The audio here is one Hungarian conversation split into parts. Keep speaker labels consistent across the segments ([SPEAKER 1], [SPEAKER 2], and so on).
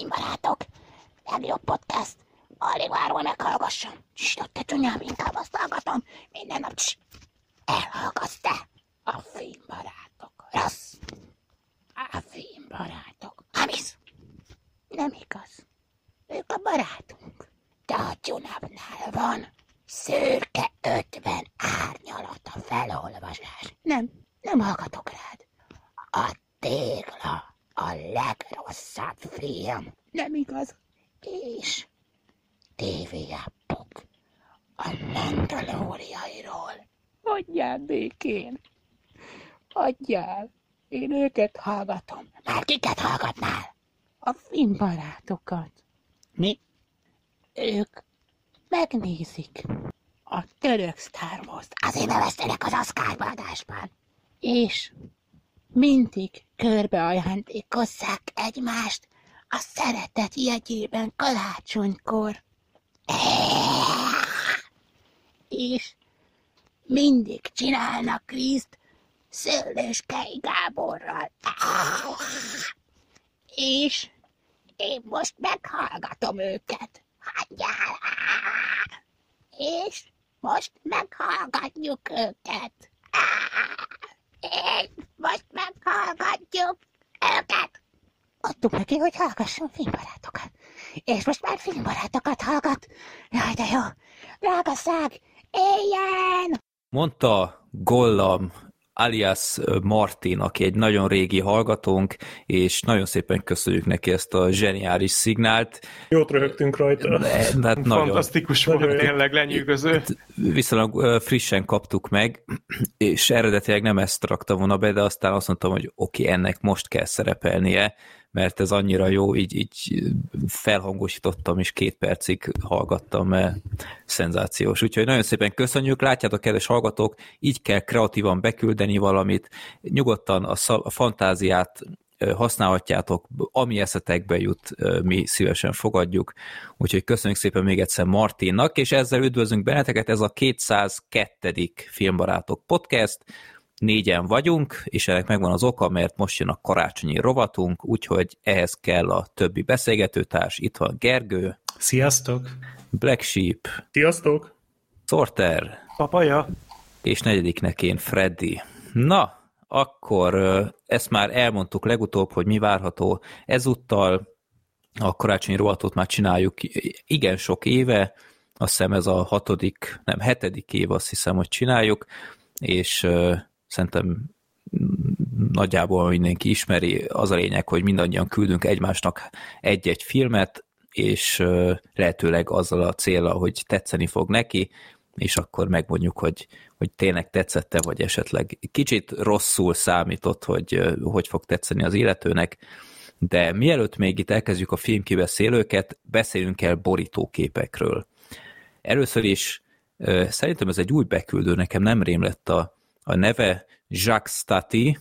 [SPEAKER 1] Filmbarátok! Legjobb podcast! Alig várom, hogy meghallgassam. Te csonyám, inkább azt hallgatom. Minden nap elhallgatsz te! A filmbarátok. Rossz! A filmbarátok. Hamis! Nem igaz. Ők a barátunk. De a Tyunapnál van szürke 50 árnyalat a felolvasás. Nem hallgatok rád. A Tégla a legrosszabb film. Nem igaz. És tévéappok a Mandalóriairól. Adjál békén. Adjál. Én őket hallgatom. Már kiket hallgatnál? A filmbarátokat. Mi? Ők megnézik a török Star Wars-t. Azért neveztenek az Oscar adásban. És mindig körbe ajándékozzák egymást a szeretet jegyében karácsonykor. És mindig csinálnak kvízt Szőlőskei Gáborral. És én most meghallgatom őket. Hagyjál! És most meghallgatjuk őket. És most meghallgatjuk őket. Adtuk neki, hogy hallgasson filmbarátokat. És most már filmbarátokat hallgat. Jaj, de jó. Drága szág, éljen!
[SPEAKER 2] Mondta Gollam alias Martin, aki egy nagyon régi hallgatónk, és nagyon szépen köszönjük neki ezt a zseniális szignált.
[SPEAKER 3] Jót röhögtünk rajta.
[SPEAKER 4] Fantasztikus volt, tényleg lenyűgöző.
[SPEAKER 2] Viszonylag frissen kaptuk meg, és eredetileg nem ezt raktam volna be, de aztán azt mondtam, hogy oké, ennek most kell szerepelnie, mert ez annyira jó, így felhangosítottam, és 2 percig hallgattam, mert szenzációs. Úgyhogy nagyon szépen köszönjük, látjátok, kedves hallgatók, így kell kreatívan beküldeni valamit, nyugodtan a fantáziát használhatjátok, ami eszetekbe jut, mi szívesen fogadjuk. Úgyhogy köszönjük szépen még egyszer Martinnak, és ezzel üdvözlünk benneteket, ez a 202. Filmbarátok podcast, 4-en vagyunk, és ennek megvan az oka, mert most jön a karácsonyi rovatunk, úgyhogy ehhez kell a többi beszélgetőtárs. Itt van Gergő.
[SPEAKER 5] Sziasztok!
[SPEAKER 2] Black Sheep.
[SPEAKER 3] Sziasztok!
[SPEAKER 2] Sorter.
[SPEAKER 4] Papaja.
[SPEAKER 2] És 4-nek én Freddy. Na, akkor ezt már elmondtuk legutóbb, hogy mi várható ezúttal. A karácsonyi rovatot már csináljuk igen sok éve, azt hiszem ez a 7. év, azt hiszem, hogy csináljuk, és szerintem nagyjából mindenki ismeri, az a lényeg, hogy mindannyian küldünk egymásnak egy-egy filmet, és lehetőleg azzal a céllal, hogy tetszeni fog neki, és akkor megmondjuk, hogy tényleg tetszette, vagy esetleg kicsit rosszul számított, hogy fog tetszeni az illetőnek, de mielőtt még itt elkezdjük a filmkibeszélőket, beszélünk el borítóképekről. Először is szerintem ez egy új beküldő, nekem nem rém lett a neve, Jacques Stati,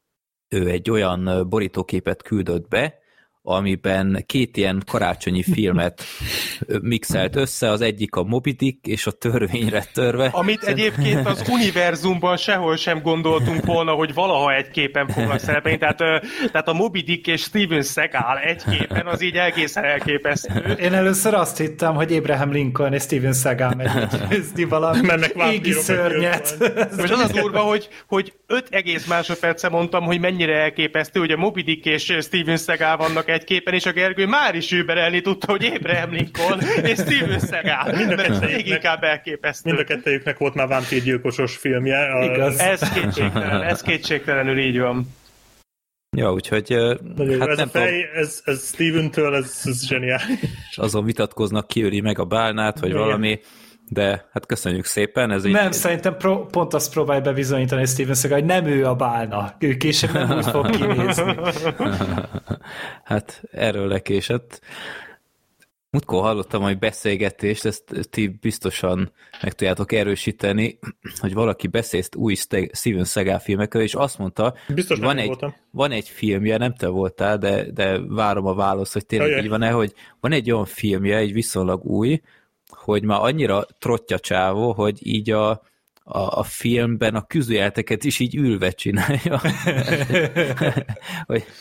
[SPEAKER 2] ő egy olyan borítóképet küldött be, amiben 2 ilyen karácsonyi filmet mixelt össze, az egyik a Moby Dick és a Törvényre törve.
[SPEAKER 4] Amit egyébként az univerzumban sehol sem gondoltunk volna, hogy valaha egy képen fognak szerepelni, tehát a Moby Dick és Steven Seagal egy képen, az így egészen elképesztő.
[SPEAKER 5] Én először azt hittem, hogy Abraham Lincoln és Steven Seagal megy győzni valami égi szörnyet.
[SPEAKER 4] Most az a durva, hogy 5 egész másodperce mondtam, hogy mennyire elképesztő, hogy a Moby Dick és Steven Seagal vannak egy képen, és a Gergő már is überelni tudta, hogy Abraham Lincoln és Steven Seagal. Mert még inkább elképesztő.
[SPEAKER 3] Mind a kettejüknek volt már vámpírgyilkosos filmje.
[SPEAKER 5] Igaz.
[SPEAKER 4] Ez kétségtelenül így van.
[SPEAKER 2] Ja, úgyhogy...
[SPEAKER 3] hát ez a fej, ez Steven-től, ez zseniális.
[SPEAKER 2] Azon vitatkoznak, kiöli meg a bálnát, vagy valami, de hát köszönjük szépen. Ez
[SPEAKER 5] nem, szerintem pont azt próbálj bebizonyítani Steven Seagal, hogy nem ő a bálna. Ő később nem úgy fog kinézni.
[SPEAKER 2] Hát erről lekésett. Múltkor hallottam egy beszélgetést, ezt ti biztosan meg tudjátok erősíteni, hogy valaki beszélt új Steven Seagal filmekről, és azt mondta,
[SPEAKER 3] biztos
[SPEAKER 2] van egy filmje, nem te voltál, de várom a választ, hogy tényleg így van-e, hogy van egy olyan filmje, egy viszonylag új, hogy már annyira trottya csávó, hogy így a filmben a küzdőjelteket is így ülve csinálja.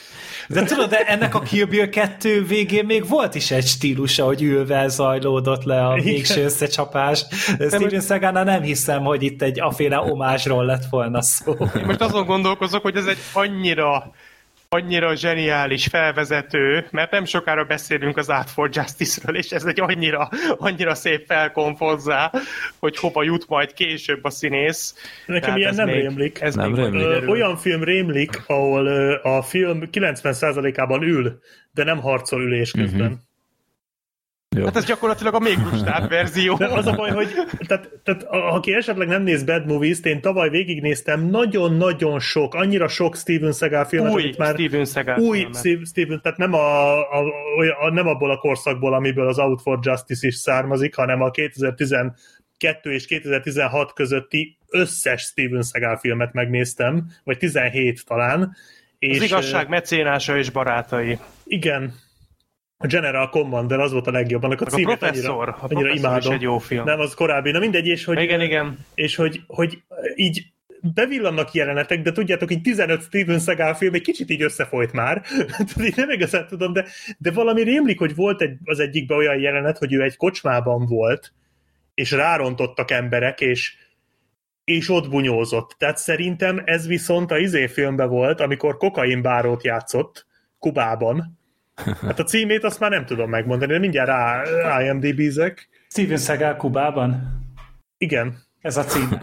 [SPEAKER 5] De tudod, de ennek a Kill Bill 2 végén még volt is egy stílusa, hogy ülve zajlódott le a végső összecsapás. Steven Seagalnál nem hiszem, hogy itt egy aféle omázsról lett volna szó.
[SPEAKER 4] Én most azon gondolkozok, hogy ez egy annyira zseniális felvezető, mert nem sokára beszélünk az Art for Justice-ről, és ez egy annyira szép felkonf hozzá, hogy hova jut majd később a színész.
[SPEAKER 3] Nekem
[SPEAKER 4] tehát
[SPEAKER 3] ilyen nem rémlik.
[SPEAKER 4] Ez
[SPEAKER 2] nem
[SPEAKER 4] még
[SPEAKER 2] rémlik.
[SPEAKER 3] Olyan film rémlik, ahol a film 90%-ában ül, de nem harcol ülés közben.
[SPEAKER 2] Jó.
[SPEAKER 4] Hát ez gyakorlatilag a még lustább verzió.
[SPEAKER 3] De az a baj, hogy tehát, aki esetleg nem néz Bad Movies-t, én tavaly végignéztem nagyon-nagyon sok, annyira sok Steven Seagal filmet,
[SPEAKER 4] Új
[SPEAKER 3] amit már
[SPEAKER 4] Steven Seagal
[SPEAKER 3] új
[SPEAKER 4] filmet.
[SPEAKER 3] Steven, tehát nem abból a korszakból, amiből az Out for Justice is származik, hanem a 2012 és 2016 közötti összes Steven Seagal filmet megnéztem, vagy 17 talán.
[SPEAKER 4] Az igazság mecénása és barátai.
[SPEAKER 3] Igen. A General Commander, az volt a legjobb. Annak a címét annyira imádom.
[SPEAKER 4] Is egy jó film.
[SPEAKER 3] Nem, az korábbi. Na mindegy, és hogy,
[SPEAKER 4] Igen.
[SPEAKER 3] És hogy így bevillannak jelenetek, de tudjátok, így 15 Steven Seagal film egy kicsit így összefolyt már. Így nem igazán tudom, de valami rémlik, hogy volt az egyikben olyan jelenet, hogy ő egy kocsmában volt, és rárontottak emberek, és ott bunyózott. Tehát szerintem ez viszont a filmben volt, amikor kokainbárót játszott Kubában. Hát a címét azt már nem tudom megmondani, de mindjárt IMDb-zek.
[SPEAKER 5] Steven Seagal Kubában?
[SPEAKER 3] Igen.
[SPEAKER 5] Ez a cím.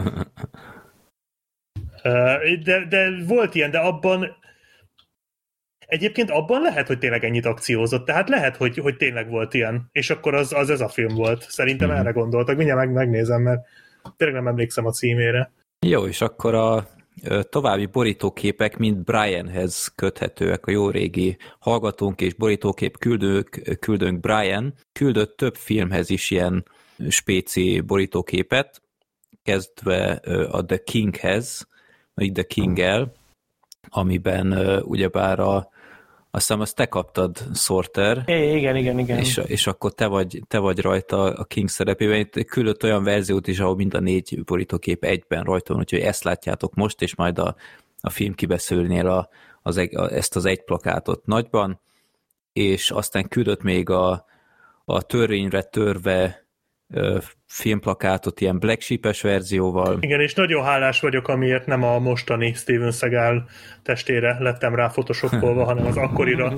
[SPEAKER 3] De volt ilyen, de abban egyébként abban lehet, hogy tényleg ennyit akciózott, tehát lehet, hogy tényleg volt ilyen, és akkor az ez a film volt. Szerintem erre gondoltak. Mindjárt megnézem, mert tényleg nem emlékszem a címére.
[SPEAKER 2] Jó, és akkor a további borítóképek mind Brianhez köthetőek, a jó régi hallgatónk és borítókép küldőnk Brian küldött több filmhez is ilyen spéci borítóképet, kezdve a The Kinghez, vagy The King-el, amiben ugyebár azt hiszem, azt te kaptad, Sorter.
[SPEAKER 4] Igen.
[SPEAKER 2] És akkor te vagy rajta a King szerepében. Itt küldött olyan verziót is, ahol mind a 4 borítókép egyben rajta van, úgyhogy ezt látjátok most, és majd a film kibeszélnél ezt az egy plakátot nagyban, és aztán küldött még a törvényre törve filmplakátot ilyen Black Sheep-es verzióval.
[SPEAKER 3] Igen, és nagyon hálás vagyok, amiért nem a mostani Steven Seagal testére lettem rá photoshopolva, hanem az akkorira.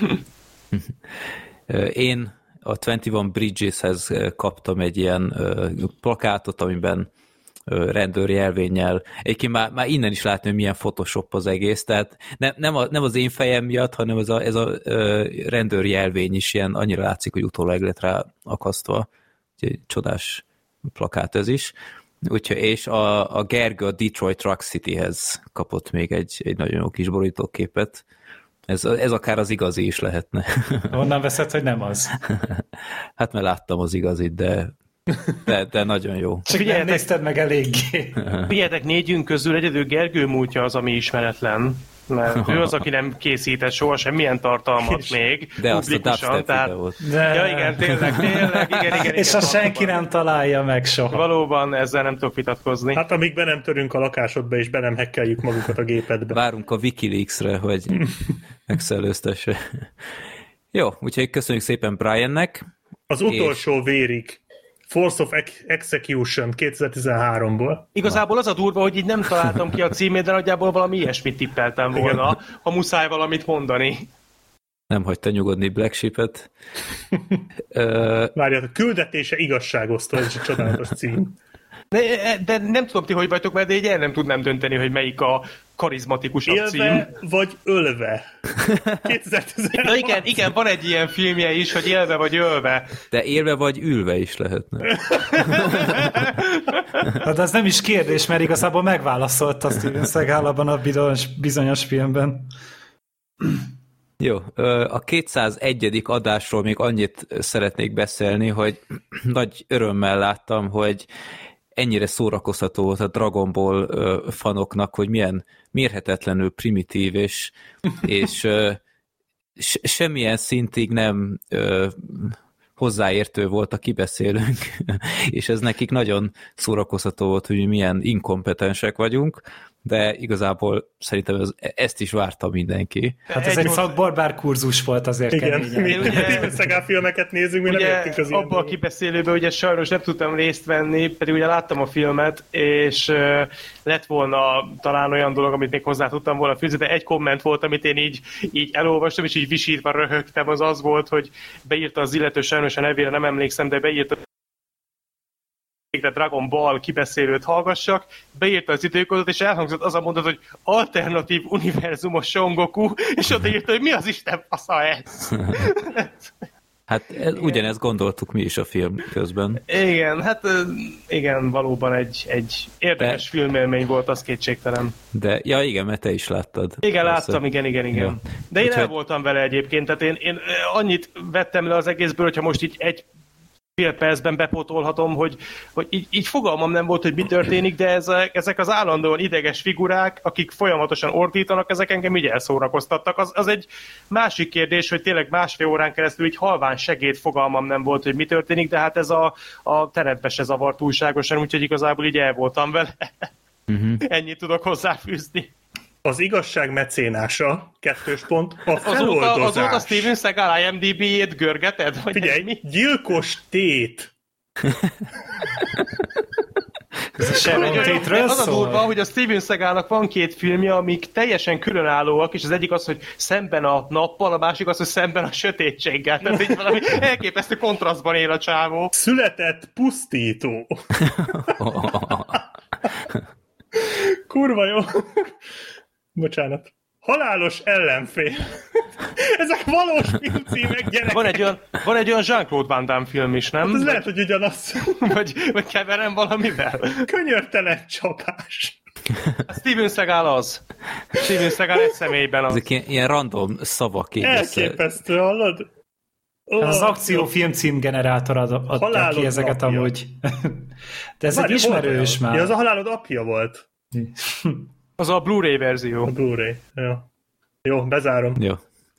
[SPEAKER 2] Én a 21 Bridges-hez kaptam egy ilyen plakátot, amiben rendőri jelvénnyel. Egyébként már innen is látni, hogy milyen Photoshop az egész, tehát nem az én fejem miatt, hanem ez a rendőri jelvény is ilyen annyira látszik, hogy utólag lett rá akasztva. Úgyhogy csodás plakát ez is. Úgyhogy, és a Gergő a Detroit Rock Cityhez kapott még egy nagyon jó kis borítóképet. Ez akár az igazi is lehetne.
[SPEAKER 5] Honnan veszed, hogy nem az?
[SPEAKER 2] Hát mert láttam az igazit, de nagyon jó.
[SPEAKER 5] Csak nem nézted meg eléggé.
[SPEAKER 4] Figyeljetek, 4 közül egyedül Gergő múltja az, ami ismeretlen. Mert ő az, aki nem készített soha semmilyen tartalmat még.
[SPEAKER 2] De azt a dubstep videót.
[SPEAKER 4] Ja, igen, tényleg, igen.
[SPEAKER 5] És azt senki nem találja meg soha.
[SPEAKER 4] Valóban ezzel nem tudok vitatkozni.
[SPEAKER 3] Hát amíg be nem törünk a lakásodba, és be nem hekkeljük magukat a gépedbe.
[SPEAKER 2] Várunk a Wikileaks-re, hogy megszellőztesse. Jó, úgyhogy köszönjük szépen Briannek.
[SPEAKER 3] Az utolsó vérig. Force of Execution 2013-ból.
[SPEAKER 4] Igazából az a durva, hogy így nem találtam ki a címét, de nagyjából valami ilyesmit tippeltem volna, ha muszáj valamit mondani.
[SPEAKER 2] Nem hagyta nyugodni Black Sheep-et.
[SPEAKER 3] Várjátok, küldetése igazságosztó, ez egy csodálatos cím.
[SPEAKER 4] De nem tudom ti, hogy vagytok, mert így el nem tudnám dönteni, hogy melyik a karizmatikusabb cím.
[SPEAKER 3] Élve vagy ölve? 2013.
[SPEAKER 4] Na igen, van egy ilyen filmje is, hogy élve vagy ölve.
[SPEAKER 2] De élve vagy ülve is lehetne.
[SPEAKER 5] Hát ez nem is kérdés, mert igazából megválaszolta Steven Seagal abban a bizonyos filmben.
[SPEAKER 2] Jó, a 201. adásról még annyit szeretnék beszélni, hogy nagy örömmel láttam, hogy ennyire szórakoztató volt a Dragon Ball fanoknak, hogy milyen mérhetetlenül primitív, és semmilyen szintig nem hozzáértő volt a kibeszélünk, és ez nekik nagyon szórakoztató volt, hogy milyen inkompetensek vagyunk, de igazából szerintem ezt is várta mindenki.
[SPEAKER 5] Hát ez egy szakbarbár kurzus volt azért.
[SPEAKER 3] Igen,
[SPEAKER 5] keményen.
[SPEAKER 3] mi Steven Seagal filmeket nézünk, mi nem értünk az ilyen
[SPEAKER 4] abban a kibeszélőben ugye sajnos nem tudtam részt venni, pedig ugye láttam a filmet, és lett volna talán olyan dolog, amit még hozzá tudtam volna fűzni, de egy komment volt, amit én így elolvastam, és így visítva röhögtem, az volt, hogy beírta az illető, sajnos a nevére nem emlékszem, de beírta de Dragon Ball kibeszélőt hallgassak, beírta az időkódot, és elhangzott az a mondat, hogy alternatív univerzumos Son Goku, és odaírta, hogy mi az Isten fasza ez?
[SPEAKER 2] Hát ugyanezt gondoltuk mi is a film közben.
[SPEAKER 4] Igen, hát igen, valóban egy érdekes filmélmény volt, az kétségtelen.
[SPEAKER 2] De, ja igen, mert te is láttad.
[SPEAKER 4] Igen, láttam, igen. Ja. De én el voltam vele egyébként, tehát én annyit vettem le az egészből, hogyha most így egy fél percben bepótolhatom, hogy így fogalmam nem volt, hogy mi történik, de ezek az állandóan ideges figurák, akik folyamatosan ordítanak, ezek engem így elszórakoztattak. Az egy másik kérdés, hogy tényleg másfél órán keresztül így halvány segéd fogalmam nem volt, hogy mi történik, de hát ez a teretbe se zavart túlságosan, úgyhogy igazából így el voltam vele. Ennyit tudok hozzáfűzni.
[SPEAKER 3] Az igazság mecénása, 2. pont, a feloldozás.
[SPEAKER 4] Azóta Steven Seagal IMDb-jét görgeted?
[SPEAKER 3] Figyelj, gyilkos tét.
[SPEAKER 5] Ez a Sharon Tate-ről
[SPEAKER 4] az a
[SPEAKER 5] szól?
[SPEAKER 4] durva, hogy a Steven Seagalnak van 2 filmje, amik teljesen különállóak, és az egyik az, hogy szemben a nappal, a másik az, hogy szemben a sötétséggel. Tehát így valami elképesztő kontrasztban él a csávó.
[SPEAKER 3] Született pusztító. Kurva jó. Bocsánat. Halálos ellenfél. Ezek valós filmcímek, gyerekek.
[SPEAKER 4] Van egy olyan Jean-Claude Van Damme film is, nem?
[SPEAKER 3] Hát ez lehet, hogy ugyanaz.
[SPEAKER 4] Vagy keverem valamivel?
[SPEAKER 3] Könyörtelen csapás.
[SPEAKER 4] Steven Seagal az. Steven Seagal egy személyben az.
[SPEAKER 2] Ezek ilyen random szavak.
[SPEAKER 3] Elképesztő, hallod?
[SPEAKER 5] Az akciófilm címgenerátor adja ki ezeket
[SPEAKER 3] apja.
[SPEAKER 5] Amúgy. De ez egy ismerős már.
[SPEAKER 3] Ja, az a halálod apja volt.
[SPEAKER 4] Az a Blu-ray verzió.
[SPEAKER 3] A Blu-ray, jó, bezárom.
[SPEAKER 2] Jó.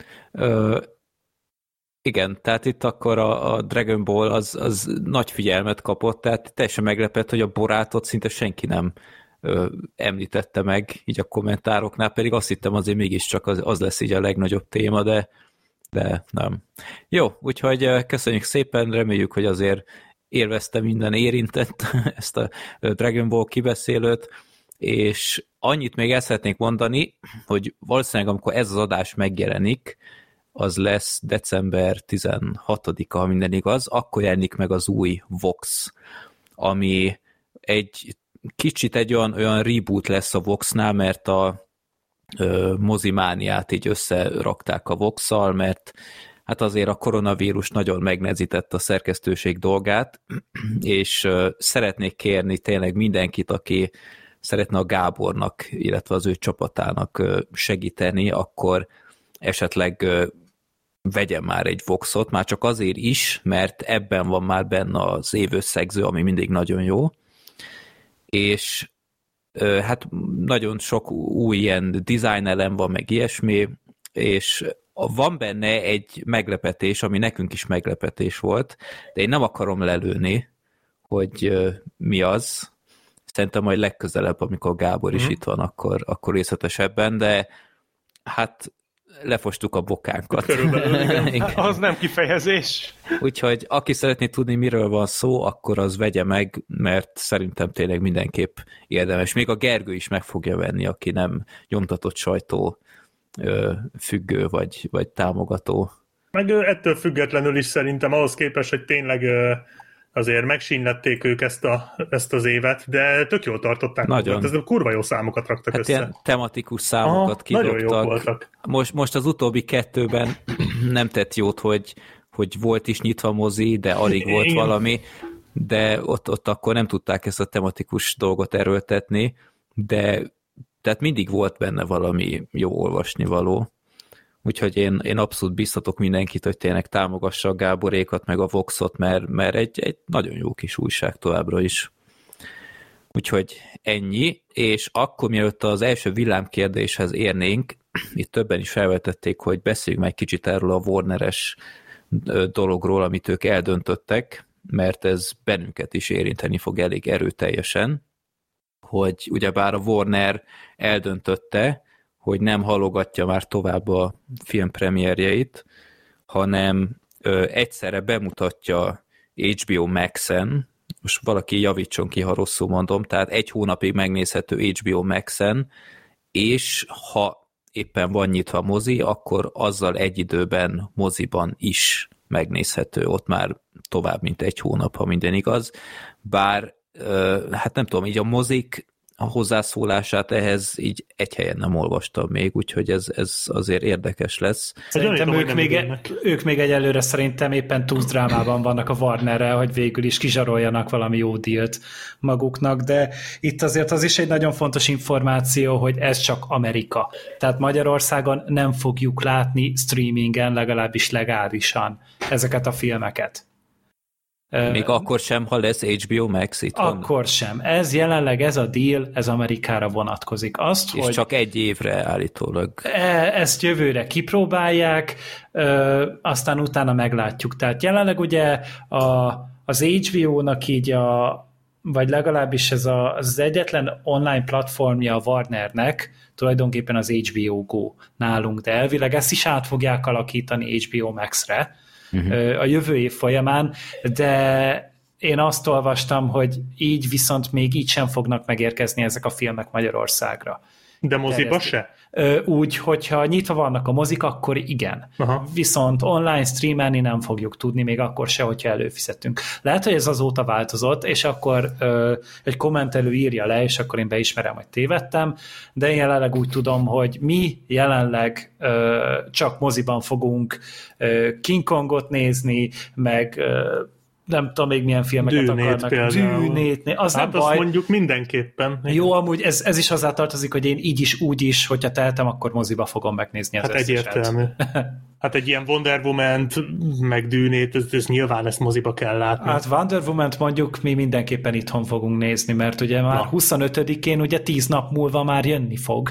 [SPEAKER 2] Igen, tehát itt akkor a Dragon Ball az nagy figyelmet kapott, tehát teljesen meglepett, hogy a Borátot szinte senki nem említette meg így a kommentároknál, pedig azt hittem azért mégiscsak az lesz így a legnagyobb téma, de nem. Jó, úgyhogy köszönjük szépen, reméljük, hogy azért élvezte minden érintett ezt a Dragon Ball kibeszélőt, és annyit még el szeretnék mondani, hogy valószínűleg amikor ez az adás megjelenik, az lesz december 16-a, ha minden igaz, akkor jelenik meg az új Vox, ami egy kicsit egy olyan reboot lesz a Voxnál, mert a mozimániát így összerakták a Vox-szal, mert hát azért a koronavírus nagyon megnehezített a szerkesztőség dolgát, és szeretnék kérni tényleg mindenkit, aki szeretne a Gábornak, illetve az ő csapatának segíteni, akkor esetleg vegyen már egy Voxot, már csak azért is, mert ebben van már benne az évösszegző, ami mindig nagyon jó, és hát nagyon sok új ilyen design elem van, meg ilyesmi, és van benne egy meglepetés, ami nekünk is meglepetés volt, de én nem akarom lelőni, hogy mi az. Szerintem majd legközelebb, amikor Gábor is itt van, akkor részletesebben, de hát lefostuk a bokánkat.
[SPEAKER 3] Körülbelül,
[SPEAKER 4] az nem kifejezés.
[SPEAKER 2] Úgyhogy aki szeretné tudni, miről van szó, akkor az vegye meg, mert szerintem tényleg mindenképp érdemes. Még a Gergő is meg fogja venni, aki nem nyomtatott sajtó függő vagy támogató.
[SPEAKER 3] Meg ettől függetlenül is szerintem ahhoz képest, hogy tényleg azért megsínlették ők ezt az évet, de tök jól tartották.
[SPEAKER 2] Nagyon.
[SPEAKER 3] Ez kurva jó számokat raktak
[SPEAKER 2] hát
[SPEAKER 3] össze.
[SPEAKER 2] Ilyen tematikus számokat kidobtak.
[SPEAKER 3] Nagyon jók voltak.
[SPEAKER 2] Most az utóbbi 2-ben nem tett jót, hogy volt is nyitva mozi, de alig volt
[SPEAKER 3] Igen.
[SPEAKER 2] valami, de ott akkor nem tudták ezt a tematikus dolgot erőltetni, de tehát mindig volt benne valami jó olvasnivaló. Úgyhogy én abszolút biztatok mindenkit, hogy tényleg támogassa a Gáborékat, meg a Voxot, mert egy nagyon jó kis újság továbbra is. Úgyhogy ennyi, és akkor mielőtt az első villámkérdéshez érnénk, itt többen is felvetették, hogy beszéljünk meg kicsit erről a Warner-es dologról, amit ők eldöntöttek, mert ez bennünket is érinteni fog elég erőteljesen, hogy ugyebár a Warner eldöntötte, hogy nem halogatja már tovább a film premierjeit, hanem egyszerre bemutatja HBO Max-en, most valaki javítson ki, ha rosszul mondom, tehát 1 hónapig megnézhető HBO Max-en, és ha éppen van nyitva mozi, akkor azzal egy időben moziban is megnézhető, ott már tovább, mint 1 hónap, ha minden igaz. Bár, hát nem tudom, így a mozik a hozzászólását ehhez így egy helyen nem olvastam még, úgyhogy ez azért érdekes lesz.
[SPEAKER 5] Szerintem ők még egyelőre szerintem éppen túldrámában vannak a Warnerrel, hogy végül is kizsaroljanak valami jó dílt maguknak, de itt azért az is egy nagyon fontos információ, hogy ez csak Amerika. Tehát Magyarországon nem fogjuk látni streamingen, legalábbis legálisan ezeket a filmeket.
[SPEAKER 2] Még akkor sem, ha lesz HBO Max itt
[SPEAKER 5] Akkor sem. Jelenleg ez a deal, ez Amerikára vonatkozik.
[SPEAKER 2] És hogy csak 1 évre állítólag.
[SPEAKER 5] Ezt jövőre kipróbálják, aztán utána meglátjuk. Tehát jelenleg ugye az HBO-nak így vagy legalábbis ez az egyetlen online platformja a Warnernek, tulajdonképpen az HBO Go nálunk, de elvileg ezt is át fogják alakítani HBO Max-re, a jövő év folyamán, de én azt olvastam, hogy így viszont még így sem fognak megérkezni ezek a filmek Magyarországra.
[SPEAKER 3] De moziba se?
[SPEAKER 5] Úgy, hogyha nyitva vannak a mozik, akkor igen. Aha. Viszont online streamelni nem fogjuk tudni, még akkor se, hogyha előfizetünk. Lehet, hogy ez azóta változott, és akkor egy kommentelő írja le, és akkor én beismerem, hogy tévedtem, de én jelenleg úgy tudom, hogy mi jelenleg csak moziban fogunk King Kongot nézni, meg nem tudom még milyen filmeket
[SPEAKER 3] Dűnét
[SPEAKER 5] akarnak. Dűnét, az hát nem
[SPEAKER 3] azt
[SPEAKER 5] baj.
[SPEAKER 3] mondjuk mindenképpen.
[SPEAKER 5] Jó, amúgy ez is hozzá tartozik, hogy én így is, úgy is, hogyha tehetem, akkor moziba fogom megnézni az összeset.
[SPEAKER 3] Egyértelmű. Hát egy ilyen Wonder Woman-t, meg Dűnét, ez nyilván ezt moziba kell látni.
[SPEAKER 5] Hát Wonder Woman-t mondjuk mi mindenképpen itthon fogunk nézni, mert ugye már 25-én, ugye 10 nap múlva már jönni fog.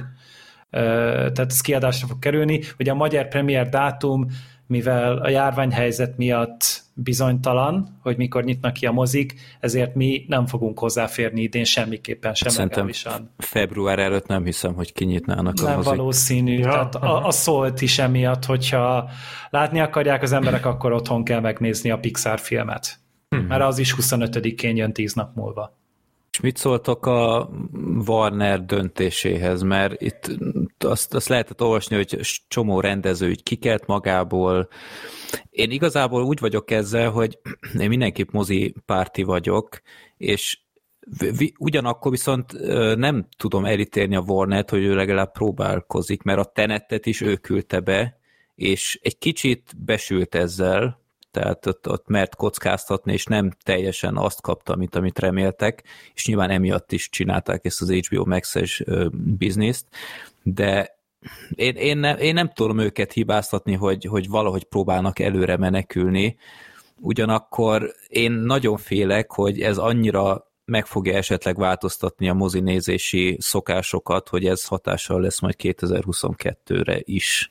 [SPEAKER 5] Tehát ez kiadásra fog kerülni. Ugye a magyar premier dátum, mivel a járványhelyzet miatt bizonytalan, hogy mikor nyitnak ki a mozik, ezért mi nem fogunk hozzáférni idén semmiképpen sem legálisan.
[SPEAKER 2] Február előtt nem hiszem, hogy kinyitnának a mozik.
[SPEAKER 5] Nem valószínű. Ja. Tehát a Szólt is emiatt, hogyha látni akarják az emberek, akkor otthon kell megnézni a Pixar filmet. Mert az is 25-én jön 10 nap múlva.
[SPEAKER 2] És mit szóltok a Warner döntéséhez? Mert itt azt lehetett olvasni, hogy csomó rendező így kikelt magából. Én igazából úgy vagyok ezzel, hogy én mindenképp mozi párti vagyok, és ugyanakkor viszont nem tudom elítélni a Warnert, hogy ő legalább próbálkozik, mert a Tenettet is ő küldte be, és egy kicsit besült ezzel, tehát ott mert kockáztatni, és nem teljesen azt kapta, amit reméltek, és nyilván emiatt is csinálták ezt az HBO Max-es bizniszt, de én nem tudom őket hibáztatni, hogy valahogy próbálnak előre menekülni, ugyanakkor én nagyon félek, hogy ez annyira meg fogja esetleg változtatni a mozinézési szokásokat, hogy ez hatással lesz majd 2022-re is.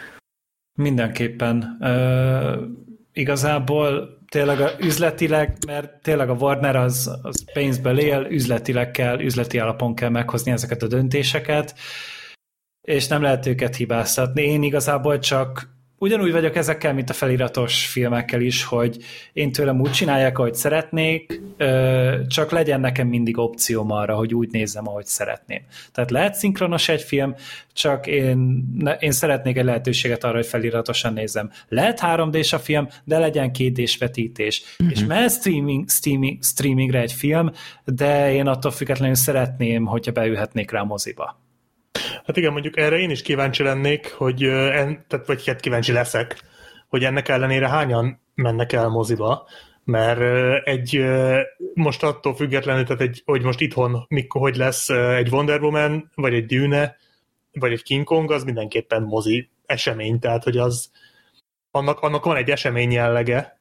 [SPEAKER 5] Mindenképpen. Igazából tényleg üzletileg, mert tényleg a Warner az pénzből él, üzleti alapon kell meghozni ezeket a döntéseket, és nem lehet őket hibáztatni. Én igazából csak ugyanúgy vagyok ezekkel, mint a feliratos filmekkel is, hogy én tőlem úgy csinálják, ahogy szeretnék, csak legyen nekem mindig opcióm arra, hogy úgy nézzem, ahogy szeretném. Tehát lehet szinkronos egy film, csak én szeretnék egy lehetőséget arra, hogy feliratosan nézzem. Lehet 3D-s a film, de legyen 2D-s vetítés. És mehet streamingre egy film, de én attól függetlenül szeretném, hogyha beülhetnék rá a moziba.
[SPEAKER 3] Hát igen, mondjuk erre én is kíváncsi lennék, vagy hát kíváncsi leszek, hogy ennek ellenére hányan mennek el moziba, mert most attól függetlenül, tehát hogy most itthon hogy lesz egy Wonder Woman, vagy egy Dune, vagy egy King Kong, az mindenképpen mozi esemény, tehát hogy annak van egy esemény jellege.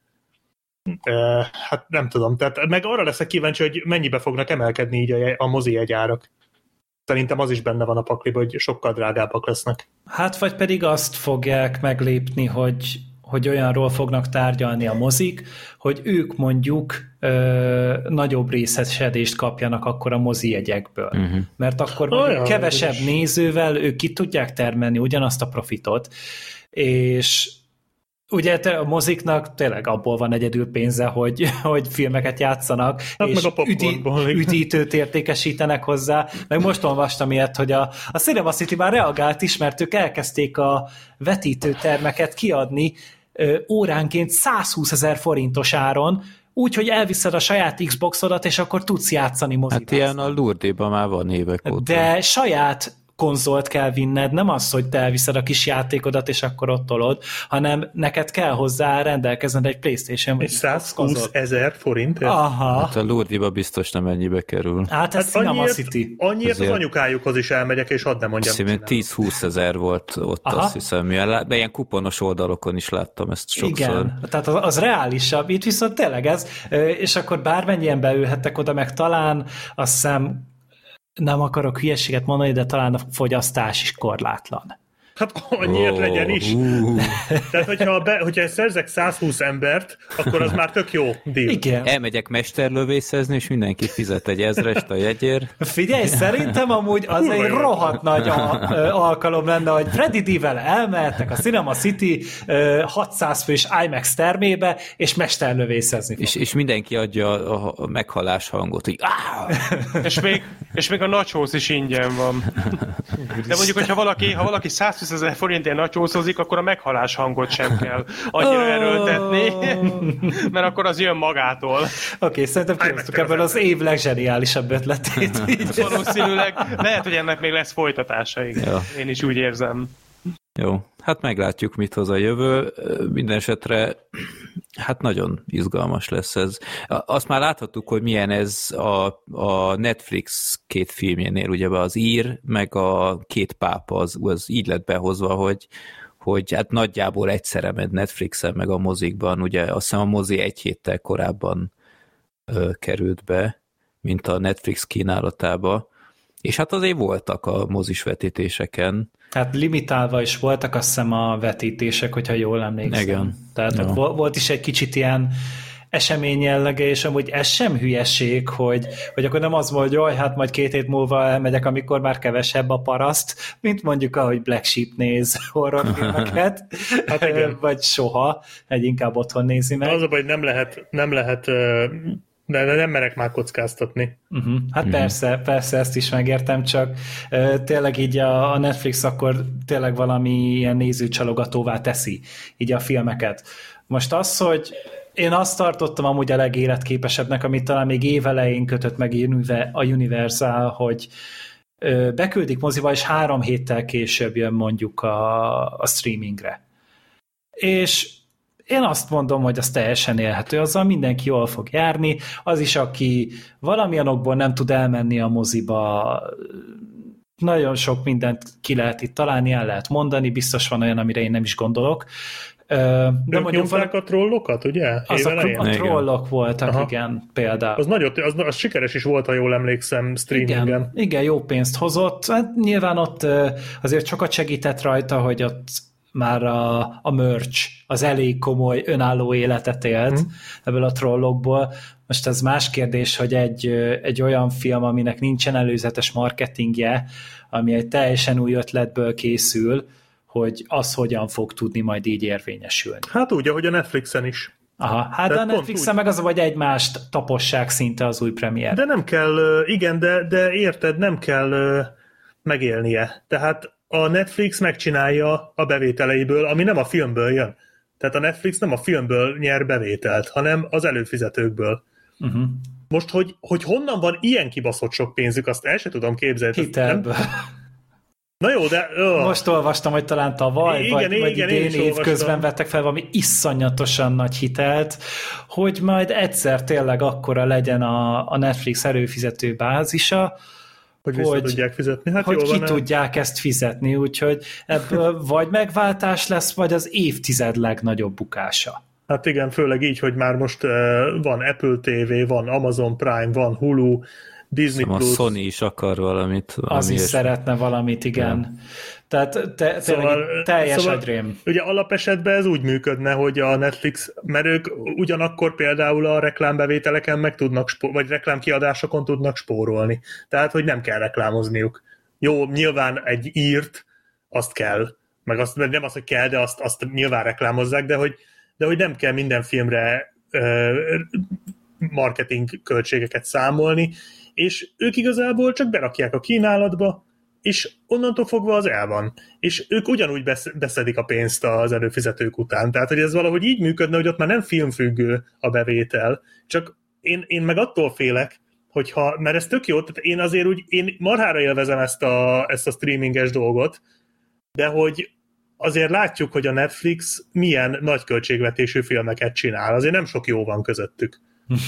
[SPEAKER 3] Hát nem tudom, tehát meg arra leszek kíváncsi, hogy mennyibe fognak emelkedni így a mozi jegyárak. Szerintem az is benne van a pakliba, hogy sokkal drágábbak lesznek.
[SPEAKER 5] Hát vagy pedig azt fogják meglépni, hogy olyanról fognak tárgyalni a mozik, hogy ők mondjuk nagyobb részesedést kapjanak akkor a mozi jegyekből. Mert akkor kevesebb nézővel ők ki tudják termelni ugyanazt a profitot, és ugye a moziknak tényleg abból van egyedül pénze, hogy filmeket játszanak, hát és üdítőt értékesítenek hozzá. Meg most olvastam ilyet, hogy a Cinema City már reagált is, mert ők elkezdték a vetítőtermeket kiadni óránként 120 000 forintos áron, úgyhogy elviszed a saját Xboxodat, és akkor tudsz játszani moziban.
[SPEAKER 2] Hát ilyen a Lourdesban már van évek óta.
[SPEAKER 5] De saját konzolt kell vinned, nem az, hogy te elviszed a kis játékodat, és akkor ott tolod, hanem neked kell hozzá rendelkezned egy PlayStation.
[SPEAKER 3] És 120 000 forint?
[SPEAKER 5] Aha.
[SPEAKER 2] Hát a Lourdesba biztos nem ennyibe kerül.
[SPEAKER 5] Hát ez Cinema City.
[SPEAKER 3] Annyiért az anyukájukhoz is elmegyek, és hadd nem mondjam.
[SPEAKER 2] 10-20 000 volt ott, azt hiszem. De ilyen kuponos oldalokon is láttam ezt sokszor.
[SPEAKER 5] Igen, tehát az reálisabb. Itt viszont tényleg ez, és akkor bármennyien beülhettek oda, meg talán azt hiszem nem akarok hülyeséget mondani, de talán a fogyasztás is korlátlan.
[SPEAKER 3] Hát annyiért legyen is. Tehát, hogyha szerzek 120 embert, akkor az már tök jó deal.
[SPEAKER 5] Igen.
[SPEAKER 2] Elmegyek mesterlövészezni, és mindenki fizet egy 1000-est a jegyért.
[SPEAKER 5] Figyelj, szerintem amúgy az egy rohadt nagy alkalom lenne, hogy Freddy D-vel elmehettek a Cinema City 600 fős IMAX termébe, és mesterlövészezni fog.
[SPEAKER 2] És mindenki adja a meghalás hangot, hogy
[SPEAKER 4] és még a nachos is ingyen van. De mondjuk, hogyha valaki 120 000 forintért nachószozik, akkor a meghalás hangot sem kell annyira erőltetni, mert akkor az jön magától.
[SPEAKER 5] Oké, szerintem kihoztuk ebből az év legzseniálisabb ötletét.
[SPEAKER 4] Valószínűleg lehet, hogy ennek még lesz folytatása, igen. Ja. Én is úgy érzem.
[SPEAKER 2] Jó, hát meglátjuk, mit hoz a jövő. Minden esetre hát nagyon izgalmas lesz ez. Azt már láthattuk, hogy milyen ez a Netflix két filmjénél, ugye az Ír, meg a Két pápa, az így lett behozva, hogy hát nagyjából egyszerre ment Netflixen, meg a mozikban, ugye azt hiszem a mozi egy héttel korábban került be, mint a Netflix kínálatába, és hát azért voltak a mozis vetítéseken.
[SPEAKER 5] Hát limitálva is voltak, azt hiszem a vetítések, hogyha jól emlékszem.
[SPEAKER 2] Igen.
[SPEAKER 5] Tehát volt is egy kicsit ilyen esemény jellege, és amúgy ez sem hülyeség, hogy akkor nem az mondja, hogy hát majd 2 hét múlva elmegyek, amikor már kevesebb a paraszt, mint mondjuk ahogy Black Sheep néz horrorfilmeket, hát vagy soha, egy inkább otthon nézi meg.
[SPEAKER 3] Az a baj, hogy nem lehet de nem merek már kockáztatni.
[SPEAKER 5] Hát persze, ezt is megértem, csak tényleg így a Netflix akkor tényleg valami ilyen nézőcsalogatóvá teszi így a filmeket. Most az, hogy én azt tartottam amúgy a legéletképesebbnek, amit talán még évelején kötött meg a Universal, hogy beküldik moziba, és 3 héttel később jön mondjuk a streamingre. És én azt mondom, hogy az teljesen élhető, azzal mindenki jól fog járni, az is, aki valamilyen okból nem tud elmenni a moziba, nagyon sok mindent ki lehet itt találni, el lehet mondani, biztos van olyan, amire én nem is gondolok.
[SPEAKER 3] De mondjuk a trollokat, ugye?
[SPEAKER 5] A trollok voltak, igen, például.
[SPEAKER 3] Az sikeres is volt, ha jól emlékszem, streamingen.
[SPEAKER 5] Igen, jó pénzt hozott. Hát nyilván ott azért sokat segített rajta, hogy ott már a merch az elég komoly önálló életet élt ebből a trollokból. Most ez más kérdés, hogy egy olyan film, aminek nincsen előzetes marketingje, ami egy teljesen új ötletből készül, hogy az hogyan fog tudni majd így érvényesülni.
[SPEAKER 3] Hát úgy, ahogy a Netflixen is.
[SPEAKER 5] Aha, hát a Netflixen meg az, vagy egymást tapossák szinte az új premier.
[SPEAKER 3] De nem kell, igen, de érted, nem kell megélnie. Tehát a Netflix megcsinálja a bevételeiből, ami nem a filmből jön. Tehát a Netflix nem a filmből nyer bevételt, hanem az előfizetőkből. Most, hogy honnan van ilyen kibaszott sok pénzük, azt el sem tudom képzelni.
[SPEAKER 5] Hitelből.
[SPEAKER 3] Na jó, de...
[SPEAKER 5] Most olvastam, hogy talán tavaly, vagy idén évközben vettek fel valami iszonyatosan nagy hitelt, hogy majd egyszer tényleg akkora legyen a Netflix előfizető bázisa,
[SPEAKER 3] hogy vissza tudják fizetni. Hát
[SPEAKER 5] hogy
[SPEAKER 3] ki
[SPEAKER 5] tudják ezt fizetni, úgyhogy ebből vagy megváltás lesz, vagy az évtized legnagyobb bukása.
[SPEAKER 3] Hát igen, főleg így, hogy már most van Apple TV, van Amazon Prime, van Hulu, Disney Plus.
[SPEAKER 2] A Sony is akar valamit.
[SPEAKER 5] Az is szeretne valamit, igen. Ja. Tehát teljes agyrém.
[SPEAKER 3] Ugye alapesetben ez úgy működne, hogy a Netflix, mert ők ugyanakkor például a reklámbevételeken meg tudnak, vagy reklámkiadásokon tudnak spórolni. Tehát, hogy nem kell reklámozniuk. Jó, nyilván egy írt, azt kell, meg azt, nem az, hogy kell, de azt nyilván reklámozzák, de hogy nem kell minden filmre marketing költségeket számolni, és ők igazából csak berakják a kínálatba, és onnantól fogva az el van. És ők ugyanúgy beszedik a pénzt az előfizetők után. Tehát, hogy ez valahogy így működne, hogy ott már nem filmfüggő a bevétel, csak én meg attól félek, mert ez tök jó, tehát én azért én marhára élvezem ezt a streaminges dolgot, de hogy azért látjuk, hogy a Netflix milyen nagy költségvetésű filmeket csinál. Azért nem sok jó van közöttük.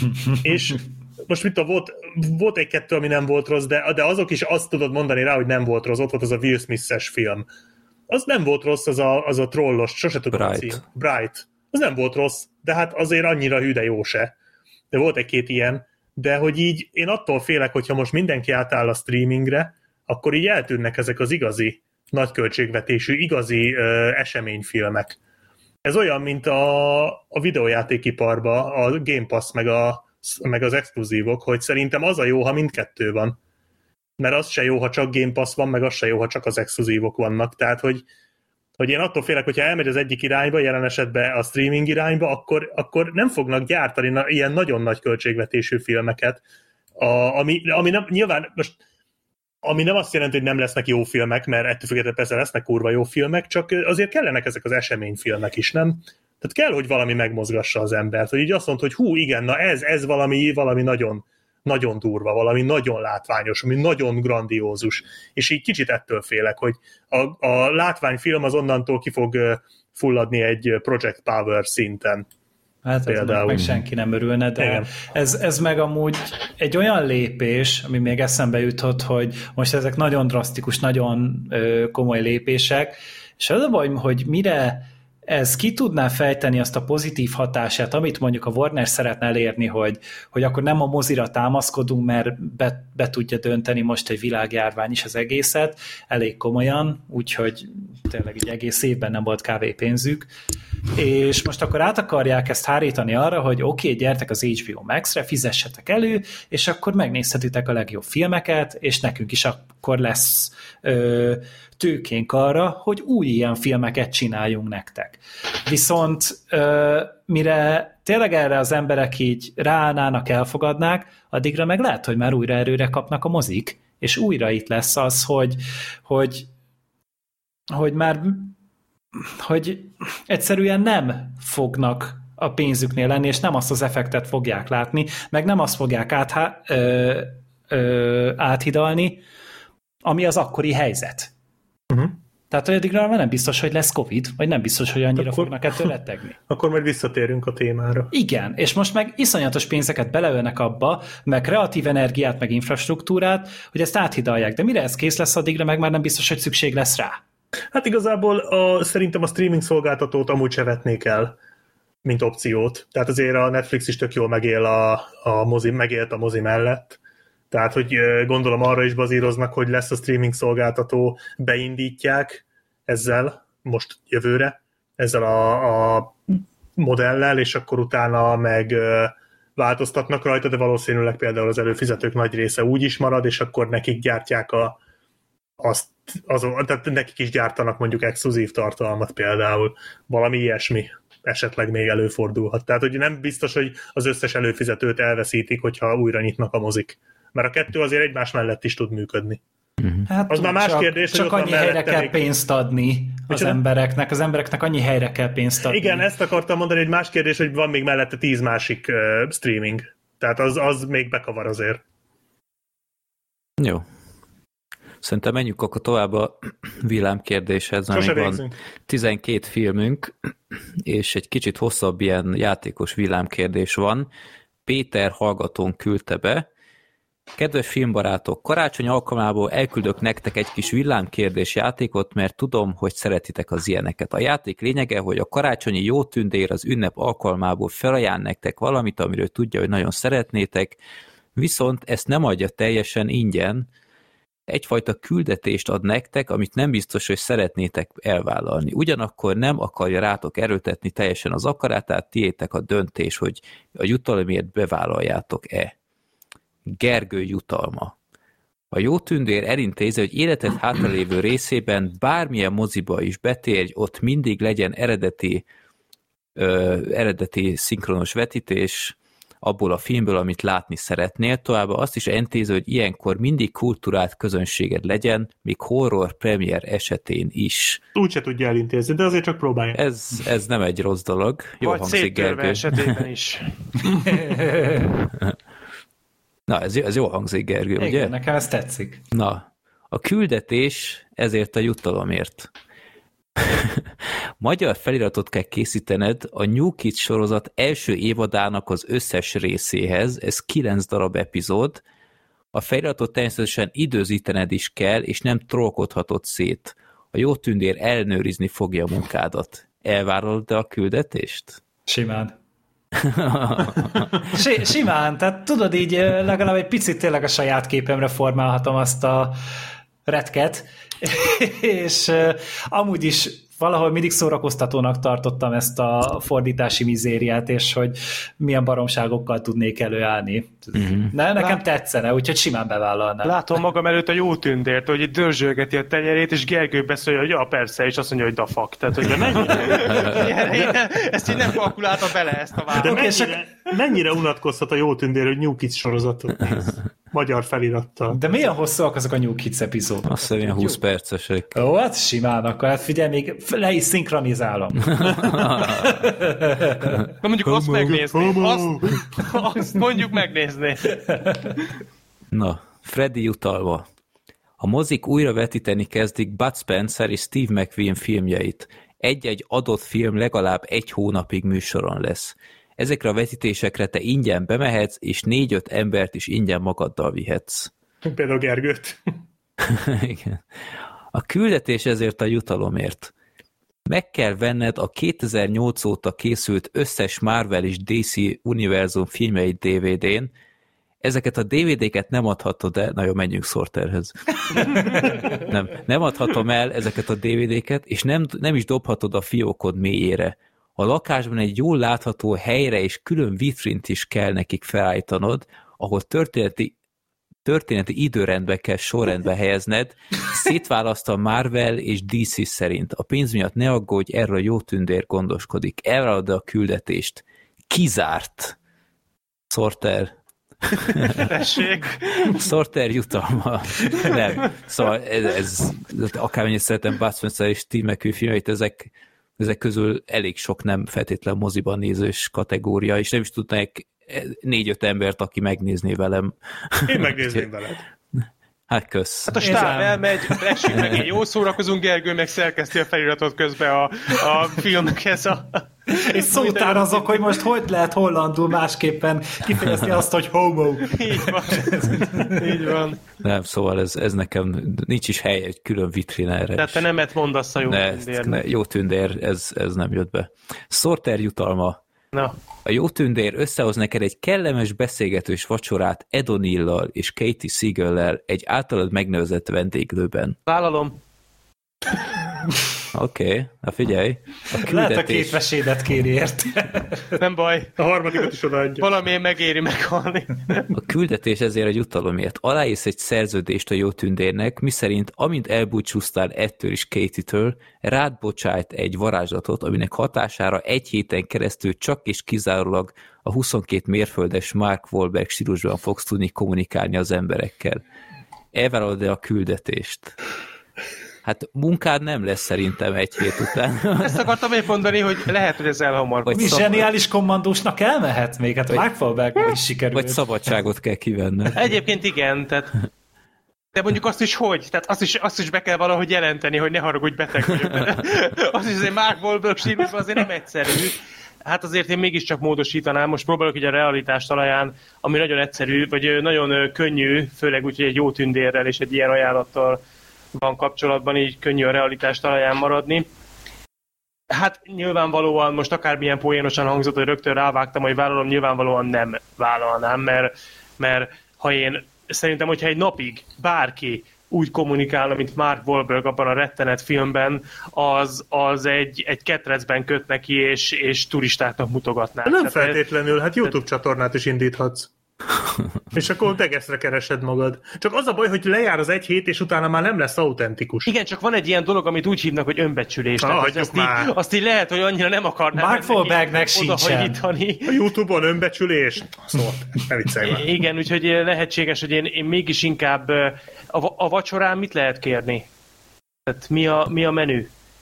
[SPEAKER 3] És most volt egy-kettő, ami nem volt rossz, de azok is azt tudod mondani rá, hogy nem volt rossz. Ott volt az a Will Smith-es film. Az nem volt rossz, az a trollos, sose tudom a cím. Bright. Az nem volt rossz, de hát azért annyira hű, de jó se. De volt egy-két ilyen, de hogy így én attól félek, hogyha most mindenki átáll a streamingre, akkor így eltűnnek ezek az igazi, nagy költségvetésű, igazi eseményfilmek. Ez olyan, mint a videójátékiparban a Game Pass meg az exkluzívok, hogy szerintem az a jó, ha mindkettő van. Mert az se jó, ha csak Game Pass van, meg az se jó, ha csak az exkluzívok vannak. Tehát, hogy én attól félek, hogyha elmegy az egyik irányba, jelen esetben a streaming irányba, akkor nem fognak gyártani ilyen nagyon nagy költségvetésű filmeket, ami nem, nyilván most ami nem azt jelenti, hogy nem lesznek jó filmek, mert ettől függetlenül persze lesznek kurva jó filmek, csak azért kellenek ezek az eseményfilmek is, nem? Tehát kell, hogy valami megmozgassa az embert, hogy így azt mondta, hogy hú, igen, na ez valami nagyon, nagyon durva, valami nagyon látványos, ami nagyon grandiózus, és így kicsit ettől félek, hogy a látványfilm az onnantól ki fog fulladni egy Project Power szinten.
[SPEAKER 5] Hát például. Meg senki nem örülne, de ez meg amúgy egy olyan lépés, ami még eszembe jutott, hogy most ezek nagyon drasztikus, nagyon komoly lépések, és az a baj, hogy mire ez ki tudná fejteni azt a pozitív hatását, amit mondjuk a Warner szeretne elérni, hogy akkor nem a mozira támaszkodunk, mert be tudja dönteni most egy világjárvány is az egészet, elég komolyan, úgyhogy tényleg így egész évben nem volt kávépénzük, és most akkor át akarják ezt hárítani arra, hogy oké, gyertek az HBO Max-re, fizessetek elő, és akkor megnézhetitek a legjobb filmeket, és nekünk is akkor lesz tőkénk arra, hogy új ilyen filmeket csináljunk nektek. Viszont mire tényleg erre az emberek így ráállnának, elfogadnák, addigra meg lehet, hogy már újra erőre kapnak a mozik, és újra itt lesz az, hogy egyszerűen nem fognak a pénzüknél lenni, és nem azt az effektet fogják látni, meg nem azt fogják áthidalni, ami az akkori helyzet. Uh-huh. Tehát, hogy addigra nem biztos, hogy lesz Covid, vagy nem biztos, hogy annyira fognak ettől rettegni.
[SPEAKER 3] Akkor majd visszatérünk a témára.
[SPEAKER 5] Igen, és most meg iszonyatos pénzeket beleölnek abba, meg kreatív energiát, meg infrastruktúrát, hogy ezt áthidalják, de mire ez kész lesz, addigra meg már nem biztos, hogy szükség lesz rá.
[SPEAKER 3] Hát igazából szerintem a streaming szolgáltatót amúgy se vetnék el, mint opciót. Tehát azért a Netflix is tök jól megélt a mozi mellett. Tehát, hogy gondolom arra is bazíroznak, hogy lesz a streaming szolgáltató, beindítják ezzel most jövőre, ezzel a modellel, és akkor utána meg változtatnak rajta, de valószínűleg például az előfizetők nagy része úgy is marad, és akkor nekik gyártják tehát nekik is gyártanak mondjuk exkluzív tartalmat például. Valami ilyesmi esetleg még előfordulhat. Tehát, hogy nem biztos, hogy az összes előfizetőt elveszítik, hogyha újra nyitnak a mozik. Mert a kettő azért egymás mellett is tud működni.
[SPEAKER 5] Hát az már más kérdés, csak annyi helyre kell pénzt adni az embereknek annyi helyre kell pénzt adni.
[SPEAKER 3] Igen, ezt akartam mondani, hogy más kérdés, hogy van még mellette 10 másik streaming. Tehát az még bekavar azért.
[SPEAKER 2] Jó. Szerintem menjünk akkor tovább a villámkérdéshez, mert még van 12 filmünk, és egy kicsit hosszabb ilyen játékos villámkérdés van. Péter hallgatón küldte be. Kedves filmbarátok, karácsony alkalmából elküldök nektek egy kis villámkérdés játékot, mert tudom, hogy szeretitek az ilyeneket. A játék lényege, hogy a karácsonyi jó tündér az ünnep alkalmából felajánl nektek valamit, amiről tudja, hogy nagyon szeretnétek, viszont ezt nem adja teljesen ingyen, egyfajta küldetést ad nektek, amit nem biztos, hogy szeretnétek elvállalni. Ugyanakkor nem akarja rátok erőltetni teljesen az akaratát, tiétek a döntés, hogy a jutalomért bevállaljátok-e. Gergő jutalma. A jó tündér elintézi, hogy életed hátralévő részében bármilyen moziba is betérj, ott mindig legyen eredeti szinkronos vetítés abból a filmből, amit látni szeretnél. Továbbá azt is intézi, hogy ilyenkor mindig kulturált közönséged legyen, még horror premier esetén is.
[SPEAKER 3] Úgyse tudja elintézni, de azért csak próbálja.
[SPEAKER 2] Ez nem egy rossz dolog. Jó
[SPEAKER 4] vagy
[SPEAKER 2] hangzik,
[SPEAKER 4] széttörve
[SPEAKER 2] Gergő.
[SPEAKER 4] esetében is.
[SPEAKER 2] Na, ez jó hangzik, Gergő,
[SPEAKER 5] Igen,
[SPEAKER 2] ugye?
[SPEAKER 5] nekem ez tetszik.
[SPEAKER 2] Na, a küldetés ezért a jutalomért. Magyar feliratot kell készítened a New Kids sorozat első évadának az összes részéhez, ez 9 darab epizód. A feliratot természetesen időzítened is kell, és nem trollkodhatod szét. A jó tündér ellenőrizni fogja a munkádat. Elvállalod a küldetést?
[SPEAKER 5] Simán. Simán, tehát tudod így legalább egy picit tényleg a saját képemre formálhatom azt a retket, és amúgy is valahol mindig szórakoztatónak tartottam ezt a fordítási mizériát, és hogy milyen baromságokkal tudnék előállni. Nekem tetszene, úgyhogy simán bevállalnám.
[SPEAKER 4] Látom magam előtt a jó tündért, hogy itt dörzsölgeti a tenyerét, és Gergő beszélje, hogy ja, persze, és azt mondja, hogy da fuck. Tehát, hogy ezt így nem kalkulálta bele, ezt a választ.
[SPEAKER 3] De mennyire unatkozhat a jó tündér, hogy New Kids sorozatot néz? Magyar felirattal.
[SPEAKER 5] De milyen hosszúak azok a New Kids epizódok?
[SPEAKER 2] Azt hiszem, 20 percesek.
[SPEAKER 5] Ó, hát simán, akkor hát figyelj, még le is szinkronizálom.
[SPEAKER 4] Na mondjuk azt megnézni. Azt mondjuk megnézni.
[SPEAKER 2] Na, Freddy jutalma. A mozik újra vetíteni kezdik Bud Spencer és Steve McQueen filmjeit. Egy-egy adott film legalább 1 hónapig műsoron lesz. Ezekre a vetítésekre te ingyen bemehetsz, és 4-5 embert is ingyen magaddal vihetsz.
[SPEAKER 3] Például Gergőt.
[SPEAKER 2] Igen. A küldetés ezért a jutalomért. Meg kell venned a 2008 óta készült összes Marvel és DC univerzum filmjeit DVD-n. Ezeket a DVD-ket nem adhatod el, nagyon menjünk Sorterhez. Nem adhatom el ezeket a DVD-ket, és nem is dobhatod a fiókod mélyére. A lakásban egy jól látható helyre és külön vitrint is kell nekik felállítanod, ahol történeti időrendbe kell sorrendbe helyezned, szétválaszt a Marvel és DC szerint. A pénz miatt ne aggódj, erről a jó tündér gondoskodik. Elvállalod a küldetést. Kizárt. Sorter.
[SPEAKER 4] Tessék.
[SPEAKER 2] Sorter jutalma. Nem. Szóval ez akármennyit szeretem Bud Spencer és Steve McQueen filmjeit, ezek közül elég sok nem feltétlen moziban nézős kategória, és nem is tudnák 4-5 embert, aki megnézné velem.
[SPEAKER 3] Én megnézném veled.
[SPEAKER 2] Hát kösz.
[SPEAKER 4] Hát a stáb elmegy, Brexit meg én jól szórakozunk, Gergő meg szerkeszti a feliratot közben a filmekhez
[SPEAKER 5] és szótár azok, hogy most hogy lehet hollandul másképpen kifejezni azt, hogy homo.
[SPEAKER 4] Így van. Így van.
[SPEAKER 2] Nem, szóval ez nekem nincs is hely egy külön vitrin erre.
[SPEAKER 4] Tehát te nemet mondasz a jó tündérnek.
[SPEAKER 2] Jó tündér, ez nem jött be. Sorter jutalma.
[SPEAKER 4] Na.
[SPEAKER 2] A jó tündér összehoz neked egy kellemes beszélgetős vacsorát Ed O'Neillal és Katie Siegel-lel egy általad megnevezett vendéglőben.
[SPEAKER 4] Vállalom.
[SPEAKER 2] Oké, na figyelj.
[SPEAKER 5] Lehet a 2 vesédet kéri érte.
[SPEAKER 4] Nem baj.
[SPEAKER 3] A harmadikat is odaadja.
[SPEAKER 4] Valamiért megéri meghalni.
[SPEAKER 2] A küldetés ezért a jutalomért. Aláírsz egy szerződést a jó tündérnek, miszerint amint elbúcsúztál ettől is Katie-től, rád bocsájt egy varázslatot, aminek hatására 1 héten keresztül csak és kizárólag a 22 mérföldes Mark Wahlberg stílusban fogsz tudni kommunikálni az emberekkel. Elvállalod-e a küldetést? Hát munkád nem lesz szerintem 1 hét után.
[SPEAKER 4] Ezt akartam épp mondani, hogy lehet, hogy ez elhamarkodik.
[SPEAKER 5] Mi zseniális kommandósnak elmehet még? Hát Mark Wahlberg is sikerült.
[SPEAKER 2] Vagy szabadságot kell kivenned.
[SPEAKER 4] Egyébként igen, tehát de mondjuk azt is hogy? Tehát azt is be kell valahogy jelenteni, hogy ne haragudj, beteg vagyok. Azt is azért Mark Wahlberg stílusban azért nem egyszerű. Hát azért én mégiscsak módosítanám, most próbálok így a realitás talaján, ami nagyon egyszerű, vagy nagyon könnyű, főleg úgy, hogy egy jó tündérrel és egy ilyen ajánlattal van kapcsolatban, így könnyű a realitás talaján maradni. Hát nyilvánvalóan, most akármilyen poénosan hangzott, hogy rögtön rávágtam, hogy vállalom, nyilvánvalóan nem vállalnám, mert ha én szerintem, hogyha egy napig bárki úgy kommunikálna, mint Mark Wahlberg abban a rettenet filmben, az egy ketrecben köt neki, és turistáknak mutogatná.
[SPEAKER 3] Nem feltétlenül, hát YouTube csatornát is indíthatsz. És akkor tegeszre keresed magad. Csak az a baj, hogy lejár az egy hét, és utána már nem lesz autentikus.
[SPEAKER 4] Igen, csak van egy ilyen dolog, amit úgy hívnak, hogy önbecsülés. Azt így lehet, hogy annyira nem akarnám
[SPEAKER 5] Mark Wahlbergnek sincsen.
[SPEAKER 3] A YouTube-on önbecsülés? Szóval, ne viccelj már.
[SPEAKER 4] Igen, úgyhogy lehetséges, hogy én mégis inkább a vacsorán mit lehet kérni? Tehát mi a menü?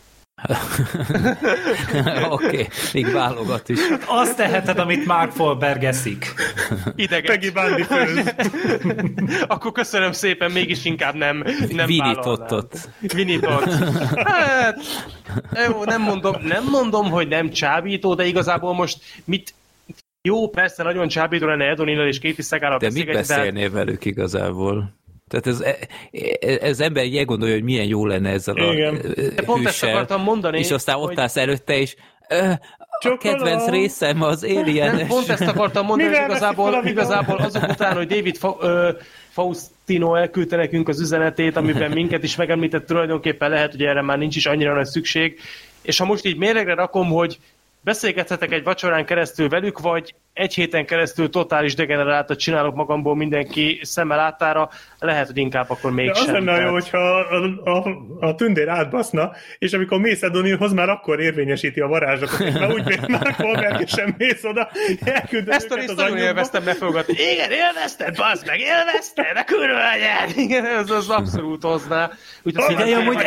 [SPEAKER 2] Oké, még válogat is.
[SPEAKER 5] Azt teheted, amit Mark Wahlberg eszik.
[SPEAKER 4] Ideget.
[SPEAKER 3] Peggy Bundy főz.
[SPEAKER 4] Akkor köszönöm szépen, mégis inkább nem
[SPEAKER 2] Vinitottot.
[SPEAKER 4] Vinitott. Hát, jó, nem mondom, hogy nem csábító, de igazából most jó, persze, nagyon csábító lenne Ed O'Neill és Katie Sagal-a
[SPEAKER 2] de mit beszélnél velük igazából? Tehát ez ember így gondolja, hogy milyen jó lenne ezzel a hőssel, és aztán ott állsz előtte, és a kedvenc részem az Alien.
[SPEAKER 4] Pont ezt akartam mondani, hogy igazából azok után, hogy David Faustino elküldte nekünk az üzenetét, amiben minket is megemlített, tulajdonképpen lehet, hogy erre már nincs is annyira nagy szükség, és ha most így mérlegre rakom, hogy beszélgethetek egy vacsorán keresztül velük, vagy egy héten keresztül totális degenerátat csinálok magamból mindenki szemmel láttára, lehet, hogy inkább akkor mégsem.
[SPEAKER 3] Az lenne jó, hogyha a tündér átbaszna, és amikor mész Ed O'Neillhoz, már akkor érvényesíti a varázslatot, és már úgy vér Mark Wahlberg sem mész oda, elküldöd
[SPEAKER 4] ezt a részt nagyon élveztem lefogadni. Igen, élvezted, bazd meg, élvezted, de kurva anyád! Igen, ez az abszolút hozná.
[SPEAKER 5] Figyelj, amúgy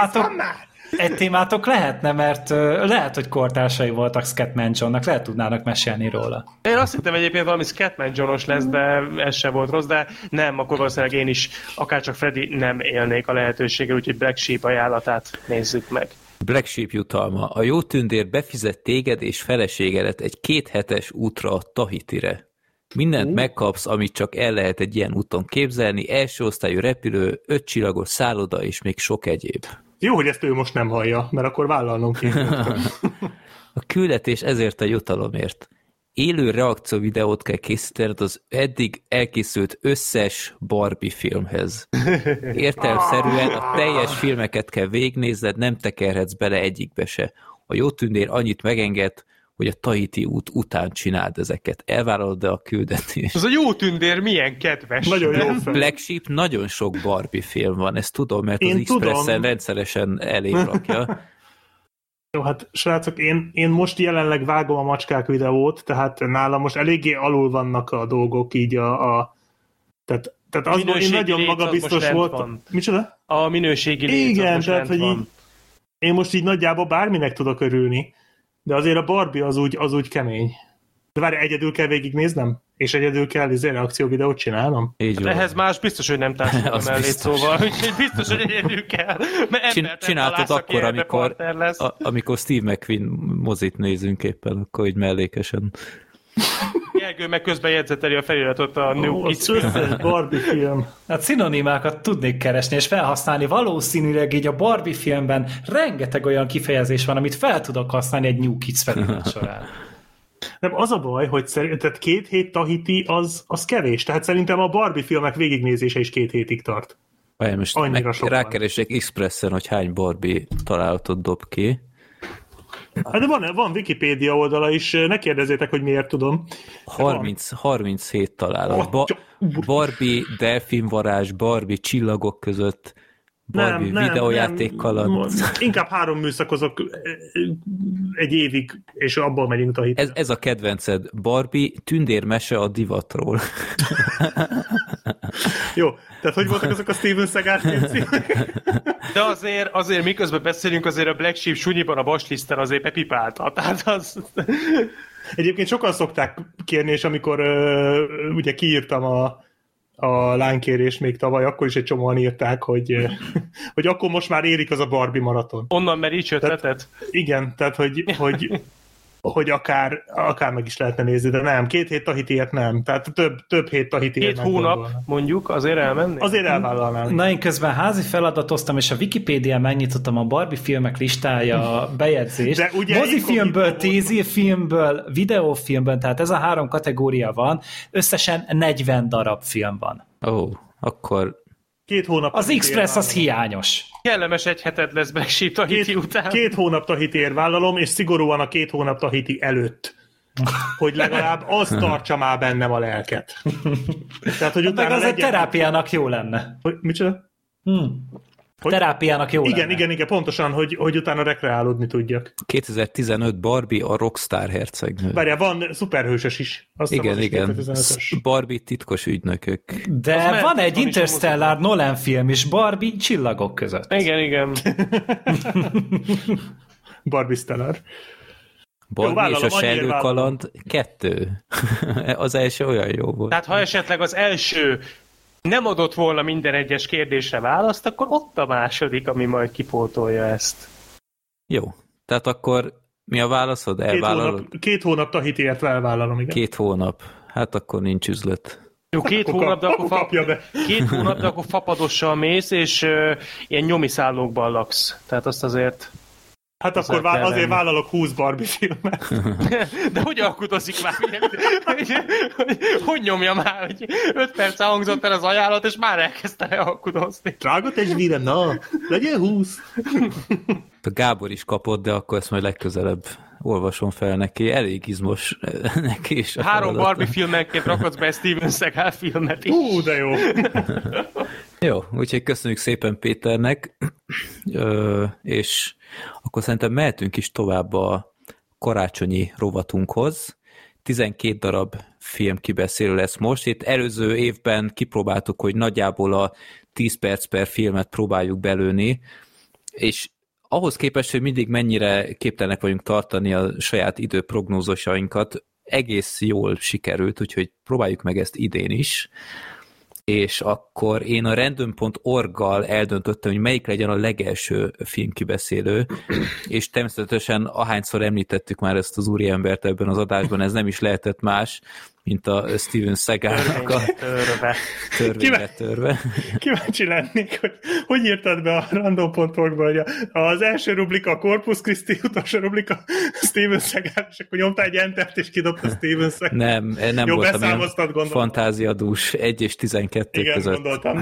[SPEAKER 5] egy témátok lehetne, mert lehet, hogy kortársai voltak Scatman Johnnak, lehet tudnának mesélni róla.
[SPEAKER 4] Én azt hittem egyébként valami Scatman Johnos lesz, de ez sem volt rossz, de nem, akkor valószínűleg én is, akárcsak Freddy, nem élnék a lehetőséggel, úgyhogy Black Sheep ajánlatát nézzük meg.
[SPEAKER 2] Black Sheep jutalma. A jó tündér befizet téged és feleségedet egy 2 hetes útra a Tahitire. Mindent megkapsz, amit csak el lehet egy ilyen úton képzelni, első osztályú repülő, 5 csillagos szálloda és még sok egyéb.
[SPEAKER 3] Jó, hogy ezt ő most nem hallja, mert akkor vállalnom kéne.
[SPEAKER 2] A küldetés ezért a jutalomért. Élő reakció videót kell készítened az eddig elkészült összes Barbie filmhez. Értelemszerűen a teljes filmeket kell végignézned, nem tekerhetsz bele egyikbe se. A jó tündér annyit megenged, hogy a Tahiti út után csináld ezeket. Elvállalod-e a küldetést?
[SPEAKER 4] Az a jó tündér milyen kedves.
[SPEAKER 3] Nagyon jó fel.
[SPEAKER 2] Black Sheep nagyon sok Barbie film van, ezt tudom, mert az Expressen rendszeresen elég rakja.
[SPEAKER 3] Jó, hát srácok, én most jelenleg vágom a macskák videót, tehát nálam most eléggé alul vannak a dolgok, így tehát az, én nagyon magabiztos voltam. Micsoda?
[SPEAKER 4] A minőségi léc.
[SPEAKER 3] Igen, tehát hogy így, én most így nagyjából bárminek tudok örülni, de azért a Barbie az úgy kemény. De várj, egyedül kell végignéznem? És egyedül kell reakcióvideót csinálnom?
[SPEAKER 2] Így van.
[SPEAKER 4] Ehhez más biztos, hogy nem társadalom mellé, szóval, úgyhogy biztos, hogy egyedül kell.
[SPEAKER 2] Csináltad akkor, amikor Steve McQueen mozit nézünk éppen, akkor így mellékesen.
[SPEAKER 4] Gergő meg közben jegyzeteli a feliratot a New Kids
[SPEAKER 3] Barbie film.
[SPEAKER 5] Hát szinonimákat tudnék keresni és felhasználni. Valószínűleg így a Barbie filmben rengeteg olyan kifejezés van, amit fel tudok használni egy New Kids felirat során.
[SPEAKER 3] Nem, az a baj, hogy tehát 2 hét Tahiti az kevés. Tehát szerintem a Barbie filmek végignézése is 2 hétig tart.
[SPEAKER 2] Most rákeresek Expressen, hogy hány Barbie találatot dob ki.
[SPEAKER 3] Hát de van Wikipédia oldala is, ne kérdezzétek, hogy miért tudom.
[SPEAKER 2] 37 találat. Barbie delfinvarázs, Barbie csillagok között, Barbie videójátékkal.
[SPEAKER 3] Inkább 3 műszakozok egy évig, és abból megyünk Tahitire.
[SPEAKER 2] Ez a kedvenced, Barbie tündérmese a divatról.
[SPEAKER 3] Jó, tehát hogy voltak azok a Steven Seagal
[SPEAKER 4] De azért miközben beszélünk, azért a Black Sheep sunyiban a vasliszten azért bepipálta. Tehát az...
[SPEAKER 3] Egyébként sokan szokták kérni, és amikor ugye kiírtam a lánykérést még tavaly, akkor is egy csomóan írták, hogy akkor most már érik az a Barbie maraton.
[SPEAKER 4] Onnan meríts ötletet?
[SPEAKER 3] Igen, tehát hogy akár meg is lehetne nézni, de nem, 2 hét Tahitiért nem, tehát több hét Tahitiért
[SPEAKER 4] 2 hónap mondjuk, azért elmenni?
[SPEAKER 3] Azért elvállalnám.
[SPEAKER 5] Na, én közben házi feladatoztam, és a Wikipédián megnyitottam a Barbie filmek listája bejegyzést. Mozifilmből, tézifilmből, videófilmből, tehát ez a 3 kategória van, összesen 40 darab film van.
[SPEAKER 2] Ó, akkor
[SPEAKER 3] 2 hónap
[SPEAKER 5] Az Express az hiányos.
[SPEAKER 4] Kellemes egy heted lesz Black Sheep Tahiti után.
[SPEAKER 3] 2 hónap Tahitiért vállalom, és szigorúan a 2 hónap Tahiti előtt. Hogy legalább az tartsa már bennem a lelket. Tehát, hogy utána
[SPEAKER 5] meg az egy terápiának jó lenne.
[SPEAKER 3] Hogy, micsoda? Hogy?
[SPEAKER 5] Terápiának jó lenne.
[SPEAKER 3] Igen, pontosan, hogy utána rekreálódni tudjak.
[SPEAKER 2] 2015 Barbie a Rockstar hercegnő.
[SPEAKER 3] Várjál, van szuperhősös is. Azt
[SPEAKER 2] Igen. Barbie titkos ügynökök.
[SPEAKER 5] De van egy Interstellar Nolan film is, Barbie csillagok között.
[SPEAKER 4] Igen.
[SPEAKER 3] Barbie Stellar.
[SPEAKER 2] Barbie és a Sejlő kaland 2. Az első olyan jó volt.
[SPEAKER 4] Tehát ha esetleg az első nem adott volna minden egyes kérdésre választ, akkor ott a második, ami majd kipótolja ezt.
[SPEAKER 2] Jó. Tehát akkor mi a válaszod? Elvállalod?
[SPEAKER 3] 2 hónap Tahitiért elvállalom, igen.
[SPEAKER 2] 2 hónap. Hát akkor nincs üzlet.
[SPEAKER 4] Jó, 2 hónap, de akkor fapadossal mész, és ilyen nyomiszállókban laksz. Tehát azt azért...
[SPEAKER 3] Hát akkor azért vállalok 20 Barbie filmet.
[SPEAKER 4] De hogy alkudozik már? Hogy nyomja már? Hogy 5 perc hangzott el az ajánlat, és már elkezdte alkudozni.
[SPEAKER 3] Drága testvérem, na, legyen 20.
[SPEAKER 2] A Gábor is kapott, de akkor ezt majd legközelebb olvasom fel neki. Elég izmos neki is.
[SPEAKER 4] 3 Barbie filmenként rakodsz be Steven Seagal filmet is.
[SPEAKER 3] De jó.
[SPEAKER 2] Jó, úgyhogy köszönjük szépen Péternek, és akkor szerintem mehetünk is tovább a karácsonyi rovatunkhoz. 12 darab film kibeszélő lesz most. Itt előző évben kipróbáltuk, hogy nagyjából a 10 perc per filmet próbáljuk belőni, és ahhoz képest, hogy mindig mennyire képtelenek vagyunk tartani a saját időprognózosainkat, egész jól sikerült, úgyhogy próbáljuk meg ezt idén is. És akkor én a random.org-gal eldöntöttem, hogy melyik legyen a legelső filmkibeszélő, és természetesen ahányszor említettük már ezt az úriembert ebben az adásban, ez nem is lehetett más, mint a Steven Seagalnak a törvényre törve.
[SPEAKER 3] Kíváncsi lennék, hogy írtad be a random.org-ba, hogy az első rubrika a Corpus Christi, utolsó rubrika Steven Seagal, és akkor nyomtál egy entert, és kidobta Steven Seagal.
[SPEAKER 2] Nem
[SPEAKER 3] jó,
[SPEAKER 2] voltam ilyen fantáziadús 1 és 12
[SPEAKER 3] igen,
[SPEAKER 2] között.
[SPEAKER 3] Gondoltam.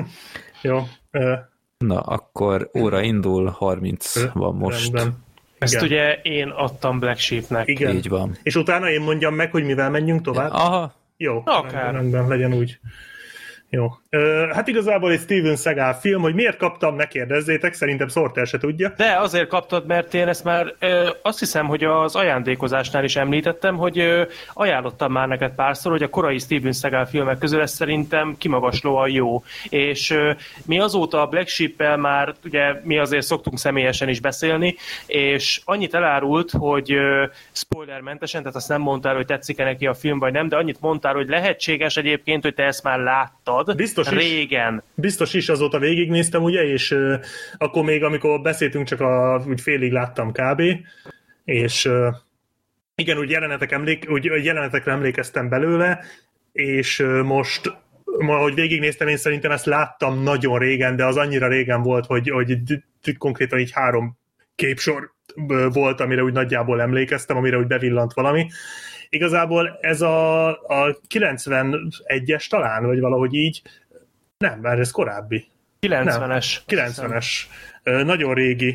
[SPEAKER 3] Jó.
[SPEAKER 2] Na, akkor óra indul, 30 van most.
[SPEAKER 3] Rendben.
[SPEAKER 4] Ezt
[SPEAKER 3] igen.
[SPEAKER 4] ugye én adtam Black Sheepnek.
[SPEAKER 3] Igen.
[SPEAKER 2] Így van.
[SPEAKER 3] És utána én mondjam meg, hogy mivel menjünk tovább?
[SPEAKER 2] Aha.
[SPEAKER 3] Jó,
[SPEAKER 4] akár.
[SPEAKER 3] Rendben, legyen úgy. Jó. Hát igazából egy Steven Seagal film, hogy miért kaptam, ne kérdezzétek, szerintem Sorter se tudja.
[SPEAKER 4] De azért kaptad, mert én ezt már azt hiszem, hogy az ajándékozásnál is említettem, hogy ajánlottam már neked párszor, hogy a korai Steven Seagal filmek közül ez szerintem kimagaslóan jó. És mi azóta a Black Sheep-el már, ugye mi azért szoktunk személyesen is beszélni, és annyit elárult, hogy spoilermentesen, tehát azt nem mondtál, hogy tetszik-e neki a film, vagy nem, de annyit mondtál, hogy lehetséges egyébként, hogy te ezt már láttad.
[SPEAKER 3] Biztos
[SPEAKER 4] régen.
[SPEAKER 3] Is. Biztos is, azóta végignéztem, ugye, és akkor még, amikor beszéltünk, csak úgy félig láttam kb. És igen, úgy jelenetekre emlékeztem belőle, és most, ahogy végignéztem, én szerintem ezt láttam nagyon régen, de az annyira régen volt, hogy konkrétan így 3 képsor volt, amire úgy nagyjából emlékeztem, amire úgy bevillant valami. Igazából ez a 91-es talán, vagy valahogy így, nem, mert ez korábbi.
[SPEAKER 4] 90-es.
[SPEAKER 3] 90-es. Nagyon régi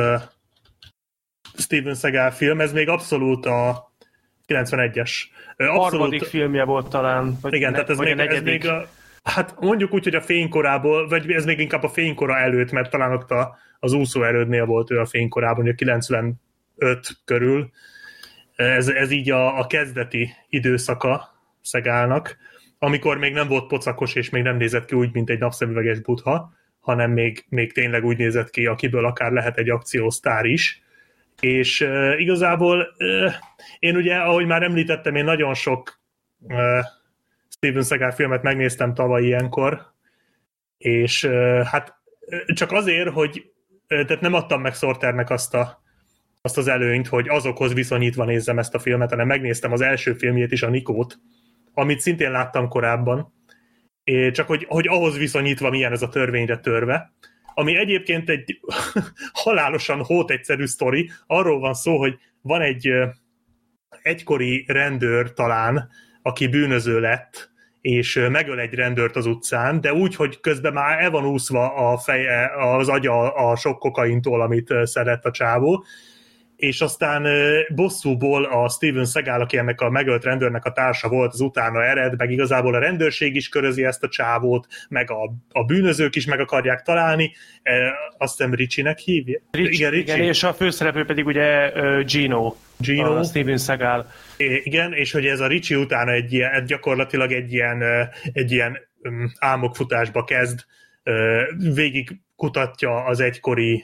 [SPEAKER 3] Steven Seagal film, ez még abszolút a 91-es.
[SPEAKER 4] Harmadik filmje volt talán. Vagy
[SPEAKER 3] igen, tehát ez még hát mondjuk úgy, hogy a fénykorából, vagy ez még inkább a fénykora előtt, mert talán ott az úszóerődnél volt ő a fénykorában, a 95 körül. Ez így a kezdeti időszaka Seagalnak, amikor még nem volt pocakos, és még nem nézett ki úgy, mint egy napszemüveges butha, hanem még tényleg úgy nézett ki, akiből akár lehet egy akciósztár is. És igazából én ugye, ahogy már említettem, én nagyon sok Steven Seagal filmet megnéztem tavaly ilyenkor, és hát csak azért, hogy tehát nem adtam meg Sorternek azt az előnyt, hogy azokhoz viszonyítva nézzem ezt a filmet, hanem megnéztem az első filmjét is, a Nikót, amit szintén láttam korábban, csak hogy ahhoz viszonyítva milyen ez a törvényre törve, ami egyébként egy halálosan hótegyszerű sztori. Arról van szó, hogy van egy egykori rendőr talán, aki bűnöző lett, és megöl egy rendőrt az utcán, de úgy, hogy közben már el van úszva a feje, az agya a sok kokaintól, amit szedett a csávó, és aztán bosszúból a Steven Seagal, aki ennek a megölt rendőrnek a társa volt, az utána ered, meg igazából a rendőrség is körözi ezt a csávót, meg a bűnözők is meg akarják találni, azt hiszem Richie-nek hívja.
[SPEAKER 4] Igen, és a főszereplő pedig ugye Gino. A Steven Seagal.
[SPEAKER 3] Igen, és hogy ez a Richie utána gyakorlatilag egy ilyen álmokfutásba kezd, végig kutatja az egykori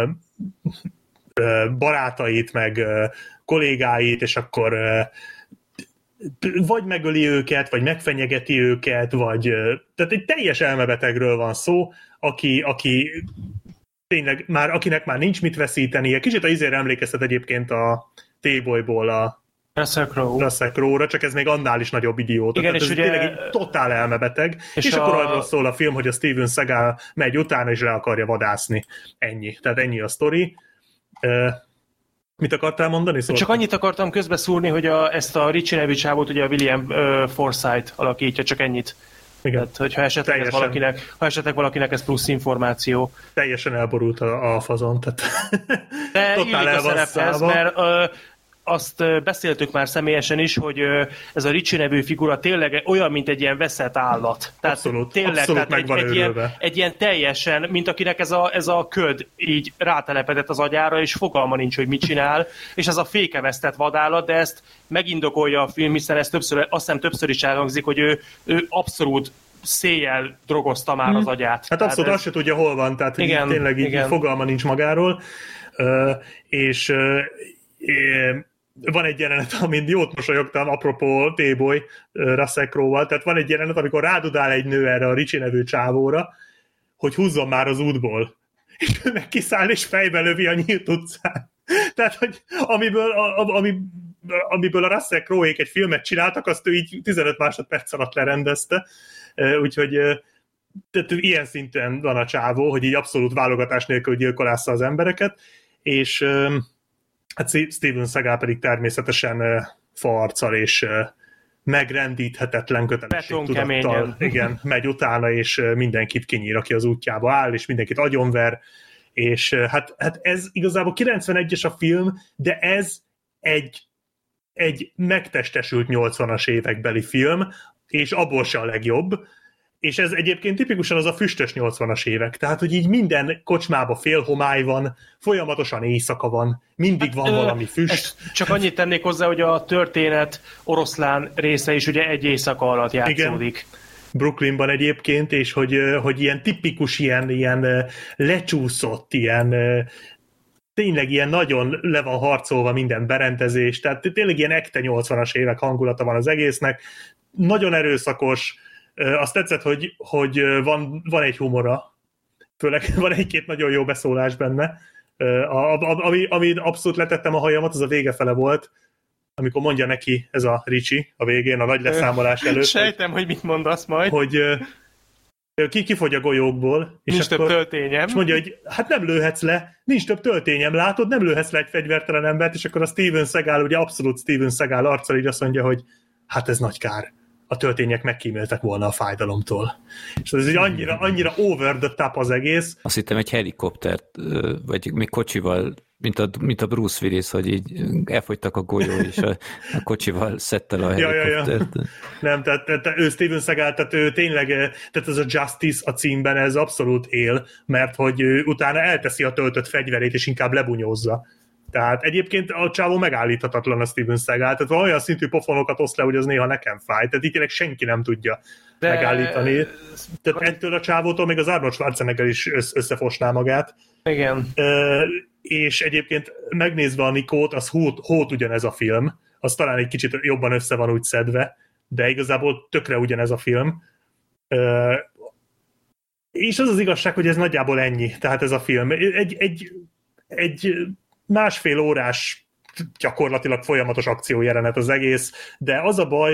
[SPEAKER 3] barátait, meg kollégáit, és akkor vagy megöli őket, vagy megfenyegeti őket, vagy tehát egy teljes elmebetegről van szó, aki tényleg akinek már nincs mit veszítenie. Kicsit az izére emlékeztet egyébként a T-Boyból a Russell Crowe-ra, csak ez még annál is nagyobb idióta.
[SPEAKER 4] Igen, és
[SPEAKER 3] ez
[SPEAKER 4] ugye...
[SPEAKER 3] tényleg egy totál elmebeteg, és akkor arról szól a film, hogy a Steven Seagal megy utána, és le akarja vadászni. Ennyi. Tehát ennyi a sztori. Mit akartál mondani? Szóval?
[SPEAKER 4] Csak annyit akartam közbeszúrni, hogy ezt a Richie nevű csávót ugye a William Forsythe alakítja, csak ennyit. Igen. Tehát, hogyha esetleg valakinek ez plusz információ.
[SPEAKER 3] Teljesen elborult a fazon. Tehát
[SPEAKER 4] de illik a szerephez, mert azt beszéltük már személyesen is, hogy ez a Richie nevű figura tényleg olyan, mint egy ilyen veszett állat. Tehát
[SPEAKER 3] abszolút,
[SPEAKER 4] tényleg,
[SPEAKER 3] abszolút
[SPEAKER 4] tehát egy ilyen teljesen, mint akinek ez a köd így rátelepedett az agyára, és fogalma nincs, hogy mit csinál, és ez a fékevesztett vadállat, de ezt megindokolja a film, hiszen ez azt hiszem többször is elhangzik, hogy ő abszolút széjjel drogozta már az agyát.
[SPEAKER 3] Hát abszolút azt se tudja, hol van, tehát igen, tényleg így fogalma nincs magáról, és van egy jelenet, amin jót mosolyogtam, apropó T-Boy Russell Crowe-val, tehát van egy jelenet, amikor rádudál egy nő erre a Richie nevű csávóra, hogy húzzon már az útból. És ő meg kiszáll, és fejbe lövi a nyílt utcán. Tehát, hogy amiből a Russell Crowe-ék egy filmet csináltak, azt ő így 15 másodperc alatt lerendezte. Úgyhogy tehát ilyen szinten van a csávó, hogy így abszolút válogatás nélkül gyilkolásza az embereket, és hát Steven Seagal pedig természetesen farccal és megrendíthetetlen kötelességtudattal megy utána, és mindenkit kinyír, aki az útjába áll, és mindenkit agyonver, és hát ez igazából 91-es a film, de ez egy megtestesült 80-as évekbeli film, és abból se a legjobb, és ez egyébként tipikusan az a füstös 80-as évek. Tehát, hogy így minden kocsmába fél homály van, folyamatosan éjszaka van, mindig van valami füst.
[SPEAKER 4] Csak annyit tennék hozzá, hogy a történet oroszlán része is ugye egy éjszaka alatt játszódik. Igen.
[SPEAKER 3] Brooklynban egyébként, és hogy ilyen tipikus, ilyen lecsúszott, ilyen tényleg ilyen nagyon le van harcolva minden berendezés, tehát tényleg ilyen ekte 80-as évek hangulata van az egésznek, nagyon erőszakos. Azt tetszett, hogy van egy humora, főleg van egy-két nagyon jó beszólás benne. Ami abszolút letettem a hajamat, az a vége fele volt, amikor mondja neki ez a Richie a végén, a nagy leszámolás előtt.
[SPEAKER 4] Sejtem, hogy mit mondasz majd.
[SPEAKER 3] Hogy kifogy a golyókból. És
[SPEAKER 4] nincs több töltényem.
[SPEAKER 3] És mondja, hogy hát nem lőhetsz le, nincs több töltényem, látod, nem lőhetsz le egy fegyvertelen embert, és akkor a Steven Seagal, ugye abszolút Steven Seagal arccal így azt mondja, hogy hát ez nagy kár. A töltények megkíméltek volna a fájdalomtól. És ez annyira over the top az egész.
[SPEAKER 2] Azt hittem egy helikoptert, vagy még kocsival, mint a Bruce Willis, hogy így elfogytak a golyó, és a kocsival szedte a helikoptert.
[SPEAKER 3] Ja. Nem, tehát ő Steven Seagal, tehát ő tényleg, tehát ez a Justice a címben, ez abszolút él, mert hogy ő utána elteszi a töltött fegyverét, és inkább lebunyózza. Tehát egyébként a csávó megállíthatatlan a Steven Seagal, tehát olyan szintű pofonokat oszt le, hogy az néha nekem fáj, tehát így tényleg senki nem tudja megállítani. Tehát ettől a csávótól még az Arnold Schwarzenegger is összefosná magát.
[SPEAKER 4] Igen.
[SPEAKER 3] És egyébként megnézve a Nikót, az hót ugyanez a film, az talán egy kicsit jobban össze van úgy szedve, de igazából tökre ugyanez a film. És az az igazság, hogy ez nagyjából ennyi, tehát ez a film. Egy másfél órás gyakorlatilag folyamatos akciójelenet az egész, de az a baj,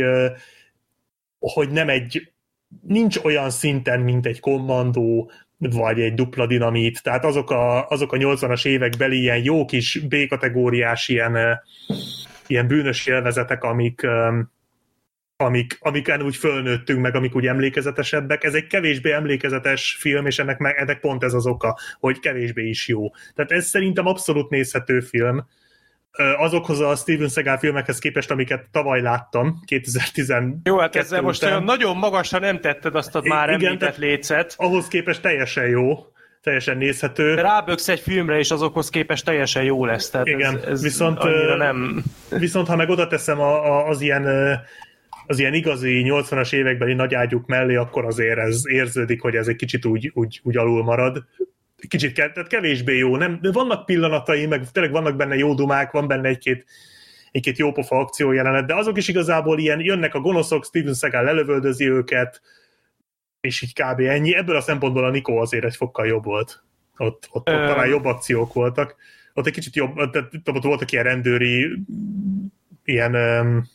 [SPEAKER 3] hogy nincs olyan szinten, mint egy kommandó, vagy egy dupla dinamit, tehát azok a 80-as évekbeli ilyen jó kis B-kategóriás ilyen bűnös élvezetek, amik amiken úgy fölnőttünk, meg amik úgy emlékezetesebbek. Ez egy kevésbé emlékezetes film, és ennek pont ez az oka, hogy kevésbé is jó. Tehát ez szerintem abszolút nézhető film. Azokhoz a Steven Seagal filmekhez képest, amiket tavaly láttam, 2012
[SPEAKER 4] Jó, hát ezzel most olyan nagyon magasra nem tetted azt a már említett lécet.
[SPEAKER 3] Ahhoz képest teljesen jó, teljesen nézhető.
[SPEAKER 4] De ráböksz egy filmre, és azokhoz képest teljesen jó lesz. Tehát
[SPEAKER 3] igen,
[SPEAKER 4] ez
[SPEAKER 3] viszont,
[SPEAKER 4] nem...
[SPEAKER 3] viszont ha meg oda teszem az ilyen igazi 80-as évekbeli nagyágyuk mellé, akkor azért ez érződik, hogy ez egy kicsit úgy alul marad. Kicsit tehát kevésbé jó. Nem, de vannak pillanatai, meg tényleg vannak benne jó dumák, van benne egy-két jópofa akciójelenet, de azok is igazából ilyen, jönnek a gonoszok, Steven Seagal lelövöldözi őket, és így kb. Ennyi. Ebből a szempontból a Nico azért egy fokkal jobb volt. Ott talán jobb akciók voltak. Ott egy kicsit jobb, ott voltak ilyen rendőri, ilyen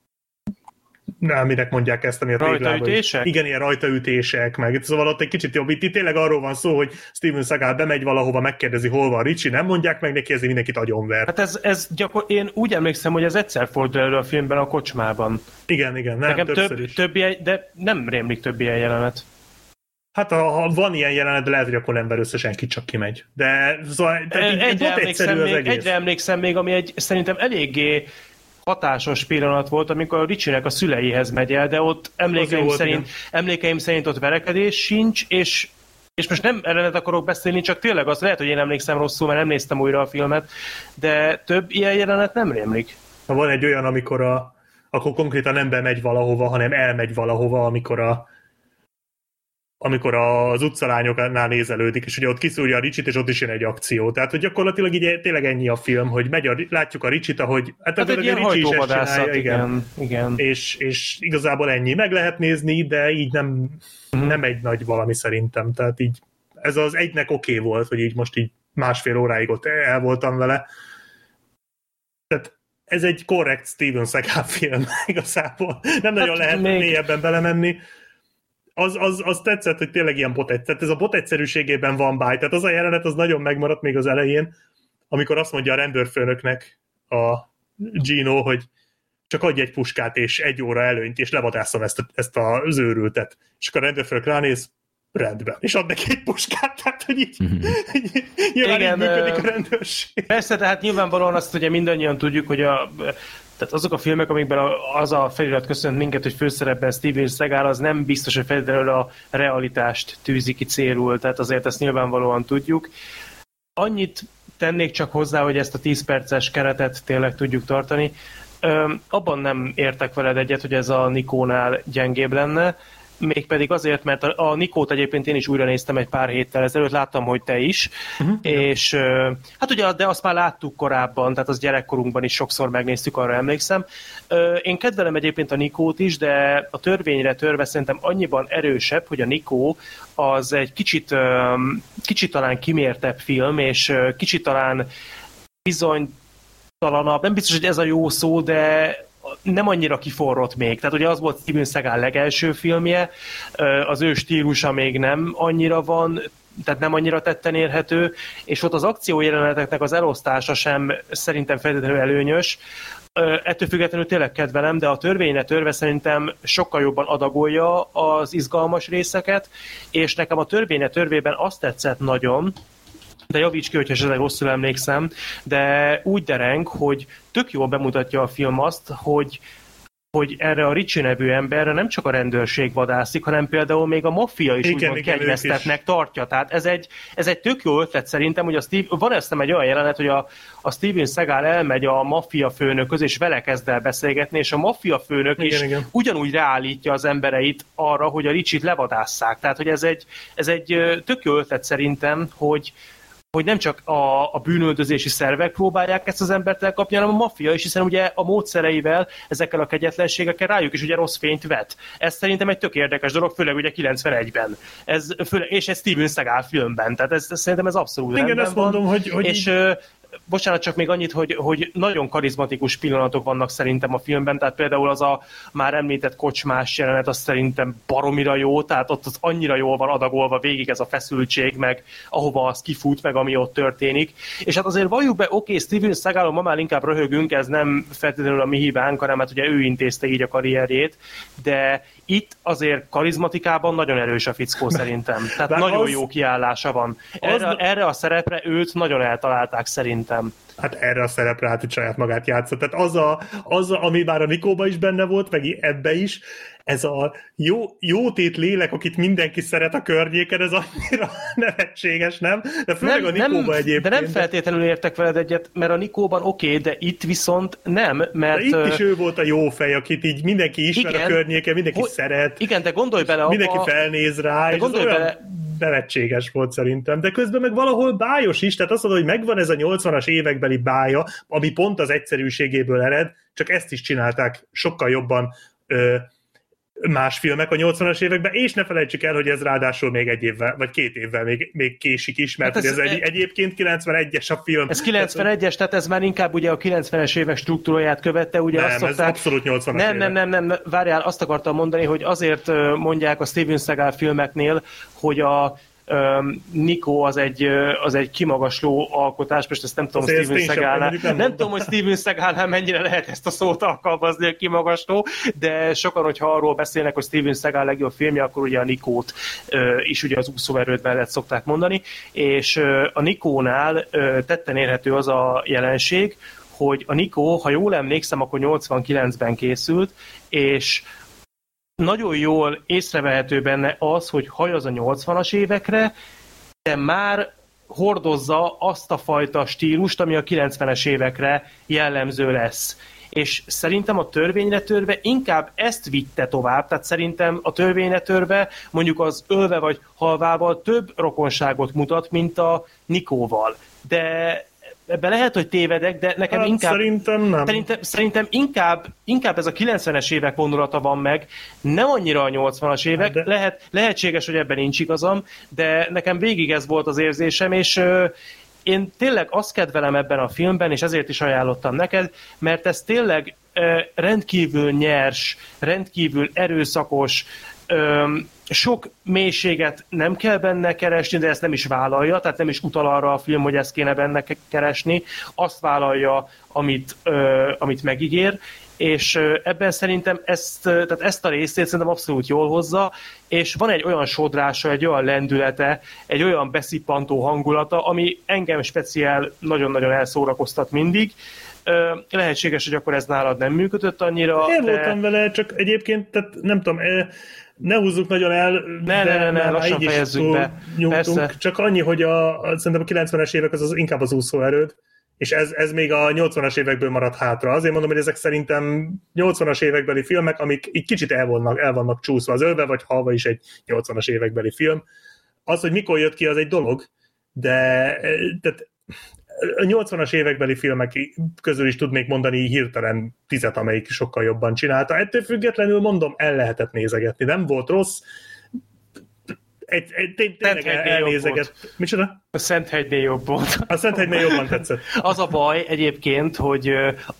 [SPEAKER 3] minek mondják ezt, ami a
[SPEAKER 4] rajtaütések?
[SPEAKER 3] Igen, ilyen rajtaütések, meg szóval ott egy kicsit jobb. Itt tényleg arról van szó, hogy Steven Seagal bemegy valahova, megkérdezi, hol van Richie, nem mondják meg neki, ezért mindenkit agyonver.
[SPEAKER 4] Hát ez én úgy emlékszem, hogy ez egyszer fordul elő a filmben a kocsmában.
[SPEAKER 3] Igen, nem,
[SPEAKER 4] nekem
[SPEAKER 3] többször is.
[SPEAKER 4] de nem rémlik több ilyen jelenet.
[SPEAKER 3] Hát ha van ilyen jelenet, de lehet, hogy akkor nem ver össze senki, csak kimegy. De szóval
[SPEAKER 4] egyre emlékszem még, ami szerintem eléggé hatásos pillanat volt, amikor a Richie-nek a szüleihez megy el, de ott emlékeim szerint ott verekedés sincs, és most nem ellenet akarok beszélni, csak tényleg az lehet, hogy én emlékszem rosszul, mert nem néztem újra a filmet, de több ilyen jelenet nem rémlik.
[SPEAKER 3] Van egy olyan, akkor konkrétan nem bemegy valahova, hanem elmegy valahova, amikor az utcalányoknál nézelődik, és ugye ott kiszúrja a Richie-t, és ott is jön egy akció. Tehát, hogy gyakorlatilag így tényleg ennyi a film, hogy látjuk a Richie-t, ahogy...
[SPEAKER 4] Hát egy ilyen hajtóvadászat, igen.
[SPEAKER 3] És igazából ennyi. Meg lehet nézni, de így nem egy nagy valami szerintem. Tehát így ez az egynek oké volt, hogy így most így másfél óráig ott el voltam vele. Tehát ez egy korrekt Steven Seagal film igazából. Nem nagyon lehet mélyebben belemenni. Az tetszett, hogy tényleg ilyen tehát ez a bot egyszerűségében van báj. Tehát az a jelenet, az nagyon megmaradt még az elején, amikor azt mondja a rendőrfőnöknek a Gino, hogy csak adj egy puskát és 1 óra előnyt, és levadászom ezt az őrültet. És akkor a rendőrfőnök ránéz, rendben. És ad neki egy puskát, tehát hogy így nyilván így működik a rendőrség.
[SPEAKER 4] Persze, tehát nyilvánvalóan azt ugye mindannyian tudjuk, hogy tehát azok a filmek, amikben az a felirat köszönt minket, hogy főszerepben Steven Seagal, az nem biztos, hogy feltétlenül a realitást tűzi ki célul, tehát azért ezt nyilvánvalóan tudjuk. Annyit tennék csak hozzá, hogy ezt a 10 perces keretet tényleg tudjuk tartani. Abban nem értek veled egyet, hogy ez a Nikónál gyengébb lenne, mégpedig azért, mert a Nikót egyébként én is újra néztem egy pár héttel ezelőtt, láttam, hogy te is, és hát ugye, de azt már láttuk korábban, tehát az gyerekkorunkban is sokszor megnéztük, arra emlékszem. Én kedvelem egyébként a Nikót is, de a törvényre törve szerintem annyiban erősebb, hogy a Nikó az egy kicsit talán kimértebb film, és kicsit talán bizonytalanabb, nem biztos, hogy ez a jó szó, de nem annyira kiforrott még. Tehát ugye az volt Steven Seagal legelső filmje, az ő stílusa még nem annyira van, tehát nem annyira tetten érhető, és ott az akciójeleneteknek az elosztása sem szerintem feltétlenül előnyös. Ettől függetlenül tényleg kedvelem, de a törvényre törve szerintem sokkal jobban adagolja az izgalmas részeket, és nekem a törvényre törvében azt tetszett nagyon, de javíts ki, hogyha esetleg rosszul emlékszem, de úgy dereng, hogy tök jól bemutatja a film azt, hogy erre a Richie nevű emberre nem csak a rendőrség vadászik, hanem például még a maffia is úgymond kegyvesztetnek tartja. Tehát ez egy tök jó ötlet szerintem, hogy van ezt nem egy olyan jelenet, hogy a Steven Seagal elmegy a maffia főnökhöz, és vele kezd el beszélgetni, és a maffia főnök is ugyanúgy ráállítja az embereit arra, hogy a Richie-t levadásszák. Tehát, hogy ez egy tök jó ötlet szerintem, hogy nem csak a bűnöldözési szervek próbálják ezt az embert elkapni, hanem a maffia is, hiszen ugye a módszereivel, ezekkel a kegyetlenségekkel rájuk is ugye rossz fényt vet. Ez szerintem egy tök érdekes dolog, főleg ugye 91-ben. És egy Steven Seagal filmben, tehát szerintem ez abszolút
[SPEAKER 3] igen,
[SPEAKER 4] rendben
[SPEAKER 3] ezt
[SPEAKER 4] van.
[SPEAKER 3] Mondom, hogy
[SPEAKER 4] és bocsánat, csak még annyit, hogy nagyon karizmatikus pillanatok vannak szerintem a filmben, tehát például az a már említett kocsmás jelenet, az szerintem baromira jó, tehát ott az annyira jól van adagolva végig ez a feszültség, meg ahova az kifut, meg ami ott történik. És hát azért valljuk be, oké, Steven Seagalon ma már inkább röhögünk, ez nem feltétlenül a mi hibánk, hanem hát ugye ő intézte így a karrierjét, de itt azért karizmatikában nagyon erős a fickó szerintem. Tehát nagyon jó kiállása van. Erre a szerepre őt nagyon eltalálták szerintem.
[SPEAKER 3] Hát erre a szerepre hát, hogy saját magát játszott. Tehát az, ami már a Nikóban is benne volt, meg ebbe is, ez a jótét lélek, akit mindenki szeret a környéken, ez annyira nevetséges, nem? De főleg a Nikóban egyébként.
[SPEAKER 4] De nem feltétlenül értek veled egyet, mert a Nikóban oké, de itt viszont nem, mert...
[SPEAKER 3] De itt is ő volt a jó fej, akit így mindenki ismer, igen, a környéken, mindenki szeret.
[SPEAKER 4] Igen, de gondolj bele abba...
[SPEAKER 3] Mindenki felnéz rá, és gondolj bele... nevetséges volt szerintem, de közben meg valahol bájos is, tehát azt mondod, hogy megvan ez a 80-as évekbeli bája, ami pont az egyszerűségéből ered, csak ezt is csinálták sokkal jobban más filmek a 80-as években, és ne felejtsük el, hogy ez ráadásul még 1 évvel, vagy 2 évvel még késik is, mert hát ez egyébként 91-es a film.
[SPEAKER 4] Ez 91-es, tehát ez már inkább ugye a 90-es évek struktúráját követte, ugye
[SPEAKER 3] nem,
[SPEAKER 4] azt szokták...
[SPEAKER 3] ez abszolút 80-as évek.
[SPEAKER 4] Nem, várjál, azt akartam mondani, hogy azért mondják a Steven Seagal filmeknél, hogy a Nico az egy kimagasló alkotás, most ezt nem tudom Steven Seagalnál. Nem tudom, hogy Steven Seagalnál mennyire lehet ezt a szót alkalmazni, a kimagasló, de sokan, hogyha arról beszélnek, hogy Steven Seagal legjobb filmje, akkor ugye a Nikót is ugye az úszóerőd mellett szokták mondani, és a Nikónál tetten érhető az a jelenség, hogy a Nikó, ha jól emlékszem, akkor 89-ben készült, és nagyon jól észrevehető benne az, hogy hajaz a 80-as évekre, de már hordozza azt a fajta stílust, ami a 90-es évekre jellemző lesz. És szerintem a Törvényre törve inkább ezt vitte tovább, tehát szerintem a Törvényre törve mondjuk az Ölve vagy halvával több rokonságot mutat, mint a Nikóval. De ebben lehet, hogy tévedek, de nekem
[SPEAKER 3] hát
[SPEAKER 4] inkább...
[SPEAKER 3] Szerintem nem.
[SPEAKER 4] Szerintem inkább ez a 90-es évek vonulata van meg, nem annyira a 80-as évek, de... lehetséges, hogy ebben nincs igazam, de nekem végig ez volt az érzésem, és én tényleg azt kedvelem ebben a filmben, és ezért is ajánlottam neked, mert ez tényleg rendkívül nyers, rendkívül erőszakos, sok mélységet nem kell benne keresni, de ezt nem is vállalja, tehát nem is utal arra a film, hogy ezt kéne benne keresni, azt vállalja, amit megígér, és ebben szerintem ezt a részét szerintem abszolút jól hozza, és van egy olyan sodrása, egy olyan lendülete, egy olyan beszippantó hangulata, ami engem speciál nagyon-nagyon elszórakoztat mindig. Lehetséges, hogy akkor ez nálad nem működött annyira.
[SPEAKER 3] Én voltam vele, csak egyébként, tehát nem tudom, ne húzzuk nagyon el,
[SPEAKER 4] ne, lassan fejezzük be. Persze.
[SPEAKER 3] Csak annyi, hogy szerintem a 90-es évek az inkább az úszóerőd, és ez még a 80-as évekből maradt hátra. Azért mondom, hogy ezek szerintem 80-as évekbeli filmek, amik így kicsit el vannak csúszva. Az Ölve vagy halva is egy 80-as évekbeli film. Az, hogy mikor jött ki, az egy dolog, de a 80-as évekbeli filmek közül is tudnék mondani hirtelen 10, amelyik sokkal jobban csinálta. Ettől függetlenül mondom, el lehetett nézegetni. Nem volt rossz. Tényleg elnézeget. Micsoda?
[SPEAKER 4] A Szenthegynél jobb volt.
[SPEAKER 3] A Szenthegynél jobban tetszett.
[SPEAKER 4] Az a baj egyébként, hogy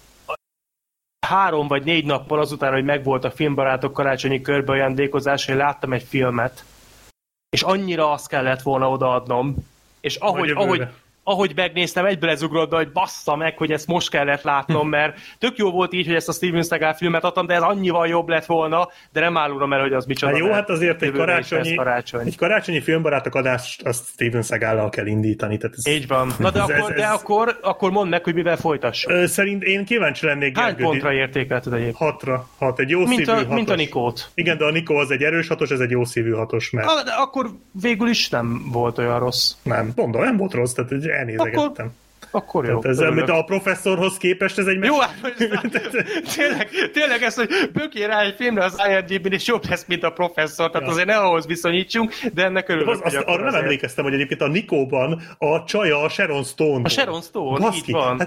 [SPEAKER 4] 3 vagy 4 nappal azután, hogy megvolt a Filmbarátok karácsonyi körbeajándékozás, hogy láttam egy filmet, és annyira azt kellett volna odaadnom, és ahogy megnéztem, egyből ez ugrott be, hogy bassza meg, hogy ezt most kellett látnom, mert tök jó volt így, hogy ezt a Steven Seagal filmet adtam, de ez annyival jobb lett volna, de nem árulom el, hogy az micsoda.
[SPEAKER 3] Hát jó, hát azért egy karácsonyi Filmbarátok adást azt Steven Seagallal kell indítani. Tehát
[SPEAKER 4] így van. Na de akkor mondd meg, hogy mivel folytass.
[SPEAKER 3] Szerint én kíváncsi lennék.
[SPEAKER 4] Hány pontra értékelted egyébként?
[SPEAKER 3] 6, egy jó szívű 6-os.
[SPEAKER 4] Mint a Nikót.
[SPEAKER 3] Igen, de a Nikó az egy erős 6-os, ez egy jó szívű 6-os. Mert...
[SPEAKER 4] De akkor végül is nem volt olyan rossz.
[SPEAKER 3] Nem, mondom, nem volt rossz, tehát elnézegettem.
[SPEAKER 4] Akkor jó.
[SPEAKER 3] Ez, amit a professzorhoz képest, ez egy...
[SPEAKER 4] Jó, tényleg ez, hogy bökjél rá egy filmre az IMDb-n, és jobb lesz, mint a professzor, tehát azért ne ahhoz viszonyítsunk, de ennek örülök.
[SPEAKER 3] Arra nem emlékeztem, hogy egyébként a Nikóban a csaja a Sharon Stone.
[SPEAKER 4] A Sharon Stone, így van. Hát,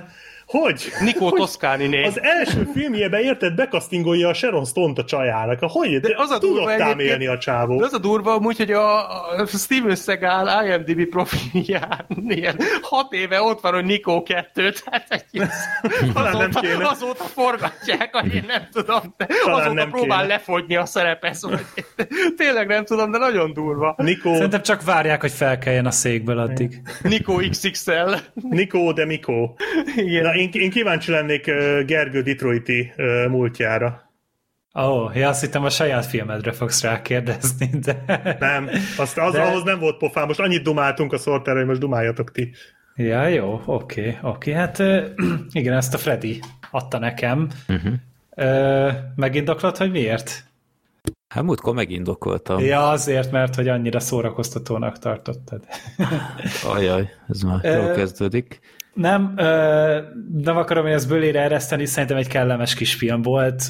[SPEAKER 3] Hogy?
[SPEAKER 4] Nikó Toszkáni négy.
[SPEAKER 3] Az első filmjében érted, bekasztingolja a Sharon Stone-t a csajának. Hogy? De
[SPEAKER 4] az a durva
[SPEAKER 3] tudott támélni a csávó.
[SPEAKER 4] De az a durva amúgy, hogy a Steven Seagal IMDb profilján 6 éve ott van, hogy Nikó 2, tehát azóta forgatják, hogy én nem tudom, de talán azóta próbál lefogyni a szerepe, szóval tényleg nem tudom, de nagyon durva.
[SPEAKER 3] Nikó...
[SPEAKER 5] Szerintem csak várják, hogy felkeljen a székből addig.
[SPEAKER 4] Nikó XXL.
[SPEAKER 3] Nikó de Mikó.
[SPEAKER 4] Igen.
[SPEAKER 3] Na, én kíváncsi lennék Gergő Detroiti múltjára.
[SPEAKER 5] Azt hittem a saját filmedre fogsz rákérdezni, de...
[SPEAKER 3] Nem, ahhoz nem volt pofám. Most annyit dumáltunk a Sorterre, hogy most dumáljatok ti.
[SPEAKER 5] Ja, jó, oké. Hát igen, ezt a Freddy adta nekem. Megindoklod, hogy miért?
[SPEAKER 2] Hát múltkor megindokoltam.
[SPEAKER 5] Ja, azért, mert hogy annyira szórakoztatónak tartottad.
[SPEAKER 2] Ajaj, ez már jól kezdődik.
[SPEAKER 5] Nem akarom, hogy ezt bőlére ereszteni, szerintem egy kellemes kis film volt.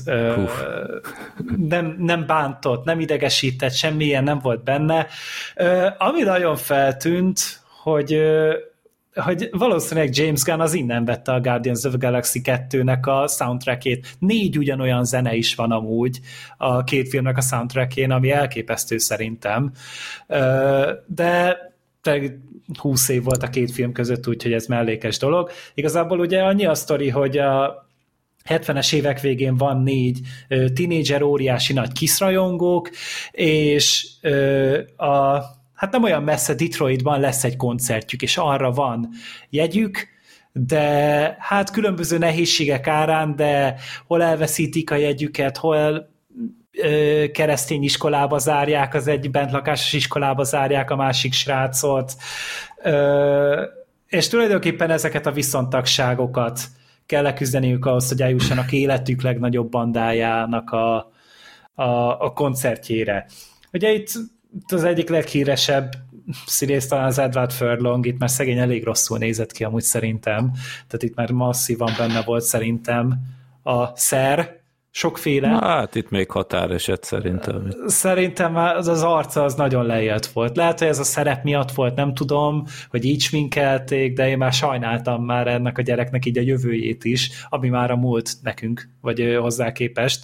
[SPEAKER 5] Nem bántott, nem idegesített, semmilyen nem volt benne. Ami nagyon feltűnt, hogy valószínűleg James Gunn az innen vette a Guardians of the Galaxy 2-nek a soundtrackét. 4 ugyanolyan zene is van amúgy a két filmnek a soundtrackjén, ami elképesztő szerintem. De 20 év volt a két film között, úgyhogy ez mellékes dolog. Igazából ugye annyi a sztori, hogy a 70-es évek végén van 4 tínédzser óriási nagy Kiss-rajongók, és hát nem olyan messze Detroitban lesz egy koncertjük, és arra van jegyük, de hát különböző nehézségek árán, de hol elveszítik a jegyüket, hol keresztény iskolába zárják, az egy bentlakásos iskolába zárják a másik srácot, és tulajdonképpen ezeket a viszontagságokat kell leküzdeniük ahhoz, hogy eljussanak életük legnagyobb bandájának a koncertjére. Ugye itt az egyik leghíresebb színész talán az Edward Furlong, itt már szegény elég rosszul nézett ki amúgy szerintem, tehát itt már masszívan benne volt szerintem a szer, sokféle.
[SPEAKER 2] Hát itt még határeset szerintem.
[SPEAKER 5] Szerintem az arca az nagyon leélt volt. Lehet, hogy ez a szerep miatt volt, nem tudom, hogy így sminkelték, de én már sajnáltam már ennek a gyereknek így a jövőjét is, ami már a múlt nekünk, vagy hozzá képest.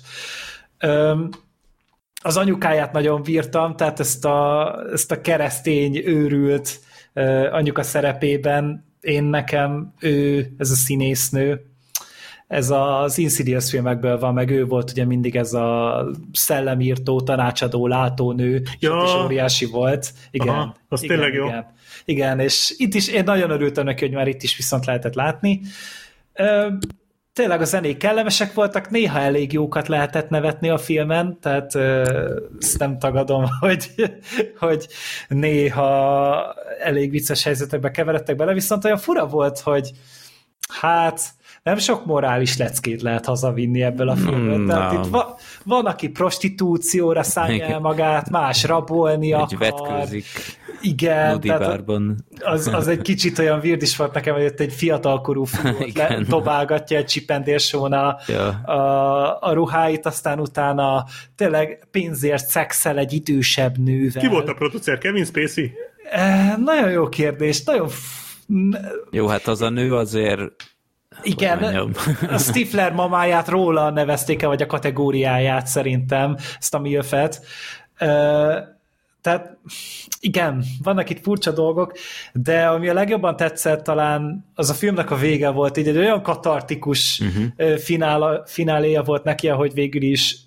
[SPEAKER 5] Az anyukáját nagyon bírtam, tehát ezt a keresztény őrült anyuka szerepében nekem ez a színésznő, ez az Insidious filmekből van, meg ő volt ugye mindig ez a szellemírtó, tanácsadó, látónő, és óriási volt. Igen.
[SPEAKER 3] Aha, az igen, tényleg jó.
[SPEAKER 5] Igen, és itt is én nagyon örültem neki, hogy már itt is viszont lehetett látni. Tényleg a zenék kellemesek voltak, néha elég jókat lehetett nevetni a filmen, tehát ezt nem tagadom, hogy néha elég vicces helyzetekbe keveredtek bele, viszont olyan fura volt, hogy hát nem sok morális leckét lehet hazavinni ebből a filmből. Tehát itt van, aki prostitúcióra szánja el magát, más rabolni akar.
[SPEAKER 2] Vetkőzik.
[SPEAKER 5] Igen, az egy kicsit olyan weird is volt nekem, hogy ott egy fiatalkorú fiút dobálgatja egy csipendérsón a ruháit, aztán utána tényleg pénzért szexel egy idősebb nővel.
[SPEAKER 3] Ki volt a producer? Kevin Spacey?
[SPEAKER 5] Nagyon jó kérdés.
[SPEAKER 2] Jó, hát az a nő azért
[SPEAKER 5] igen, a Stifler mamáját róla nevezték el, vagy a kategóriáját szerintem, ezt a milfet. Tehát igen, vannak itt furcsa dolgok, de ami a legjobban tetszett talán, az a filmnek a vége volt, így egy olyan katartikus fináléja volt neki, ahogy végül is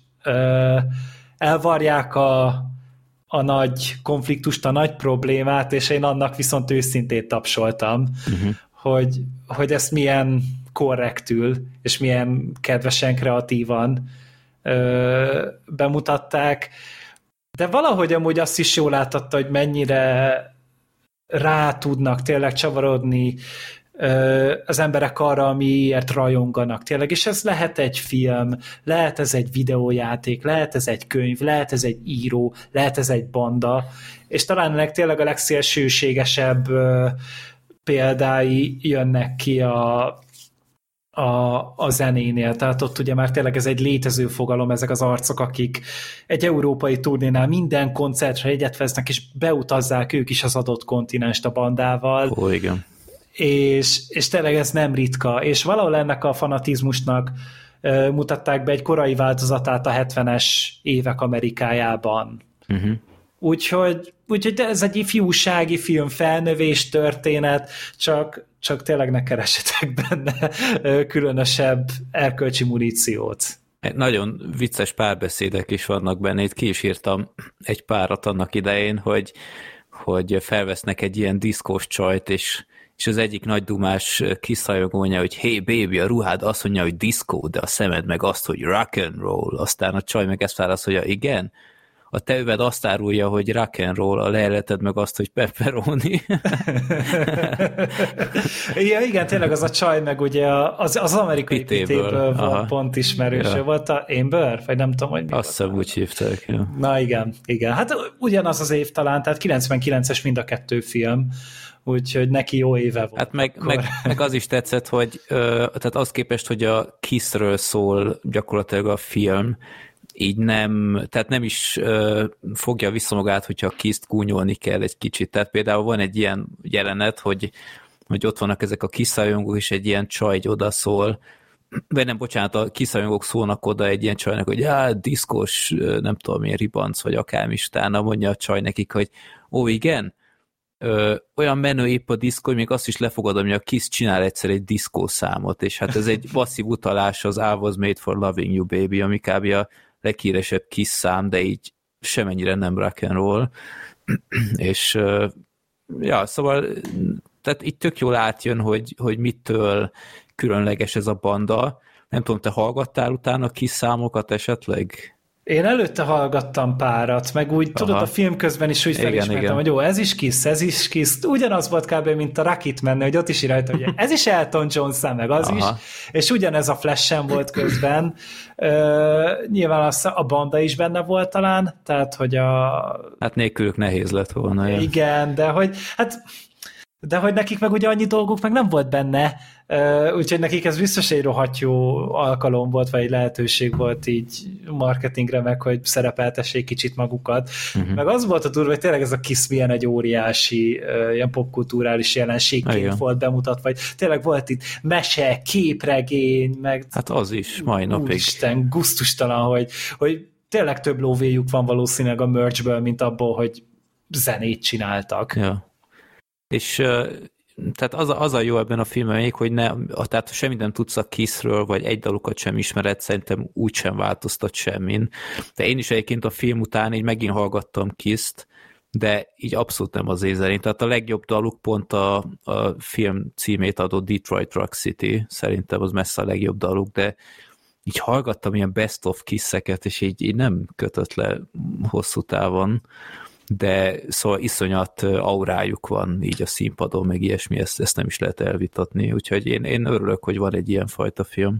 [SPEAKER 5] elvarják a nagy konfliktust, a nagy problémát, és én annak viszont őszintén tapsoltam, hogy ezt milyen korrektül, és milyen kedvesen, kreatívan bemutatták, de valahogy amúgy azt is jól láttatta, hogy mennyire rá tudnak tényleg csavarodni az emberek arra, amiért rajonganak tényleg, és ez lehet egy film, lehet ez egy videójáték, lehet ez egy könyv, lehet ez egy író, lehet ez egy banda, és talán ennek tényleg a legszélsőségesebb példái jönnek ki a zenénél, tehát ott ugye már tényleg ez egy létező fogalom, ezek az arcok, akik egy európai turnénál minden koncertre egyet vesznek, és beutazzák ők is az adott kontinenst a bandával.
[SPEAKER 2] Igen.
[SPEAKER 5] és tényleg ez nem ritka, és valahol ennek a fanatizmusnak mutatták be egy korai változatát a 70-es évek Amerikájában. Uh-huh. Úgyhogy ez egy ifjúsági film, felnövés történet, csak tényleg ne keresetek benne különösebb erkölcsi muníciót.
[SPEAKER 2] Nagyon vicces párbeszédek is vannak benne, itt ki is írtam egy párat annak idején, hogy felvesznek egy ilyen diszkós csajt, és az egyik nagy dumás kiszajogónya, hogy hey baby, a ruhád azt mondja, hogy diszkó, de a szemed meg azt, hogy rock and roll. Aztán a csaj meg ezt válaszolja, igen, a te öved azt árulja, hogy rock and roll, a leheleted meg azt, hogy pepperoni.
[SPEAKER 5] Igen, tényleg az a csaj meg ugye az amerikai Pitéből volt pont ismerős. Ja. Volt a Amber? Vagy nem tudom, hogy mi.
[SPEAKER 2] Azt hiszem úgy hívták. Ja.
[SPEAKER 5] Na igen. Hát ugyanaz az év talán, tehát 99-es mind a kettő film, úgyhogy neki jó éve volt.
[SPEAKER 2] Hát meg az is tetszett, hogy tehát az képest, hogy a Kissről szól gyakorlatilag a film, így tehát nem is fogja vissza magát, hogyha a Kisst gúnyolni kell egy kicsit. Tehát például van egy ilyen jelenet, hogy ott vannak ezek a Kiss-rajongók, és egy ilyen csaj odaszól, vagy nem, bocsánat, a Kiss-rajongók szólnak oda egy ilyen csajnak, hogy diszkos, nem tudom, milyen ribanc, vagy akármi, és utána mondja a csaj nekik, hogy igen, olyan menő épp a diszkó, hogy még azt is lefogadom, hogy a Kiss csinál egyszer egy diszkószámot, és hát ez egy passzív utalás az I Was Made for Loving You Baby, ami kb. A leghíresebb Kiss szám, de így semennyire nem rock and roll. És szóval tehát itt tök jól átjön, hogy mitől különleges ez a banda. Nem tudom, te hallgattál utána Kiss számokat esetleg?
[SPEAKER 5] Én előtte hallgattam párat, meg úgy tudod, a film közben is úgy felismertem, hogy jó, ez is Kiss. Ugyanaz volt kb. Mint a Rocketman, hogy ott is írta, hogy ez is Elton John szám, meg az is, és ugyanez a Flash-en volt közben. Nyilván a banda is benne volt talán, tehát, hogy
[SPEAKER 2] hát nélkülük nehéz lett volna.
[SPEAKER 5] Igen, de hogy nekik meg ugye annyi dolguk meg nem volt benne, úgyhogy nekik ez biztos egy rohadt jó alkalom volt, vagy egy lehetőség volt így marketingre meg, hogy szerepeltessék kicsit magukat. Uh-huh. Meg az volt a durva, hogy tényleg ez a Kiss milyen egy óriási ilyen popkulturális jelenségként volt bemutatva, vagy tényleg volt itt mese, képregény, meg
[SPEAKER 2] hát az is, mai napig.
[SPEAKER 5] Úristen, gusztustalan, hogy tényleg több lóvéjuk van valószínűleg a merchből, mint abból, hogy zenét csináltak.
[SPEAKER 2] Ja. És tehát az a jó ebben a filmben még, hogy tehát semmit nem tudsz a Kissről, vagy egy dalukat sem ismered, szerintem úgysem változtat semmin. De én is egyébként a film után így megint hallgattam Kisst, de így abszolút nem az ézelén. Tehát a legjobb daluk pont a film címét adott Detroit Rock City, szerintem az messze a legjobb daluk, de így hallgattam ilyen best of Kiss-eket, és így nem kötött le hosszú távon, de szóval iszonyat aurájuk van így a színpadon, meg ilyesmi, ezt nem is lehet elvitatni, úgyhogy én örülök, hogy van egy ilyen fajta film.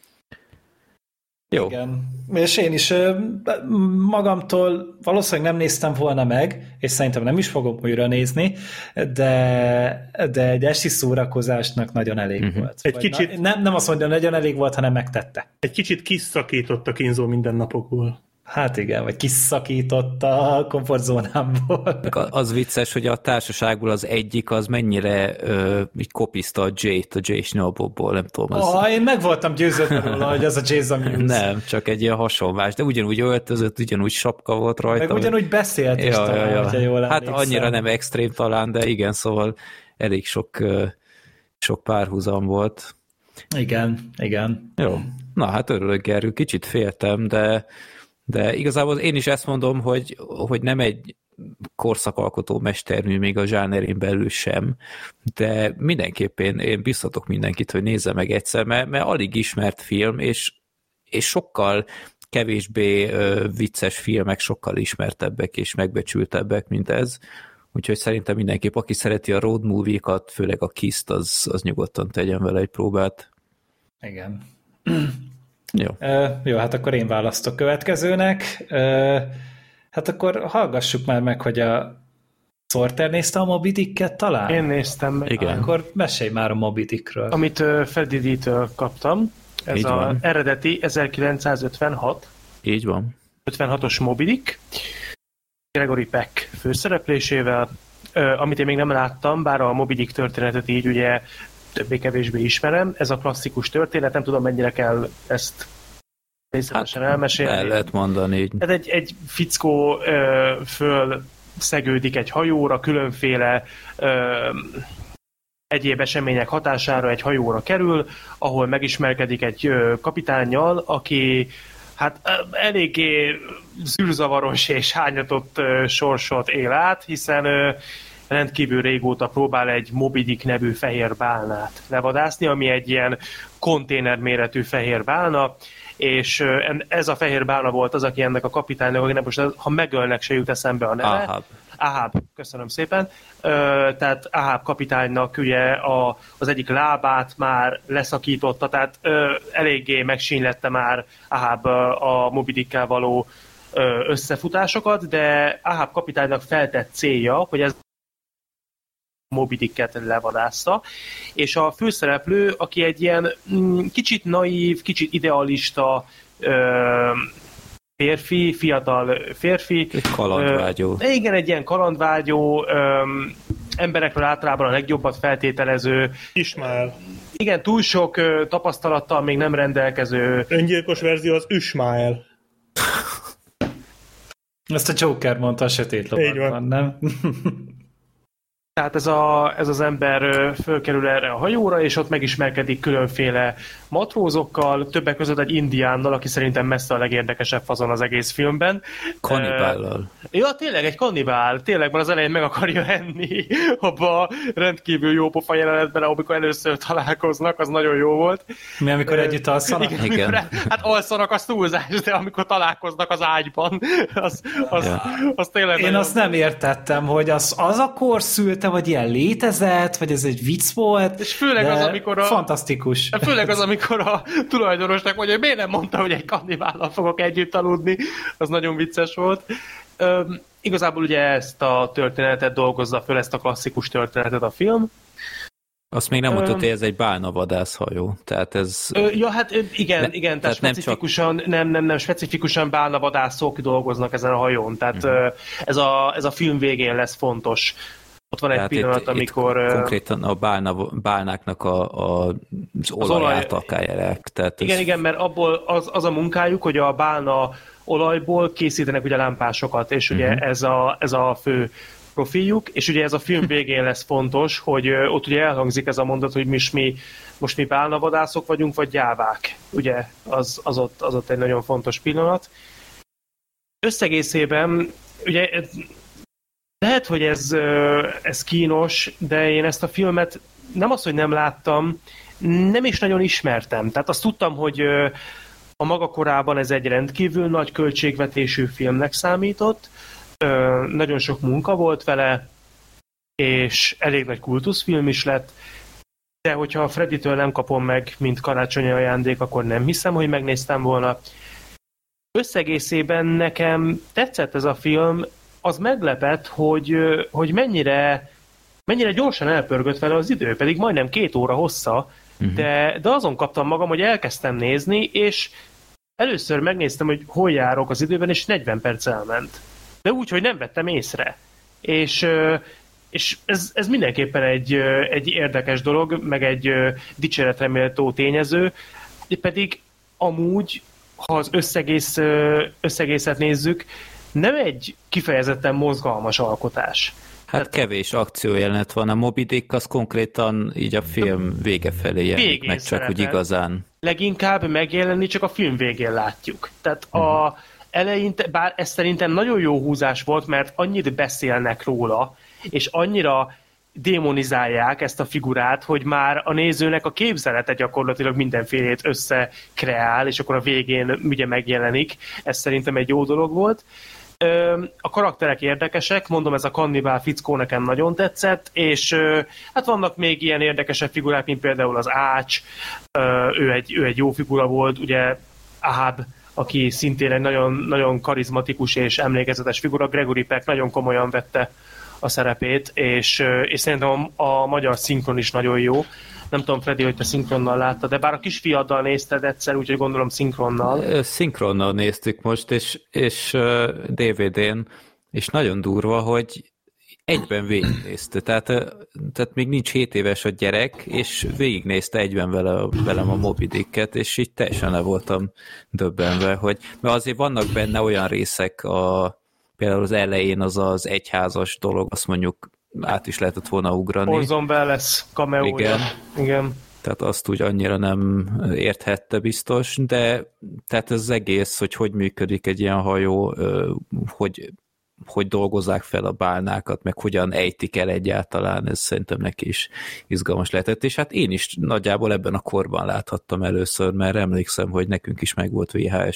[SPEAKER 2] Jó.
[SPEAKER 5] Igen, és én is magamtól valószínűleg nem néztem volna meg, és szerintem nem is fogom újra nézni, de egy esti szórakozásnak nagyon elég volt.
[SPEAKER 3] Egy kicsit,
[SPEAKER 5] nem azt mondja, nagyon elég volt, hanem megtette.
[SPEAKER 3] Egy kicsit kiszakított a kínzó mindennapokból.
[SPEAKER 5] Hát igen, vagy kiszakította a komfortzónámból.
[SPEAKER 2] Az vicces, hogy a társaságból az egyik az mennyire így kopizta a Jay-t, a Jay Schnabobból, nem tudom.
[SPEAKER 5] Én meg voltam győződve róla, hogy az a Jason Mewes.
[SPEAKER 2] Nem, csak egy ilyen hasonlás, de ugyanúgy öltözött, ugyanúgy sapka volt rajta.
[SPEAKER 5] Meg ugyanúgy beszélt is talán, hogyha jól
[SPEAKER 2] hát annyira nem extrém talán, de igen, szóval elég sok párhuzam volt.
[SPEAKER 5] Igen.
[SPEAKER 2] Jó. Na hát örülök, Gergő, kicsit féltem, de igazából én is ezt mondom, hogy nem egy korszakalkotó mestermű még a zsánerén belül sem, de mindenképpen én biztatok mindenkit, hogy nézze meg egyszer, mert alig ismert film, és sokkal kevésbé vicces filmek, sokkal ismertebbek és megbecsültebbek, mint ez. Úgyhogy szerintem mindenképp, aki szereti a road movie-kat, főleg a Kisst, az nyugodtan tegyen vele egy próbát.
[SPEAKER 5] Igen.
[SPEAKER 2] Jó,
[SPEAKER 5] hát akkor én választok következőnek. Hát akkor hallgassuk már meg, hogy a Sorter nézte a Moby Dicket talán?
[SPEAKER 4] Én néztem meg.
[SPEAKER 2] Igen.
[SPEAKER 5] Akkor mesélj már a Moby Dickről.
[SPEAKER 4] Amit Freddy D-től kaptam. Ez így az van. Eredeti 1956.
[SPEAKER 2] Így van.
[SPEAKER 4] 56-os Moby Dick. Gregory Peck főszereplésével. amit én még nem láttam, bár a Moby Dick történetet így ugye többé-kevésbé ismerem. Ez a klasszikus történet, nem tudom, mennyire kell ezt részletesen elmesélni.
[SPEAKER 2] El lehet mondani így.
[SPEAKER 4] Tehát egy fickó fölszegődik egy hajóra, különféle egyéb események hatására egy hajóra kerül, ahol megismerkedik egy kapitánnyal, aki hát eléggé zűrzavaros és hányatott sorsot él át, hiszen rendkívül régóta próbál egy Moby Dick nevű fehér bálnát levadászni, ami egy ilyen konténerméretű fehér bálna, és ez a fehér bálna volt az, aki ennek a kapitánynak, akinek most ha megölnek, se jut eszembe a neve. Ahab, köszönöm szépen. Tehát Ahab kapitánynak ugye az egyik lábát már leszakította, tehát eléggé megsínylette már Ahab a Moby Dickkel való összefutásokat, de Ahab kapitánynak feltett célja, hogy ez Moby Dicket levadászta, és a főszereplő, aki egy ilyen kicsit naív, kicsit idealista férfi, fiatal férfi.
[SPEAKER 2] Egy kalandvágyó.
[SPEAKER 4] Igen, egy ilyen kalandvágyó, emberekről általában a legjobbat feltételező.
[SPEAKER 3] Ismael.
[SPEAKER 4] Igen, túl sok tapasztalattal még nem rendelkező.
[SPEAKER 3] Öngyilkos verzió az Ismael.
[SPEAKER 5] Ezt a Joker mondta a sötét lovakban, nem?
[SPEAKER 4] Tehát ez az ember fölkerül erre a hajóra, és ott megismerkedik különféle matrózokkal, többek között egy indiánnal, aki szerintem messze a legérdekesebb fazon az egész filmben.
[SPEAKER 2] Kannibállal.
[SPEAKER 4] Ja, tényleg egy kannibál. Tényleg van az elején meg akarja enni abba a rendkívül jó pofa jelenetben, amikor először találkoznak, az nagyon jó volt.
[SPEAKER 5] Mi, amikor együtt alszanak?
[SPEAKER 4] Igen. Hát alszanak, az túlzás, de amikor találkoznak az ágyban, az tényleg
[SPEAKER 5] Én
[SPEAKER 4] nagyon...
[SPEAKER 5] azt nem értettem, hogy az a kor szült, vagy ilyen létezett, vagy ez egy vicc volt.
[SPEAKER 4] És főleg az, amikor
[SPEAKER 5] fantasztikus.
[SPEAKER 4] Főleg az, amikor a tulajdonosnak mondja, hogy miért nem mondta, hogy egy kannibállal fogok együtt aludni, az nagyon vicces volt. Igazából ugye ezt a történetet dolgozza föl, ezt a klasszikus történetet a film.
[SPEAKER 2] Azt még nem mondtad, hogy ez egy bálnavadászhajó. Tehát ez...
[SPEAKER 4] Ja, hát igen, tehát specifikusan, nem specifikusan bálnavadászok dolgoznak ezen a hajón. Tehát ez a film végén lesz fontos. Ott van egy pillanat, amikor...
[SPEAKER 2] Konkrétan a bálnáknak az olaját akárják.
[SPEAKER 4] Igen, mert abból az a munkájuk, hogy a bálna olajból készítenek ugye lámpásokat, és ugye ez a fő profiljuk, és ugye ez a film végén lesz fontos, hogy ott ugye elhangzik ez a mondat, hogy most mi bálnavadászok vagyunk, vagy gyávák. Ugye az ott egy nagyon fontos pillanat. Összegészében ugye lehet, hogy ez kínos, de én ezt a filmet nem az, hogy nem láttam, nem is nagyon ismertem. Tehát azt tudtam, hogy a maga korában ez egy rendkívül nagy költségvetésű filmnek számított, nagyon sok munka volt vele, és elég nagy kultuszfilm is lett, de hogyha a Freddytől nem kapom meg, mint karácsonyi ajándék, akkor nem hiszem, hogy megnéztem volna. Összegészében nekem tetszett ez a film, az meglepett, hogy mennyire gyorsan elpörgött vele az idő, pedig majdnem 2 óra hossza, de azon kaptam magam, hogy elkezdtem nézni, és először megnéztem, hogy hol járok az időben, és 40 perc elment. De úgy, hogy nem vettem észre. És ez mindenképpen egy érdekes dolog, meg egy dicséretre méltó tényező, pedig amúgy, ha az összegészet nézzük, nem egy kifejezetten mozgalmas alkotás.
[SPEAKER 2] Hát kevés akciójelenet van. A Moby Dick az konkrétan így a film vége felé jelenik meg, csak úgy igazán.
[SPEAKER 4] Leginkább megjelenni csak a film végén látjuk. Tehát eleinte, bár ez szerintem nagyon jó húzás volt, mert annyit beszélnek róla, és annyira démonizálják ezt a figurát, hogy már a nézőnek a képzelete gyakorlatilag mindenfélét összekreál, és akkor a végén ugye megjelenik. Ez szerintem egy jó dolog volt. A karakterek érdekesek, mondom, ez a kannibál fickó nekem nagyon tetszett, és hát vannak még ilyen érdekesebb figurák, mint például az Ács, ő egy jó figura volt, ugye Ahab, aki szintén egy nagyon, nagyon karizmatikus és emlékezetes figura, Gregory Peck nagyon komolyan vette a szerepét, és szerintem a magyar szinkron is nagyon jó. Nem tudom, Freddy, hogy te szinkronnal láttad, de bár a kisfiaddal nézted egyszer, úgyhogy gondolom szinkronnal.
[SPEAKER 2] Szinkronnal néztük most, és DVD-n, és nagyon durva, hogy egyben végignézte. Tehát még nincs 7 éves a gyerek, és végignézte egyben velem a Moby Dicket, és így teljesen le voltam döbbenve, mert azért vannak benne olyan részek, például az elején az egyházas dolog, azt mondjuk át is lehetett volna ugrani.
[SPEAKER 4] Orson Welles cameója. Igen.
[SPEAKER 2] Tehát azt úgy annyira nem érthette biztos, de tehát ez az egész, hogy működik egy ilyen hajó, hogy dolgozzák fel a bálnákat, meg hogyan ejtik el egyáltalán, ez szerintem neki is izgalmas lehetett, és hát én is nagyjából ebben a korban láthattam először, mert emlékszem, hogy nekünk is megvolt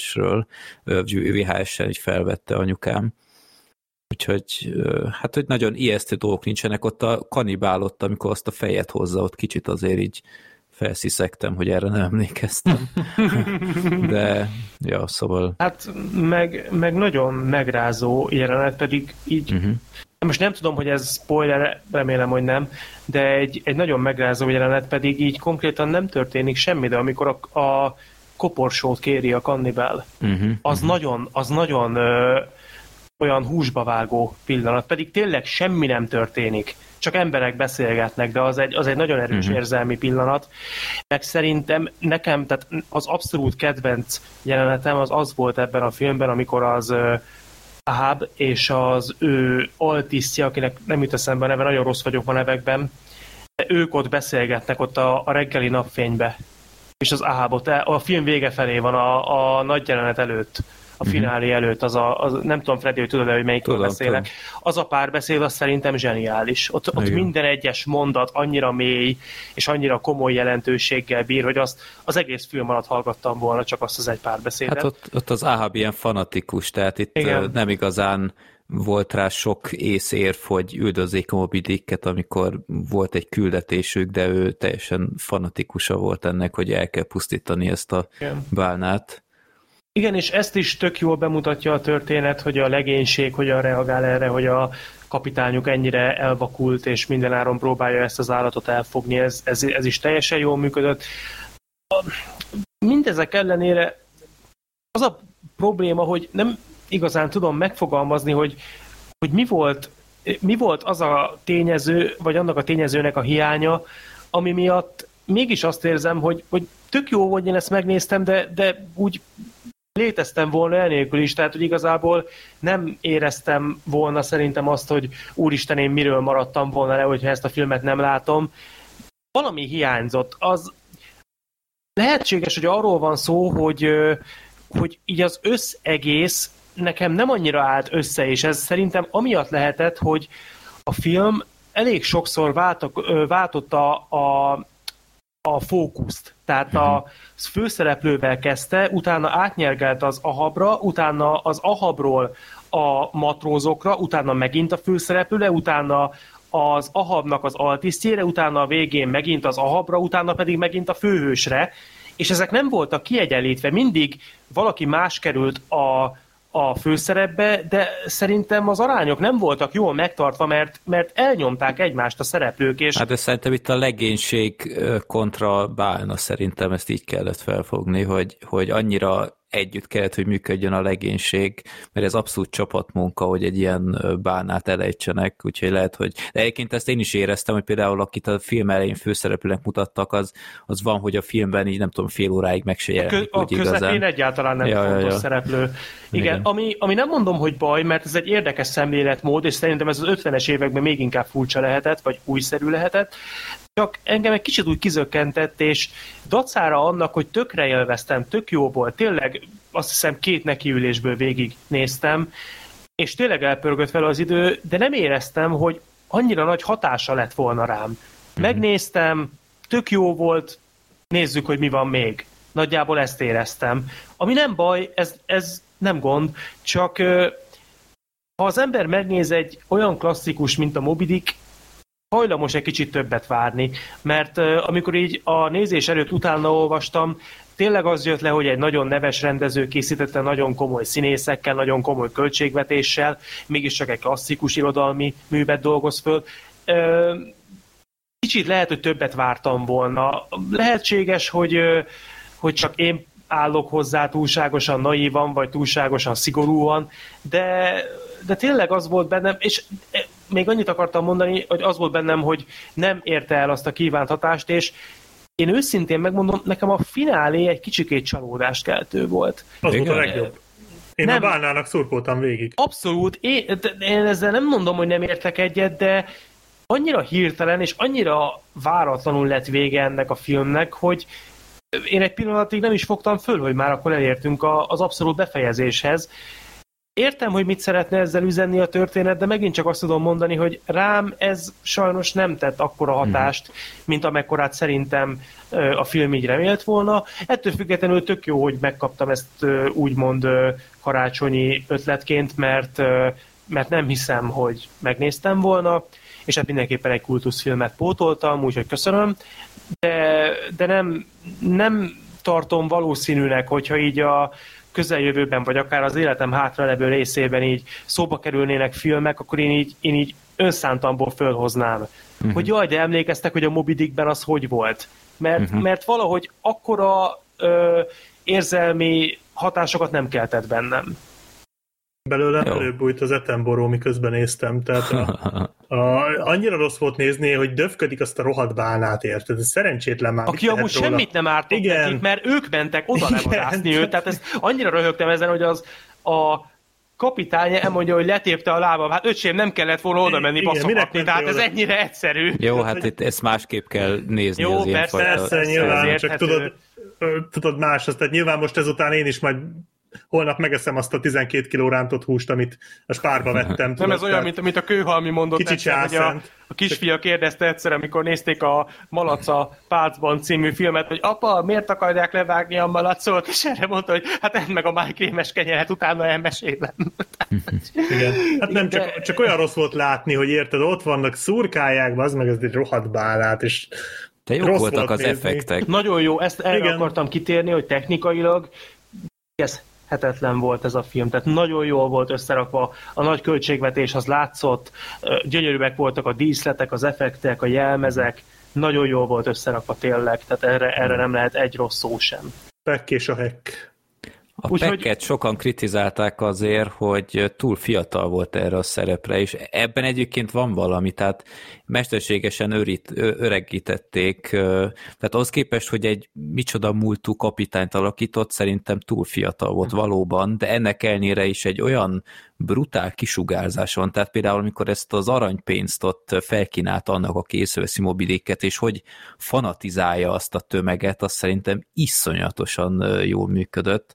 [SPEAKER 2] VHS-en így felvette anyukám. Úgyhogy hát, hogy nagyon ijesztő dolgok nincsenek, ott a kanibál ott, amikor azt a fejet hozza, ott kicsit azért így felsziszegtem, hogy erre nem emlékeztem. De, ja, szóval...
[SPEAKER 4] Hát, meg nagyon megrázó jelenet, pedig így... Most nem tudom, hogy ez spoiler, remélem, hogy nem, de egy nagyon megrázó jelenet, pedig így konkrétan nem történik semmi, de amikor a koporsót kéri a kannibál, az nagyon olyan húsba vágó pillanat, pedig tényleg semmi nem történik. Csak emberek beszélgetnek, de az egy nagyon erős érzelmi pillanat. Meg szerintem nekem, tehát az abszolút kedvenc jelenetem az volt ebben a filmben, amikor az Ahab és az ő altisztja, akinek nem jut eszembe a neve, nagyon rossz vagyok a nevekben, de ők ott beszélgetnek ott a reggeli napfénybe. És az Ahabot, a film vége felé van a nagy jelenet előtt. A finálé előtt, az nem tudom, Freddy, hogy tudod, hogy melyikről beszélek. Tudom. Az a párbeszéd, az szerintem zseniális. Ott minden egyes mondat annyira mély, és annyira komoly jelentőséggel bír, hogy azt az egész film alatt hallgattam volna, csak azt az egy párbeszédet.
[SPEAKER 2] Hát ott az Ahab ilyen fanatikus, tehát itt nem igazán volt rá sok észérv, hogy üldözzék a Moby Dicket, amikor volt egy küldetésük, de ő teljesen fanatikusa volt ennek, hogy el kell pusztítani ezt a bálnát.
[SPEAKER 4] Igen, és ezt is tök jól bemutatja a történet, hogy a legénység hogyan reagál erre, hogy a kapitányuk ennyire elvakult, és mindenáron próbálja ezt az állatot elfogni. Ez is teljesen jól működött. Mindezek ellenére az a probléma, hogy nem igazán tudom megfogalmazni, hogy mi volt az a tényező, vagy annak a tényezőnek a hiánya, ami miatt mégis azt érzem, hogy tök jó, hogy én ezt megnéztem, de úgy léteztem volna elnélkül is, tehát hogy igazából nem éreztem volna szerintem azt, hogy úristen, én miről maradtam volna le, hogyha ezt a filmet nem látom. Valami hiányzott. Az lehetséges, hogy arról van szó, hogy így az összegész nekem nem annyira állt össze, és ez szerintem amiatt lehetett, hogy a film elég sokszor váltotta a fókuszt. Tehát a főszereplővel kezdte, utána átnyergelt az Ahabra, utána az Ahabról a matrózokra, utána megint a főszereplőre, utána az Ahabnak az altisztjére, utána a végén megint az Ahabra, utána pedig megint a főhősre, és ezek nem voltak kiegyenlítve. Mindig valaki más került a főszerepbe, de szerintem az arányok nem voltak jól megtartva, mert elnyomták egymást a szereplők. És...
[SPEAKER 2] Hát de szerintem itt a legénység kontra Bálna, szerintem ezt így kellett felfogni, hogy annyira együtt kellett, hogy működjön a legénység, mert ez abszolút csapatmunka, hogy egy ilyen bálnát elejtsenek, úgyhogy lehet, hogy... De egyébként ezt én is éreztem, hogy például akit a film elején főszereplőnek mutattak, az van, hogy a filmben így nem tudom, fél óráig meg se jelenik.
[SPEAKER 4] A közepén egyáltalán nem fontos szereplő. Igen, ami nem mondom, hogy baj, mert ez egy érdekes szemléletmód, és szerintem ez az 50-es években még inkább furcsa lehetett, vagy újszerű lehetett, csak engem egy kicsit úgy kizökkentett, és dacára annak, hogy tökre élveztem, tök jó volt, tényleg azt hiszem 2 nekiülésből végig néztem, és tényleg elpörgött fel az idő, de nem éreztem, hogy annyira nagy hatása lett volna rám. Megnéztem, tök jó volt, nézzük, hogy mi van még. Nagyjából ezt éreztem. Ami nem baj, ez nem gond, csak ha az ember megnéz egy olyan klasszikus, mint a Moby Dick, hajlamos egy kicsit többet várni, mert amikor így a nézés előtt utána olvastam, tényleg az jött le, hogy egy nagyon neves rendező készítette nagyon komoly színészekkel, nagyon komoly költségvetéssel, mégiscsak egy klasszikus irodalmi művet dolgoz föl. Kicsit lehet, hogy többet vártam volna. Lehetséges, hogy csak én állok hozzá túlságosan naívan, vagy túlságosan szigorúan, de tényleg az volt bennem, és még annyit akartam mondani, hogy az volt bennem, hogy nem érte el azt a kívánt hatást, és én őszintén megmondom, nekem a finálé egy kicsikét csalódást keltő volt.
[SPEAKER 3] Az volt a legjobb. Én a bálnának szurkoltam végig.
[SPEAKER 4] Abszolút. Én ezzel nem mondom, hogy nem értek egyet, de annyira hirtelen és annyira váratlanul lett vége ennek a filmnek, hogy én egy pillanatig nem is fogtam föl, hogy már akkor elértünk az abszolút befejezéshez. Értem, hogy mit szeretne ezzel üzenni a történet, de megint csak azt tudom mondani, hogy rám ez sajnos nem tett akkora hatást, mint amekkorát szerintem a film így remélt volna. Ettől függetlenül tök jó, hogy megkaptam ezt úgymond karácsonyi ötletként, mert nem hiszem, hogy megnéztem volna, és hát mindenképpen egy kultuszfilmet pótoltam, úgyhogy köszönöm, de nem tartom valószínűnek, hogyha így a közeljövőben, vagy akár az életem hátralevő részében így szóba kerülnének filmek, akkor én így önszántamból fölhoznám. Hogy jaj, de emlékeztek, hogy a Moby Dickben az hogy volt. Mert valahogy akkora érzelmi hatásokat nem keltett bennem.
[SPEAKER 3] Belőlem előbújt az Attenborough, miközben néztem, tehát annyira rossz volt nézni, hogy döfködik azt a rohadt bálnát, érted? Ez szerencsétlen már.
[SPEAKER 4] Aki amúgy semmit nem ártott nekik, mert ők mentek oda levarászni őt, tehát ezt annyira röhögtem ezen, hogy a kapitány elmondja, hogy letépte a lábam. Hát öcsém, nem kellett volna oda menni baszogatni, tehát ez ennyire egyszerű.
[SPEAKER 2] Jó, hát itt ezt másképp kell nézni.
[SPEAKER 4] Jó,
[SPEAKER 2] az
[SPEAKER 3] persze, nyilván, csak tudod más, tehát nyilván most ezután én is majd holnap megeszem azt a 12 kiló rántott húst, amit a Spárba vettem.
[SPEAKER 4] Nem ez olyan, mint a Kőhalmi mondott egyszer, hogy a kisfia kérdezte egyszer, amikor nézték a Malaca Pálcban című filmet, hogy apa, miért akarják levágni a malacot? És erre mondta, hogy hát edd meg a májkrémes kenyeret, utána elmesélem.
[SPEAKER 3] Igen. Hát nem, csak olyan rossz volt látni, hogy érted, ott vannak, szurkálják, az meg ez egy rohadt bálát, és
[SPEAKER 2] de jók voltak az effektek.
[SPEAKER 4] Nagyon jó, ezt erre akartam kitérni, hogy technikailag hetetlen volt ez a film, tehát nagyon jól volt összerakva, a nagy költségvetés az látszott, gyönyörűek voltak a díszletek, az effektek, a jelmezek, nagyon jól volt összerakva tényleg, tehát erre nem lehet egy rossz szó sem.
[SPEAKER 3] Pekk és a hekk.
[SPEAKER 2] A Pecket sokan kritizálták azért, hogy túl fiatal volt erre a szerepre, és ebben egyébként van valami, tehát mesterségesen öregítették, tehát az képest, hogy egy micsoda múltú kapitányt alakított, szerintem túl fiatal volt valóban, de ennek ellenére is egy olyan brutál kisugárzás van, tehát például amikor ezt az aranypénzt ott felkínálta annak, aki észreveszi Moby Dicket, és hogy fanatizálja azt a tömeget, az szerintem iszonyatosan jól működött,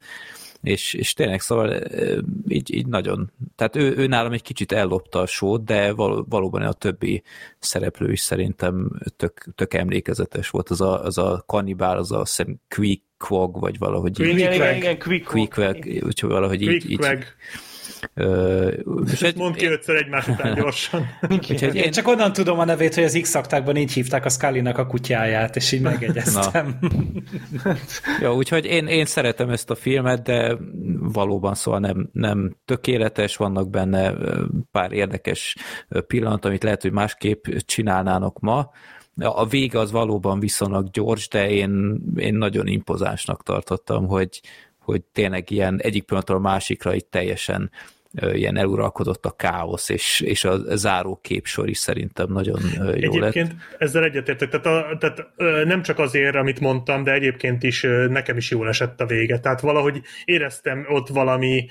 [SPEAKER 2] és tényleg szóval így nagyon, tehát ő nálam egy kicsit ellopta a sót, de valóban a többi szereplő is szerintem tök emlékezetes volt, az a kannibál, az a Queequeg, vagy valahogy
[SPEAKER 4] igen,
[SPEAKER 2] Queequeg, úgyhogy valahogy így
[SPEAKER 3] mondd ki ötször egymás után gyorsan.
[SPEAKER 5] Én csak onnan tudom a nevét, hogy az X-aktákban így hívták a Scully-nak a kutyáját, és így megegyeztem.
[SPEAKER 2] Jó, úgyhogy én szeretem ezt a filmet, de valóban szóval nem tökéletes, vannak benne pár érdekes pillanat, amit lehet, hogy másképp csinálnának ma. A vége az valóban viszonylag gyors, de én nagyon impozánsnak tartottam, hogy tényleg ilyen egyik pillanatról a másikra itt teljesen ilyen eluralkodott a káosz, és a záró képsor is szerintem nagyon jó lett.
[SPEAKER 3] Egyébként ezzel egyetértek, tehát nem csak azért, amit mondtam, de egyébként is nekem is jól esett a vége. Tehát valahogy éreztem ott valami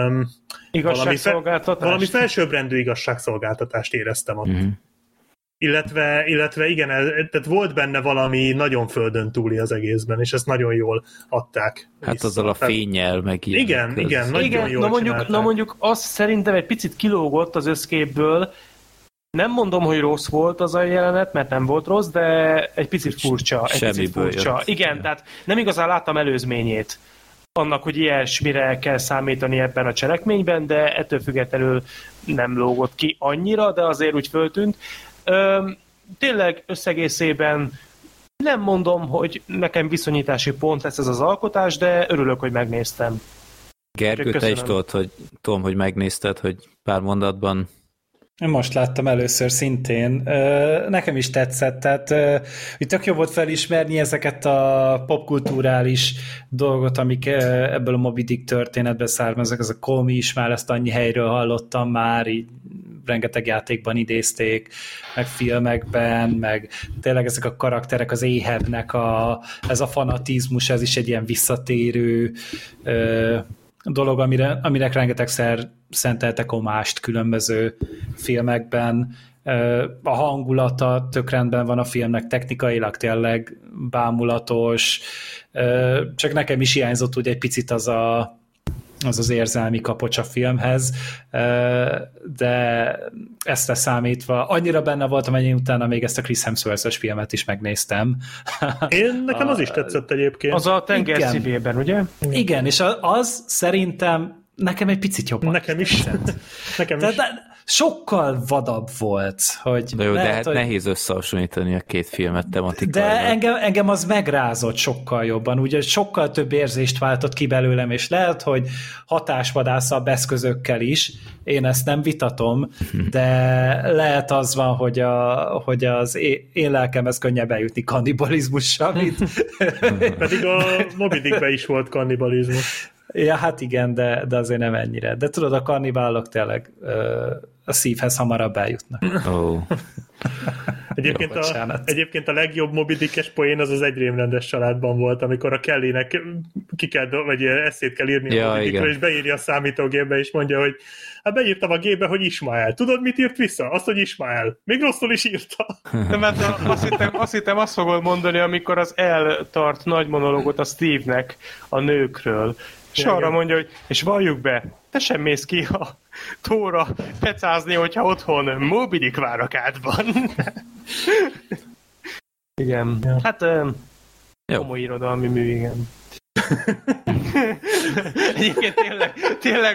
[SPEAKER 3] valami felsőbbrendű igazságszolgáltatást éreztem ott. Mm-hmm. Illetve igen, tehát volt benne valami nagyon földön túli az egészben, és ezt nagyon jól adták.
[SPEAKER 2] Hát vissza. Azzal a fénnyel, meg ilyen.
[SPEAKER 3] Igen, nagyon jól
[SPEAKER 4] na mondjuk azt szerintem egy picit kilógott az összképből. Nem mondom, hogy rossz volt az a jelenet, mert nem volt rossz, de egy picit furcsa. Igen, tehát nem igazán láttam előzményét annak, hogy ilyesmire kell számítani ebben a cselekményben, de ettől függetlenül nem lógott ki annyira, de azért úgy föltűnt. Tényleg összegészében nem mondom, hogy nekem viszonyítási pont lesz ez az alkotás, de örülök, hogy megnéztem.
[SPEAKER 2] Gergő, te is tudom, hogy megnézted, hogy pár mondatban.
[SPEAKER 5] Én most láttam először szintén. Nekem is tetszett, tehát hogy tök jó volt felismerni ezeket a popkulturális dolgot, amik ebből a Moby Dick történetből származnak, ez a Call Me is már, ezt annyi helyről hallottam már, így rengeteg játékban idézték, meg filmekben, meg tényleg ezek a karakterek, az Ahabnek ez a fanatizmus, ez is egy ilyen visszatérő dolog, aminek rengetegszer szenteltek omást különböző filmekben. A hangulata tök rendben van a filmnek, technikailag tényleg bámulatos, csak nekem is hiányzott ugye egy picit az érzelmi kapocs a filmhez, de ezt leszámítva annyira benne voltam, hogy én utána még ezt a Chris Hemsworth-ös filmet is megnéztem.
[SPEAKER 3] Nekem az is tetszett egyébként.
[SPEAKER 4] Az a tenger szívében, ugye?
[SPEAKER 5] Igen, és az szerintem nekem egy picit jobban.
[SPEAKER 3] Nekem is. Nekem is.
[SPEAKER 5] Sokkal vadabb volt. Hogy
[SPEAKER 2] de jó,
[SPEAKER 5] lehet,
[SPEAKER 2] de hát nehéz összehasonlítani a két filmet
[SPEAKER 5] De
[SPEAKER 2] tematikailag.
[SPEAKER 5] engem az megrázott sokkal jobban, ugye sokkal több érzést váltott ki belőlem, és lehet, hogy hatásvadászabb eszközökkel is, én ezt nem vitatom, de lehet az van, hogy az én lelkemhez könnyebb eljutni kannibalizmussal,
[SPEAKER 3] Pedig a Moby Dickben is volt kannibalizmus.
[SPEAKER 5] Ja, hát igen, de azért nem ennyire. De tudod, a kannibálok tényleg a szívhez hamarabb eljutnak.
[SPEAKER 2] Oh.
[SPEAKER 3] Egyébként a legjobb Moby Dickes poén az egy rémrendes családban volt, amikor a Kellynek vagy eszét kell írni a Moby Dickről, és beírja a számítógépbe, és mondja, hogy hát beírtam a gépbe, hogy Ismael. Tudod, mit írt vissza? Azt, hogy Ismael. Még rosszul is írta.
[SPEAKER 4] De mert azt hittem, azt fogod mondani, amikor az eltart nagy monológot a Steve-nek a nőkről. És arra mondja, hogy és valljuk be, te sem mész ki a tóra pecázni, hogyha otthon Moby Dick várakádban. Igen. Ja. Hát komoly irodalmi mű, igen. Egyébként tényleg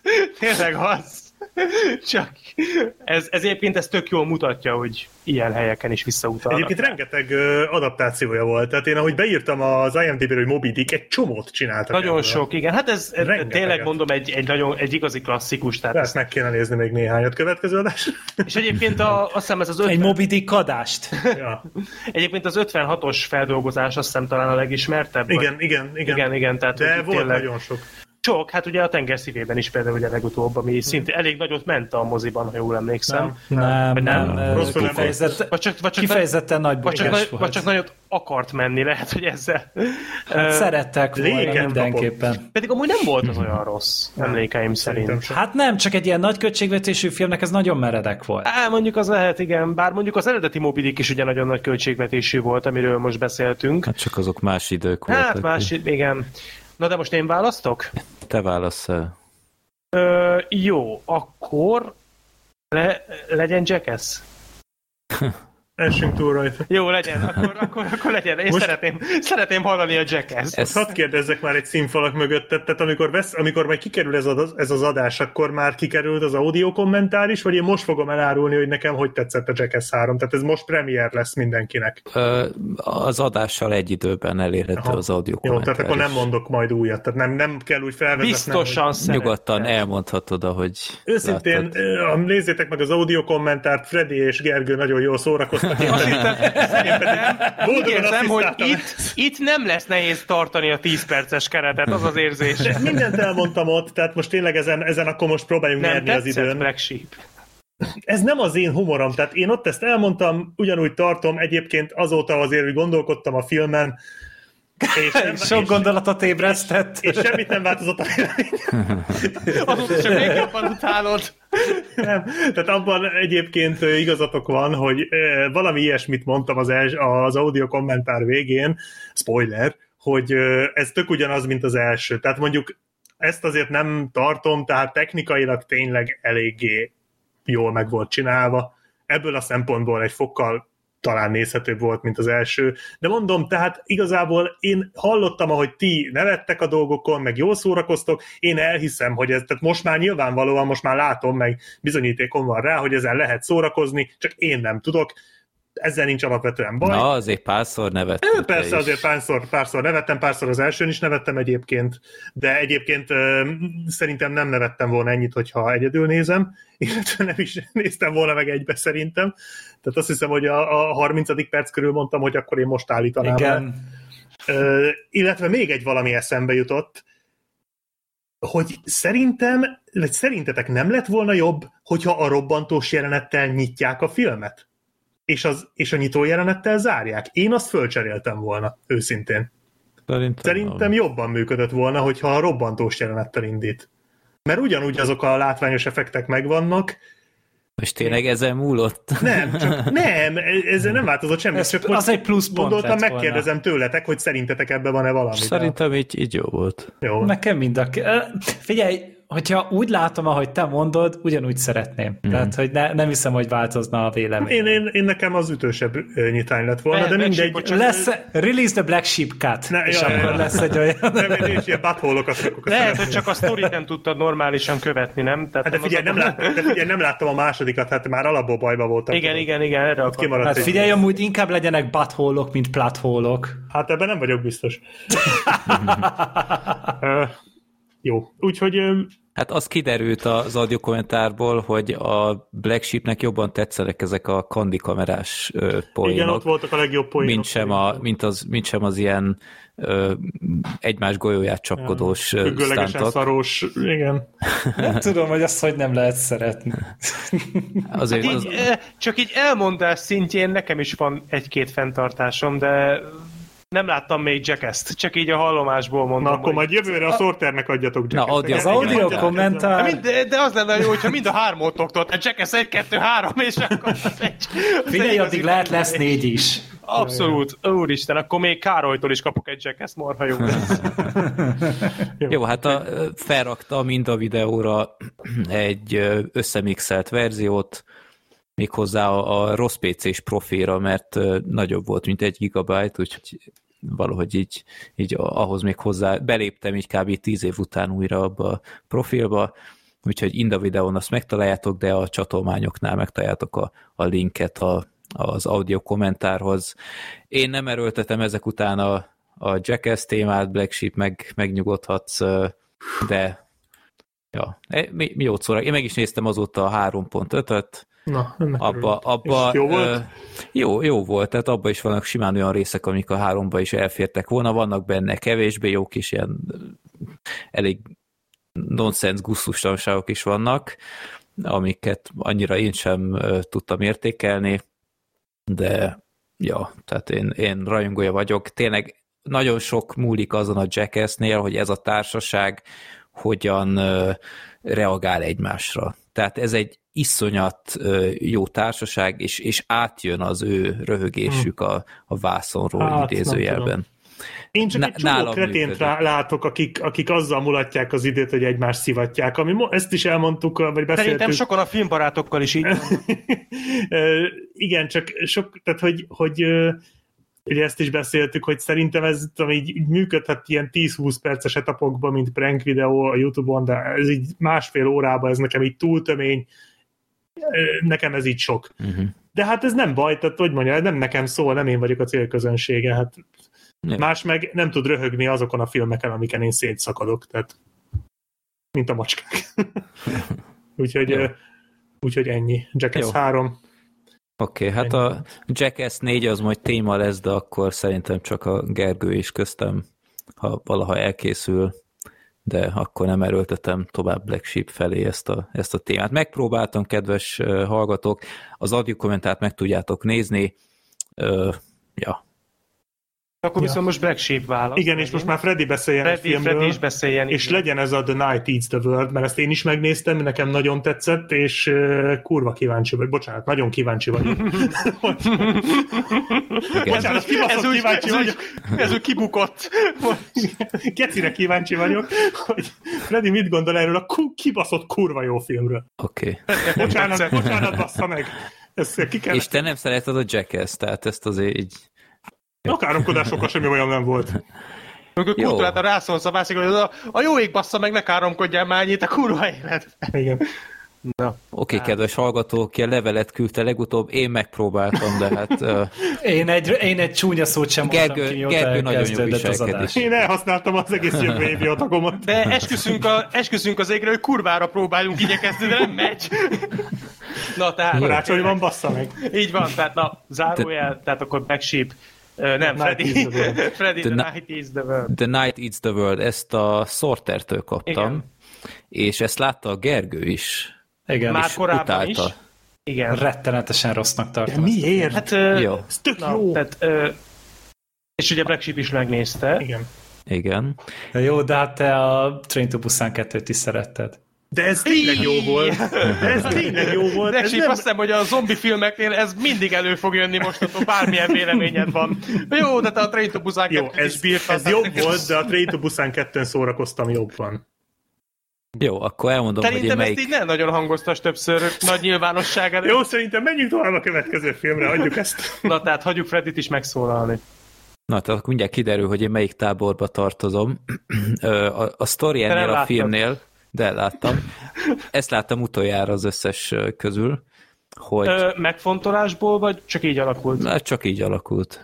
[SPEAKER 4] az. Csak ez egyébként ez tök jól mutatja, hogy ilyen helyeken is visszautalnak.
[SPEAKER 3] Egyébként rengeteg adaptációja volt. Tehát én, ahogy beírtam az IMDb-re, hogy Moby Dick, egy csomót csináltak.
[SPEAKER 4] Nagyon ebből. Sok, igen. Hát ez tényleg mondom egy igazi klasszikus. Tehát
[SPEAKER 3] ezt meg kéne nézni még néhányat következő adás.
[SPEAKER 4] És egyébként azt hiszem ez az 50...
[SPEAKER 5] Egy Moby Dick adást.
[SPEAKER 3] Ja.
[SPEAKER 4] Egyébként az 56-os feldolgozás azt hiszem talán a legismertebb.
[SPEAKER 3] Igen.
[SPEAKER 4] Tehát,
[SPEAKER 3] de volt
[SPEAKER 4] tényleg...
[SPEAKER 3] nagyon sok.
[SPEAKER 4] Sok, hát ugye a tenger szívében is például ugye legutóbb, ami szintén elég nagyot ment a moziban, ha jól emlékszem.
[SPEAKER 5] Nem. Kifejezetten nagy
[SPEAKER 4] bukás volt. Vagy csak nagyot akart menni, lehet, hogy ezzel.
[SPEAKER 5] Hát szerettek volna mindenképpen.
[SPEAKER 4] Pedig amúgy nem volt az olyan rossz, emlékeim szerint.
[SPEAKER 5] Hát nem, csak egy ilyen nagy költségvetésű filmnek ez nagyon meredek volt.
[SPEAKER 4] Mondjuk az lehet, igen. Bár mondjuk az eredeti Moby Dick is ugye nagyon nagy költségvetésű volt, amiről most beszéltünk.
[SPEAKER 2] Hát csak azok más idők voltak.
[SPEAKER 4] Hát más, igen. Na de most én választok?
[SPEAKER 2] Te válasz el.
[SPEAKER 4] Jó, akkor legyen Jackass.
[SPEAKER 3] Essünk túl rajta.
[SPEAKER 4] Jó, legyen, akkor legyen. Én szeretném hallani a Jackass.
[SPEAKER 3] Hadd kérdezzek már egy színfalak mögöttet, tehát amikor majd kikerül ez az adás, akkor már kikerült az audio kommentár is, vagy én most fogom elárulni, hogy nekem hogy tetszett a Jackass 3, tehát ez most premier lesz mindenkinek.
[SPEAKER 2] Az adással egy időben elérhető az audio kommentár.
[SPEAKER 3] Jó, tehát akkor nem mondok majd újat, tehát nem kell úgy felvezetnem.
[SPEAKER 4] Biztosan
[SPEAKER 2] nyugodtan elmondhatod, ahogy
[SPEAKER 3] őszintén, nézzétek meg az audio kommentárt, Freddy és Gergő nagyon jól szórakoztak.
[SPEAKER 4] Azt érzem, hogy itt nem lesz nehéz tartani a 10 perces keretet, az az érzés.
[SPEAKER 3] De mindent elmondtam ott, tehát most tényleg ezen akkor most próbáljunk
[SPEAKER 4] nem
[SPEAKER 3] nyerni az időn.
[SPEAKER 4] Black Sheep.
[SPEAKER 3] Ez nem az én humorom, tehát én ott ezt elmondtam, ugyanúgy tartom, egyébként azóta azért, hogy gondolkodtam a filmen,
[SPEAKER 5] sok gondolatot ébresztett.
[SPEAKER 3] És semmit nem változott a vélemény.
[SPEAKER 4] Azóta csak még jobban utálod.
[SPEAKER 3] Nem, tehát abban egyébként igazatok van, hogy valami ilyesmit mondtam az audio kommentár végén, spoiler, hogy ez tök ugyanaz, mint az első. Tehát mondjuk ezt azért nem tartom, tehát technikailag tényleg eléggé jól meg volt csinálva. Ebből a szempontból egy fokkal talán nézhetőbb volt, mint az első. De mondom, tehát igazából én hallottam, ahogy ti nevettek a dolgokon, meg jól szórakoztok, én elhiszem, hogy ez, tehát most már nyilvánvalóan, most már látom, meg bizonyítékom van rá, hogy ezen lehet szórakozni, csak én nem tudok. Ezzel nincs alapvetően baj.
[SPEAKER 2] Na, azért párszor nevettem.
[SPEAKER 3] Persze, azért párszor nevettem, párszor az elsőn is nevettem egyébként, de egyébként szerintem nem nevettem volna ennyit, hogyha egyedül nézem, illetve nem is néztem volna meg egybe szerintem. Tehát azt hiszem, hogy a 30. perc körül mondtam, hogy akkor én most állítanám.
[SPEAKER 5] Igen.
[SPEAKER 3] Illetve még egy valami eszembe jutott. hogy szerintetek nem lett volna jobb, hogyha a robbantós jelenettel nyitják a filmet? És a nyitó jelenettel zárják? Én azt fölcseréltem volna, őszintén. Szerintem jobban működött volna, hogyha a robbantós jelenettel indít. Mert ugyanúgy azok a látványos effektek megvannak.
[SPEAKER 2] Most tényleg ezen múlott?
[SPEAKER 3] Nem, ezzel nem változott semmi.
[SPEAKER 5] Az egy plusz pont
[SPEAKER 3] gondoltam, megkérdezem tőletek, hogy szerintetek ebben van-e valami.
[SPEAKER 2] Szerintem így jó volt.
[SPEAKER 3] Jó.
[SPEAKER 5] Nekem figyelj, hogyha úgy látom, ahogy te mondod, ugyanúgy szeretném. Tehát, hogy nem hiszem, hogy változna a vélemény.
[SPEAKER 3] Én nekem az ütősebb nyitány lett volna, de mindegy.
[SPEAKER 5] Lesz release the Black Sheep cut, akkor lesz egy olyan...
[SPEAKER 3] Nem, én is ilyen butthole-okat rakok.
[SPEAKER 4] Lehet, hogy csak a sztorit nem tudtad normálisan követni, nem? Tehát
[SPEAKER 3] de figyelj, nem láttam a másodikat, hát már alapból bajba voltam.
[SPEAKER 4] Igen, erre akartam.
[SPEAKER 5] Hát figyelj, amúgy inkább legyenek butthole-ok, mint plathole-ok.
[SPEAKER 3] Hát ebben nem vagyok biztos. Jó, úgyhogy...
[SPEAKER 2] Hát az kiderült az audiokommentárból, hogy a Black Sheepnek jobban tetszenek ezek a kandikamerás poénok.
[SPEAKER 3] Igen, ott voltak a legjobb poénok.
[SPEAKER 2] Mint sem az ilyen egymás golyóját csapkodós
[SPEAKER 3] függőlegesen szarós, igen.
[SPEAKER 5] Nem tudom, hogy azt, hogy nem lehet szeretni.
[SPEAKER 4] Csak így elmondás szintjén nekem is van egy-két fenntartásom, de... Nem láttam még Jackass-t, csak így a hallomásból mondom.
[SPEAKER 3] Na, akkor majd jövőre a Sorternek adjatok Jackass-t.
[SPEAKER 5] Az audio kommentár...
[SPEAKER 4] De az lenne jó, hogyha mind a hármótoktól, tehát Jackass 1, 2, 3, és akkor
[SPEAKER 5] figyelj, addig lesz 4 is.
[SPEAKER 4] Abszolút. Úristen, akkor még Károlytól is kapok egy Jackass, marha jó.
[SPEAKER 2] Jó, hát felrakta mind a videóra egy összemixelt verziót, méghozzá a rossz PC-s profilra, mert nagyobb volt, mint 1 gigabyte, úgyhogy valahogy így ahhoz még hozzá beléptem így kb. 10 év után újra abba a profilba, úgyhogy Inda videón azt megtaláljátok, de a csatolmányoknál megtaláljátok a linket az audio kommentárhoz. Én nem erőltetem ezek után a Jackass témát, Black Sheep megnyugodhatsz, de ja, mi jót szóra. Én meg is néztem azóta a 3.5-öt,
[SPEAKER 3] Na,
[SPEAKER 2] abba
[SPEAKER 3] jó volt?
[SPEAKER 2] Jó volt, tehát abban is vannak simán olyan részek, amik a 3-ba is elfértek volna, vannak benne kevésbé jók is, ilyen elég nonsense gusztustalanságok is vannak, amiket annyira én sem tudtam értékelni, de ja, tehát én rajongója vagyok. Tényleg nagyon sok múlik azon a Jackass-nél, hogy ez a társaság hogyan reagál egymásra. Tehát ez egy iszonyat jó társaság, és átjön az ő röhögésük a vászonról idézőjelben.
[SPEAKER 3] Én csak egy csomó kretént látok, akik azzal mulatják az időt, hogy egymást szivatják. Ezt is elmondtuk, vagy beszéltük.
[SPEAKER 4] Szerintem sokan a filmbarátokkal is így.
[SPEAKER 3] Igen, csak tehát hogy ugye ezt is beszéltük, hogy szerintem ez így működhet ilyen 10-20 perces etapokban, mint prank videó a YouTube-on, de ez így másfél órában, ez nekem így túl tömény, nekem ez így sok. Uh-huh. De hát ez nem baj, tehát hogy mondja, nem nekem szól, nem én vagyok a célközönsége, hát más meg nem tud röhögni azokon a filmeken, amiken én szétszakadok, tehát mint a macskák. úgyhogy ennyi. Jackass 3.
[SPEAKER 2] Oké, hát a Jackass 4 az majd téma lesz, de akkor szerintem csak a Gergő is köztem, ha valaha elkészül, de akkor nem erőltetem tovább Black Sheep felé ezt a témát. Megpróbáltam, kedves hallgatók, az audio kommentárt meg tudjátok nézni. Ja.
[SPEAKER 4] Akkor viszont most Black Sheep válasz.
[SPEAKER 3] Igen, és most már Freddy beszéljen a filmről.
[SPEAKER 4] Freddy is beszéljen.
[SPEAKER 3] És igen. Legyen ez a The Night Eats the World, mert ezt én is megnéztem, nekem nagyon tetszett, és kurva kíváncsi vagyok. Bocsánat, nagyon kíváncsi vagyok. Bocsánat, kibaszott kíváncsi vagyok.
[SPEAKER 4] Ez úgy kibukott.
[SPEAKER 3] Kecire kíváncsi vagyok, hogy Freddy mit gondol erről a kibaszott kurva jó filmről.
[SPEAKER 2] Oké.
[SPEAKER 3] Bocsánat, bassza meg.
[SPEAKER 2] És te nem szereted a Jackass, tehát ezt azért így...
[SPEAKER 3] A káromkodásokkal semmi olyan nem volt.
[SPEAKER 4] Amikor kultúráltan rászólsz a másikra, hogy a jó ég bassza meg, ne káromkodjál már ennyit a kurva élet.
[SPEAKER 3] Igen.
[SPEAKER 2] Oké, kedves hallgatók, ki a levelet küldte legutóbb, én megpróbáltam, de hát...
[SPEAKER 5] Én egy csúnya szót sem mondtam ki, mióta elkezdődött az adás.
[SPEAKER 3] Én elhasználtam az egész jövő évi adagomat.
[SPEAKER 4] De esküszünk az égre, hogy kurvára próbálunk igyekezni, de nem megy. Na, tehát...
[SPEAKER 3] Karácsonyban bassza meg.
[SPEAKER 4] Így van, tehát zárójel, tehát akkor Black Sheep. Nem, Freddy.
[SPEAKER 5] Night is the World.
[SPEAKER 4] Freddy, The Night is the World.
[SPEAKER 2] The Night Eats the World, ezt a Sortertől kaptam,
[SPEAKER 4] Igen.
[SPEAKER 2] és ezt látta a Gergő is.
[SPEAKER 5] Igen,
[SPEAKER 4] Már
[SPEAKER 2] és
[SPEAKER 4] korábban
[SPEAKER 2] utálta.
[SPEAKER 4] is. Igen.
[SPEAKER 5] rettenetesen rossznak
[SPEAKER 3] De
[SPEAKER 5] tartom.
[SPEAKER 3] miért?
[SPEAKER 4] Hát,
[SPEAKER 2] Jó.
[SPEAKER 3] Ez tök jó.
[SPEAKER 4] Tehát, és ugye Black Sheep is megnézte.
[SPEAKER 3] Igen.
[SPEAKER 2] Igen.
[SPEAKER 5] Jó, de hát te a Train to Busan 2-t is szeretted.
[SPEAKER 3] De ez tényleg jó volt. De ez tényleg jó volt.
[SPEAKER 4] Black
[SPEAKER 3] Ez
[SPEAKER 4] Sheep,
[SPEAKER 3] nem...
[SPEAKER 4] azt hiszem, hogy a zombi filmeknél ez mindig elő fog jönni mostantól, bármilyen véleményed van. Jó, de te a Train to Busan 2-t
[SPEAKER 3] Jó,
[SPEAKER 4] is bírtad.
[SPEAKER 3] ez jobb volt, de a Train to Busan 2-n szórakoztam jobban.
[SPEAKER 2] Jó, akkor elmondom, hogy én
[SPEAKER 4] Szerintem
[SPEAKER 2] melyik...
[SPEAKER 4] ezt így nem nagyon hangoztas többször nagy nyilvánosság előtt.
[SPEAKER 3] Jó, szerintem menjünk tovább a következő filmre, adjuk ezt.
[SPEAKER 4] Na, tehát hagyjuk Freddit is megszólalni.
[SPEAKER 2] Na, tehát akkor mindjárt kiderül, hogy én melyik táborba tartozom. A sztori ennél a
[SPEAKER 4] láttad.
[SPEAKER 2] filmnél, de láttam. Ezt láttam utoljára az összes közül, hogy
[SPEAKER 4] Megfontolásból, vagy csak így alakult?
[SPEAKER 2] hát csak így alakult.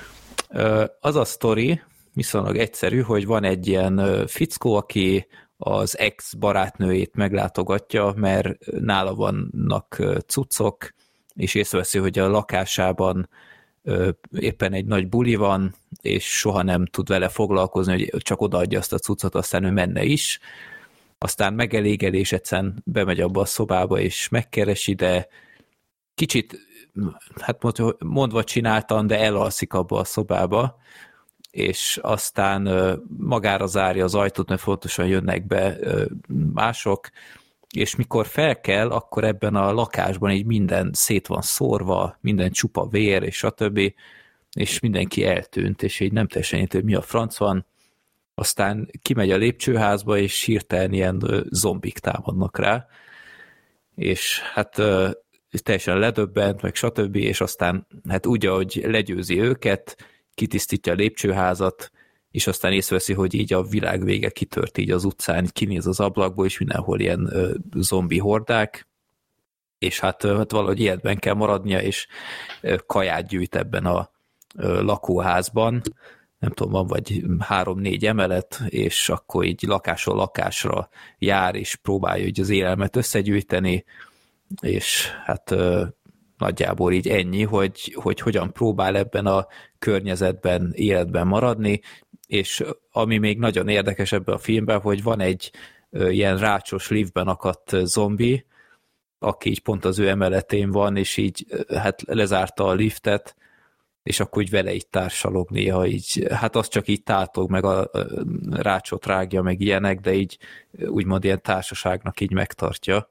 [SPEAKER 2] Az a sztori viszonylag egyszerű, hogy van egy ilyen fickó, aki az ex-barátnőjét meglátogatja, mert nála vannak cuccok, és észreveszi, hogy a lakásában éppen egy nagy buli van, és soha nem tud vele foglalkozni, hogy csak odaadja azt a cuccot, aztán ő menne is. Aztán megelégelés, egyszerűen bemegy abba a szobába, és megkeresi, de kicsit, hát mondva csináltan, de elalszik abba a szobába, és aztán magára zárja az ajtót, mert fontosan jönnek be mások, és mikor felkel, akkor ebben a lakásban így minden szét van szórva, minden csupa vér, és stb., és mindenki eltűnt, és így nem teljesen érti, hogy mi a franc van. Aztán kimegy a lépcsőházba, és hirtelen ilyen zombik támadnak rá, és hát teljesen ledöbbent, meg stb., és aztán hát úgy, ahogy legyőzi őket, kitisztítja a lépcsőházat, és aztán észreveszi, hogy így a világ vége kitört így az utcán, kinéz az ablakból, és mindenhol ilyen zombi hordák, és hát valahogy életben kell maradnia, és kaját gyűjt ebben a lakóházban, nem tudom, van vagy 3-4 emelet, és akkor így lakásról lakásra jár, és próbálja így az élelmet összegyűjteni, és hát nagyjából így ennyi, hogy hogyan próbál ebben a környezetben életben maradni, és ami még nagyon érdekes ebben a filmben, hogy van egy ilyen rácsos liftben akadt zombi, aki így pont az ő emeletén van, és így hát lezárta a liftet, és akkor úgy vele így társalog néha, így, hát az csak így tátog, meg a rácsot rágja, meg ilyenek, de így úgymond ilyen társaságnak így megtartja.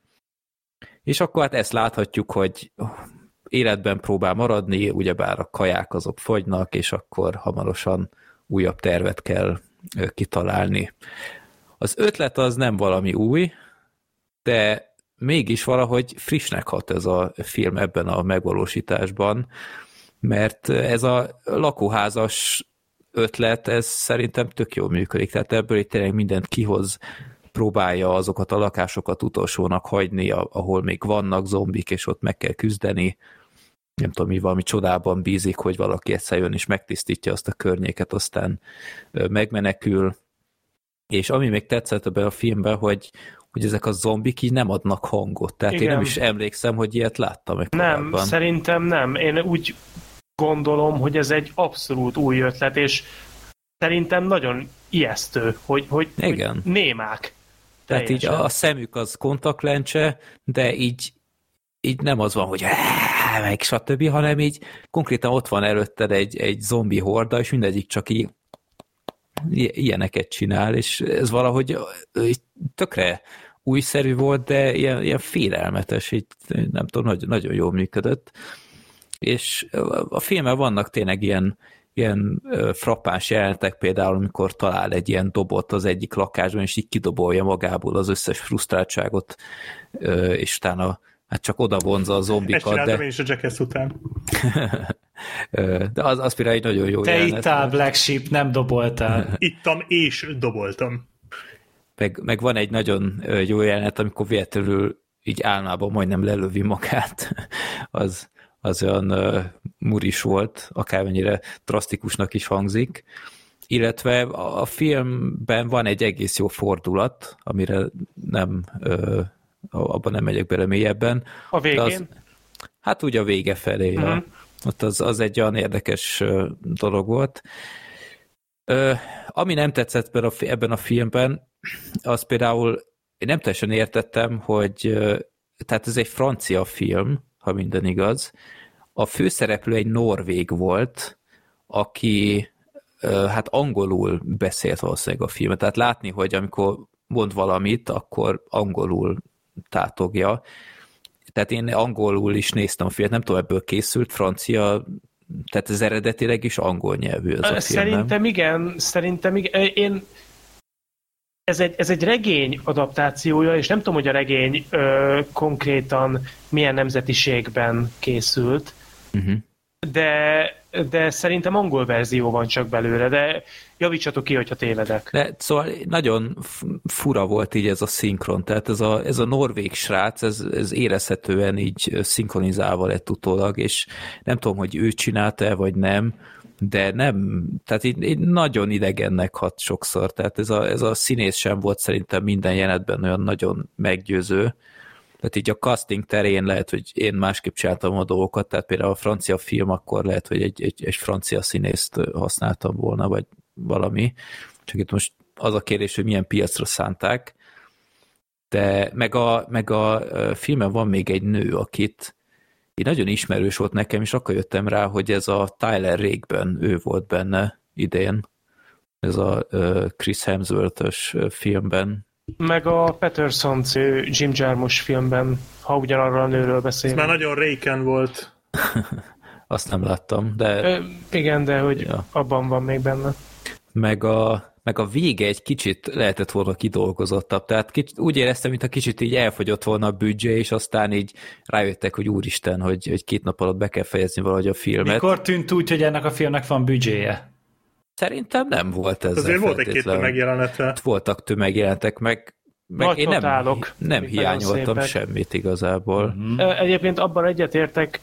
[SPEAKER 2] És akkor hát ezt láthatjuk, hogy életben próbál maradni, ugyebár a kaják azok fogynak, és akkor hamarosan újabb tervet kell kitalálni. Az ötlet az nem valami új, de mégis valahogy frissnek hat ez a film ebben a megvalósításban, mert ez a lakóházas ötlet, ez szerintem tök jól működik, tehát ebből itt tényleg mindent kihoz, próbálja azokat a lakásokat utolsónak hagyni, ahol még vannak zombik, és ott meg kell küzdeni. Nem tudom, mi valami csodában bízik, hogy valaki egyszer jön és megtisztítja azt a környéket, aztán megmenekül. És ami még tetszett ebben a filmben, hogy ezek a zombik így nem adnak hangot. Tehát igen. Én nem is emlékszem, hogy ilyet láttam meg korábban.
[SPEAKER 4] Nem, szerintem nem. Én úgy gondolom, hogy ez egy abszolút új ötlet, és szerintem nagyon ijesztő, hogy némák.
[SPEAKER 2] Tehát így a szemük az kontaktlencse, de így nem az van, hogy meg stb., hanem így konkrétan ott van előtted egy zombi horda, és mindegyik csak így ilyeneket csinál, és ez valahogy tökre újszerű volt, de ilyen félelmetes, így nem tudom, nagyon jól működött. És a filmben vannak tényleg ilyen frappáns jelenetek, például amikor talál egy ilyen dobot az egyik lakásban, és így kidobolja magából az összes frusztráltságot, és utána hát csak oda vonza a zombikat.
[SPEAKER 3] Ezt csináltam én is a Jackass után.
[SPEAKER 2] De az például egy nagyon jó jelenet.
[SPEAKER 5] Te ittál, Black Sheep, nem doboltál.
[SPEAKER 3] Ittam és doboltam.
[SPEAKER 2] Meg van egy nagyon jó jelenet, amikor véletlenül így álmában majdnem lelövi magát. Az olyan muris volt, akármennyire drasztikusnak is hangzik. Illetve a filmben van egy egész jó fordulat, amire abban nem megyek bele mélyebben.
[SPEAKER 4] A végén?
[SPEAKER 2] Hát úgy a vége felé. Ja. Ott az egy olyan érdekes dolog volt. Ami nem tetszett ebben a filmben, az például én nem teljesen értettem, hogy tehát ez egy francia film, ha minden igaz. A főszereplő egy norvég volt, aki hát angolul beszélt valószínűleg a filmet. Tehát látni, hogy amikor mond valamit, akkor angolul tátogja. Tehát én angolul is néztem a filmet, nem tudom, ebből készült francia, tehát ez eredetileg is angol nyelvű ez a film,
[SPEAKER 4] Szerintem igen. Ez egy regény adaptációja, és nem tudom, hogy a regény konkrétan milyen nemzetiségben készült, de szerintem angol verzió van csak belőle, de javítsatok ki, hogyha tévedek.
[SPEAKER 2] De szóval nagyon fura volt így ez a szinkron, tehát ez a norvég srác, ez érezhetően így szinkronizálva lett utólag, és nem tudom, hogy ő csinálta-e, vagy nem, de nem, tehát így nagyon idegennek hat sokszor, tehát ez a színész sem volt szerintem minden jelenetben olyan nagyon meggyőző, tehát így a casting terén lehet, hogy én másképp csináltam a dolgokat, tehát például a francia film, akkor lehet, hogy egy francia színészt használtam volna, vagy valami. Csak itt most az a kérdés, hogy milyen piacra szánták. De meg a filmen van még egy nő, akit így nagyon ismerős volt nekem, és akkor jöttem rá, hogy ez a Tyler Rake-ben ő volt benne idén. Ez a Chris Hemsworth-ös filmben.
[SPEAKER 4] Meg a Patterson Jim Jarmusch filmben, ha ugyanarról a nőről beszélünk.
[SPEAKER 3] Ez már nagyon réken volt.
[SPEAKER 2] Azt nem láttam, de...
[SPEAKER 4] Igen, de hogy abban van még benne.
[SPEAKER 2] Meg a vége egy kicsit lehetett volna kidolgozottabb, tehát úgy éreztem, mintha kicsit így elfogyott volna a büdzsé, és aztán így rájöttek, hogy úristen, hogy 2 nap alatt be kell fejezni valahogy a filmet.
[SPEAKER 5] Mikor tűnt úgy, hogy ennek a filmnek van büdzséje?
[SPEAKER 2] Szerintem nem volt ez.
[SPEAKER 3] Azért volt egy-két tömegjelenete.
[SPEAKER 2] Voltak tömegjelenetek, meg én nem hiányoltam semmit igazából.
[SPEAKER 4] Egyébként abban egyetértek,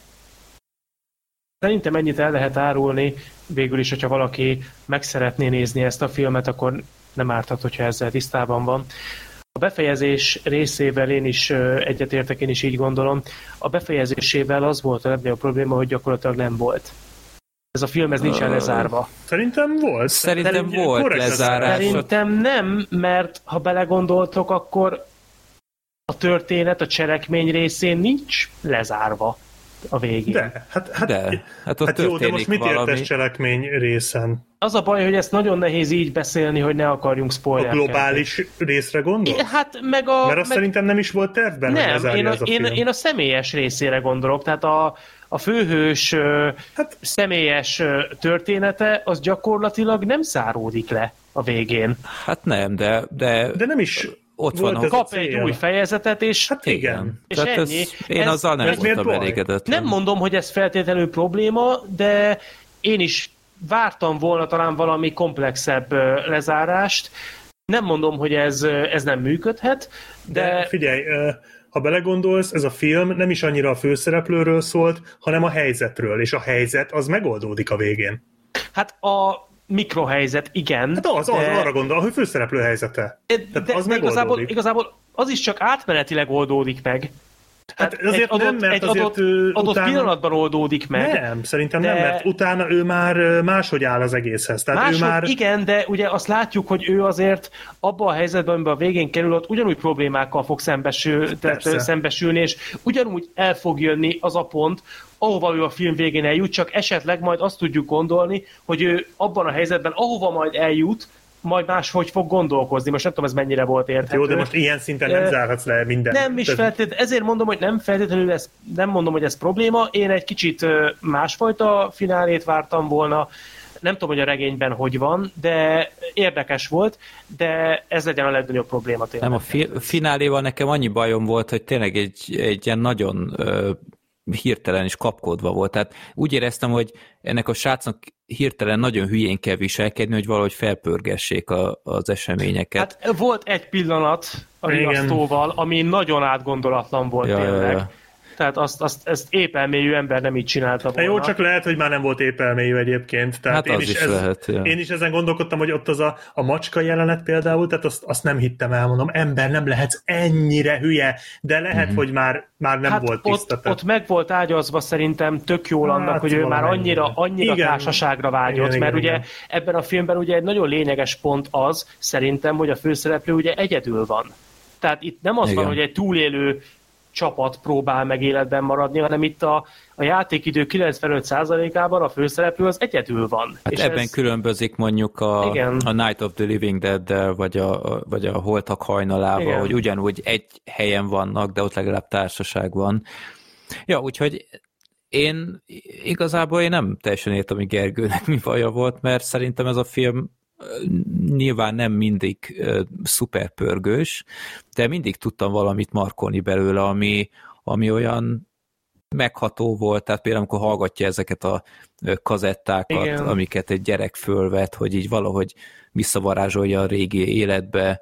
[SPEAKER 4] szerintem ennyit el lehet árulni, végül is, hogyha valaki meg szeretné nézni ezt a filmet, akkor nem árthat, hogyha ezzel tisztában van. A befejezés részével én is egyetértek, én is így gondolom. A befejezésével az volt a legnagyobb probléma, hogy gyakorlatilag nem volt. Ez a film, ez nincsen lezárva.
[SPEAKER 3] Szerintem volt.
[SPEAKER 2] Szerintem volt lezárás.
[SPEAKER 4] Szerintem nem, mert ha belegondoltok, akkor a történet, a cselekmény részén nincs lezárva a végén.
[SPEAKER 2] Hát ott
[SPEAKER 3] jó, de most mit
[SPEAKER 2] valami.
[SPEAKER 3] értesz cselekmény részen?
[SPEAKER 4] Az a baj, hogy ezt nagyon nehéz így beszélni, hogy ne akarjunk spoilerkelni.
[SPEAKER 3] A globális részre gondolsz?
[SPEAKER 4] Hát mert
[SPEAKER 3] azt szerintem nem is volt tervben,
[SPEAKER 4] nem,
[SPEAKER 3] hogy lezárja ez a film.
[SPEAKER 4] Én a személyes részére gondolok, tehát a főhős személyes története az gyakorlatilag nem záródik le a végén.
[SPEAKER 2] Hát nem, de nem is ott van.
[SPEAKER 4] Kap egy új fejezetet, és
[SPEAKER 3] hát igen.
[SPEAKER 4] És ennyi.
[SPEAKER 2] Én azzal nem voltam elégedett.
[SPEAKER 4] Nem mondom, hogy ez feltétlenül probléma, de én is vártam volna talán valami komplexebb lezárást. Nem mondom, hogy ez nem működhet, de
[SPEAKER 3] figyelj, ha belegondolsz, ez a film nem is annyira a főszereplőről szólt, hanem a helyzetről, és a helyzet az megoldódik a végén.
[SPEAKER 4] Hát a mikrohelyzet, igen.
[SPEAKER 3] Hát az arra gondol, hogy főszereplő helyzete.
[SPEAKER 4] De az igazából az is csak átmenetileg oldódik meg.
[SPEAKER 3] Hát azért
[SPEAKER 4] adott pillanatban oldódik meg.
[SPEAKER 3] Nem, szerintem nem, mert utána ő már máshogy áll az egészhez. Tehát ő már...
[SPEAKER 4] Igen, de ugye azt látjuk, hogy ő azért abban a helyzetben, amiben a végén kerül, ott ugyanúgy problémákkal fog szembesülni, és ugyanúgy el fog jönni az a pont, ahova ő a film végén eljut, csak esetleg majd azt tudjuk gondolni, hogy ő abban a helyzetben, ahova majd eljut, majd máshogy fog gondolkozni. Most nem tudom, ez mennyire volt érthető.
[SPEAKER 3] Jó, de most ilyen szinten nem zárhatsz le minden.
[SPEAKER 4] Nem is feltétlenül, ezért mondom, hogy nem feltétlenül nem mondom, hogy ez probléma. Én egy kicsit másfajta finálét vártam volna. Nem tudom, hogy a regényben hogy van, de érdekes volt, de ez legyen a legnagyobb probléma tényleg.
[SPEAKER 2] Nem, a fináléval nekem annyi bajom volt, hogy tényleg egy ilyen nagyon hirtelen és kapkodva volt. Tehát úgy éreztem, hogy ennek a srácnak hirtelen nagyon hülyén kell viselkedni, hogy valahogy felpörgessék az eseményeket.
[SPEAKER 4] Hát volt egy pillanat a riasztóval, ami nagyon átgondolatlan volt tényleg. Ja. Tehát ezt épelmélyű ember nem így csinálta volna.
[SPEAKER 3] Jó, csak lehet, hogy már nem volt épelmélyű egyébként. Tehát
[SPEAKER 2] Hát lehet, ja.
[SPEAKER 3] Én is ezen gondolkodtam, hogy ott az a macska jelenet például, tehát azt nem hittem el, mondom, ember, nem lehetsz ennyire hülye, de lehet, hogy már nem volt tiszta.
[SPEAKER 4] Ott meg volt ágyazva szerintem tök jól annak, hogy ő már annyira társaságra vágyott, mert ugye ebben a filmben ugye egy nagyon lényeges pont az, szerintem, hogy a főszereplő ugye egyedül van. Tehát itt nem az van, hogy egy túlélő csapat próbál meg életben maradni, hanem itt a játékidő 95%-ában a főszereplő az egyedül van.
[SPEAKER 2] Hát és ebben különbözik mondjuk a Night of the Living Dead-del, vagy a Holtak hajnalával, hogy ugyanúgy egy helyen vannak, de ott legalább társaság van. Ja, úgyhogy igazából én nem teljesen értem, hogy Gergőnek mi baja volt, mert szerintem ez a film nyilván nem mindig szuperpörgős, de mindig tudtam valamit markolni belőle, ami olyan megható volt, tehát például amikor hallgatja ezeket a kazettákat, amiket egy gyerek fölvet, hogy így valahogy visszavarázsolja a régi életbe.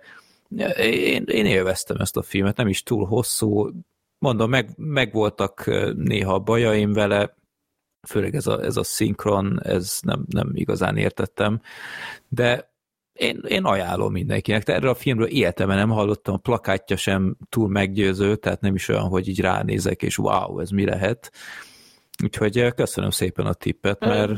[SPEAKER 2] Én élveztem ezt a filmet, nem is túl hosszú, mondom, meg voltak néha bajaim vele, főleg ez a szinkron, ez nem igazán értettem, de én ajánlom mindenkinek. De erről a filmről életemben nem hallottam, a plakátja sem túl meggyőző, tehát nem is olyan, hogy így ránézek, és wow, ez mi lehet. Úgyhogy köszönöm szépen a tippet, mert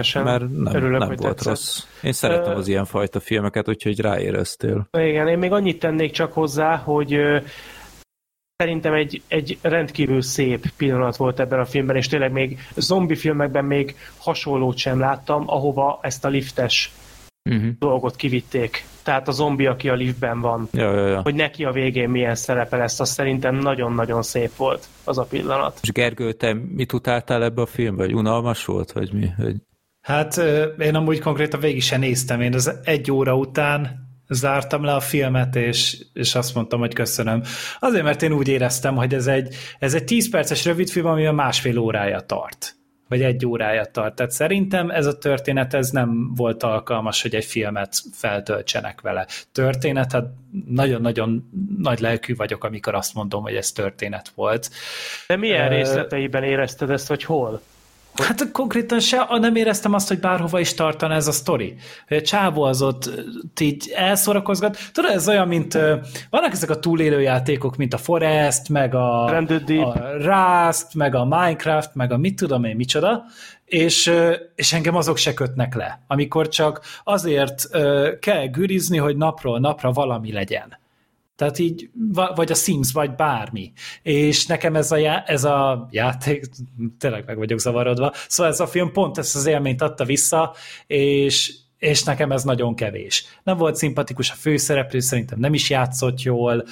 [SPEAKER 2] nem volt rossz. Én szeretem az ilyenfajta filmeket, úgyhogy ráéreztél.
[SPEAKER 4] Igen, én még annyit tennék csak hozzá, hogy szerintem egy rendkívül szép pillanat volt ebben a filmben, és tényleg még zombi filmekben még hasonlót sem láttam, ahova ezt a liftes dolgot kivitték. Tehát a zombi, aki a liftben van.
[SPEAKER 2] Ja.
[SPEAKER 4] Hogy neki a végén milyen szerepe lesz, az szerintem nagyon-nagyon szép volt az a pillanat.
[SPEAKER 2] És Gergő, te mit utáltál ebbe a filmbe? Vagy unalmas volt? Vagy mi?
[SPEAKER 5] Hát én amúgy konkrétan végig sem néztem. Én az 1 óra után zártam le a filmet, és azt mondtam, hogy köszönöm. Azért, mert én úgy éreztem, hogy ez egy 10 perces rövid film, ami a 1,5 órája tart. Vagy 1 órája tart. Tehát szerintem ez a történet ez nem volt alkalmas, hogy egy filmet feltöltsenek vele. Történet, hát nagyon-nagyon nagy lelkű vagyok, amikor azt mondom, hogy ez történet volt.
[SPEAKER 4] De milyen részleteiben érezted ezt, vagy hol?
[SPEAKER 5] Hát konkrétan nem éreztem azt, hogy bárhova is tartana ez a sztori. A csávó az ott így elszórakozgat. Tudod, ez olyan, mint vannak ezek a túlélő játékok, mint a Forest, meg a Rust, meg a Minecraft, meg a mit tudom én micsoda, és engem azok se kötnek le. Amikor csak azért kell gürizni, hogy napról napra valami legyen. Tehát így, vagy a Sims, vagy bármi. És nekem ez a játék, tényleg meg vagyok zavarodva, szóval ez a film pont ezt az élményt adta vissza, és nekem ez nagyon kevés. Nem volt szimpatikus a főszereplő, szerintem nem is játszott jól,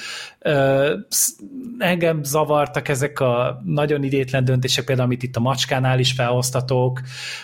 [SPEAKER 5] engem zavartak ezek a nagyon idétlen döntések, például amit itt a macskánál is felhoztatok,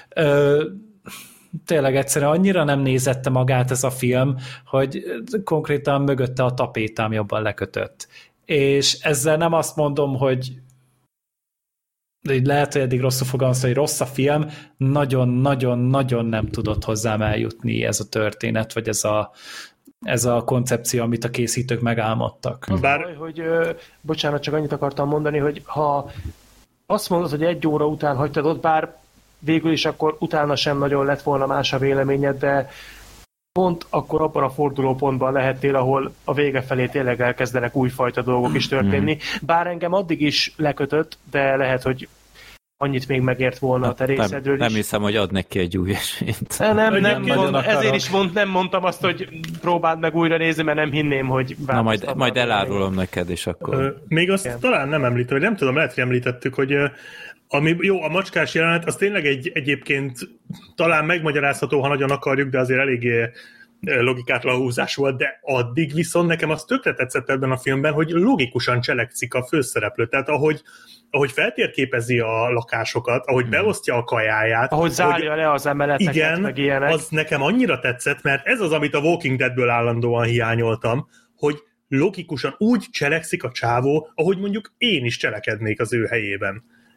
[SPEAKER 5] tényleg egyszerűen annyira nem nézette magát ez a film, hogy konkrétan mögötte a tapétám jobban lekötött. És ezzel nem azt mondom, hogy lehet, hogy eddig rosszul fogalmaztam, hogy rossz a film, nagyon-nagyon-nagyon nem tudott hozzám eljutni ez a történet, vagy ez a koncepció, amit a készítők megálmodtak.
[SPEAKER 4] Bocsánat, csak annyit akartam mondani, hogy ha azt mondod, hogy 1 óra után hagytad ott, bár végül is akkor utána sem nagyon lett volna más a véleményed, de pont akkor abban a fordulópontban lehettél, ahol a vége felé tényleg elkezdenek újfajta dolgok is történni. Bár engem addig is lekötött, de lehet, hogy annyit még megért volna a te részedről is.
[SPEAKER 2] Nem hiszem, hogy ad neki egy új esélyt.
[SPEAKER 4] Ezért is nem mondtam azt, hogy próbáld meg újra nézni, mert nem hinném, hogy
[SPEAKER 2] majd elárulom neked, és akkor...
[SPEAKER 3] Még azt talán nem említem, vagy nem tudom, lehet, hogy említettük, hogy ami jó, a macskás jelenet, az tényleg egyébként talán megmagyarázható, ha nagyon akarjuk, de azért eléggé logikátlan húzás volt, de addig viszont nekem az tökre tetszett ebben a filmben, hogy logikusan cselekszik a főszereplő. Tehát ahogy feltérképezi a lakásokat, ahogy beosztja a kajáját.
[SPEAKER 4] Ahogy zárja le az emeleteket,
[SPEAKER 3] igen,
[SPEAKER 4] meg ilyenek.
[SPEAKER 3] Az nekem annyira tetszett, mert ez az, amit a Walking Deadből állandóan hiányoltam, hogy logikusan úgy cselekszik a csávó, ahogy mondjuk én is cselekednék az ő helyében.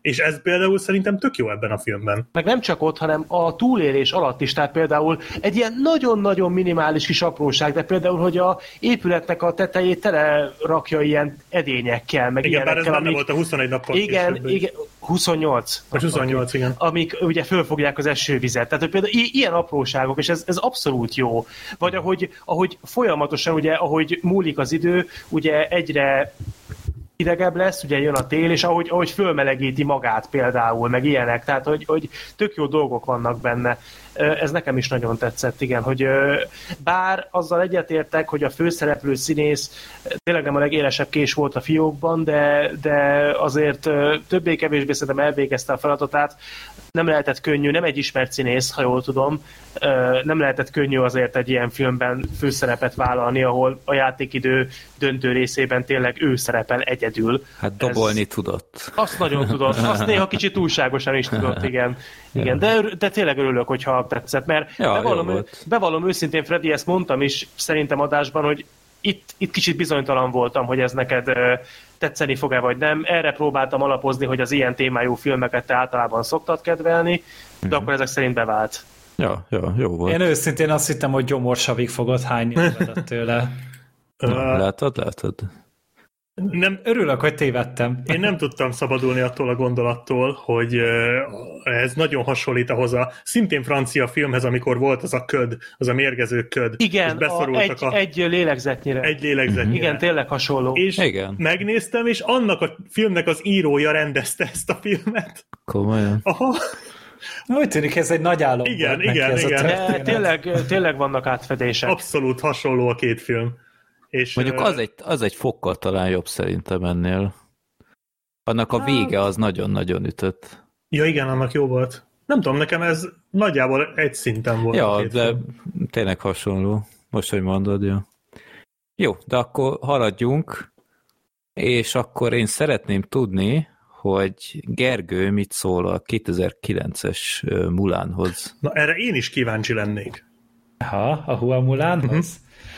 [SPEAKER 3] És ez például szerintem tök jó ebben a filmben.
[SPEAKER 4] Meg nem csak ott, hanem a túlélés alatt is, tehát például egy ilyen nagyon-nagyon minimális kis apróság, de például, hogy a épületnek a tetejét tele rakja ilyen edényekkel, meg
[SPEAKER 3] igen,
[SPEAKER 4] ilyenekkel.
[SPEAKER 3] Bár ez benne volt a 21 nappal
[SPEAKER 4] igen, 28.
[SPEAKER 3] Vagy 28, igen.
[SPEAKER 4] Amik ugye fölfogják az esővizet. Tehát hogy például ilyen apróságok, és ez abszolút jó. Vagy ahogy folyamatosan, ugye, ahogy múlik az idő, ugye egyre hidegebb lesz, ugye jön a tél, és ahogy fölmelegíti magát például, meg ilyenek, tehát hogy tök jó dolgok vannak benne. Ez nekem is nagyon tetszett, igen, hogy bár azzal egyetértek, hogy a főszereplő színész tényleg nem a legélesebb kés volt a fiókban, de azért többé-kevésbé szerintem elvégezte a feladatát. Nem lehetett könnyű, nem egy ismert színész, ha jól tudom, nem lehetett könnyű azért egy ilyen filmben főszerepet vállalni, ahol a játékidő döntő részében tényleg ő szerepel egyedül.
[SPEAKER 2] Hát dobolni tudott.
[SPEAKER 4] Azt nagyon tudott, azt néha kicsit túlságosan is tudott, igen. Igen, de tényleg örülök, hogyha tetszett, mert bevallom őszintén, Freddy, ezt mondtam is szerintem adásban, hogy itt kicsit bizonytalan voltam, hogy ez neked tetszeni fog-e vagy nem. Erre próbáltam alapozni, hogy az ilyen témájú filmeket te általában szoktad kedvelni, de akkor ezek szerint bevált.
[SPEAKER 2] Ja, jó volt.
[SPEAKER 5] Én őszintén azt hittem, hogy gyomorsavig fogod hányni tőle.
[SPEAKER 2] Látod?
[SPEAKER 3] Nem,
[SPEAKER 5] örülök, hogy tévedtem.
[SPEAKER 3] Én nem tudtam szabadulni attól a gondolattól, hogy ez nagyon hasonlít ahhoz a szintén francia filmhez, amikor volt az a köd, az a mérgező köd.
[SPEAKER 4] Igen, egy lélegzetnyire.
[SPEAKER 3] Egy lélegzetnyire.
[SPEAKER 4] Igen, tényleg hasonló.
[SPEAKER 3] És
[SPEAKER 2] igen.
[SPEAKER 3] Megnéztem, és annak a filmnek az írója rendezte ezt a filmet.
[SPEAKER 2] Komolyan?
[SPEAKER 3] Aha.
[SPEAKER 5] Úgy tűnik, ez egy nagy álom.
[SPEAKER 3] Igen.
[SPEAKER 4] Tényleg vannak átfedések.
[SPEAKER 3] Abszolút hasonló a két film. És
[SPEAKER 2] mondjuk az egy fokkal talán jobb szerintem ennél. Annak a vége az nagyon-nagyon ütött.
[SPEAKER 3] Ja igen, annak jó volt. Nem tudom, nekem ez nagyjából egy szinten volt.
[SPEAKER 2] Ja, de tényleg hasonló. Most, hogy mondod, jó. Jó, de akkor haladjunk, és akkor én szeretném tudni, hogy Gergő mit szól a 2009-es Mulánhoz.
[SPEAKER 3] Na, erre én is kíváncsi lennék.
[SPEAKER 5] A Hua Mulánhoz?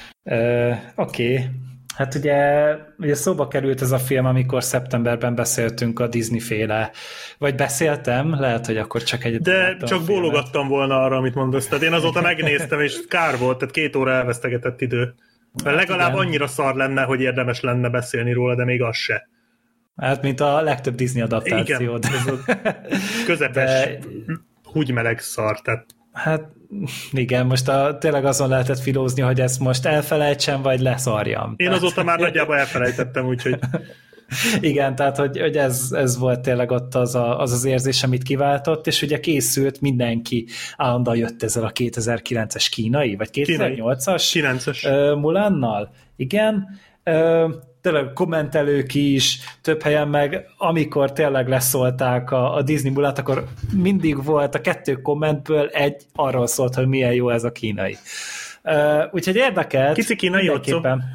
[SPEAKER 5] Oké. Hát ugye szóba került ez a film, amikor szeptemberben beszéltünk a Disney-féle, vagy beszéltem, lehet, hogy akkor csak egy.
[SPEAKER 3] De csak bólogattam volna arra, amit mondasz. Tehát én azóta megnéztem, és kár volt, tehát 2 óra elvesztegetett idő. Mert legalább annyira szar lenne, hogy érdemes lenne beszélni róla, de még az se.
[SPEAKER 5] Hát, mint a legtöbb Disney adaptáció.
[SPEAKER 3] Igen, közepes, húgymeleg szar, tehát
[SPEAKER 5] hát igen, most tényleg azon lehetett filózni, hogy ezt most elfelejtsem, vagy leszarjam.
[SPEAKER 3] Én azóta már nagyjából elfelejtettem, úgyhogy...
[SPEAKER 5] Igen, tehát hogy ez volt tényleg ott az érzés, amit kiváltott, és ugye készült mindenki, állandóan jött ezzel a 2009-es kínai, vagy 2008-as
[SPEAKER 3] 9-es
[SPEAKER 5] Mulánnal. Igen, tényleg kommentelők is, több helyen meg, amikor tényleg leszólták a Disney Mulát, akkor mindig volt a 2 kommentből egy arról szólt, hogy milyen jó ez a kínai. Úgyhogy érdekelt.
[SPEAKER 3] Kicsi kínai otthon.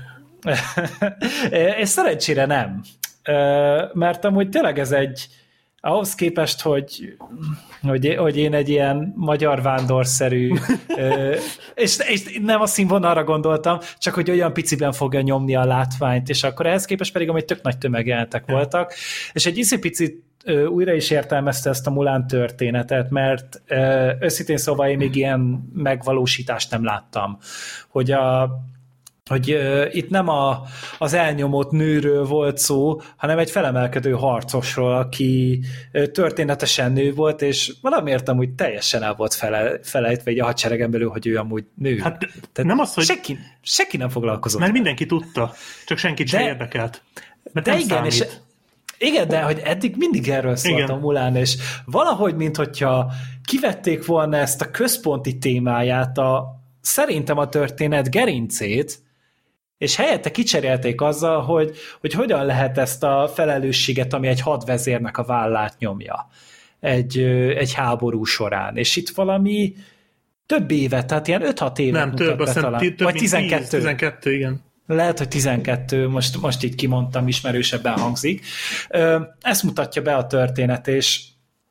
[SPEAKER 5] És szerencsére nem. Mert amúgy tényleg ez ahhoz képest, hogy én egy ilyen magyar vándorszerű, és nem a színvonalra gondoltam, csak hogy olyan piciben fogja nyomni a látványt, és akkor ehhez képest pedig amúgy tök nagy tömegjelentek voltak, és egy icipicit újra is értelmezte ezt a Mulán történetet, mert őszintén szóval én még ilyen megvalósítást nem láttam, hogy itt nem az elnyomott nőről volt szó, hanem egy felemelkedő harcosról, aki történetesen nő volt, és valamiért amúgy teljesen el volt felejtve egy a hadseregen belül, hogy ő amúgy nő.
[SPEAKER 3] Hát nem az, hogy...
[SPEAKER 5] Senki nem foglalkozott.
[SPEAKER 3] Mert mindenki tudta, csak senkit sem érdekelt. Mert nem
[SPEAKER 5] igen, és igen, de hogy eddig mindig erről szólt a Mulán, és valahogy, minthogyha kivették volna ezt a központi témáját, szerintem a történet gerincét, és helyette kicserélték azzal, hogy hogyan lehet ezt a felelősséget, ami egy hadvezérnek a vállát nyomja egy háború során. És itt valami több évet, tehát ilyen 5-6 évet
[SPEAKER 3] nem, több, be talán. Több,
[SPEAKER 5] vagy 12.
[SPEAKER 3] 12, igen.
[SPEAKER 5] Lehet, hogy 12, most így kimondtam, ismerősebben hangzik. Ezt mutatja be a történet, és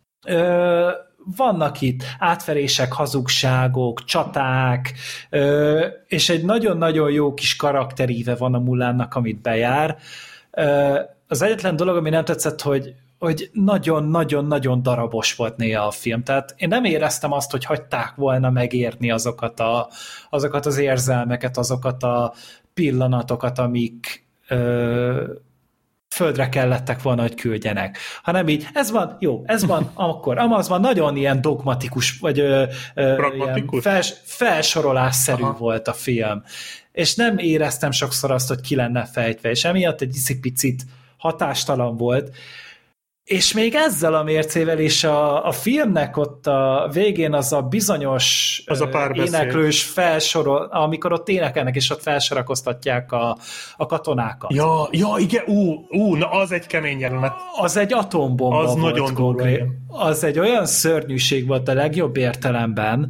[SPEAKER 5] vannak itt átverések, hazugságok, csaták, és egy nagyon-nagyon jó kis karakteríve van a Mulánnak, amit bejár. Az egyetlen dolog, ami nem tetszett, hogy nagyon-nagyon-nagyon darabos volt néha a film. Tehát én nem éreztem azt, hogy hagyták volna megérni azokat az érzelmeket, azokat a pillanatokat, amik földre kellettek volna, hogy küldjenek. Hanem így, ez van, jó, ez van, akkor, az van, nagyon ilyen dogmatikus, vagy ilyen felsorolásszerű volt a film. És nem éreztem sokszor azt, hogy ki lenne fejtve, és emiatt egy picit hatástalan volt. És még ezzel a mércével is a filmnek ott a végén az a bizonyos éneklős felsorol, amikor ott énekelnek, és ott felsorakoztatják a katonákat.
[SPEAKER 3] Ja, igen, na az egy kemény jelenet.
[SPEAKER 5] Az egy atombomba
[SPEAKER 3] az
[SPEAKER 5] volt.
[SPEAKER 3] Nagyon durva.
[SPEAKER 5] Az egy olyan szörnyűség volt a legjobb értelemben,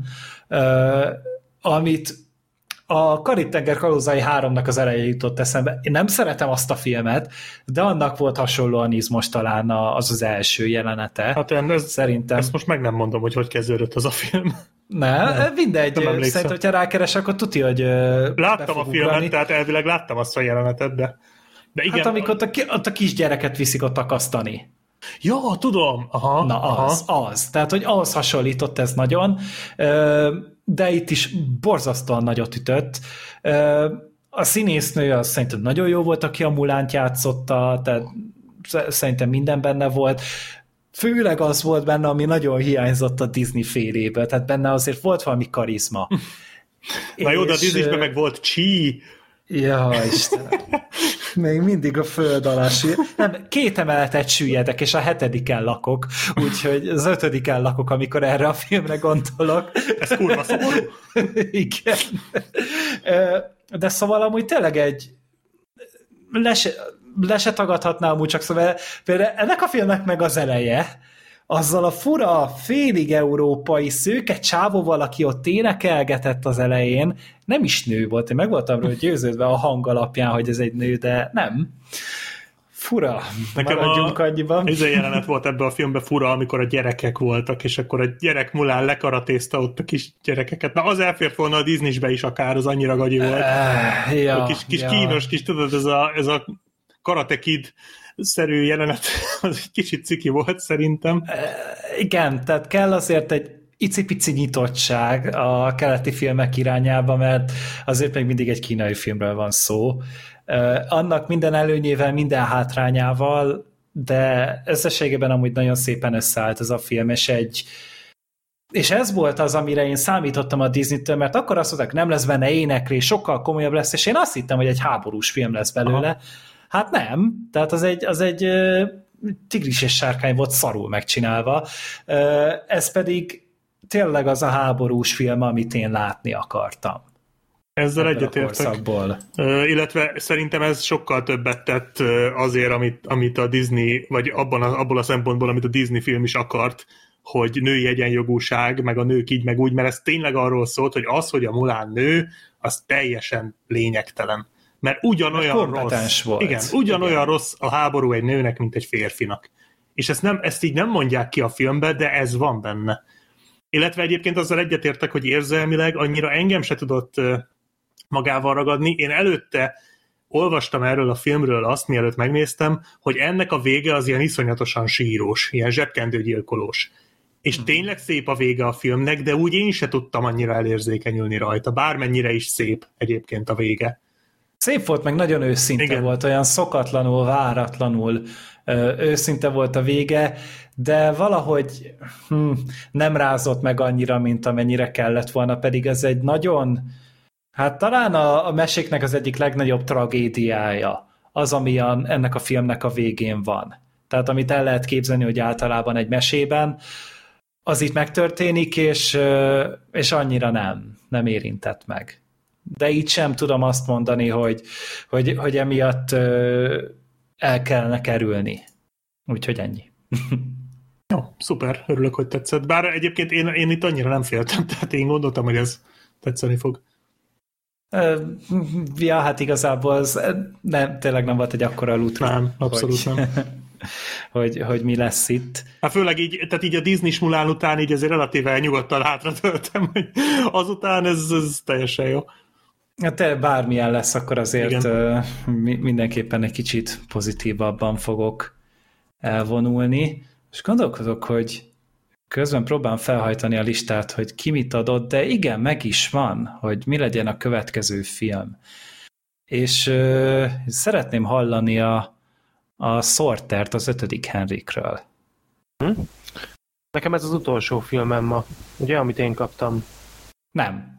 [SPEAKER 5] amit a Karib-tenger kalózai 3-nak az eleje jutott eszembe. Én nem szeretem azt a filmet, de annak volt hasonlóan izmos talán az első jelenete.
[SPEAKER 3] Hát szerintem. Ezt most meg nem mondom, hogy kezdődött az a film.
[SPEAKER 5] Nem, mindegy. Szerintem, hogyha rákeres, akkor tudja, hogy
[SPEAKER 3] láttam a filmet, tehát elvileg láttam azt a jelenetet, de igen.
[SPEAKER 5] Hát amikor ott a kisgyereket viszik ott akasztani.
[SPEAKER 3] Ja, tudom. Aha,
[SPEAKER 5] na, az. Tehát, hogy ahhoz hasonlított ez nagyon, de itt is borzasztóan nagyot ütött. A színésznő az szerintem nagyon jó volt, aki a Mulánt játszotta, tehát szerintem minden benne volt. Főleg az volt benne, ami nagyon hiányzott a Disney féléből, tehát benne azért volt valami karizma.
[SPEAKER 3] Na jó, de a Disneyben meg volt Chi.
[SPEAKER 5] Ja, Istenem. Még mindig a föld alá nem, 2 emeletet süllyedek, és a 7-en lakok, úgyhogy az 5-en lakok, amikor erre a filmre gondolok.
[SPEAKER 3] Ez kurva szomorú.
[SPEAKER 5] Igen. De szóval amúgy tényleg egy le se tagadhatná amúgy, csak szóval például ennek a filmnek meg az eleje, azzal a fura, félig európai szőke csávóval, aki ott énekelgetett az elején, nem is nő volt. Én meg voltam róla győződve a hang alapján, hogy ez egy nő, de nem. Fura.
[SPEAKER 3] Nekem ez a jelenet volt ebben a filmben fura, amikor a gyerekek voltak, és akkor a gyerek Mulán lekaratézta ott a kis gyerekeket. Na, az elfért volna a Disney-be is akár, az annyira gagyi volt. A kis kínos, tudod, ez a Karate Kid szerű jelenet, az egy kicsit ciki volt szerintem.
[SPEAKER 5] Igen, tehát kell azért egy icipici nyitottság a keleti filmek irányába, mert azért még mindig egy kínai filmről van szó. Annak minden előnyével, minden hátrányával, de összességében amúgy nagyon szépen összeállt ez a film, és ez volt az, amire én számítottam a Disney-től, mert akkor azt mondták, nem lesz benne éneklés, sokkal komolyabb lesz, és én azt hittem, hogy egy háborús film lesz belőle. Aha. Hát nem, tehát az egy tigris és sárkány volt szarul megcsinálva. Ez pedig tényleg az a háborús film, amit én látni akartam.
[SPEAKER 3] Ezzel egyetértek. Illetve szerintem ez sokkal többet tett azért, amit a Disney, vagy abból a szempontból, amit a Disney film is akart, hogy női egyenjogúság, meg a nők így, meg úgy, mert ez tényleg arról szólt, hogy az, hogy a Mulán nő, az teljesen lényegtelen. Mert ugyanolyan rossz. Volt. Igen, ugyanolyan rossz a háború egy nőnek, mint egy férfinak. És ezt így nem mondják ki a filmben, de ez van benne. Illetve egyébként azzal egyetértek, hogy érzelmileg annyira engem se tudott magával ragadni. Én előtte olvastam erről a filmről azt, mielőtt megnéztem, hogy ennek a vége az ilyen iszonyatosan sírós, ilyen zsebkendőgyilkolós. És tényleg szép a vége a filmnek, de úgy én se tudtam annyira elérzékenyülni rajta, bármennyire is szép egyébként a vége.
[SPEAKER 5] Szép volt, meg nagyon őszinte Igen. volt, olyan szokatlanul, váratlanul őszinte volt a vége, de valahogy nem rázott meg annyira, mint amennyire kellett volna, pedig ez egy nagyon, hát talán a meséknek az egyik legnagyobb tragédiája, az, ami ennek a filmnek a végén van. Tehát amit el lehet képzelni, hogy általában egy mesében, az itt megtörténik, és annyira nem érintett meg. De így sem tudom azt mondani, hogy emiatt el kellene kerülni. Úgyhogy ennyi.
[SPEAKER 3] Jó, szuper, örülök, hogy tetszett. Bár egyébként én itt annyira nem féltem, tehát én gondoltam, hogy ez tetszeni fog.
[SPEAKER 5] Ja, hát igazából tényleg nem volt egy akkora lútra.
[SPEAKER 3] Nem, abszolút nem.
[SPEAKER 5] hogy mi lesz itt.
[SPEAKER 3] Hát főleg így a Disney Mulán után így azért relatíve nyugodtan hátratöltem, hogy azután ez teljesen jó.
[SPEAKER 5] Hát bármilyen lesz, akkor azért mindenképpen egy kicsit pozitívabban fogok elvonulni. És gondolkodok, hogy közben próbálom felhajtani a listát, hogy ki mit adott, de igen, meg is van, hogy mi legyen a következő film. És szeretném hallani a Sortert az 5. Henrikről.
[SPEAKER 4] Nekem ez az utolsó filmem ma, ugye, amit én kaptam.
[SPEAKER 5] Nem.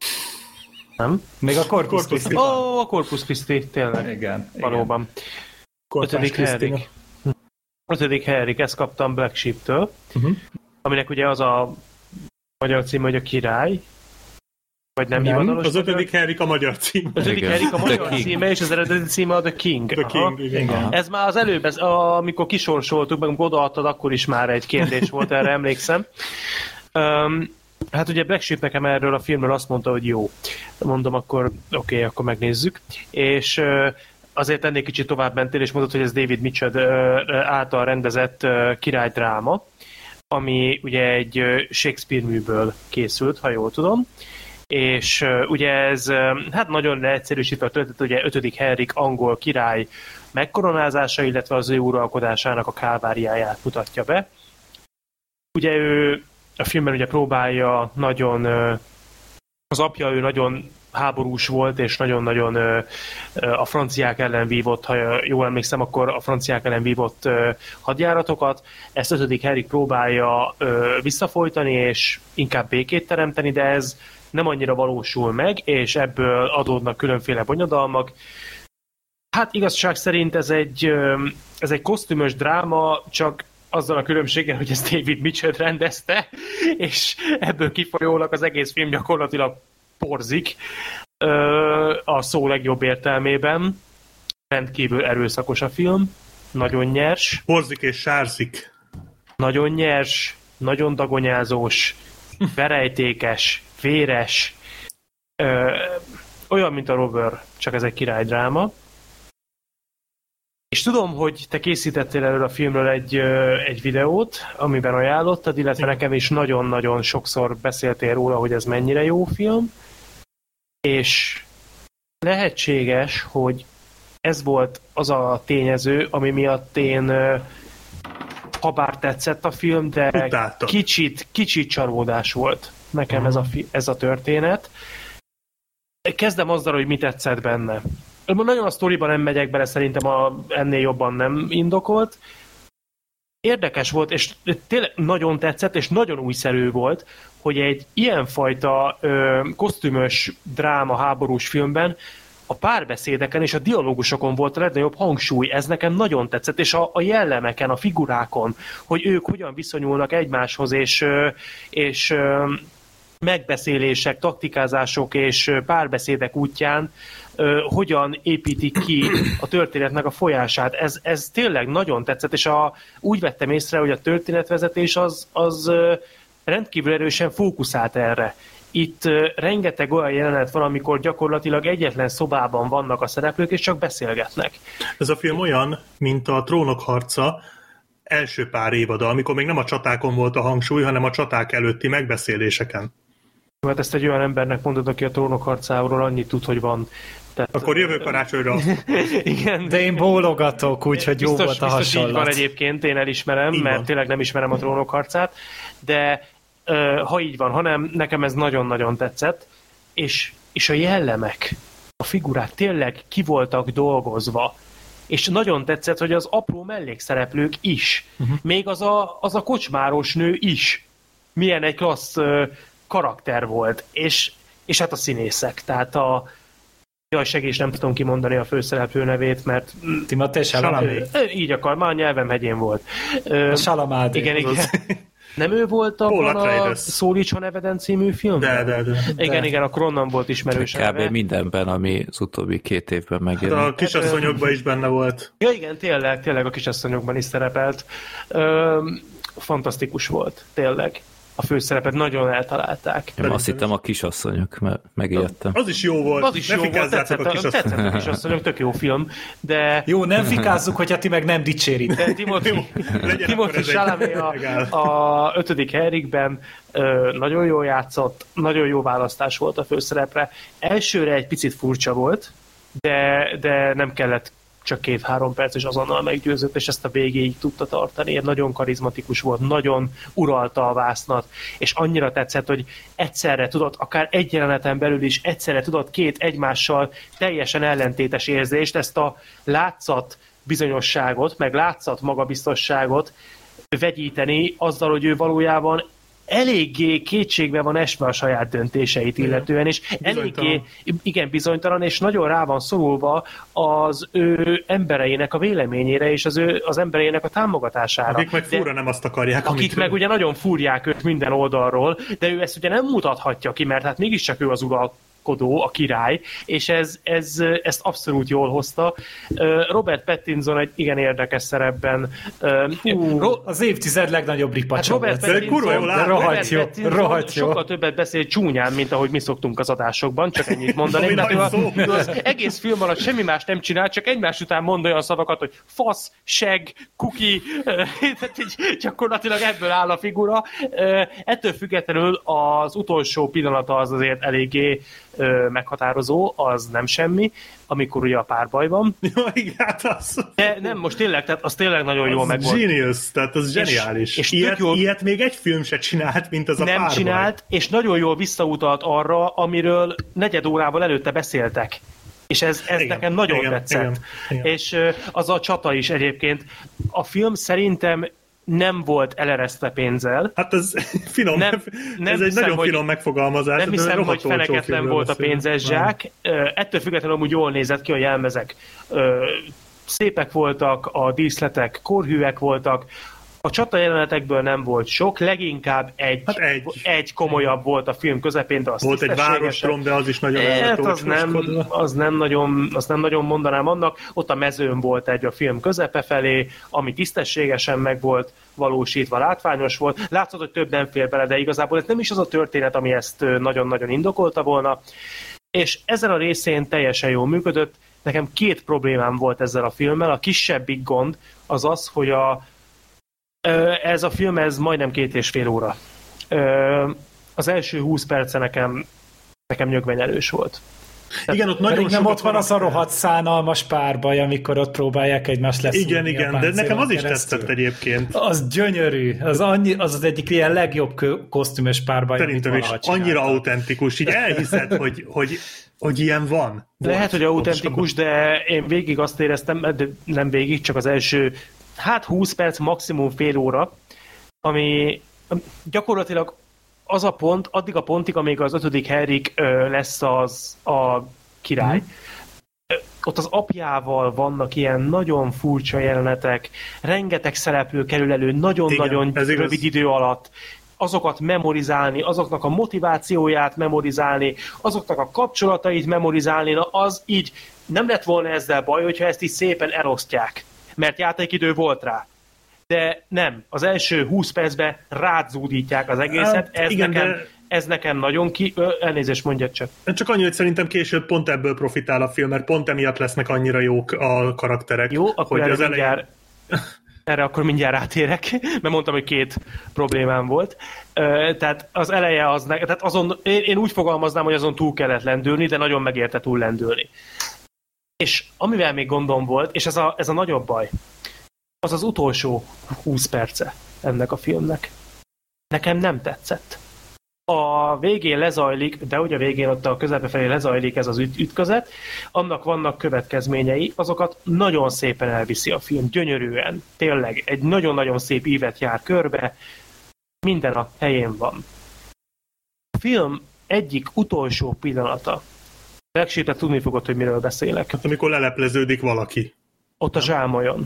[SPEAKER 4] Nem?
[SPEAKER 5] Még a Corpus Christi.
[SPEAKER 4] A Corpus Christi, tényleg.
[SPEAKER 5] Igen.
[SPEAKER 4] Valóban. 5. Henrik. 5. Henrik, ezt kaptam Black Sheep-től, aminek ugye az a magyar cím, hogy a király, vagy nem hivatalos.
[SPEAKER 3] Az 5. Henrik a magyar cím.
[SPEAKER 4] Az 5. Henrik a magyar címe, és az eredeti címe a The King.
[SPEAKER 3] The King, igen.
[SPEAKER 4] Ez már az előbb, amikor kisorsoltuk, meg odaadtad, akkor is már egy kérdés volt, erre emlékszem. Hát ugye Black Sheep nekem erről a filmről azt mondta, hogy jó. Mondom, akkor oké, akkor megnézzük. És azért ennél kicsit tovább mentél, és mondod, hogy ez David Mitchell által rendezett királydráma, ami ugye egy Shakespeare műből készült, ha jól tudom. És ugye ez hát nagyon leegyszerűsítve a történet, ugye 5. Henrik angol király megkoronázása, illetve az ő uralkodásának a kálváriáját mutatja be. Ugye ő a filmben ugye próbálja nagyon, az apja ő nagyon háborús volt, és nagyon-nagyon a franciák ellen vívott, ha jól emlékszem, akkor a franciák ellen vívott hadjáratokat. Ezt 5. Henrik próbálja visszafolytani, és inkább békét teremteni, de ez nem annyira valósul meg, és ebből adódnak különféle bonyodalmak. Hát igazság szerint ez egy kosztümös dráma, csak azzal a különbséggel, hogy ezt David Mitchell rendezte, és ebből kifolyólag az egész film gyakorlatilag porzik a szó legjobb értelmében. Rendkívül erőszakos a film, nagyon nyers.
[SPEAKER 3] Porzik és sárzik.
[SPEAKER 4] Nagyon nyers, nagyon dagonyázós, verejtékes, véres, olyan, mint a Robber, csak ez egy királydráma. És tudom, hogy te készítettél erről a filmről egy videót, amiben ajánlottad, illetve nekem is nagyon-nagyon sokszor beszéltél róla, hogy ez mennyire jó film, és lehetséges, hogy ez volt az a tényező, ami miatt én habár tetszett a film, de kicsit csalódás volt nekem ez a történet. Kezdem azzal, hogy mi tetszett benne. Nagyon a sztoriban nem megyek bele, szerintem ennél jobban nem indokolt. Érdekes volt, és tényleg nagyon tetszett, és nagyon újszerű volt, hogy egy ilyenfajta kosztümös dráma háborús filmben a párbeszédeken és a dialógusokon volt a legnagyobb hangsúly. Ez nekem nagyon tetszett, és a jellemeken, a figurákon, hogy ők hogyan viszonyulnak egymáshoz, és megbeszélések, taktikázások és párbeszédek útján hogyan építik ki a történetnek a folyását. Ez tényleg nagyon tetszett, és úgy vettem észre, hogy a történetvezetés az rendkívül erősen fókuszált erre. Itt rengeteg olyan jelenet van, amikor gyakorlatilag egyetlen szobában vannak a szereplők, és csak beszélgetnek.
[SPEAKER 3] Ez a film olyan, mint a Trónok harca első pár évada, amikor még nem a csatákon volt a hangsúly, hanem a csaták előtti megbeszéléseken.
[SPEAKER 4] Hát ezt egy olyan embernek mondod, aki a Trónok harcáról annyit tud, hogy van. Tehát,
[SPEAKER 3] akkor jövő karácsonyra.
[SPEAKER 4] Igen.
[SPEAKER 5] De én bólogatok, úgyhogy jó volt a hasonlat.
[SPEAKER 4] Biztos így van egyébként, én elismerem, így mert van. Tényleg nem ismerem a Trónok harcát, de ha így van, hanem nekem ez nagyon-nagyon tetszett, és a jellemek, a figurák tényleg ki voltak dolgozva, és nagyon tetszett, hogy az apró mellékszereplők is, még az a kocsmáros nő is, milyen egy klassz karakter volt, és hát a színészek, tehát jaj, segíts, nem tudom kimondani a főszereplő nevét, mert
[SPEAKER 5] Timothée Chalamet.
[SPEAKER 4] Így akar, már a nyelvem hegyén volt.
[SPEAKER 5] A Chalamet.
[SPEAKER 4] Igen. Nem ő volt abban a Szólítson Eveden című filmben?
[SPEAKER 3] De.
[SPEAKER 4] Igen, akkor onnan volt ismerős.
[SPEAKER 2] Kb. Mindenben, ami az utóbbi 2 évben megjelent.
[SPEAKER 3] Hát a Kisasszonyokban is benne volt.
[SPEAKER 4] Ja igen, tényleg a Kisasszonyokban is szerepelt. Fantasztikus volt, tényleg. A főszerepet nagyon eltalálták.
[SPEAKER 2] Én azt hittem a Kisasszonyok, mert megijedtem.
[SPEAKER 3] Az is jó volt.
[SPEAKER 4] Az is jó volt, tetszett a Kisasszonyok, tök jó film, de...
[SPEAKER 5] Jó, nem fikázzuk, hogyha ti meg nem dicséritek.
[SPEAKER 4] Timothée Chalamet a 5. Henrikben nagyon jól játszott, nagyon jó választás volt a főszerepre. Elsőre egy picit furcsa volt, de nem kellett csak 2-3 perc, és azonnal meggyőzött, és ezt a végéig tudta tartani. Nagyon karizmatikus volt, nagyon uralta a vásznat, és annyira tetszett, hogy egyszerre tudott, akár egy jeleneten belül is egyszerre tudott két egymással teljesen ellentétes érzést, ezt a látszat bizonyosságot, meg látszat magabiztosságot vegyíteni azzal, hogy ő valójában eléggé kétségbe van esve a saját döntéseit illetően, és eléggé bizonytalan, és nagyon rá van szorulva az ő embereinek a véleményére, és az embereinek a támogatására.
[SPEAKER 3] Akik meg fúra nem azt akarják.
[SPEAKER 4] Akik meg ugye nagyon fúrják őt minden oldalról, de ő ezt ugye nem mutathatja ki, mert hát mégiscsak ő az uralkodó, a király, és ezt abszolút jól hozta. Robert Pattinson egy igen érdekes szerepben.
[SPEAKER 5] Az évtized legnagyobb ripacsa
[SPEAKER 4] Robert
[SPEAKER 5] volt.
[SPEAKER 4] Pattinson sokkal többet beszél csúnyán, mint ahogy mi szoktunk az adásokban, csak ennyit mondani. Ő az egész film alatt semmi más nem csinál, csak egymás után mond olyan szavakat, hogy fasz, seg, kuki, gyakorlatilag ebből áll a figura. Ettől függetlenül az utolsó pillanata az azért eléggé meghatározó, az nem semmi, amikor ugye a párbaj van.
[SPEAKER 3] Ja, igen, hát az...
[SPEAKER 4] De nem, most tényleg, tehát az tényleg nagyon jól megvolt.
[SPEAKER 3] Genius, tehát az zseniális. És ilyet még egy film se csinált, mint az a párbaj.
[SPEAKER 4] Nem csinált, és nagyon jól visszautalt arra, amiről negyed órával előtte beszéltek. És ez igen, nekem nagyon tetszett. Igen. És az a csata is egyébként. A film szerintem nem volt eleresztve pénzzel.
[SPEAKER 3] Hát ez finom, ez egy nagyon finom megfogalmazás.
[SPEAKER 4] Nem hiszem, hogy feneketlen volt a pénzes zsák. Ettől függetlenül amúgy jól nézett ki a jelmezek. Szépek voltak, a díszletek korhűek voltak, a csata jelenetekből nem volt sok, leginkább egy komolyabb volt a film közepén, de az
[SPEAKER 3] volt egy várostrom, de az is nagyon
[SPEAKER 4] az nem nagyon mondanám annak. Ott a mezőn volt egy a film közepe felé, ami tisztességesen meg volt valósítva, látványos volt. Látszott, hogy több nem fér bele, de igazából ez nem is az a történet, ami ezt nagyon-nagyon indokolta volna. És ezen a részén teljesen jól működött. Nekem 2 problémám volt ezzel a filmmel. A kisebbik gond az az, hogy ez a film, ez majdnem 2,5 óra. Az első 20 perce nekem nyögvenyelős volt.
[SPEAKER 3] Igen, ott nagyon
[SPEAKER 5] nem ott van az a rohadt szánalmas párbaj, amikor ott próbálják egymást leszúrni.
[SPEAKER 3] Igen, de nekem az is tetszett egyébként.
[SPEAKER 5] Az gyönyörű. Az egyik ilyen legjobb kosztümös párbaj,
[SPEAKER 3] szerintem is annyira autentikus. Így elhiszed, hogy ilyen van.
[SPEAKER 4] Lehet, hogy autentikus, de én végig azt éreztem, de nem végig, csak az első 20 perc, maximum fél óra, ami gyakorlatilag az a pont, addig a pontig, amíg az 5. Henrik lesz a király. Ott az apjával vannak ilyen nagyon furcsa jelenetek, rengeteg szereplő kerül elő nagyon-nagyon rövid idő alatt, azokat memorizálni, azoknak a motivációját memorizálni, azoknak a kapcsolatait memorizálni, az így nem lett volna ezzel baj, hogyha ezt így szépen elosztják, mert játékidő volt rá. De nem, az első 20 percben rádzúdítják az egészet, ez nekem nagyon elnézést, mondjad csak.
[SPEAKER 3] Csak annyi, hogy szerintem később pont ebből profitál a film, mert pont emiatt lesznek annyira jók a karakterek.
[SPEAKER 4] Jó, akkor erre akkor mindjárt rátérek, mert mondtam, hogy 2 problémám volt. Tehát az eleje tehát azon, én úgy fogalmaznám, hogy azon túl kellett lendülni, de nagyon megérte túl lendülni. És amivel még gondom volt, és ez a nagyobb baj, az az utolsó 20 perce ennek a filmnek. Nekem nem tetszett. A végén lezajlik, de hogy a végén ott a közepe felé lezajlik ez az ütközet, annak vannak következményei, azokat nagyon szépen elviszi a film, gyönyörűen. Tényleg, egy nagyon-nagyon szép ívet jár körbe, minden a helyén van. A film egyik utolsó pillanata. Legsétet tudni fogod, hogy miről beszélek.
[SPEAKER 3] Hát amikor lelepleződik valaki.
[SPEAKER 4] Ott a zsámolyon.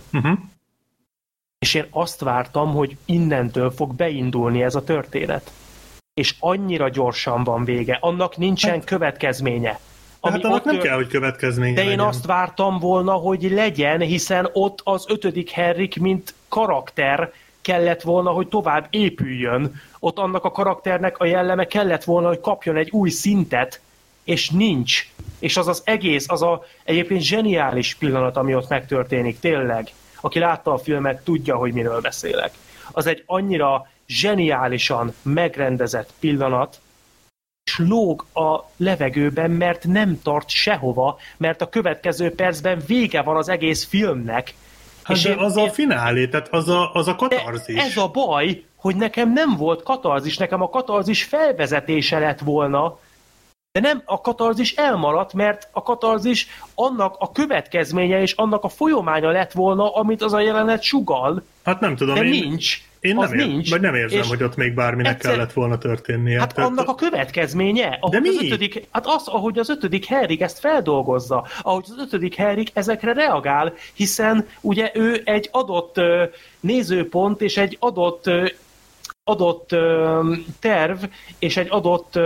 [SPEAKER 4] És én azt vártam, hogy innentől fog beindulni ez a történet. És annyira gyorsan van vége. Annak nincsen következménye.
[SPEAKER 3] Hát annak nem kell, hogy következménye
[SPEAKER 4] legyen. Én azt vártam volna, hogy legyen, hiszen ott az 5. Henrik, mint karakter kellett volna, hogy tovább épüljön. Ott annak a karakternek a jelleme kellett volna, hogy kapjon egy új szintet, és nincs. És az egész, egyébként zseniális pillanat, ami ott megtörténik, tényleg. Aki látta a filmet, tudja, hogy miről beszélek. Az egy annyira zseniálisan megrendezett pillanat, és lóg a levegőben, mert nem tart sehova, mert a következő percben vége van az egész filmnek.
[SPEAKER 3] Hát és de az a finálé, tehát az a katarzis.
[SPEAKER 4] Ez a baj, hogy nekem nem volt katarzis, nekem a katarzis felvezetése lett volna, de nem, a katarzis elmaradt, mert a katarzis annak a következménye és annak a folyamánya lett volna, amit az a jelenet sugall.
[SPEAKER 3] Hát nem tudom,
[SPEAKER 4] de nincs.
[SPEAKER 3] Én nem érzem,
[SPEAKER 4] és
[SPEAKER 3] hogy ott még bárminek kellett volna történnie.
[SPEAKER 4] Hát tehát annak a következménye.
[SPEAKER 3] De mi?
[SPEAKER 4] Ahogy az 5. Henrik ezt feldolgozza, ahogy az 5. Henrik ezekre reagál, hiszen ugye ő egy adott nézőpont és egy adott terv és egy adott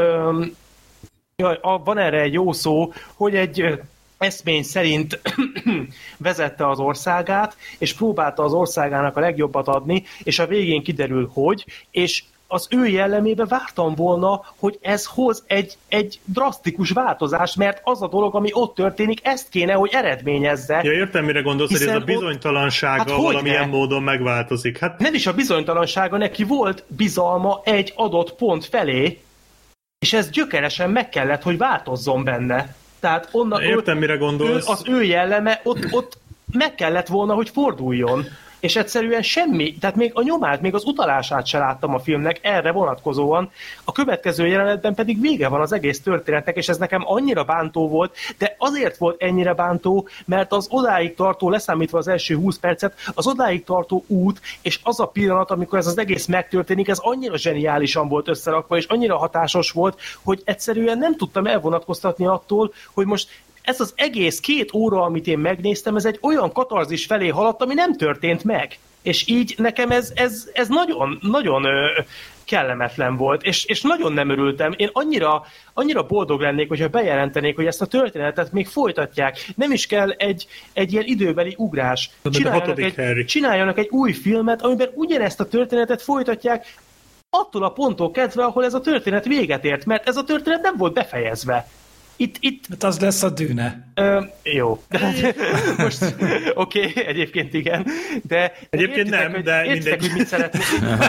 [SPEAKER 4] van erre egy jó szó, hogy egy eszmény szerint vezette az országát, és próbálta az országának a legjobbat adni, és a végén kiderül, hogy, és az ő jellemébe vártam volna, hogy ez hoz egy drasztikus változást, mert az a dolog, ami ott történik, ezt kéne, hogy eredményezze.
[SPEAKER 3] Ja, értem, mire gondolsz, hogy ez a bizonytalansága valamilyen módon megváltozik. Hát...
[SPEAKER 4] Nem is a bizonytalansága, neki volt bizalma egy adott pont felé, és ez gyökeresen meg kellett, hogy változzon benne. Tehát onnan
[SPEAKER 3] értem, mire gondolsz.
[SPEAKER 4] Az ő jelleme ott meg kellett volna, hogy forduljon. És egyszerűen semmi, tehát még a nyomát, még az utalását se láttam a filmnek erre vonatkozóan. A következő jelenetben pedig vége van az egész történetnek, és ez nekem annyira bántó volt, de azért volt ennyire bántó, mert az odáig tartó, leszámítva az első 20 percet, az odáig tartó út, és az a pillanat, amikor ez az egész megtörténik, ez annyira zseniálisan volt összerakva, és annyira hatásos volt, hogy egyszerűen nem tudtam elvonatkoztatni attól, hogy most ez az egész 2 óra, amit én megnéztem, ez egy olyan katarzis felé haladt, ami nem történt meg. És így nekem ez nagyon, nagyon kellemetlen volt, és nagyon nem örültem. Én annyira boldog lennék, hogyha bejelentenék, hogy ezt a történetet még folytatják. Nem is kell egy ilyen időbeli ugrás. Csináljanak egy új filmet, amiben ugyanezt a történetet folytatják attól a ponttól kezdve, ahol ez a történet véget ért, mert ez a történet nem volt befejezve. Itt...
[SPEAKER 5] Hát az lesz a Dűne.
[SPEAKER 4] Jó. Most oké, egyébként igen. De
[SPEAKER 3] egyébként értitek, nem, de
[SPEAKER 4] értitek, hogy mit szeretnék.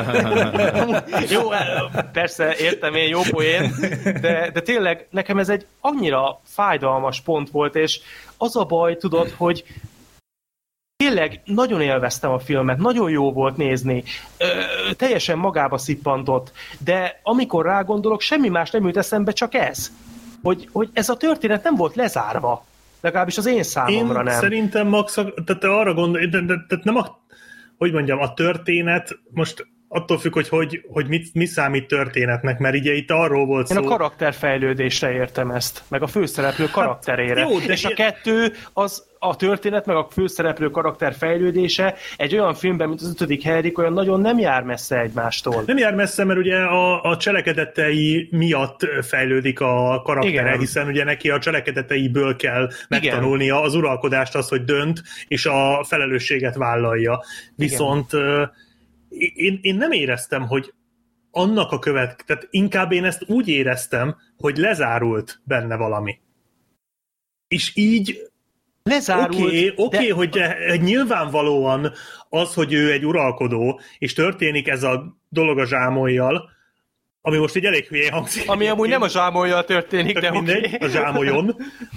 [SPEAKER 4] Jó, persze, értem én, jó poén, de tényleg nekem ez egy annyira fájdalmas pont volt, és az a baj, tudod, hogy tényleg nagyon élveztem a filmet, nagyon jó volt nézni, teljesen magába szippantott, de amikor rágondolok, semmi más nem jut eszembe, csak ez. Hogy ez a történet nem volt lezárva. Legalábbis az én számomra nem.
[SPEAKER 3] Szerintem Max, tehát arra gondolj, tehát nem hogy mondjam, a történet most attól függ, hogy mi számít történetnek, mert ugye itt arról volt szó...
[SPEAKER 4] Én a karakterfejlődésre értem ezt, meg a főszereplő karakterére. Hát, jó, és a kettő, az a történet, meg a főszereplő karakter fejlődése egy olyan filmben, mint az 5. Henrik, olyan nagyon nem jár messze egymástól.
[SPEAKER 3] Nem jár messze, mert ugye a cselekedetei miatt fejlődik a karaktere, igen. Hiszen ugye neki a cselekedeteiből kell megtanulnia az uralkodást, az, hogy dönt, és a felelősséget vállalja. Viszont én nem éreztem, hogy annak a tehát inkább én ezt úgy éreztem, hogy lezárult benne valami. És így lezárult. Oké, hogy nyilvánvalóan az, hogy ő egy uralkodó, és történik ez a dolog a zsámolyjal, ami most így elég hülyén hangzik.
[SPEAKER 4] Ami amúgy nem a zsámolyjal történik, de oké.
[SPEAKER 3] A zsámolyon,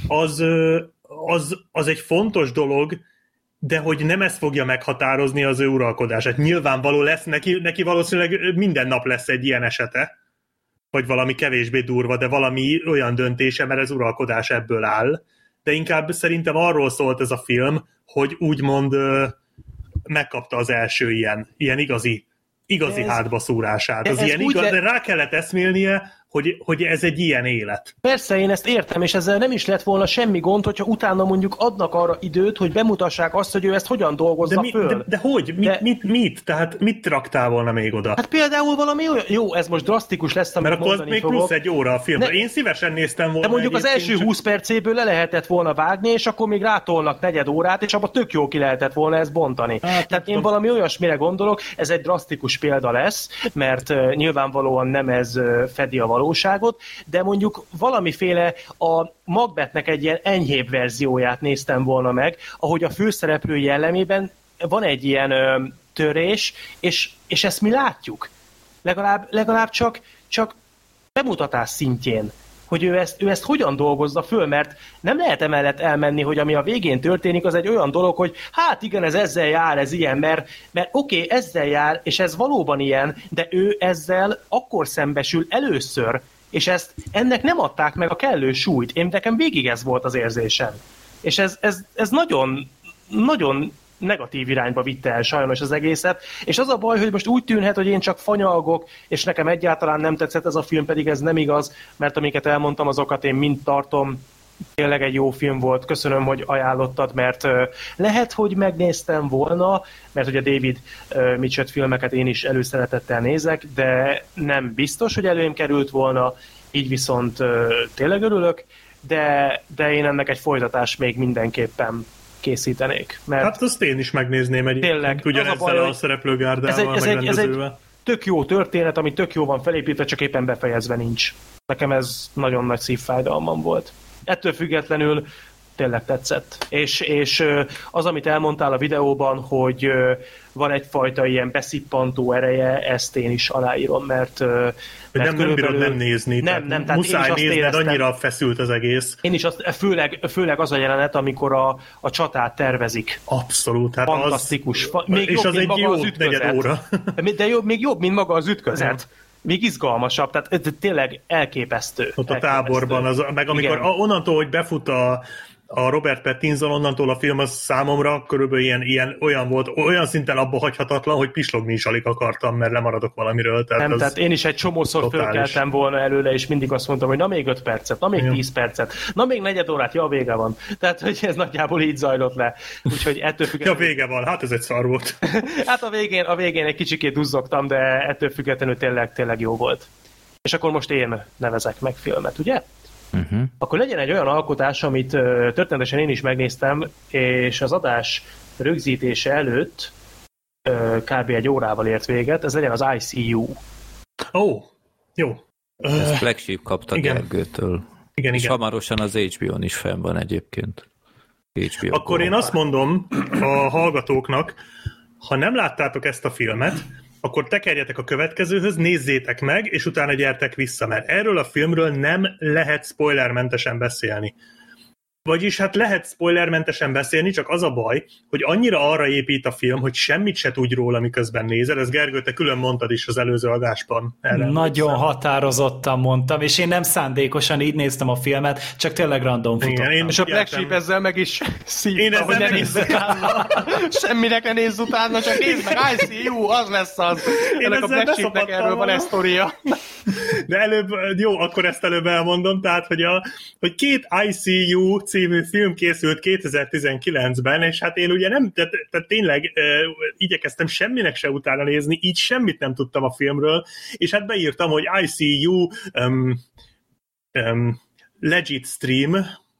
[SPEAKER 3] az egy fontos dolog, de hogy nem ezt fogja meghatározni az ő uralkodását. Nyilvánvaló lesz, neki valószínűleg minden nap lesz egy ilyen esete, vagy valami kevésbé durva, de valami olyan döntése, mert az uralkodás ebből áll. De inkább szerintem arról szólt ez a film, hogy úgymond megkapta az első ilyen igazi hátbaszúrását. Az ilyen igaz, de rá kellett eszmélnie, hogy ez egy ilyen élet.
[SPEAKER 4] Persze, én ezt értem, és ezzel nem is lett volna semmi gond, hogyha utána mondjuk adnak arra időt, hogy bemutassák azt, hogy ő ezt hogyan dolgozza föl.
[SPEAKER 3] De hogy? Mit? Tehát mit raktál volna még oda?
[SPEAKER 4] Hát például valami olyan... Jó, ez most drasztikus lesz, amit
[SPEAKER 3] mondani fogok. Mert akkor még plusz egy óra a filmre. Én szívesen néztem volna.
[SPEAKER 4] De mondjuk az első 20 percéből le lehetett volna vágni, és akkor még rátolnak negyed órát, és abban tök jó ki lehetett volna ezt bontani. Tehát én valami olyasmire gondolok, ez egy drasztikus példa lesz, mert nyilvánvalóan nem ez fedi a valóságot, de mondjuk valamiféle a Macbethnek egy ilyen enyhébb verzióját néztem volna meg, ahogy a főszereplő jellemében van egy ilyen törés, és ezt mi látjuk. Legalább csak bemutatás szintjén, hogy ő ezt hogyan dolgozza föl, mert nem lehet emellett elmenni, hogy ami a végén történik, az egy olyan dolog, hogy hát igen, ez ezzel jár, ez ilyen, mert oké, ezzel jár, és ez valóban ilyen, de ő ezzel akkor szembesül először, és ennek nem adták meg a kellő súlyt. Nekem végig ez volt az érzésem. És ez nagyon, nagyon negatív irányba vitte el sajnos az egészet, és az a baj, hogy most úgy tűnhet, hogy én csak fanyalgok, és nekem egyáltalán nem tetszett ez a film, pedig ez nem igaz, mert amiket elmondtam, azokat én mind tartom, tényleg egy jó film volt, köszönöm, hogy ajánlottad, mert lehet, hogy megnéztem volna, mert ugye David Mitchell filmeket én is előszeretettel nézek, de nem biztos, hogy előm került volna, így viszont tényleg örülök, de én ennek egy folytatást még mindenképpen készítenék. Mert
[SPEAKER 3] hát azt én is megnézném egyébként, ugyanezzel a szereplőgárdával megrendezővel.
[SPEAKER 4] Ez egy tök jó történet, ami tök jó van felépítve, csak éppen befejezve nincs. Nekem ez nagyon nagy szívfájdalmam volt. Ettől függetlenül tényleg tetszett. És az, amit elmondtál a videóban, hogy van egyfajta ilyen beszippantó ereje, ezt én is aláírom, mert
[SPEAKER 3] nem bírod nem nézni.
[SPEAKER 4] Nem, tehát
[SPEAKER 3] muszáj nézned, annyira feszült az egész.
[SPEAKER 4] Én is főleg az a jelenet, amikor a csatát tervezik.
[SPEAKER 3] Abszolút. Hát
[SPEAKER 4] fantasztikus.
[SPEAKER 3] Még és jobb, az egy jó negyed óra.
[SPEAKER 4] De még jobb, mint maga az ütközet. Még izgalmasabb, tehát tényleg elképesztő.
[SPEAKER 3] Ott a táborban, meg amikor onnantól, hogy befut a Robert Pattinson, onnantól a film az számomra körülbelül ilyen olyan volt, olyan szinten abba hagyhatatlan, hogy pislogni is alig akartam, mert lemaradok valamiről.
[SPEAKER 4] Tehát én is egy csomószor fölkeltem volna előle, és mindig azt mondtam, hogy na még 5 percet, na még 10 percet, na még negyed órát, ja, vége van. Tehát, hogy ez nagyjából így zajlott le. Úgyhogy ettől függetlenül...
[SPEAKER 3] Ja, vége van, hát ez egy szar volt.
[SPEAKER 4] Hát a végén egy kicsikét duzzogtam, de ettől függetlenül tényleg jó volt. És akkor most én nevezek meg filmet, ugye? Uh-huh. Akkor legyen egy olyan alkotás, amit történetesen én is megnéztem, és az adás rögzítése előtt kb. Egy órával ért véget, ez legyen az ICU.
[SPEAKER 3] Jó.
[SPEAKER 2] Ezt Flagship kapta Gergőtől. És hamarosan az HBO-n is fenn van egyébként. HBO
[SPEAKER 3] akkor én azt mondom a hallgatóknak, ha nem láttátok ezt a filmet, akkor tekerjetek a következőhöz, nézzétek meg, és utána gyertek vissza, mert erről a filmről nem lehet spoilermentesen beszélni. Vagyis hát lehet spoilermentesen beszélni, csak az a baj, hogy annyira arra épít a film, hogy semmit se tudj róla, miközben nézed. Ez Gergő, te külön mondtad is az előző adásban.
[SPEAKER 5] Nagyon határozottan mondtam, és én nem szándékosan így néztem a filmet, csak tényleg random futottam.
[SPEAKER 4] És a Black Sheep ezzel meg is szívta, hogy ne nézz utána. Semminek ne nézz utána, csak nézd meg, ICU, az lesz az. Ennek a Black Sheepnek erről van egy sztoria.
[SPEAKER 3] De előbb, jó, akkor ezt előbb elmondom, tehát, hogy 2 ICU című film készült 2019-ben, és hát én ugye nem, tehát tényleg igyekeztem semminek se utána nézni, így semmit nem tudtam a filmről, és hát beírtam, hogy ICU legit stream,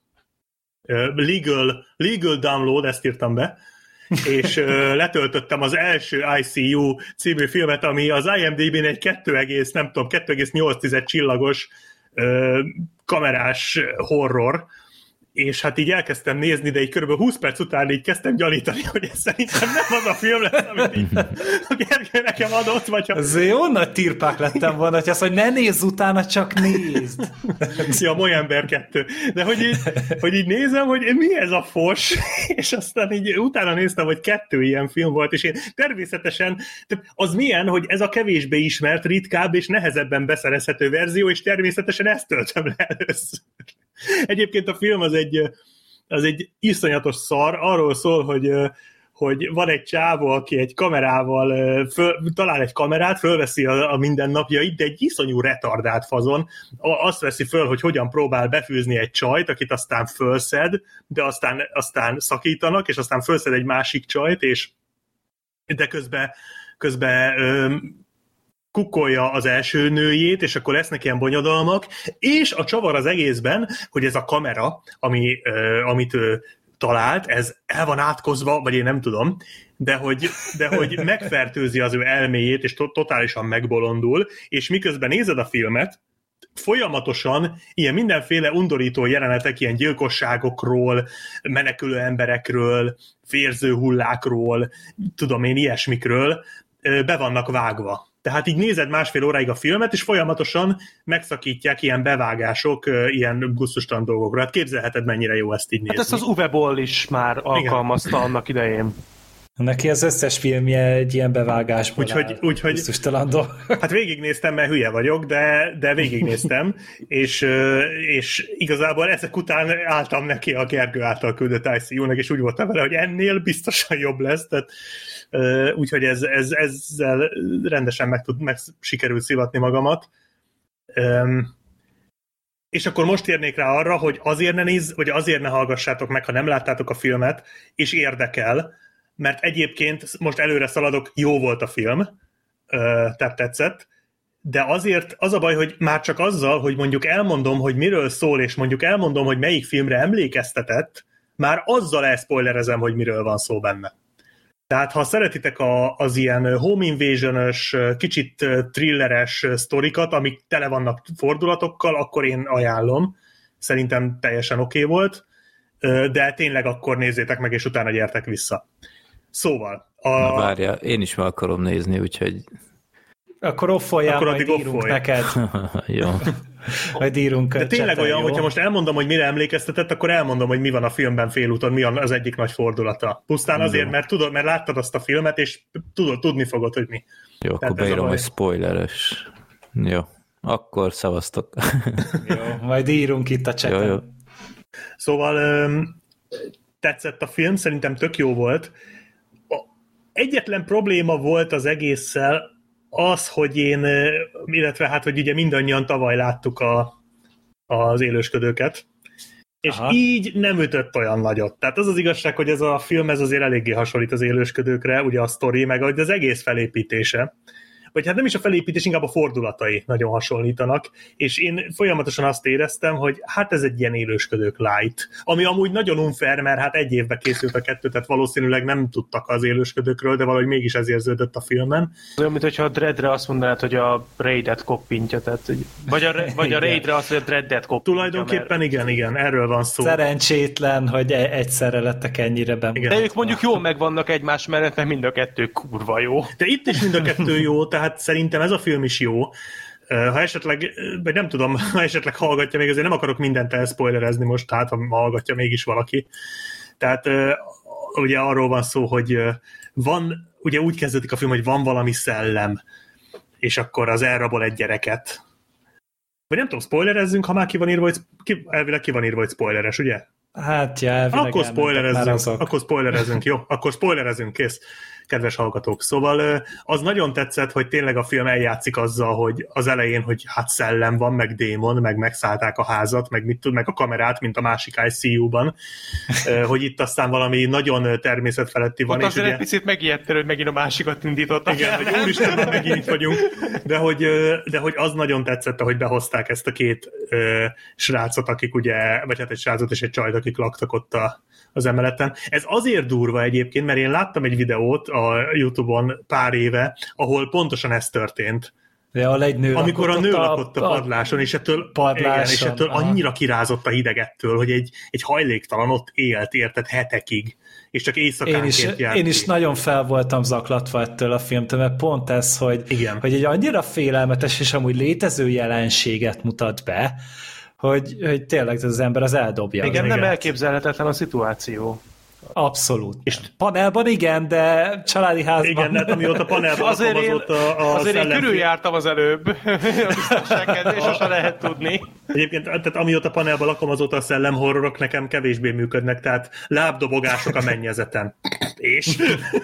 [SPEAKER 3] legal download, ezt írtam be, és letöltöttem az első ICU című filmet, ami az IMDb-n egy 2,8 csillagos kamerás horror, és hát így elkezdtem nézni, de így körülbelül 20 perc után így kezdtem gyanítani, hogy ez szerintem nem az a film lesz, amit így a Gergő nekem adott, vagy ha...
[SPEAKER 5] Ez jó nagy tirpák lettem volna, hogy azt, hogy ne nézz utána, csak nézd.
[SPEAKER 3] Ja, Molyember 2. De hogy így nézem, hogy mi ez a fos, és aztán így utána néztem, hogy 2 ilyen film volt, és én természetesen, az milyen, hogy ez a kevésbé ismert, ritkább és nehezebben beszerezhető verzió, és természetesen ezt töltöm le először. Egyébként a film az egy iszonyatos szar, arról szól, hogy van egy csávó, aki egy kamerával talál egy kamerát, fölveszi a mindennapjait, de egy iszonyú retardált fazon. Azt veszi föl, hogy hogyan próbál befűzni egy csajt, akit aztán fölszed, de aztán szakítanak, és aztán fölszed egy másik csajt, de közben kukkolja az első nőjét, és akkor lesznek ilyen bonyodalmak, és a csavar az egészben, hogy ez a kamera, amit ő talált, ez el van átkozva, vagy én nem tudom, de hogy megfertőzi az ő elméjét, és totálisan megbolondul, és miközben nézed a filmet, folyamatosan ilyen mindenféle undorító jelenetek, ilyen gyilkosságokról, menekülő emberekről, vérző hullákról, tudom én, ilyesmikről be vannak vágva. Tehát így nézed másfél óráig a filmet, és folyamatosan megszakítják ilyen bevágások, ilyen gusztustalan dolgokra. Hát képzelheted, mennyire jó ezt így nézni.
[SPEAKER 4] Hát ezt az Uwe Boll is már alkalmazta annak idején.
[SPEAKER 5] Neki az összes filmje egy ilyen bevágásból
[SPEAKER 3] úgyhogy
[SPEAKER 5] biztostalan dolog.
[SPEAKER 3] Hát végignéztem, mert hülye vagyok, de végignéztem, és igazából ezek után álltam neki a Gergő által küldött ICU-nak, és úgy voltam vele, hogy ennél biztosan jobb lesz, tehát úgyhogy ezzel rendesen meg sikerült szivatni magamat. És akkor most érnék rá arra, hogy azért ne hallgassátok meg, ha nem láttátok a filmet, és érdekel, mert egyébként most előre szaladok, jó volt a film, tehát tetszett, de azért az a baj, hogy már csak azzal, hogy mondjuk elmondom, hogy miről szól, és mondjuk elmondom, hogy melyik filmre emlékeztetett, már azzal elszpoilerezem, hogy miről van szó benne. Tehát ha szeretitek az ilyen home invasion-ös, kicsit thrilleres sztorikat, amik tele vannak fordulatokkal, akkor én ajánlom. Szerintem teljesen oké volt, de tényleg akkor nézzétek meg, és utána gyertek vissza. Szóval...
[SPEAKER 2] Na várjál, én is meg akarom nézni, úgyhogy...
[SPEAKER 5] Akkor offoljál, majd írunk neked.
[SPEAKER 2] Jó.
[SPEAKER 5] Majd írunk.
[SPEAKER 3] De tényleg olyan, jó? Hogyha most elmondom, hogy mire emlékeztetett, akkor elmondom, hogy mi van a filmben félúton, mi az egyik nagy fordulata. Pusztán azért, mert láttad azt a filmet, és tudni fogod, hogy mi.
[SPEAKER 2] Jó, akkor beírom, hogy spoileres. Jó, akkor szavaztok.
[SPEAKER 5] Jó, majd írunk itt a chaten.
[SPEAKER 2] Jó.
[SPEAKER 3] Szóval tetszett a film, szerintem tök jó volt. Egyetlen probléma volt az egésszel az, hogy illetve hát, hogy ugye mindannyian tavaly láttuk az élősködőket, és így nem ütött olyan nagyot. Tehát az igazság, hogy ez a film azért eléggé hasonlít az élősködőkre, ugye a sztori, meg az egész felépítése. Vagy hát nem is a felépítés, inkább a fordulatai nagyon hasonlítanak, és én folyamatosan azt éreztem, hogy hát ez egy ilyen élősködők light, ami amúgy nagyon unfair, mert hát egy évben készült a kettő, tehát valószínűleg nem tudtak az élősködőkről, de valahogy mégis ez érződött a filmen.
[SPEAKER 4] Olyan, mint hogyha a Dreadre azt mondanád, hogy a Raidet koppintja, tehát, vagy a Raidre azt, hogy a Dreadet koppintja.
[SPEAKER 3] Tulajdonképpen mert... igen, erről van szó.
[SPEAKER 5] Szerencsétlen, hogy egyszerre lettek ennyire bemutatva.
[SPEAKER 4] De ők mondjuk jól megvannak egymás mellett, mert mind a kettő kurva jó.
[SPEAKER 3] De itt is mind a kettő jó, tehát szerintem ez a film is jó. Ha esetleg, vagy nem tudom, ha esetleg hallgatja még, azért nem akarok mindent elspoilerezni most, tehát ha hallgatja mégis valaki. Tehát ugye arról van szó, hogy ugye úgy kezdődik a film, hogy van valami szellem, és akkor az elrabol egy gyereket. Vagy nem tudom, spoilerezzünk, ha már elvileg ki van írva, hogy spoileres, ugye?
[SPEAKER 5] Hát ja,
[SPEAKER 3] akkor spoilerezünk, jó? Akkor spoilerezünk, kész. Kedves hallgatók. Szóval az nagyon tetszett, hogy tényleg a film eljátszik azzal, hogy az elején, hogy hát szellem van, meg démon, meg megszállták a házat, meg mit tud, meg a kamerát, mint a másik ICU-ban, hogy itt aztán valami nagyon természetfeletti van.
[SPEAKER 4] Ott azért egy picit megijedtél, hogy megint a másikat indítottak.
[SPEAKER 3] Igen, hogy úristen, megint itt vagyunk. De hogy az nagyon tetszett, hogy behozták ezt a két srácot, akik ugye, vagy hát egy srácot és egy csajt, akik laktak ott az emeleten. Ez azért durva egyébként, mert én láttam egy videót a YouTube-on pár éve, ahol pontosan ez történt. Amikor a nő lakott a padláson, és ettől annyira kirázott a hideg ettől, hogy egy hajléktalan ott élt, érted, hetekig, és csak éjszakánként járt.
[SPEAKER 5] Én is nagyon fel voltam zaklatva ettől a filmtől, mert pont ez, hogy egy annyira félelmetes és amúgy létező jelenséget mutat be, hogy tényleg az ember az eldobja.
[SPEAKER 4] Igen, nem elképzelhetetlen a szituáció.
[SPEAKER 5] Abszolút. És panelban igen, de családi házban...
[SPEAKER 3] Igen, hát amióta panelban alkalmazott a
[SPEAKER 4] azért én körüljártam az előbb. A biztonságkedvés, sose lehet tudni.
[SPEAKER 3] Egyébként, tehát amióta panelban alkalmazott a szellemhorrorok, nekem kevésbé működnek, tehát lábdobogások a mennyezeten. És?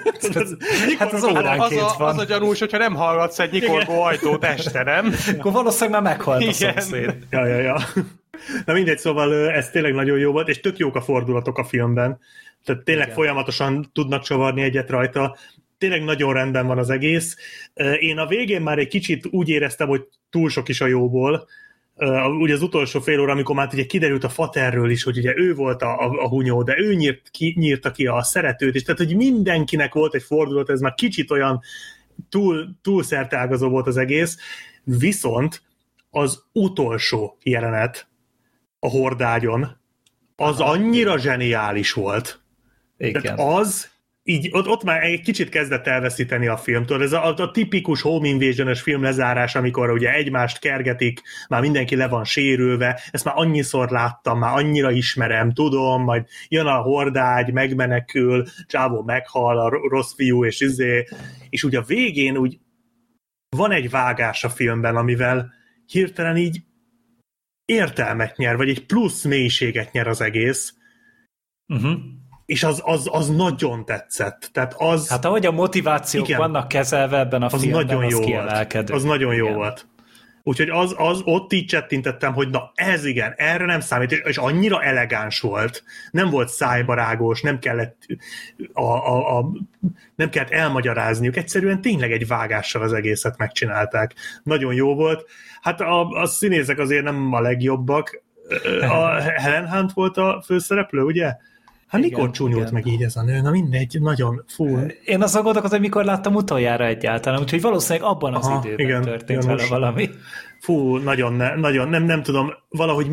[SPEAKER 5] Hát az óránként van.
[SPEAKER 4] Az a gyanús, hogyha nem hallgatsz egy nyikorgó ajtót este, nem?
[SPEAKER 5] Akkor valószínűleg már meghalt a szomszéd.
[SPEAKER 3] Ja. Na mindegy, szóval ez tényleg nagyon jó volt, és tök jók a fordulatok a filmben. Tehát tényleg folyamatosan tudnak csavarni egyet rajta. Tényleg nagyon rendben van az egész. Én a végén már egy kicsit úgy éreztem, hogy túl sok is a jóból. Ugye az utolsó fél óra, amikor már ugye kiderült a faterről is, hogy ugye ő volt a hunyó, de ő nyírta ki a szeretőt, és tehát, hogy mindenkinek volt egy fordulat, ez már kicsit olyan túl szerteágazó volt az egész. Viszont az utolsó jelenet a hordágyon, az annyira zseniális volt.
[SPEAKER 5] Igen.
[SPEAKER 3] Tehát így ott már egy kicsit kezdett elveszíteni a filmtől. Ez a tipikus home invasion-ös film lezárás, amikor ugye egymást kergetik, már mindenki le van sérülve, ezt már annyiszor láttam, már annyira ismerem, tudom, majd jön a hordágy, megmenekül, csávó meghal, a rossz fiú, és ugye a végén úgy van egy vágás a filmben, amivel hirtelen így értelmet nyer, vagy egy plusz mélységet nyer az egész, és az nagyon tetszett. Tehát az...
[SPEAKER 5] Hát ahogy a motivációk igen, vannak kezelve ebben a filmben,
[SPEAKER 3] nagyon
[SPEAKER 5] az
[SPEAKER 3] jó
[SPEAKER 5] kiemelkedő.
[SPEAKER 3] Az nagyon jó volt. Úgyhogy az ott így csettintettem, hogy na ez igen, erre nem számít, és annyira elegáns volt. Nem volt szájbarágos, nem kellett nem kellett elmagyarázniuk, egyszerűen tényleg egy vágással az egészet megcsinálták. Nagyon jó volt. Hát a színészek azért nem a legjobbak. A Helen Hunt volt a főszereplő, ugye? Hát mikor csúnyult meg így ez a nő? Na mindegy, nagyon fú.
[SPEAKER 5] Én azt gondolok, hogy mikor láttam utoljára egyáltalán, úgyhogy valószínűleg abban az időben történt vele valami.
[SPEAKER 3] Fú, nagyon nem tudom, valahogy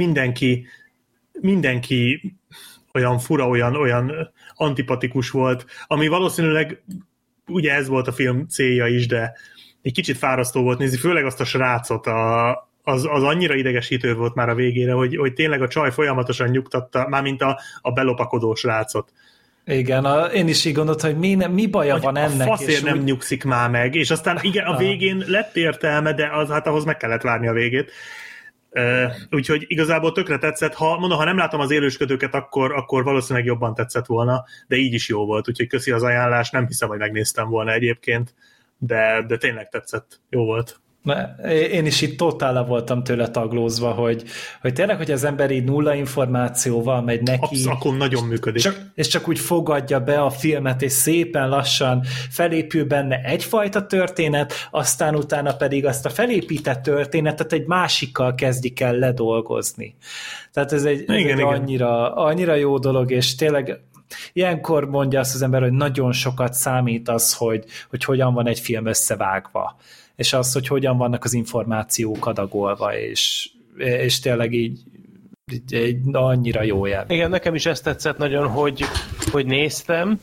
[SPEAKER 3] mindenki olyan fura, olyan antipatikus volt, ami valószínűleg ugye ez volt a film célja is, de egy kicsit fárasztó volt nézni, főleg azt a srácot, az annyira idegesítő volt már a végére, hogy tényleg a csaj folyamatosan nyugtatta, mármint a belopakodó srácot.
[SPEAKER 5] Igen, én is így gondoltam, hogy mi baja van ennek.
[SPEAKER 3] A faszért nem nyugszik már meg, és aztán igen, a végén lett értelme, de hát ahhoz meg kellett várni a végét. Úgyhogy igazából tökre tetszett. Ha nem látom az élősködőket, akkor valószínűleg jobban tetszett volna, de így is jó volt, úgyhogy köszi az ajánlást, nem hiszem, hogy megnéztem volna egyébként, de tényleg tetszett, jó volt.
[SPEAKER 5] Én is itt totál le voltam tőle taglózva, hogy tényleg, hogy az ember így nulla információval megy neki.
[SPEAKER 3] Akkor nagyon működik.
[SPEAKER 5] És csak úgy fogadja be a filmet, és szépen lassan felépül benne egyfajta történet, aztán utána pedig azt a felépített történetet egy másikkal kezdik el ledolgozni. Tehát ez egy annyira jó dolog, és tényleg ilyenkor mondja azt az ember, hogy nagyon sokat számít az, hogy hogyan van egy film összevágva, és az, hogy hogyan vannak az információk adagolva, és tényleg így annyira jó jel.
[SPEAKER 4] Igen, nekem is ezt tetszett nagyon, hogy néztem.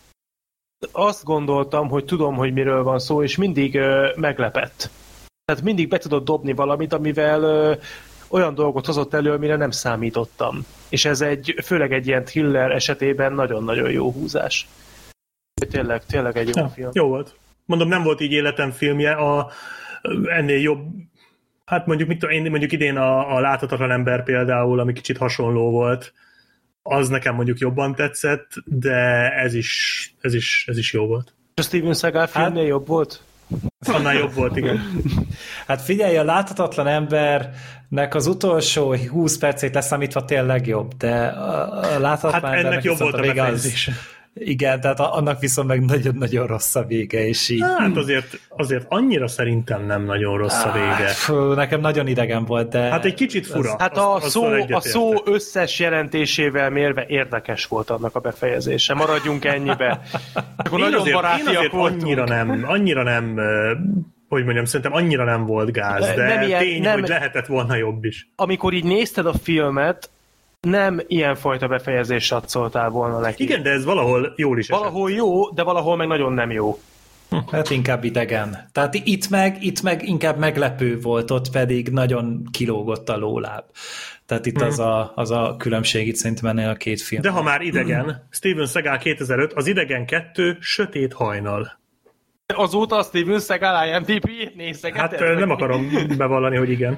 [SPEAKER 4] Azt gondoltam, hogy tudom, hogy miről van szó, és mindig meglepett. Tehát mindig be tudod dobni valamit, amivel olyan dolgot hozott elő, amire nem számítottam. És ez főleg egy ilyen thriller esetében nagyon-nagyon jó húzás. Tényleg egy jó film.
[SPEAKER 3] Jó volt. Mondom, nem volt így életem filmje, ennél jobb, hát mondjuk idén a Láthatatlan ember például, ami kicsit hasonló volt, az nekem mondjuk jobban tetszett, de ez is jó volt.
[SPEAKER 4] A Steven Seagal filmnél jobb volt?
[SPEAKER 3] Annál jobb volt, igen.
[SPEAKER 5] Hát figyelj, a Láthatatlan embernek az utolsó 20 percét leszámítva tényleg jobb, de a Láthatatlan embernek
[SPEAKER 3] ennek jobb volt a befejezése.
[SPEAKER 5] Igen, tehát annak viszont meg nagyon-nagyon rossz a vége, és így...
[SPEAKER 3] Hát azért annyira szerintem nem nagyon rossz a vége.
[SPEAKER 5] Fú, nekem nagyon idegen volt, de...
[SPEAKER 3] Hát egy kicsit fura.
[SPEAKER 4] Hát a szó összes jelentésével mérve érdekes volt annak a befejezése. Maradjunk ennyibe. Akkor nagyon barátiak voltunk.
[SPEAKER 3] Annyira nem, hogy mondjam, szerintem annyira nem volt gáz, de tény, hogy lehetett volna jobb is.
[SPEAKER 4] Amikor így nézted a filmet, nem ilyenfajta befejezést satszoltál volna neki.
[SPEAKER 3] Igen, de ez valahol jól is esett.
[SPEAKER 4] Valahol jó, de valahol meg nagyon nem jó.
[SPEAKER 5] Hát inkább idegen. Tehát itt meg inkább meglepő volt, ott pedig nagyon kilógott a lóláb. Tehát itt az a különbség itt szerintem ennél a két film.
[SPEAKER 3] De ha már idegen, Steven Seagal 2005, az Idegen 2 Sötét hajnal.
[SPEAKER 4] Azóta a Steven Seagal IMDb-jét nézegeted?
[SPEAKER 3] Hát nem akarom bevallani, hogy igen.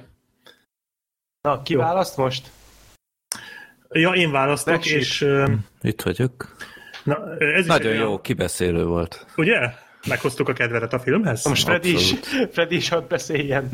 [SPEAKER 4] Na, ki választ most?
[SPEAKER 3] Ja, én választok, és...
[SPEAKER 2] Itt vagyok.
[SPEAKER 3] Na, ez
[SPEAKER 2] nagyon jó, kibeszélő volt.
[SPEAKER 3] Ugye? Meghoztuk a kedvedet a filmhez?
[SPEAKER 4] Most Freddy is hadd beszéljen.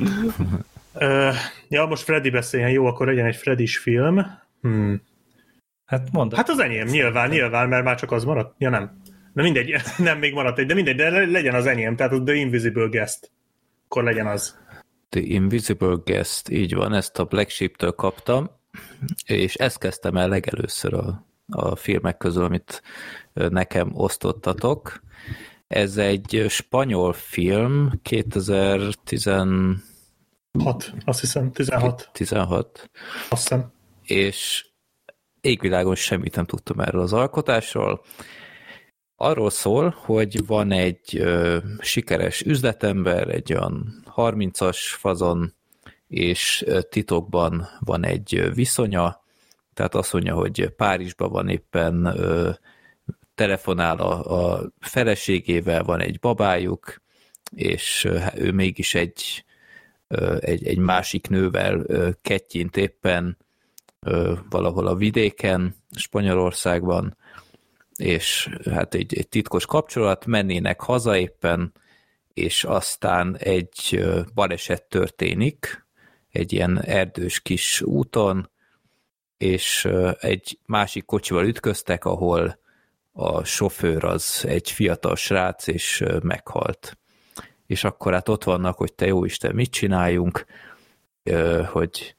[SPEAKER 3] Most Freddy beszéljen. Jó, akkor legyen egy Freddy-s film.
[SPEAKER 5] Hát mondd.
[SPEAKER 3] Hát az enyém, nyilván, mert már csak az maradt. Ja, nem. De mindegy, nem még maradt egy, de mindegy, de legyen az enyém, tehát az The Invisible Guest. Akkor legyen az.
[SPEAKER 2] The Invisible Guest, így van, ezt a Black Sheep-től kaptam, és ezt kezdtem el legelőször a filmek közül, amit nekem osztottatok. Ez egy spanyol film, 2016.
[SPEAKER 3] Azt hiszem, 16. Azt hiszem.
[SPEAKER 2] És égvilágon semmit nem tudtam erről az alkotásról. arról szól, hogy van egy sikeres üzletember, egy olyan 30-as fazon, és titokban van egy viszonya, tehát azt mondja, hogy Párizsban van éppen, telefonál a feleségével, van egy babájuk, és ő mégis egy másik nővel kettyint éppen valahol a vidéken, Spanyolországban, és hát egy titkos kapcsolat, mennének haza éppen, és aztán egy baleset történik, egy ilyen erdős kis úton, és egy másik kocsival ütköztek, ahol a sofőr az egy fiatal srác, és meghalt. És akkor hát ott vannak, hogy te jóisten, mit csináljunk, hogy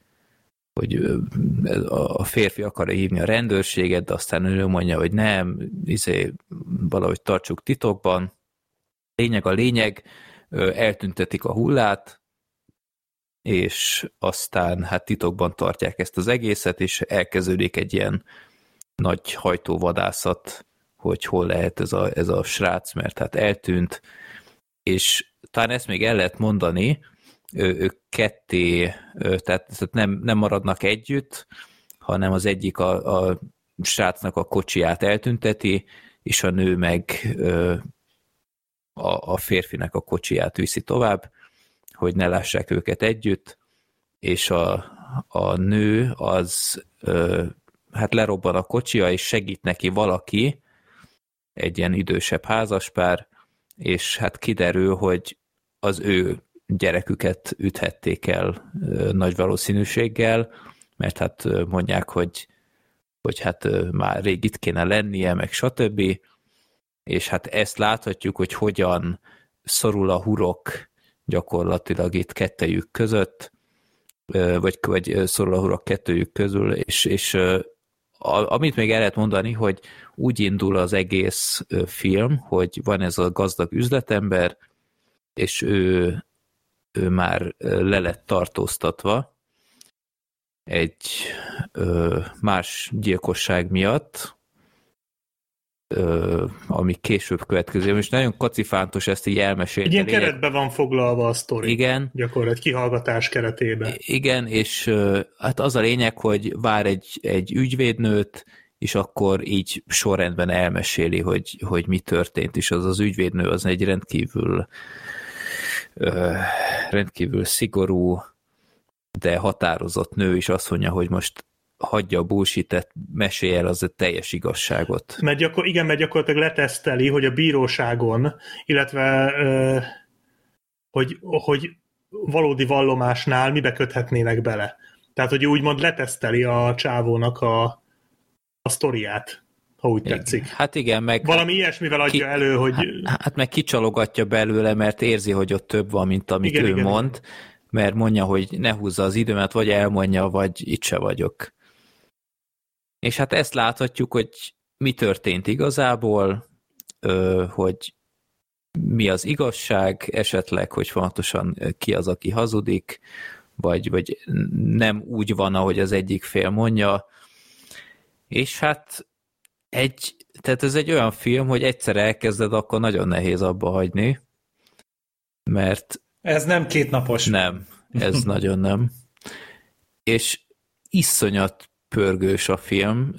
[SPEAKER 2] a férfi akarja hívni a rendőrséget, de aztán ő mondja, hogy nem, valahogy tartsuk titokban. A lényeg, eltüntetik a hullát, és aztán hát titokban tartják ezt az egészet, és elkezdődik egy ilyen nagy hajtóvadászat, hogy hol lehet ez a srác, mert hát eltűnt, és talán ezt még el lehet mondani, ők ketté, tehát nem maradnak együtt, hanem az egyik a srácnak a kocsiját eltünteti, és a nő meg a férfinek a kocsiját viszi tovább, hogy ne lássák őket együtt, és a nő az hát lerobban a kocsija, és segít neki valaki, egy ilyen idősebb házaspár, és hát kiderül, hogy az ő gyereküket üthették el nagy valószínűséggel, mert hát mondják, hogy hát már rég itt kéne lennie, meg stb. És hát ezt láthatjuk, hogy hogyan szorul a hurok gyakorlatilag itt kettejük között, vagy szorul a hurok kettőjük közül, és amit még el lehet mondani, hogy úgy indul az egész film, hogy van ez a gazdag üzletember, és ő már le lett tartóztatva egy más gyilkosság miatt, ami később következő. És nagyon kacifántos ezt így elmesélni.
[SPEAKER 3] Egy ilyen keretben van foglalva a sztori.
[SPEAKER 2] Igen.
[SPEAKER 3] Gyakorlatilag kihallgatás keretében.
[SPEAKER 2] Igen, és hát az a lényeg, hogy vár egy ügyvédnőt, és akkor így sorrendben elmeséli, hogy mi történt, és az ügyvédnő az egy rendkívül szigorú, de határozott nő, és azt mondja, hogy most hagyja a bullshit-et, mesélj el az a teljes igazságot.
[SPEAKER 3] Mert gyakorlatilag leteszteli, hogy a bíróságon, illetve hogy valódi vallomásnál mibe köthetnének bele. Tehát, hogy úgymond leteszteli a csávónak a sztoriát, ha úgy tetszik.
[SPEAKER 2] Hát igen, meg...
[SPEAKER 3] Valami ilyesmivel adja elő, hogy...
[SPEAKER 2] Hát meg kicsalogatja belőle, mert érzi, hogy ott több van, mint amit ő mond, mert mondja, hogy ne húzza az időmet, vagy elmondja, vagy itt se vagyok. És hát ezt láthatjuk, hogy mi történt igazából, hogy mi az igazság, esetleg, hogy fontosan ki az, aki hazudik, vagy nem úgy van, ahogy az egyik fél mondja. És hát tehát ez egy olyan film, hogy egyszer elkezded, akkor nagyon nehéz abba hagyni, mert...
[SPEAKER 5] Ez nem kétnapos.
[SPEAKER 2] Nem, ez nagyon nem. És iszonyat pörgős a film,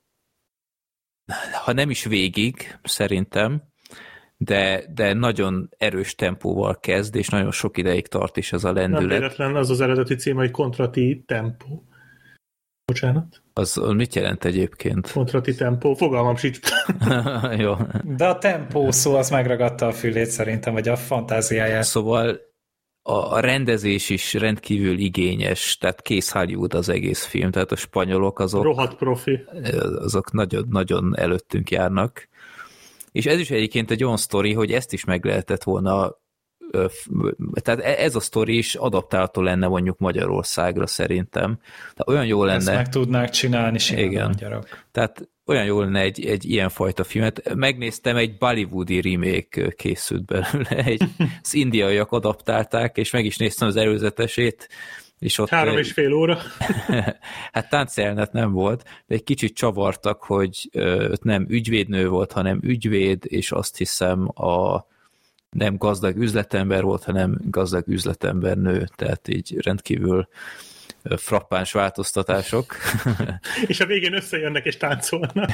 [SPEAKER 2] ha nem is végig, szerintem, de nagyon erős tempóval kezd, és nagyon sok ideig tart is ez a lendület.
[SPEAKER 3] Nem véletlen az eredeti cím, hogy Contrati Tempo. Bocsánat.
[SPEAKER 2] Az mit jelent egyébként?
[SPEAKER 3] Contrati Tempo, fogalmam sincs.
[SPEAKER 2] Jó.
[SPEAKER 5] De a tempó szó az megragadta a fülét szerintem, vagy a fantáziáját.
[SPEAKER 2] Szóval a rendezés is rendkívül igényes, tehát kész Hollywood az egész film, tehát a spanyolok
[SPEAKER 3] rohadt profi.
[SPEAKER 2] Azok nagyon előttünk járnak. És ez is egyébként egy olyan sztori, hogy ezt is meg lehetett volna, tehát ez a sztori is adaptálható lenne mondjuk Magyarországra szerintem. Tehát olyan jó lenne... Ezt
[SPEAKER 5] meg tudnák csinálni
[SPEAKER 2] igen.
[SPEAKER 5] Magyarok.
[SPEAKER 2] Tehát olyan jó lenne egy ilyenfajta filmet. Megnéztem, egy bollywoodi remake készült belőle, az indiaiak adaptálták, és meg is néztem az előzetesét, És ott
[SPEAKER 3] 3,5 óra.
[SPEAKER 2] hát táncjelenet nem volt, de egy kicsit csavartak, hogy nem ügyvédnő volt, hanem ügyvéd, és azt hiszem nem gazdag üzletember volt, hanem gazdag üzletembernő, tehát így rendkívül frappáns változtatások.
[SPEAKER 3] És a végén összejönnek és táncolnak.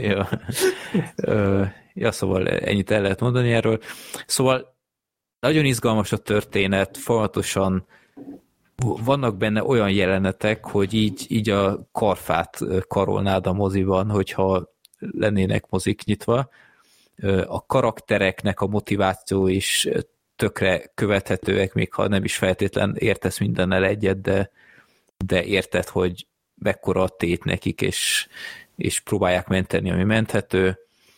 [SPEAKER 2] Ja, szóval ennyit el lehet mondani erről. Szóval nagyon izgalmas a történet, folyamatosan vannak benne olyan jelenetek, hogy így a karfát karolnád a moziban, hogyha lennének mozik nyitva. A karaktereknek a motiváció is tökre követhetőek, még ha nem is feltétlen értesz mindennel egyet, de érted, hogy mekkora a tét nekik, és próbálják menteni, ami menthető.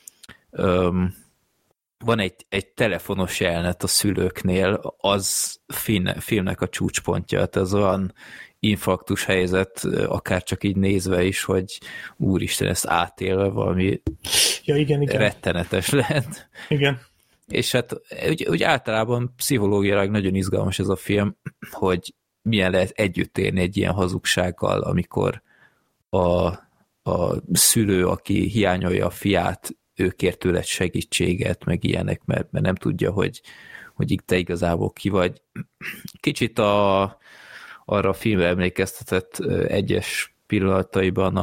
[SPEAKER 2] Van egy telefonos jelenet a szülőknél, az filmnek a csúcspontja, tehát az olyan infarktus helyzet, akár csak így nézve is, hogy úristen, ezt átélve valami
[SPEAKER 3] igen.
[SPEAKER 2] rettenetes lehet.
[SPEAKER 3] Igen.
[SPEAKER 2] És hát úgy általában pszichológiailag nagyon izgalmas ez a film, hogy milyen lehet együtt élni egy ilyen hazugsággal, amikor a szülő, aki hiányolja a fiát, ő kér tőle segítséget, meg ilyenek, mert nem tudja, hogy te igazából ki vagy. Kicsit arra a filmre emlékeztetett egyes pillanataiban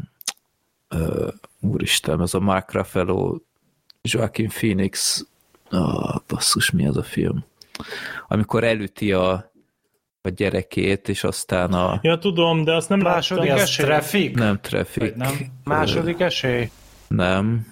[SPEAKER 2] úristen, ez a Mark Ruffalo, Joaquin Phoenix, basszus, mi az a film? Amikor elüti a gyerekét, és aztán
[SPEAKER 3] Ja, tudom, de azt nem
[SPEAKER 4] második
[SPEAKER 3] láttam.
[SPEAKER 4] esély?
[SPEAKER 5] Traffic?
[SPEAKER 2] Nem Traffic.
[SPEAKER 5] Nem?
[SPEAKER 4] Második esély?
[SPEAKER 2] Nem.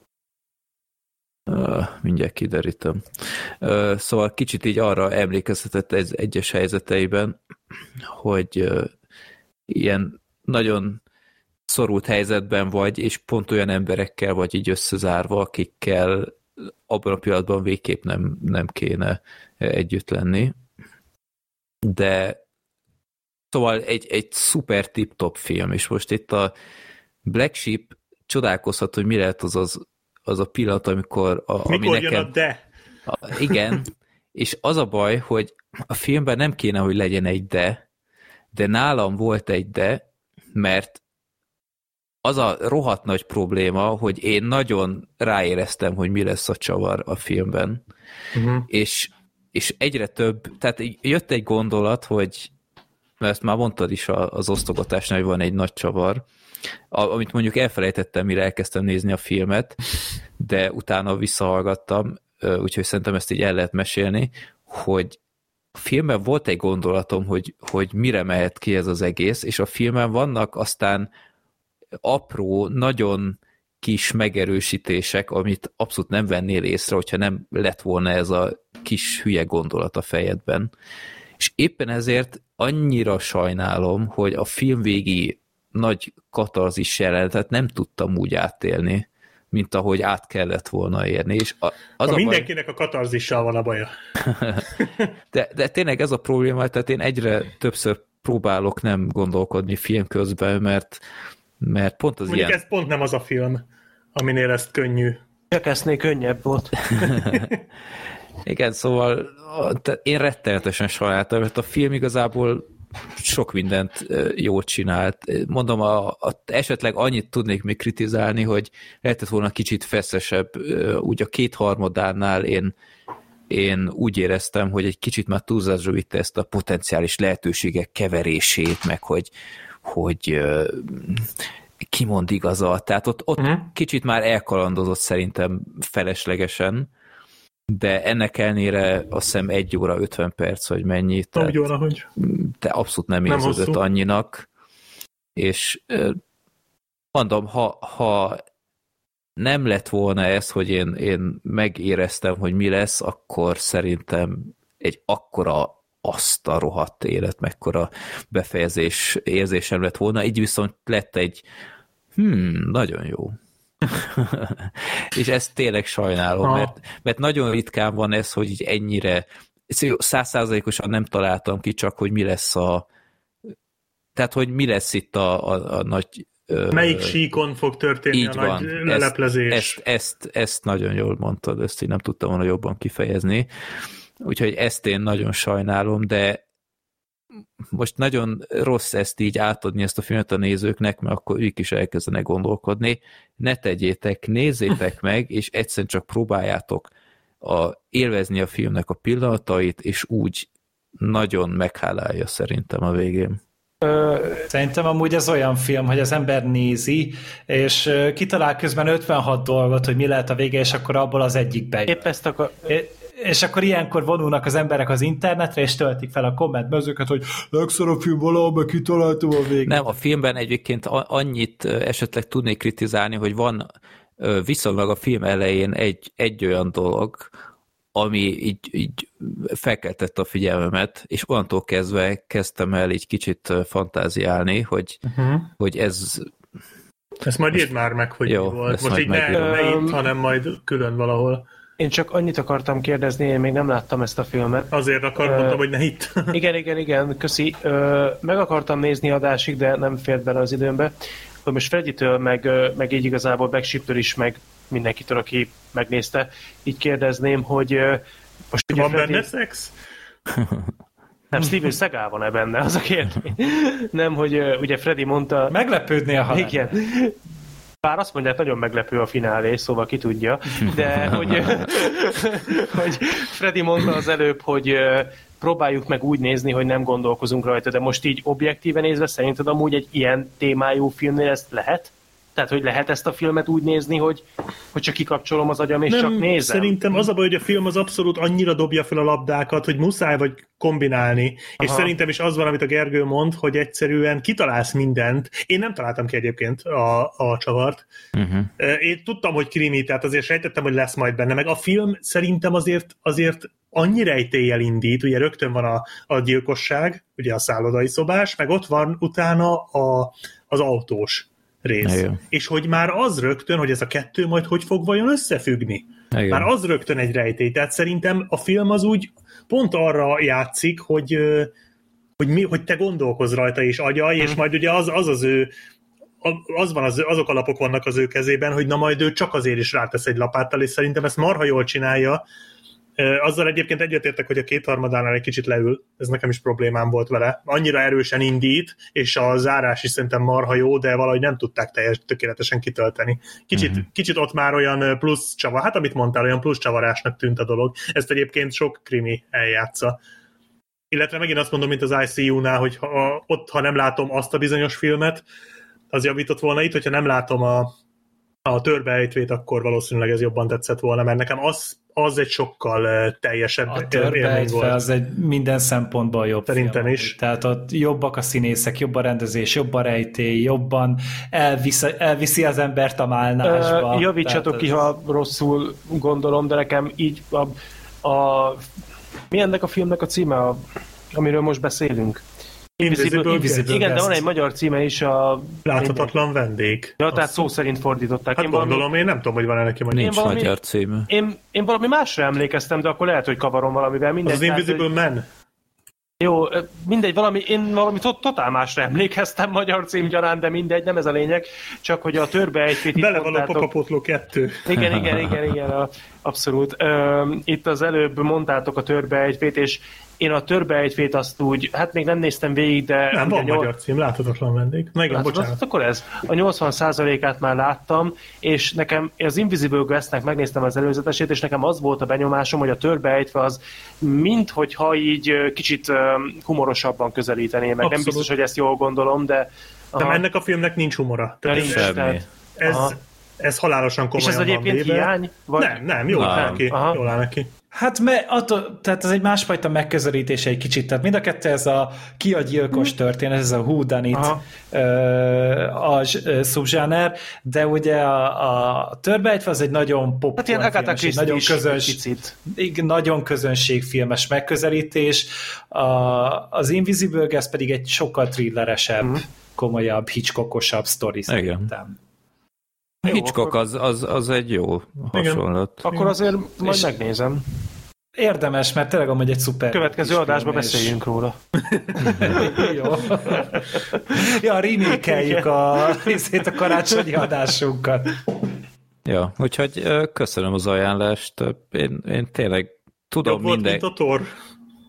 [SPEAKER 2] Mindjárt kiderítem. Szóval kicsit így arra emlékeztetett ez egyes helyzeteiben, hogy ilyen nagyon szorult helyzetben vagy, és pont olyan emberekkel vagy így összezárva, akikkel abban a pillanatban végképp nem kéne együtt lenni. De szóval egy szuper tip-top film, és most itt a Black Sheep csodálkozhat, hogy mi lehet az a pillanat, amikor
[SPEAKER 3] mikor jön a de?
[SPEAKER 2] Igen, és az a baj, hogy a filmben nem kéne, hogy legyen egy de nálam volt egy de, mert az a rohadt nagy probléma, hogy én nagyon ráéreztem, hogy mi lesz a csavar a filmben. És egyre több, tehát jött egy gondolat, hogy, mert ezt már mondtad is az osztogatásnál, hogy van egy nagy csavar, amit mondjuk elfelejtettem, mire elkezdtem nézni a filmet, de utána visszahallgattam, úgyhogy szerintem ezt így el lehet mesélni, hogy a filmben volt egy gondolatom, hogy mire mehet ki ez az egész, és a filmben vannak aztán apró, nagyon kis megerősítések, amit abszolút nem vennél észre, hogyha nem lett volna ez a kis hülye gondolat a fejedben. És éppen ezért annyira sajnálom, hogy a film végi nagy katarzis jelenetet nem tudtam úgy átélni, mint ahogy át kellett volna érni. És
[SPEAKER 3] mindenkinek a katarzissal van a baja.
[SPEAKER 2] de tényleg ez a probléma, tehát én egyre többször próbálok nem gondolkodni film közben, mert pont az
[SPEAKER 3] mondjuk
[SPEAKER 2] ilyen...
[SPEAKER 3] ez pont nem az a film, aminél ezt könnyű.
[SPEAKER 4] Csak esznél könnyebb volt.
[SPEAKER 2] Igen, szóval én rettenetesen sajnáltam, mert a film igazából sok mindent jól csinált. Mondom, esetleg annyit tudnék még kritizálni, hogy lehetett volna kicsit feszesebb. Úgy a 2/3-ánál én úgy éreztem, hogy egy kicsit már túlzásra vitte ezt a potenciális lehetőségek keverését, meg hogy ki mond igazat. Tehát ott kicsit már elkalandozott szerintem feleslegesen, de ennek ellenére azt hiszem 1 óra 50 perc, vagy mennyi.
[SPEAKER 3] Úgy óra, hogy...
[SPEAKER 2] De abszolút nem érződött annyinak. És mondom, ha nem lett volna ez, hogy én megéreztem, hogy mi lesz, akkor szerintem egy akkora azt a rohadt élet, mekkora befejezés érzésem lett volna, így viszont lett egy nagyon jó. És ezt tényleg sajnálom, mert nagyon ritkán van ez, hogy így ennyire 100%-osan nem találtam ki csak, hogy mi lesz tehát, hogy mi lesz itt a nagy
[SPEAKER 3] melyik síkon fog történni a nagy leleplezés.
[SPEAKER 2] Ezt nagyon jól mondtad, ezt így nem tudtam volna jobban kifejezni. Úgyhogy ezt én nagyon sajnálom, de most nagyon rossz ezt így átadni ezt a filmet a nézőknek, mert akkor ők is elkezdenek gondolkodni. Ne tegyétek, nézzétek meg, és egyszerűen csak próbáljátok élvezni a filmnek a pillanatait, és úgy nagyon meghálálja szerintem a végén.
[SPEAKER 5] Szerintem amúgy ez olyan film, hogy az ember nézi, és kitalál közben 56 dolgot, hogy mi lehet a vége, és akkor abból az egyik bejön.
[SPEAKER 4] Épp ezt akar...
[SPEAKER 5] És akkor ilyenkor vonulnak az emberek az internetre, és töltik fel a kommentmezőket, hogy legszarabb film valahol, kitaláltam a végét.
[SPEAKER 2] Nem, a filmben egyébként annyit esetleg tudnék kritizálni, hogy van viszonylag a film elején egy olyan dolog, ami így felkeltette a figyelmemet, és onnantól kezdve kezdtem el így kicsit fantáziálni, hogy ez...
[SPEAKER 3] Ezt majd írd már meg, hogy
[SPEAKER 2] jó,
[SPEAKER 3] mi volt. Most így ne itt, hanem majd külön valahol.
[SPEAKER 4] Én csak annyit akartam kérdezni, én még nem láttam ezt a filmet.
[SPEAKER 3] Azért mondtam, hogy ne itt.
[SPEAKER 4] Igen, köszi. Meg akartam nézni adásig, de nem fért bele az időmbe. Hogy most Freddytől, meg így igazából Backshiptől is, meg mindenkitől, aki megnézte, így kérdezném, hogy most ugye
[SPEAKER 3] van
[SPEAKER 4] Freddy...
[SPEAKER 3] benne szex?
[SPEAKER 4] Nem, Steven Seagal van-e benne, az a kérdés. Nem, hogy ugye Freddy mondta...
[SPEAKER 5] Meglepődnél, ha
[SPEAKER 4] igen. Bár azt mondják, nagyon meglepő a finálé, szóval ki tudja, de hogy Freddy mondta az előbb, hogy próbáljuk meg úgy nézni, hogy nem gondolkozunk rajta, de most így objektíven nézve szerinted amúgy egy ilyen témájú filmnél ezt lehet? Tehát, hogy lehet ezt a filmet úgy nézni, hogy csak kikapcsolom az agyam és csak nézem?
[SPEAKER 3] Szerintem az a baj, hogy a film az abszolút annyira dobja fel a labdákat, hogy muszáj vagy kombinálni. Aha. És szerintem is az van, amit a Gergő mond, hogy egyszerűen kitalálsz mindent. Én nem találtam ki egyébként a csavart. Én tudtam, hogy krimi, tehát azért sejtettem, hogy lesz majd benne. Meg a film szerintem azért annyi rejtéllyel indít, ugye rögtön van a gyilkosság, ugye a szállodai szobás, meg ott van utána az autós rész. Igen. És hogy már az rögtön, hogy ez a kettő majd hogy fog vajon összefüggni. Igen. Már az rögtön egy rejtély. Tehát szerintem a film az úgy pont arra játszik, hogy te gondolkozz rajta és agyalj, és majd ugye azok a lapok vannak az ő kezében, hogy na majd ő csak azért is rátesz egy lapáttal, és szerintem ezt marha jól csinálja. Azzal egyébként egyetértek, hogy a kétharmadánál egy kicsit leül, ez nekem is problémám volt vele. Annyira erősen indít, és a zárás is szerintem marha jó, de valahogy nem tudták tökéletesen kitölteni. Kicsit ott már olyan plusz csavar, hát amit mondtál, olyan plusz csavarásnak tűnt a dolog. Ezt egyébként sok krimi eljátsza. Illetve megint azt mondom, mint az ICU-nál, hogy ha nem látom azt a bizonyos filmet, az javított volna itt, hogyha nem látom a Törbeejtvét, akkor valószínűleg ez jobban tetszett volna, mert nekem az egy sokkal teljesebb
[SPEAKER 5] élmény volt. Az egy minden szempontból jobb
[SPEAKER 3] szerintem
[SPEAKER 5] film.
[SPEAKER 3] Is.
[SPEAKER 5] Tehát ott jobbak a színészek, jobb a rendezés, jobb a rejtély, jobban elviszi az embert a málnásba.
[SPEAKER 4] Javítsatok ki, ha rosszul gondolom, de nekem így mi ennek a filmnek a címe, amiről most beszélünk?
[SPEAKER 3] Invisible
[SPEAKER 4] Igen, de van egy magyar címe is, a...
[SPEAKER 3] Láthatatlan vendég.
[SPEAKER 4] Ja, tehát szó szerint fordították.
[SPEAKER 3] Hát gondolom, én nem tudom, hogy van-e neki magyar.
[SPEAKER 2] Nincs magyar címe.
[SPEAKER 4] Én valami másra emlékeztem, de akkor lehet, hogy kavarom valamivel. Mindegy,
[SPEAKER 3] az Invisible Man?
[SPEAKER 4] Jó, mindegy, én valami totál másra emlékeztem magyar cím gyanán, de mindegy, nem ez a lényeg, csak hogy a Törbeejtvét...
[SPEAKER 3] Belevaló Papapotló 2.
[SPEAKER 4] Igen, abszolút. Itt az előbb mondtátok a Törbeejtvét, és én a Törbeejtvét azt úgy, hát még nem néztem végig, de...
[SPEAKER 3] Nem, van magyar cím, láthatatlan vendég. Na igen, bocsánat.
[SPEAKER 4] Akkor ez. A 80%-át már láttam, és nekem az Invisible Guest-nek megnéztem az előzetesét, és nekem az volt a benyomásom, hogy a Törbeejtve az minthogyha így kicsit humorosabban közelítené meg. Abszolút. Nem biztos, hogy ezt jól gondolom, de...
[SPEAKER 3] De ennek a filmnek nincs humora. Ez halálosan komolyan.
[SPEAKER 4] És ez egyébként hiány?
[SPEAKER 3] Vagy... Nem, jól áll neki.
[SPEAKER 5] Hát tehát ez egy másfajta megközelítés egy kicsit, tehát mind a kettő ez a ki a gyilkos történet, ez a who done it a szubzsáner, de ugye a Törbeejtve az egy nagyon popcornfilmes, nagyon közönségfilmes megközelítés, az Invisible Guest pedig egy sokkal thrilleresebb, komolyabb, Hitchcockosabb sztori szerintem.
[SPEAKER 2] Hitchcock az egy jó hasonlat.
[SPEAKER 4] Akkor azért majd megnézem.
[SPEAKER 5] Érdemes, mert tényleg amúgy egy szuper...
[SPEAKER 4] Következő adásban beszéljünk róla.
[SPEAKER 5] Jó. Ja, remake-eljük a karácsonyi adásunkat.
[SPEAKER 2] Ja, úgyhogy köszönöm az ajánlást. Én tényleg tudom
[SPEAKER 3] jobb volt, mint a Thor.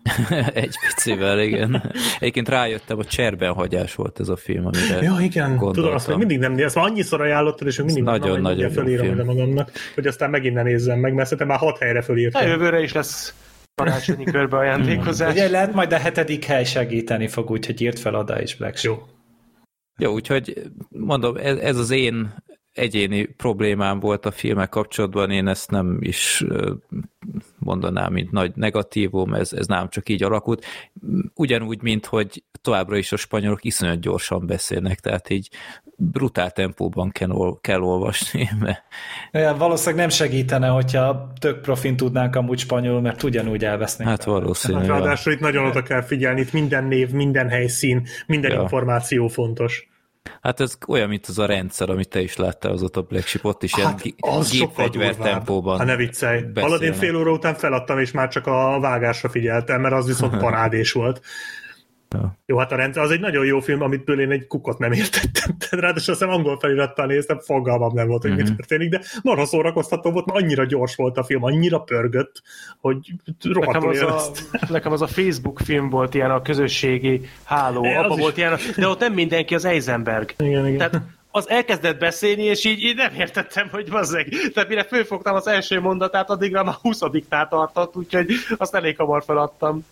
[SPEAKER 2] Egy picivel, igen. Egyébként rájöttem, hogy cserbenhagyás volt ez a film, amire
[SPEAKER 3] ja, igen,
[SPEAKER 2] gondoltam.
[SPEAKER 3] tudom, azt még mindig nem nézem. Ezt már annyiszor ajánlottad, és mindig
[SPEAKER 2] nagyon
[SPEAKER 3] fölírom ide magamnak, hogy aztán megint ne nézzem meg, mert szerintem már 6 helyre fölírtam.
[SPEAKER 4] Jövőre is lesz karácsonyi körbe ajándékozás.
[SPEAKER 5] Ugye lehet majd a 7. hely segíteni fog, úgyhogy írt fel oda is, Black Sheep.
[SPEAKER 2] Jó, úgyhogy mondom, ez az én egyéni problémám volt a filmek kapcsolatban, én ezt nem is mondanám, mint nagy negatívum, ez nálam csak így alakult. Ugyanúgy, mint hogy továbbra is a spanyolok iszonyat gyorsan beszélnek, tehát így brutál tempóban kell olvasni.
[SPEAKER 5] Ja, valószínűleg nem segítene, hogyha tök profin tudnánk amúgy spanyolul, mert ugyanúgy elvesznénk.
[SPEAKER 2] Hát valószínűleg.
[SPEAKER 3] Hát ráadásul itt nagyon oda kell figyelni, itt minden név, minden helyszín, minden információ fontos.
[SPEAKER 2] Hát ez olyan, mint az a rendszer, amit te is láttál azóta a Black Sheep, ott is
[SPEAKER 3] hát
[SPEAKER 2] ilyen gépfegyver tempóban.
[SPEAKER 3] Ha ne viccelj. Aladdin fél óra után feladtam, és már csak a vágásra figyeltem, mert az viszont parádés volt. Ja. Jó, hát a rendszer, az egy nagyon jó film, amitből én egy kukot nem értettem. Ráadásul azt angol felirattal néztem, fogalmam nem volt, hogy mi történik, de marha szórakoztató volt, mert annyira gyors volt a film, annyira pörgött, hogy rohadtul élveztem.
[SPEAKER 4] Nekem az a Facebook film volt ilyen, a közösségi háló, abban volt ilyen, de ott nem mindenki az Eisenberg.
[SPEAKER 3] Igen.
[SPEAKER 4] Tehát az elkezdett beszélni, és így nem értettem, hogy bazzeg. Tehát mire fölfogtam az első mondatát, addigra már 20-nál tartott, úgyhogy azt elég hamar feladtam.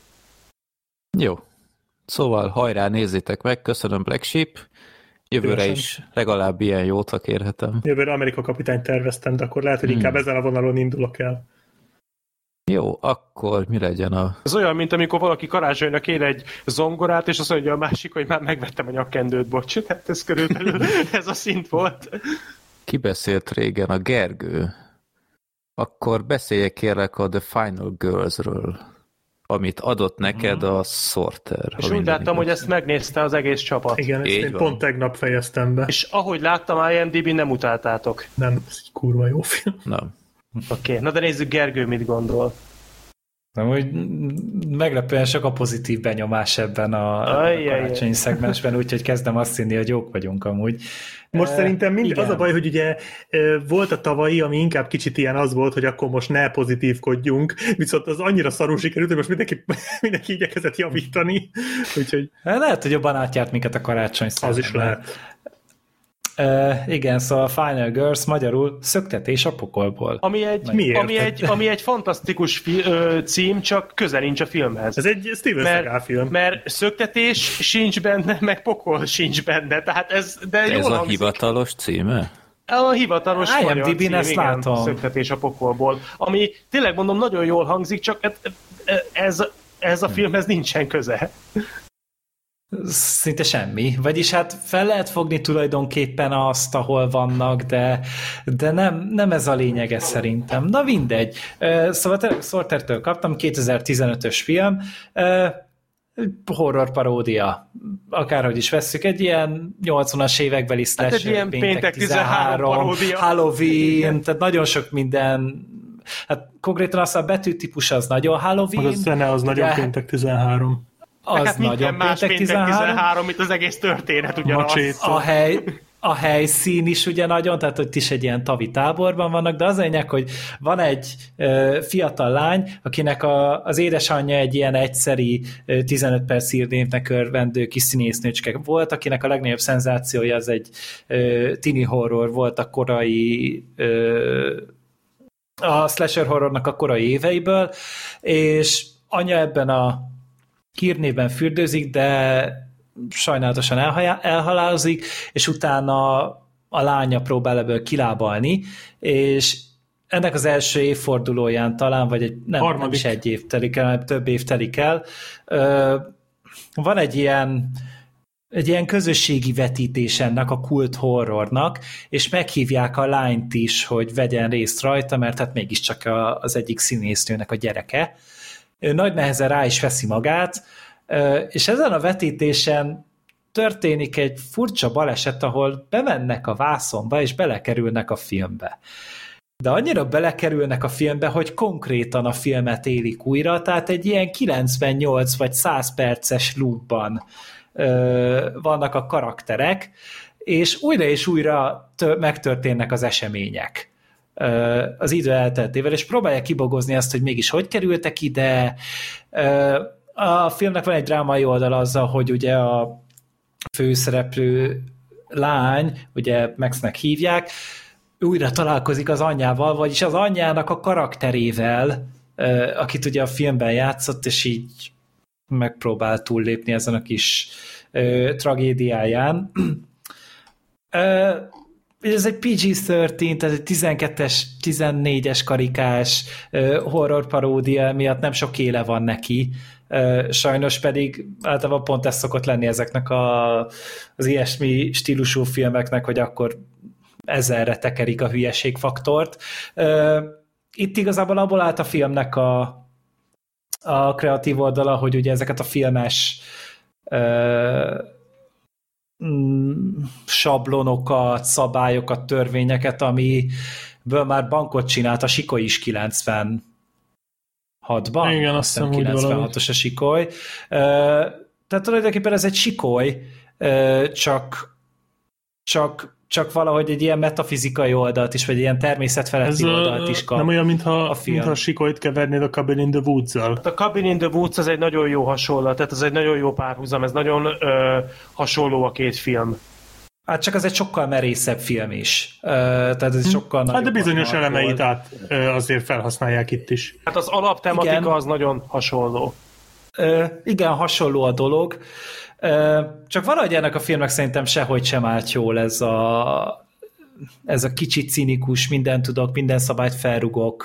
[SPEAKER 2] Jó. Szóval hajrá, nézzétek meg, köszönöm Black Sheep, jövőre is legalább ilyen jót, ha kérhetem.
[SPEAKER 3] Jövőre Amerika kapitányt terveztem, de akkor lehet, hogy inkább ezen a vonalon indulok el.
[SPEAKER 2] Jó, akkor mi legyen a...
[SPEAKER 4] Ez olyan, mint amikor valaki karácsonyra kér egy zongorát, és azt mondja a másik, hogy már megvettem a nyakkendőt, bocs. Hát ez körülbelül ez a szint volt.
[SPEAKER 2] Ki beszélt régen? A Gergő. Akkor beszéljek kérlek a The Final Girls-ről, amit adott neked a Sorter.
[SPEAKER 4] És úgy láttam, hogy ezt megnézte az egész csapat.
[SPEAKER 3] Igen, ezt én pont tegnap fejeztem be.
[SPEAKER 4] És ahogy láttam, IMDb nem utáltátok.
[SPEAKER 3] Nem, ez egy kurva jó film.
[SPEAKER 2] Nem.
[SPEAKER 4] Oké, na de nézzük, Gergő mit gondol.
[SPEAKER 5] Nem, hogy meglepően sok a pozitív benyomás ebben a karácsonyi szegmensben, úgyhogy kezdem azt hinni, hogy jók vagyunk amúgy.
[SPEAKER 3] Most szerintem az a baj, hogy ugye volt a tavalyi, ami inkább kicsit ilyen az volt, hogy akkor most ne pozitívkodjunk, viszont az annyira szarul sikerült, hogy most mindenki igyekezett javítani. Úgyhogy...
[SPEAKER 5] Lehet, hogy jobban átjárt minket a karácsony
[SPEAKER 3] Az is lehet.
[SPEAKER 5] Igen, szóval Final Girls magyarul Szöktetés a pokolból.
[SPEAKER 4] Ami egy fantasztikus cím, csak közel nincs a filmhez.
[SPEAKER 3] Ez egy Steven Seagal film.
[SPEAKER 4] Mert szöktetés sincs benne, meg pokol sincs benne. Tehát ez
[SPEAKER 2] a hivatalos címe?
[SPEAKER 4] A hivatalos magyar cím,
[SPEAKER 5] ezt látom.
[SPEAKER 4] Szöktetés a pokolból. Ami tényleg mondom, nagyon jól hangzik, csak ez a filmhez nincsen köze.
[SPEAKER 5] Szinte semmi. Vagyis hát fel lehet fogni tulajdonképpen azt, ahol vannak, de nem ez a lényege szerintem. Na mindegy. Szóval tényleg Sortertől kaptam, 2015-ös film, horror paródia. Akárhogy is vesszük, egy ilyen 80-as évekbeli slasher,
[SPEAKER 4] egy ilyen péntek 13 paródia.
[SPEAKER 5] Halloween, tehát nagyon sok minden. Hát konkrétan az a betűtípus az nagyon Halloween.
[SPEAKER 3] Az a zene az nagyon péntek 13.
[SPEAKER 4] Az hát nagyon más péntek 13, mint az egész történet ugyanaz.
[SPEAKER 5] A helyszín is ugye nagyon, tehát hogy is egy ilyen tavi táborban vannak, de az a lényeg, hogy van egy fiatal lány, akinek az édesanyja egy ilyen egyszeri 15 perc hírnévnek örvendő kis színésznőcske volt, akinek a legnagyobb szenzációja az egy tini horror volt a korai a slasher horrornak a korai éveiből, és anya ebben a hírnévben fürdőzik, de sajnálatosan elhalálozik, és utána a lánya próbál ebből kilábalni, és ennek az első évfordulóján talán, vagy nem is egy év telik el, több év telik el, van egy ilyen közösségi vetítés ennek a kult horrornak, és meghívják a lányt is, hogy vegyen részt rajta, mert hát mégiscsak az egyik színésznőnek a gyereke. Ő nagy nehezen rá is veszi magát, és ezen a vetítésen történik egy furcsa baleset, ahol bemennek a vászonba, és belekerülnek a filmbe. De annyira belekerülnek a filmbe, hogy konkrétan a filmet élik újra, tehát egy ilyen 98 vagy 100 perces loopban vannak a karakterek, és újra megtörténnek az események az idő elteltével, és próbálják kibogozni azt, hogy mégis hogy kerültek ide. A filmnek van egy drámai oldal azzal, hogy ugye a főszereplő lány, ugye Maxnek hívják, újra találkozik az anyjával, vagyis az anyjának a karakterével, akit ugye a filmben játszott, és így megpróbál túllépni ezen a kis tragédiáján. Ez egy PG-13, tehát egy 12-es, 14-es karikás horror paródia, miatt nem sok éle van neki. Sajnos pedig általában pont ez szokott lenni ezeknek az ilyesmi stílusú filmeknek, hogy akkor ezerre tekerik a hülyeségfaktort. Itt igazából abból állt a filmnek a kreatív oldala, hogy ugye ezeket a filmes sablonokat, szabályokat, törvényeket, amiből már bankot csinált a Sikoly is 96-ban.
[SPEAKER 3] Igen, azt hiszem
[SPEAKER 5] 96-os a Sikoly. Tehát tulajdonképpen ez egy Sikoly, csak valahogy egy ilyen metafizikai oldalt is, vagy ilyen természetfeletti oldalt is kap.
[SPEAKER 3] Nem olyan, mintha
[SPEAKER 5] a
[SPEAKER 3] Sikolyt kevernéd a Cabin in the Woods-zal.
[SPEAKER 4] A Cabin in the Woods az egy nagyon jó hasonlat, tehát ez egy nagyon jó párhuzam, ez nagyon hasonló a két film.
[SPEAKER 5] Hát csak az egy sokkal merészebb film is. Tehát ez sokkal nagyobb.
[SPEAKER 3] Hát de bizonyos elemeit azért felhasználják itt is.
[SPEAKER 4] Hát az alaptematika igen. Az nagyon hasonló.
[SPEAKER 5] Igen, hasonló a dolog. Csak valahogy ennek a filmnek szerintem sehogy sem állt jól ez a kicsit cinikus, mindent tudok, minden szabályt felrugok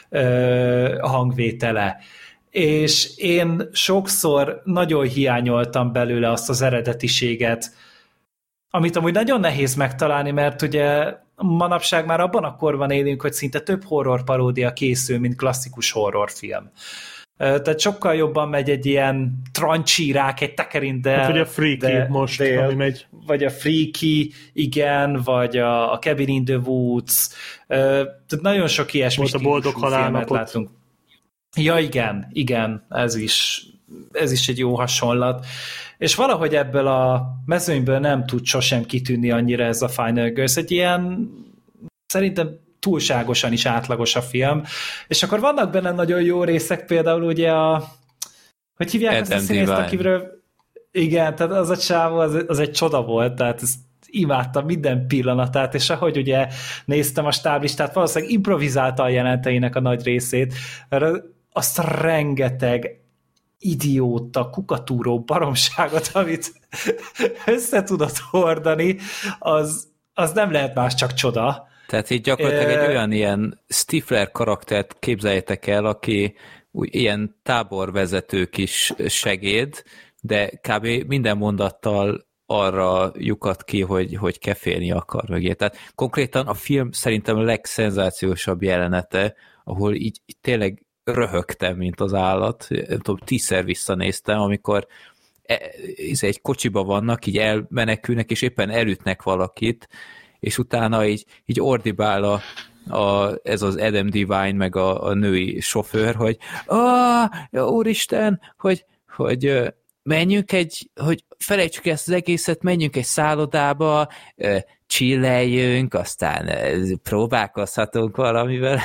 [SPEAKER 5] hangvétele. És én sokszor nagyon hiányoltam belőle azt az eredetiséget, amit amúgy nagyon nehéz megtalálni, mert ugye manapság már abban a korban élünk, hogy szinte több horror paródia készül, mint klasszikus horrorfilm. Tehát sokkal jobban megy egy ilyen trancsírák, egy tekerindel.
[SPEAKER 3] Hát, vagy a Freaky most, ami megy.
[SPEAKER 5] Vagy a Freaky, igen, vagy a Cabin in the Woods. Tehát nagyon sok ilyesmi
[SPEAKER 3] volt a Boldog Halálnapot
[SPEAKER 5] látunk. Ja, igen, ez is egy jó hasonlat. És valahogy ebből a mezőnyből nem tud sosem kitűnni annyira ez a Final Girls. Egy ilyen, szerintem túlságosan is átlagos a film. És akkor vannak benne nagyon jó részek, például ugye hogy hívják azt a színészt, akiről igen, tehát az a csávó, az egy csoda volt, tehát ezt imádtam minden pillanatát, és ahogy ugye néztem a stáblistát, valószínűleg improvizálta a jelenteinek a nagy részét, azt rengeteg idióta, kukatúró baromságot, amit össze tudott hordani, az nem lehet más, csak csoda.
[SPEAKER 2] Tehát így gyakorlatilag egy olyan ilyen Stifler karaktert képzeljétek el, aki ilyen táborvezető kis segéd, de kb. Minden mondattal arra lyukat ki, hogy kefélni akar mögé. Tehát konkrétan a film szerintem a legszenzációsabb jelenete, ahol így tényleg röhögtem, mint az állat. Nem tudom, 10-szer visszanéztem, amikor egy kocsiba vannak, így elmenekülnek, és éppen elütnek valakit, és utána így ordibál ez az Adam Devine, meg a női sofőr, hogy úristen, hogy menjünk hogy felejtsük ezt az egészet, menjünk egy szállodába, chilleljünk, aztán próbálkozhatunk valamivel.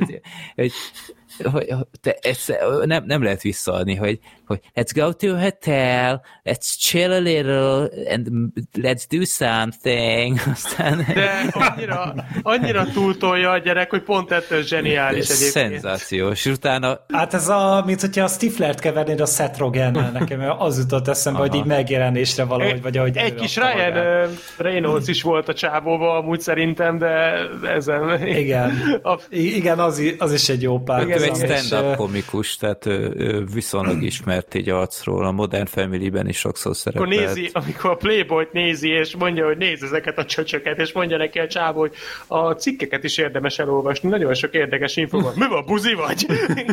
[SPEAKER 2] Nem lehet visszaadni, hogy let's go to a hotel, let's chill a little, and let's do something. Aztán...
[SPEAKER 4] De annyira túltolja a gyerek, hogy pont ettől zseniális egyébként.
[SPEAKER 2] Szenzációs. Utána...
[SPEAKER 5] Hát ez mint hogyha a Stiflert kevernéd a Seth Rogennel, nekem az jutott eszembe, hogy így megjelenésre valahogy, vagy ahogy...
[SPEAKER 4] Egy kis Ryan Reynolds is volt a csávóba amúgy szerintem, de ezen...
[SPEAKER 5] Igen, az is egy jó pár.
[SPEAKER 2] Ő egy stand-up komikus, tehát ő viszonylag ismert így arcról, a Modern Family-ben is sokszor szerepelt.
[SPEAKER 4] Amikor a Playboy-t nézi, és mondja, hogy nézd ezeket a csöcsöket, és mondja neki a csávó, hogy a cikkeket is érdemes elolvasni, nagyon sok érdekes info van. Mi van, buzi vagy?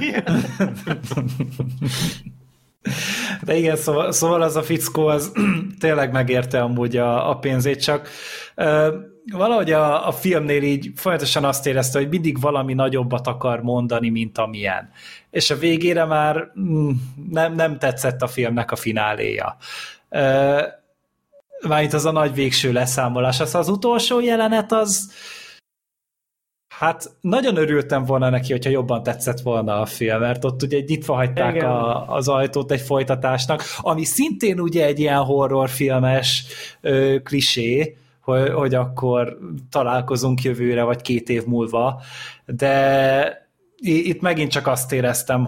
[SPEAKER 5] De igen, szóval az a fickó, az tényleg megérte amúgy a pénzét, csak valahogy a filmnél így folyamatosan azt érezte, hogy mindig valami nagyobbat akar mondani, mint amilyen. És a végére már nem tetszett a filmnek a fináléja. Mármint az a nagy végső leszámolás. Az utolsó jelenet Hát nagyon örültem volna neki, hogyha jobban tetszett volna a film, mert ott ugye nyitva hagyták az ajtót egy folytatásnak, ami szintén ugye egy ilyen horrorfilmes klisé, hogy akkor találkozunk jövőre, vagy 2 év múlva, de itt megint csak azt éreztem,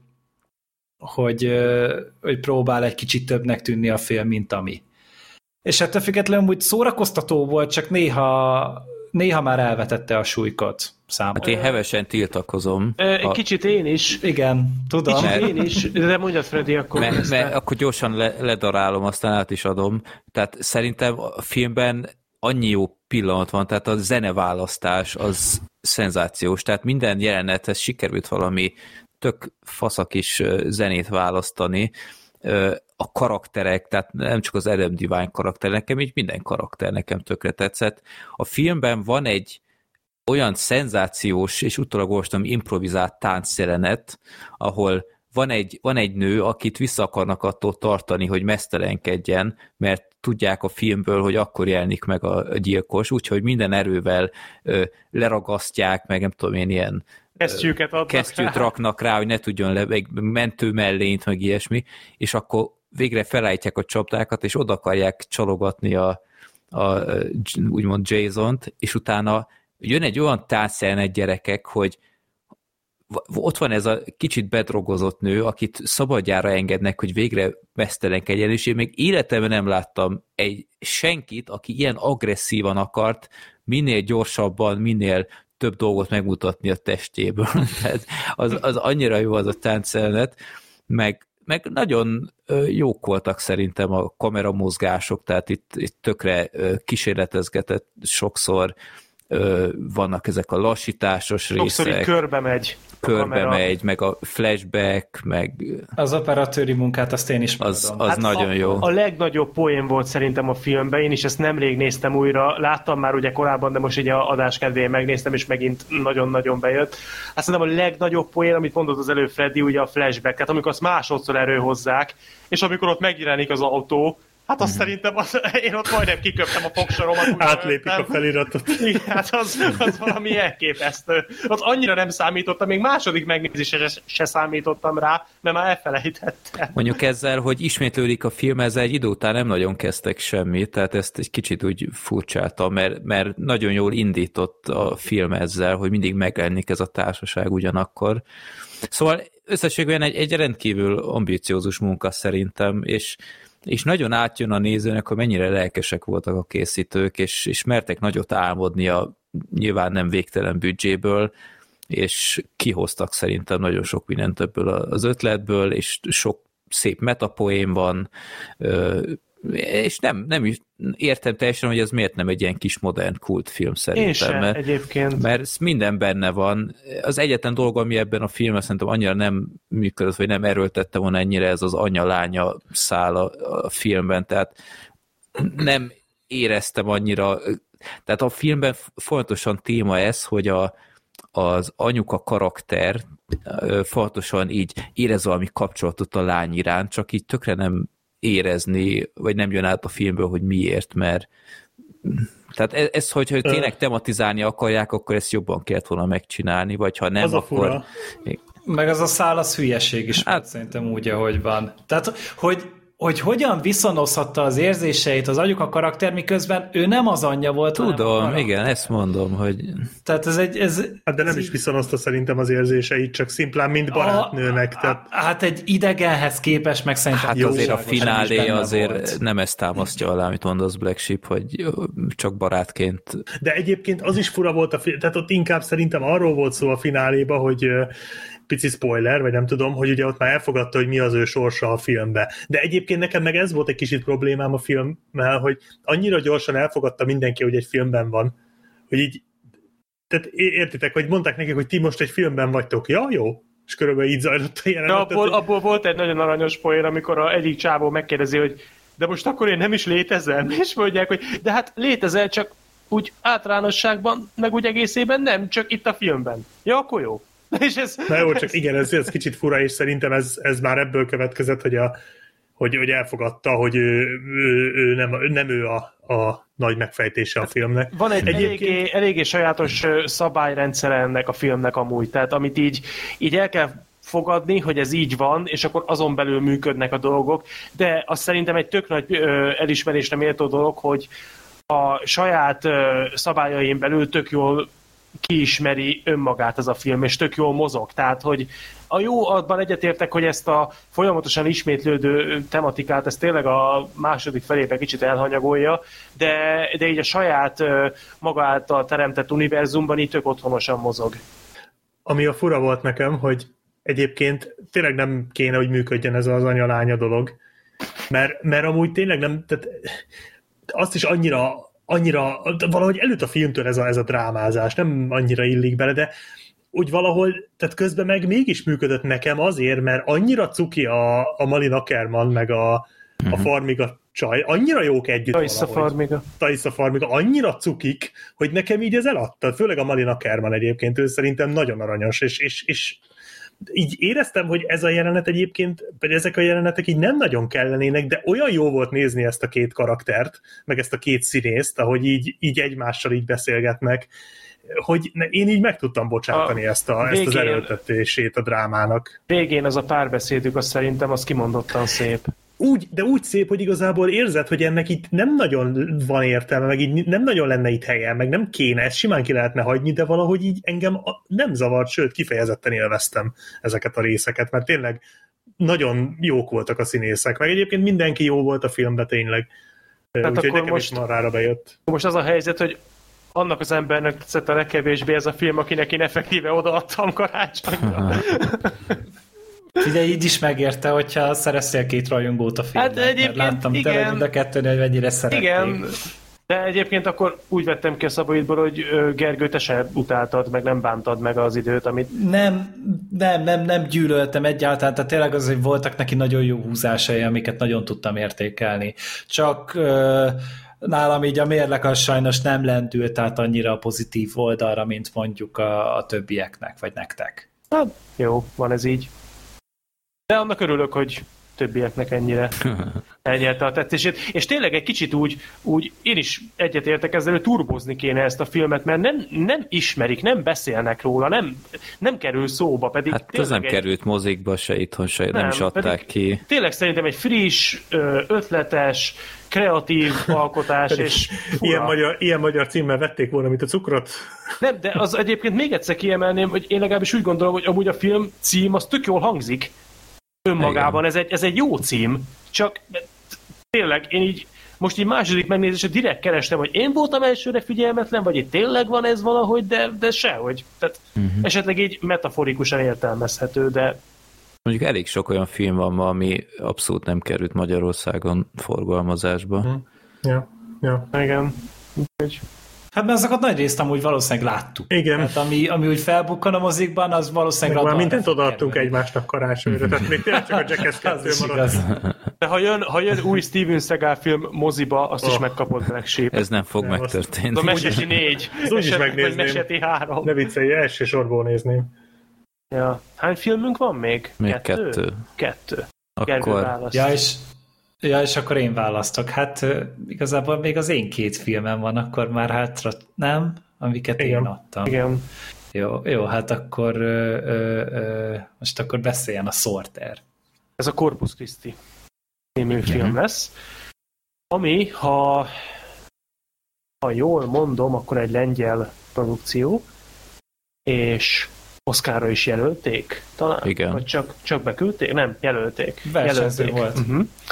[SPEAKER 5] hogy próbál egy kicsit többnek tűnni a film, mint ami. És ettől függetlenül úgy szórakoztató volt, csak néha már elvetette a súlykot számomra.
[SPEAKER 2] Hát én hevesen tiltakozom.
[SPEAKER 4] Kicsit én is.
[SPEAKER 5] Igen, tudom.
[SPEAKER 4] Kicsit én is, de mondjad, Freddy, akkor...
[SPEAKER 2] Mert akkor gyorsan ledarálom, aztán át is adom. Tehát szerintem a filmben annyi jó pillanat van, tehát a zeneválasztás az szenzációs, tehát minden jelenethez sikerült valami tök faszakis zenét választani. A karakterek, tehát nem csak az Adam Devine karakter, nekem így minden karakter nekem tökre tetszett. A filmben van egy olyan szenzációs, és utólag olvastam improvizált táncjelenet, ahol van egy nő, akit vissza akarnak attól tartani, hogy meztelenkedjen, mert tudják a filmből, hogy akkor jelenik meg a gyilkos, úgyhogy minden erővel leragasztják, meg nem tudom én, ilyen kesztyűt raknak rá, hogy ne tudjon meg mentő mellényt, meg ilyesmi, és akkor végre felállítják a csapdákat, és oda akarják csalogatni a úgymond Jasont, és utána jön egy olyan táncjelenet, gyerekek, hogy ott van ez a kicsit bedrogozott nő, akit szabadjára engednek, hogy végre mesztelenkedjen, és én még életemben nem láttam senkit, aki ilyen agresszívan akart minél gyorsabban, minél több dolgot megmutatni a testéből. az annyira jó az a táncjelenet, meg nagyon jók voltak szerintem a kameramozgások, tehát itt tökre kísérletezgetett sokszor, vannak ezek a lassításos részek.
[SPEAKER 4] Sokszor így körbe megy,
[SPEAKER 2] meg a flashback, meg...
[SPEAKER 5] Az operatőri munkát azt én is
[SPEAKER 2] maradom. Az nagyon jó.
[SPEAKER 4] A legnagyobb poén volt szerintem a filmben, én is ezt nemrég néztem újra, láttam már ugye korábban, de most így a adás kedvéért megnéztem, és megint nagyon-nagyon bejött. Azt mondom, a legnagyobb poén, amit mondott az előbb Freddy, ugye a flashback, tehát amikor azt másodszor előhozzák, és amikor ott megjelenik az autó, hát azt szerintem, én ott majdnem kiköptem a fogsoromat.
[SPEAKER 3] Átlépik a feliratot.
[SPEAKER 4] Igen, hát az valami elképesztő. Az annyira nem számítottam, még második megnézésre se számítottam rá, mert már elfelejtettem.
[SPEAKER 2] Mondjuk ezzel, hogy ismétlődik a film, ezzel egy idő után nem nagyon kezdtek semmit, tehát ezt egy kicsit úgy furcsáltam, mert nagyon jól indított a film ezzel, hogy mindig megjelenik ez a társaság ugyanakkor. Szóval összességben egy rendkívül ambiciózus munka szerintem, és nagyon átjön a nézőnek, hogy mennyire lelkesek voltak a készítők, és mertek nagyot álmodni a nyilván nem végtelen büdzséből, és kihoztak szerintem nagyon sok mindent ebből az ötletből, és sok szép metapoém van, és nem értem teljesen, hogy ez miért nem egy ilyen kis modern kultfilm szerintem.
[SPEAKER 4] Egyébként.
[SPEAKER 2] Mert minden benne van. Az egyetlen dolog, ami ebben a filmben szerintem annyira nem működött, vagy nem erőltette volna ennyire, ez az anya-lánya szál a filmben, tehát nem éreztem annyira, tehát a filmben folyamatosan téma ez, hogy az anyuka karakter folyamatosan így érez valami kapcsolatot a lány iránt, csak így tökre nem érezni, vagy nem jön át a filmből, hogy miért, mert tehát ez, hogy tényleg tematizálni akarják, akkor ezt jobban kellett volna megcsinálni, vagy ha nem, akkor...
[SPEAKER 5] Meg az a szál, az hülyeség is volt, szerintem úgy, ahogy van. Tehát, hogy hogyan viszonozhatta az érzéseit az anyuka karakter, miközben ő nem az anyja volt,
[SPEAKER 2] tudom, igen, ezt mondom, hogy...
[SPEAKER 5] Tehát
[SPEAKER 3] Hát de nem is viszonozta szerintem az érzéseit, csak szimplán mint barátnőnek.
[SPEAKER 5] Hát egy idegenhez képest meg szerintem...
[SPEAKER 2] Hát azért a finálé azért volt. Nem ezt támasztja alá, amit mondasz Black Sheep, hogy csak barátként...
[SPEAKER 3] De egyébként az is fura volt, tehát ott inkább szerintem arról volt szó a fináléba, hogy pici spoiler, vagy nem tudom, hogy ugye ott már elfogadta, hogy mi az ő sorsa a filmbe. De egyébként nekem meg ez volt egy kicsit problémám a filmmel, hogy annyira gyorsan elfogadta mindenki, hogy egy filmben van, hogy így, tehát értitek, hogy mondták nekik, hogy ti most egy filmben vagytok. Ja, jó? És körülbelül így zajlott a jelenet.
[SPEAKER 4] De abból volt egy nagyon aranyos poén, amikor egyik csávó megkérdezi, hogy de most akkor én nem is létezem? És mondják, hogy de hát létezel, csak úgy általánosságban, meg úgy egészében nem, csak itt a filmben. Ja, akkor jó.
[SPEAKER 3] Na jó, csak igen, ez kicsit fura, és szerintem ez már ebből következett, hogy elfogadta, hogy ő nem ő a nagy megfejtése a filmnek.
[SPEAKER 4] Van egy eléggé sajátos szabályrendszer ennek a filmnek amúgy, tehát amit így el kell fogadni, hogy ez így van, és akkor azon belül működnek a dolgok, de azt szerintem egy tök nagy elismerésre méltó dolog, hogy a saját szabályain belül tök jól kiismeri önmagát ez a film, és tök jól mozog. Tehát, hogy a jó abban egyetértek, hogy ezt a folyamatosan ismétlődő tematikát, ez tényleg a második felében kicsit elhanyagolja, de így a saját maga által teremtett univerzumban így tök otthonosan mozog.
[SPEAKER 3] Ami a fura volt nekem, hogy egyébként tényleg nem kéne, hogy működjön ez az anya-lánya dolog, mert amúgy tényleg nem, tehát azt is annyira valahogy előtt a filmtől ez a drámázás, nem annyira illik bele, de úgy valahol, tehát közben meg mégis működött nekem azért, mert annyira cuki a Malin Ackerman, meg a Farmiga csaj, annyira jók együtt Taissa Farmiga, annyira cukik, hogy nekem így ez eladta, főleg a Malin Ackerman egyébként, ő szerintem nagyon aranyos, és így éreztem, hogy ez a jelenet egyébként, vagy ezek a jelenetek így nem nagyon kellenének, de olyan jó volt nézni ezt a két karaktert, meg ezt a két színészt, ahogy így egymással így beszélgetnek, hogy én így meg tudtam bocsátani ezt az erőltetését a drámának.
[SPEAKER 4] Végén az a párbeszédük, az szerintem az kimondottan szép.
[SPEAKER 3] De úgy szép, hogy igazából érzed, hogy ennek itt nem nagyon van értelme, meg így nem nagyon lenne itt helye, meg nem kéne, ezt simán ki lehetne hagyni, de valahogy így engem nem zavart, sőt, kifejezetten élveztem ezeket a részeket, mert tényleg nagyon jók voltak a színészek, meg egyébként mindenki jó volt a filmben tényleg. Úgyhogy nekem is marrára bejött.
[SPEAKER 4] Most az a helyzet, hogy annak az embernek tetszett a legkevésbé ez a film, akinek én effektíve odaadtam karácsonyra.
[SPEAKER 5] Ugye így is megérte, hogyha szereztél két rajongót a filmnek. Hát egyébként láttam tőle mind a kettőnél, hogy mennyire szerették. Igen,
[SPEAKER 4] de egyébként akkor úgy vettem ki a szabaidból, hogy Gergő, te se utáltad, meg nem bántad meg az időt, amit...
[SPEAKER 5] Nem gyűlöltem egyáltalán, tehát tényleg az, hogy voltak neki nagyon jó húzásai, amiket nagyon tudtam értékelni. Csak... nálam így a mérleg az sajnos nem lendült át annyira a pozitív oldalra, mint mondjuk a többieknek, vagy nektek.
[SPEAKER 4] Hát, jó, van ez így. De annak örülök, hogy többieknek ennyire elnyelte a tetszését. És tényleg egy kicsit úgy én is egyetértek ezzel, hogy turbozni kéne ezt a filmet, mert nem ismerik, nem beszélnek róla, nem kerül szóba. Pedig
[SPEAKER 2] hát ez nem került mozikba se, itthon se, nem is adták ki.
[SPEAKER 4] Tényleg szerintem egy friss, ötletes, kreatív alkotás, és
[SPEAKER 3] ilyen magyar címmel vették volna, mint a cukrot.
[SPEAKER 4] Nem, de az egyébként még egyszer kiemelném, hogy én legalábbis úgy gondolom, hogy amúgy a film cím az tök jól hangzik önmagában, ez egy jó cím, csak tényleg én így most így második megnézésre direkt kerestem, hogy én voltam elsőre figyelmetlen, vagy itt tényleg van ez valahogy, de sehogy. Tehát esetleg így metaforikusan értelmezhető, de
[SPEAKER 2] mondjuk elég sok olyan film van ma, ami abszolút nem került Magyarországon forgalmazásba.
[SPEAKER 3] Ja.
[SPEAKER 4] Igen. Úgy.
[SPEAKER 5] Hát mert azokat nagy részt amúgy valószínűleg láttuk.
[SPEAKER 3] Igen.
[SPEAKER 5] Hát ami úgy felbukkan a mozikban, az valószínűleg...
[SPEAKER 3] Már mindent odaadtunk egymásnak karácsonyra, tehát még tényleg csak a Jackass 2 maradt.
[SPEAKER 4] De ha jön új Steven Seagal film moziba, azt is megkapod Black Sheep.
[SPEAKER 2] Ez nem fog megtörténni.
[SPEAKER 4] A Meseti 4.
[SPEAKER 3] Az úgy is megnézném.
[SPEAKER 4] Meseti 3.
[SPEAKER 3] Ne viccelj, első sorból nézném.
[SPEAKER 4] Ja. Hány filmünk van még?
[SPEAKER 2] Még kettő.
[SPEAKER 4] Akkor...
[SPEAKER 5] és akkor én választok. Hát igazából még az én két filmem van, akkor már hátra nem, amiket én adtam.
[SPEAKER 4] Igen.
[SPEAKER 5] Jó, hát akkor most akkor beszéljen a Sorter.
[SPEAKER 4] Ez a Corpus Christi című film lesz, ami, ha jól mondom, akkor egy lengyel produkció, és Oscarra is jelölték, talán?
[SPEAKER 2] Igen.
[SPEAKER 4] Vagy csak beküldték? Nem, jelölték.
[SPEAKER 5] Versenyző volt.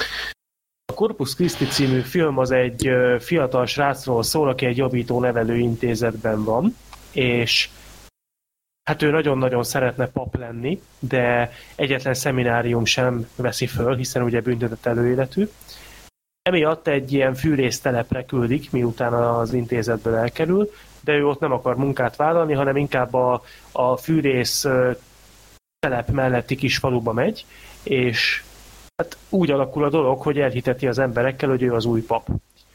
[SPEAKER 4] A Corpus Christi című film az egy fiatal srácról szól, aki egy javító-nevelő intézetben van, és hát ő nagyon-nagyon szeretne pap lenni, de egyetlen szeminárium sem veszi föl, hiszen ugye büntetett előéletű. Emiatt egy ilyen fűrésztelepre küldik, miután az intézetből elkerül, de ő ott nem akar munkát vállalni, hanem inkább a fűrész telep melletti kis faluba megy, és hát úgy alakul a dolog, hogy elhiteti az emberekkel, hogy ő az új pap,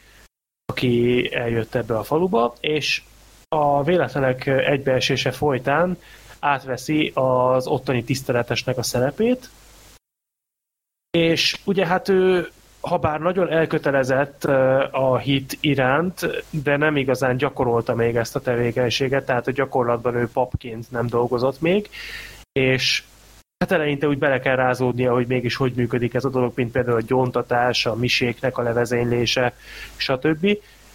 [SPEAKER 4] aki eljött ebbe a faluba, és a véletlenek egybeesése folytán átveszi az ottani tiszteletesnek a szerepét,
[SPEAKER 6] És ugye hát ő, ha bár nagyon elkötelezett a hit iránt, de nem igazán gyakorolta még ezt a tevékenységet, tehát a gyakorlatban ő papként nem dolgozott még, és hát eleinte úgy bele kell rázódnia, hogy mégis hogy működik ez a dolog, mint például a gyóntatás, a miséknek a levezénylése, stb.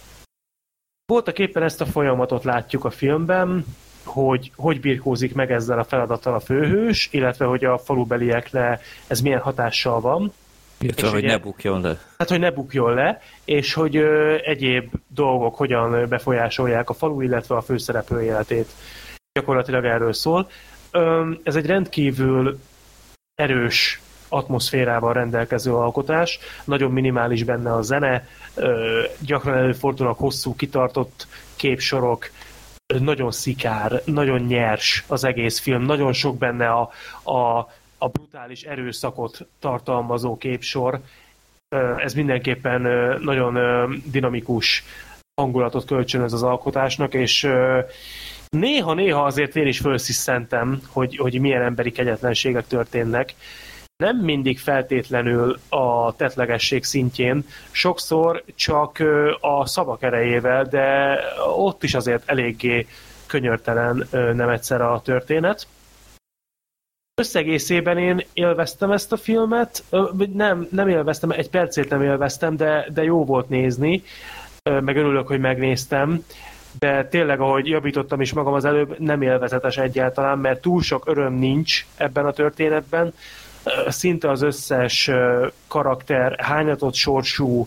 [SPEAKER 6] Voltak éppen ezt a folyamatot látjuk a filmben, hogy birkózik meg ezzel a feladattal a főhős, illetve hogy a falubeliekre ez milyen hatással van.
[SPEAKER 2] Illetve, hogy ne bukjon le.
[SPEAKER 6] Hát, hogy ne bukjon le, és hogy egyéb dolgok hogyan befolyásolják a falu, illetve a főszereplő életét. Gyakorlatilag erről szól. Ez egy rendkívül erős atmoszférával rendelkező alkotás, nagyon minimális benne a zene, gyakran előfordulnak hosszú, kitartott képsorok, nagyon szikár, nagyon nyers az egész film, nagyon sok benne a brutális erőszakot tartalmazó képsor. Ez mindenképpen nagyon dinamikus hangulatot kölcsönöz az alkotásnak, és néha-néha azért én is felsziszentem, hogy milyen emberi kegyetlenségek történnek. Nem mindig feltétlenül a tettlegesség szintjén, sokszor csak a szavak erejével, de ott is azért eléggé könyörtelen nem egyszer a történet. Összegészében én élveztem ezt a filmet, nem élveztem, egy percét nem élveztem, de jó volt nézni, meg örülök, hogy megnéztem, de tényleg, ahogy javítottam is magam az előbb, nem élvezetes egyáltalán, mert túl sok öröm nincs ebben a történetben, szinte az összes karakter hányatott sorsú,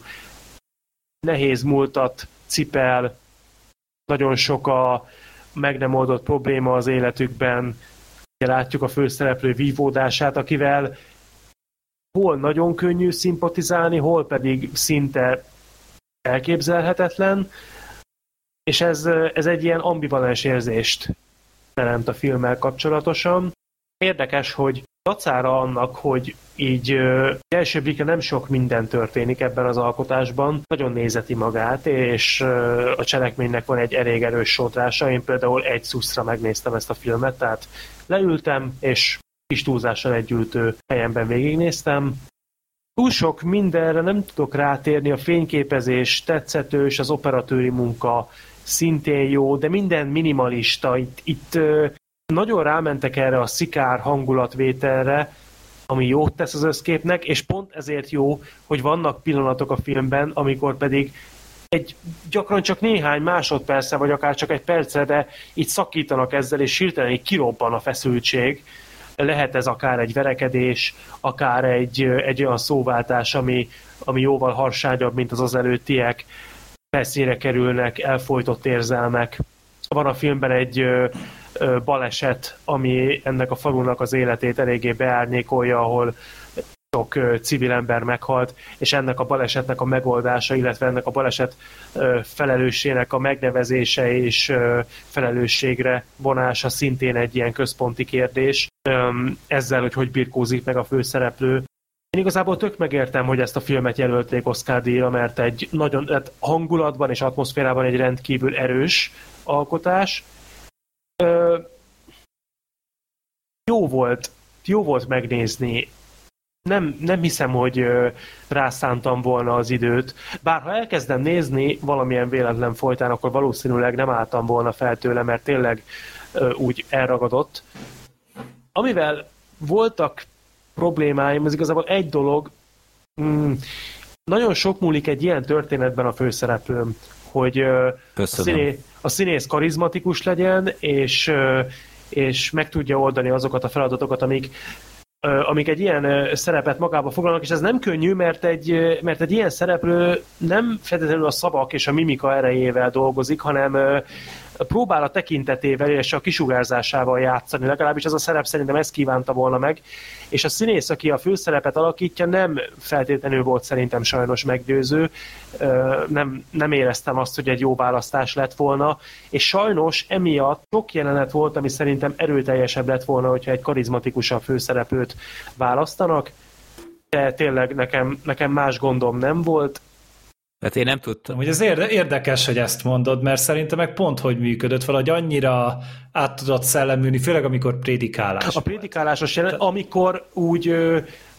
[SPEAKER 6] nehéz múltat cipel, nagyon sok a meg nem oldott probléma az életükben. Látjuk a főszereplő vívódását, akivel hol nagyon könnyű szimpatizálni, hol pedig szinte elképzelhetetlen, és ez egy ilyen ambivalens érzést teremt a filmmel kapcsolatosan. Érdekes, hogy dacára annak, hogy így első blikre nem sok minden történik ebben az alkotásban, nagyon nézeti magát, és a cselekménynek van egy elég erős sodrása. Én például egy szuszra megnéztem ezt a filmet, tehát leültem, és kis túlzással egy ültő helyemben végignéztem. Túl sok mindenre nem tudok rátérni, a fényképezés tetszetős, az operatőri munka szintén jó, de minden minimalista. Itt nagyon rámentek erre a szikár hangulatvételre, ami jót tesz az összképnek, és pont ezért jó, hogy vannak pillanatok a filmben, amikor pedig gyakran csak néhány másodpercre, vagy akár csak egy percre, de itt szakítanak ezzel, és hirtelen így kirobban a feszültség. Lehet ez akár egy verekedés, akár egy olyan szóváltás, ami jóval harsányabb, mint az előttiek, felszínre kerülnek elfojtott érzelmek. Van a filmben egy baleset, ami ennek a falunak az életét eléggé beárnyékolja, ahol sok civil ember meghalt, és ennek a balesetnek a megoldása, illetve ennek a baleset felelőssének a megnevezése és felelősségre vonása szintén egy ilyen központi kérdés. Ezzel, hogy birkózik meg a főszereplő. Én igazából tök megértem, hogy ezt a filmet jelölték Oscar-díjra, mert egy nagyon hangulatban és atmoszférában egy rendkívül erős alkotás. Jó volt megnézni. Nem hiszem, hogy rászántam volna az időt. Bár ha elkezdem nézni valamilyen véletlen folytán, akkor valószínűleg nem álltam volna fel tőle, mert tényleg úgy elragadott. Amivel voltak problémáim, az igazából egy dolog, nagyon sok múlik egy ilyen történetben a főszereplőm, hogy a színész karizmatikus legyen, és meg tudja oldani azokat a feladatokat, amik egy ilyen szerepet magába foglalnak, és ez nem könnyű, mert egy ilyen szereplő nem feltétlenül a szavak és a mimika erejével dolgozik, hanem próbál a tekintetével és a kisugárzásával játszani, legalábbis ez a szerep szerintem ezt kívánta volna meg, és a színész, aki a főszerepet alakítja, nem feltétlenül volt szerintem sajnos meggyőző, nem éreztem azt, hogy egy jó választás lett volna, és sajnos emiatt sok jelenet volt, ami szerintem erőteljesebb lett volna, hogyha egy karizmatikusabb főszereplőt választanak, de tényleg nekem más gondom nem volt.
[SPEAKER 2] Hát én nem tudtam.
[SPEAKER 5] Hogy ez érdekes, hogy ezt mondod, mert szerintem meg pont hogy működött, valahogy annyira át tudott szellemülni, főleg amikor prédikálás.
[SPEAKER 6] A prédikálásos jelenet, amikor úgy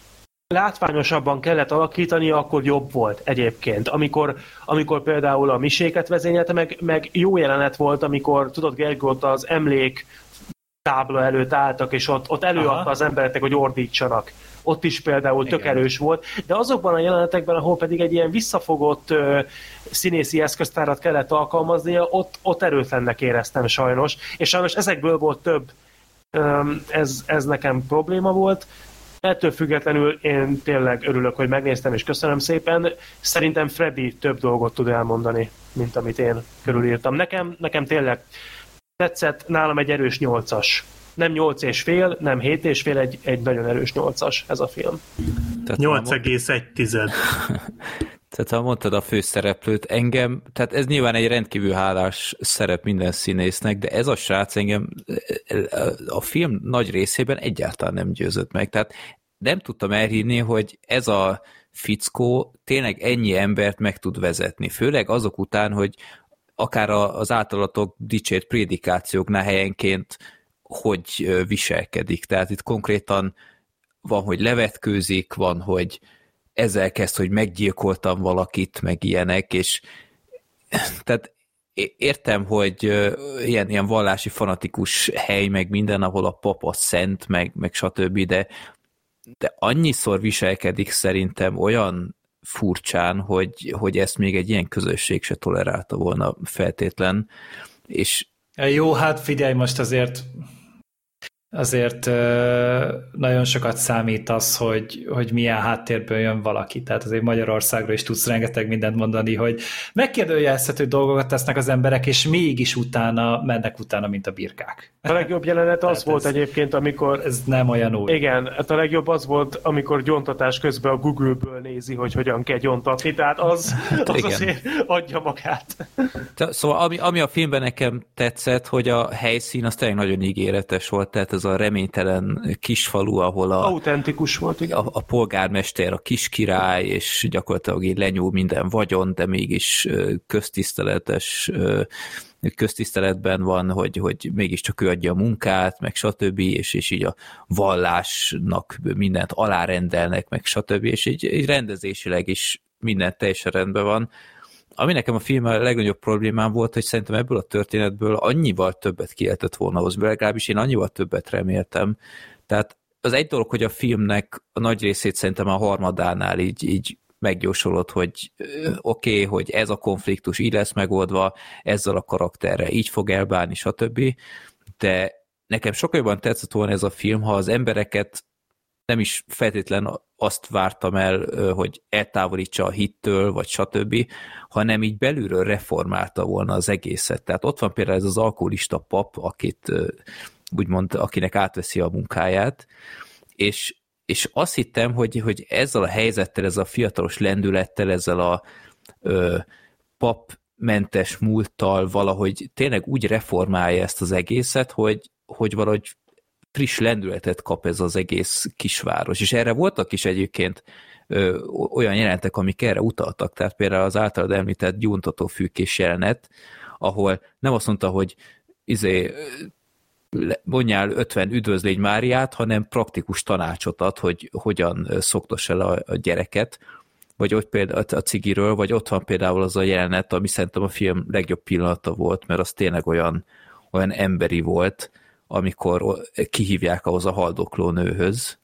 [SPEAKER 6] látványosabban kellett alakítani, akkor jobb volt egyébként. Amikor például a miséket vezényelte, meg jó jelenet volt, amikor tudod, Gergő, ott az emlék tábla előtt álltak, és ott előadta az embereknek, hogy ordítsanak. Ott is például tök erős volt, de azokban a jelenetekben, ahol pedig egy ilyen visszafogott színészi eszköztárat kellett alkalmaznia, ott erőtlennek éreztem sajnos, és sajnos ezekből volt több. Ez nekem probléma volt. Ettől függetlenül én tényleg örülök, hogy megnéztem, és köszönöm szépen. Szerintem Freddy több dolgot tud elmondani, mint amit én körülírtam. Nekem tényleg tetszett, nálam egy erős 8-as. Nem 8,5, nem 7,5, egy nagyon erős 8-as ez a film.
[SPEAKER 3] 8,1.
[SPEAKER 2] Tehát ha mondtad a főszereplőt, engem, tehát ez nyilván egy rendkívül hálás szerep minden színésznek, de ez a srác engem a film nagy részében egyáltalán nem győzött meg. Tehát nem tudtam elhinni, hogy ez a fickó tényleg ennyi embert meg tud vezetni. Főleg azok után, hogy akár az általatok dicsért prédikációknál helyenként hogy viselkedik. Tehát itt konkrétan van, hogy levetkőzik, van, hogy ezzel kezd, hogy meggyilkoltam valakit, meg ilyenek, és tehát értem, hogy ilyen vallási fanatikus hely, meg minden, ahol a papa szent, meg stb., de annyiszor viselkedik szerintem olyan furcsán, hogy ezt még egy ilyen közösség se tolerálta volna feltétlen, és
[SPEAKER 5] jó, hát figyelj, most azért nagyon sokat számít az, hogy milyen háttérből jön valaki. Tehát azért Magyarországról is tudsz rengeteg mindent mondani, hogy megkérdőjelezhető dolgokat tesznek az emberek, és mégis mennek utána, mint a birkák.
[SPEAKER 6] A legjobb jelenet az volt egyébként, amikor...
[SPEAKER 5] Ez nem olyan új.
[SPEAKER 6] Igen, hát a legjobb az volt, amikor gyontatás közben a Google-ből nézi, hogy hogyan kell gyontatni, tehát az azért adja magát.
[SPEAKER 2] Szóval ami a filmben nekem tetszett, hogy a helyszín az tényleg nagyon ígéretes volt, tehát ez a reménytelen kisfalu, ahol
[SPEAKER 6] autentikus volt, igen.
[SPEAKER 2] A polgármester, a kiskirály, és gyakorlatilag így lenyúl minden vagyon, de mégis köztiszteletben van, hogy mégiscsak ő adja a munkát, meg stb., és így a vallásnak mindent alárendelnek, meg stb., és így rendezésileg is minden teljesen rendben van. Ami nekem a film a legnagyobb problémám volt, hogy szerintem ebből a történetből annyival többet ki lehetett volna hozni, legalábbis én annyival többet reméltem. Tehát az egy dolog, hogy a filmnek a nagy részét szerintem a harmadánál így megjósolod, hogy oké, hogy ez a konfliktus így lesz megoldva, ezzel a karakterrel így fog elbánni, stb. De nekem sokkal jobban tetszett volna ez a film, ha az embereket nem is feltétlen azt vártam el, hogy eltávolítsa a hittől, vagy stb., hanem így belülről reformálta volna az egészet. Tehát ott van például ez az alkoholista pap, akinek átveszi a munkáját, és azt hittem, hogy ezzel a helyzettel, ezzel a fiatalos lendülettel, ezzel a papmentes múlttal valahogy tényleg úgy reformálja ezt az egészet, hogy valahogy friss lendületet kap ez az egész kisváros. És erre voltak is egyébként olyan jelentek, amik erre utaltak. Tehát például az általad említett gyújtatófülkés jelenet, ahol nem azt mondta, hogy mondjál 50 üdvözlégy Máriát, hanem praktikus tanácsot ad, hogy hogyan szoktass el a gyereket, vagy ott például a cigiről, vagy ott van például az a jelenet, ami szerintem a film legjobb pillanata volt, mert az tényleg olyan emberi volt, amikor kihívják ahhoz a haldokló nőhöz,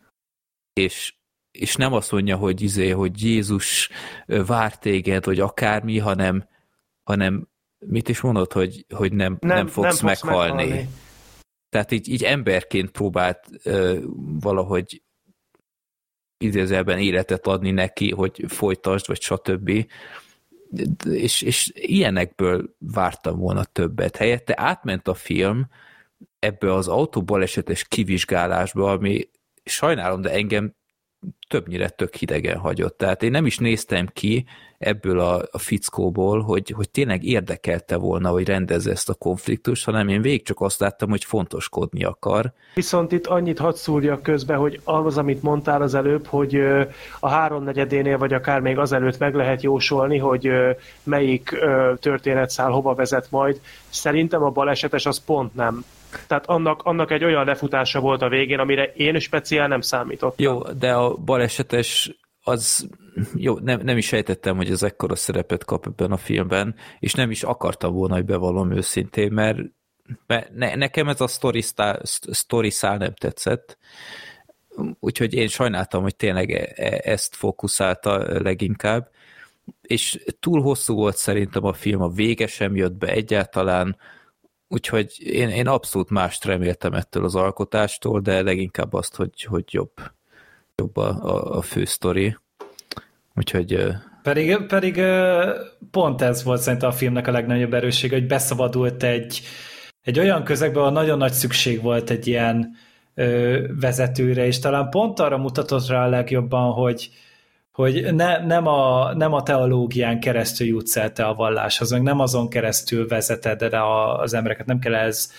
[SPEAKER 2] és nem azt mondja, hogy Jézus vár téged, vagy akármi, hanem mit is mondod, hogy nem fogsz meghalni. Tehát így emberként próbált valahogy idézőjelben életet adni neki, hogy folytasd, vagy stb. És ilyenekből vártam volna többet. Helyette átment a film ebbe az autóbalesetes kivizsgálásba, ami sajnálom, de engem többnyire tök hidegen hagyott. Tehát én nem is néztem ki ebből a fickóból, hogy tényleg érdekelte volna, hogy rendezze ezt a konfliktust, hanem én végig csak azt láttam, hogy fontoskodni akar.
[SPEAKER 6] Viszont itt annyit hadd szúrjak közbe, hogy az, amit mondtál az előbb, hogy a 3/4-énél, vagy akár még azelőtt meg lehet jósolni, hogy melyik történetszál hova vezet majd. Szerintem a balesetes az pont nem Tehát annak egy olyan lefutása volt a végén, amire én speciál nem számítottam.
[SPEAKER 2] Jó, de a balesetes az, jó, nem is sejtettem, hogy ez ekkora szerepet kap ebben a filmben, és nem is akartam volna, hogy bevallom őszintén, mert nekem ez a story szál nem tetszett, úgyhogy én sajnáltam, hogy tényleg ezt fókuszálta leginkább, és túl hosszú volt szerintem a film, a vége sem jött be egyáltalán, úgyhogy én abszolút mást reméltem ettől az alkotástól, de leginkább azt, hogy jobb a fő sztori. Úgyhogy...
[SPEAKER 5] Pedig pont ez volt szerintem a filmnek a legnagyobb erőssége, hogy beszabadult egy olyan közegbe, ahol nagyon nagy szükség volt egy ilyen vezetőre, és talán pont arra mutatott rá a legjobban, hogy nem a teológián keresztül jutsz el te a valláshoz, meg nem azon keresztül vezeted el az embereket, nem kell ez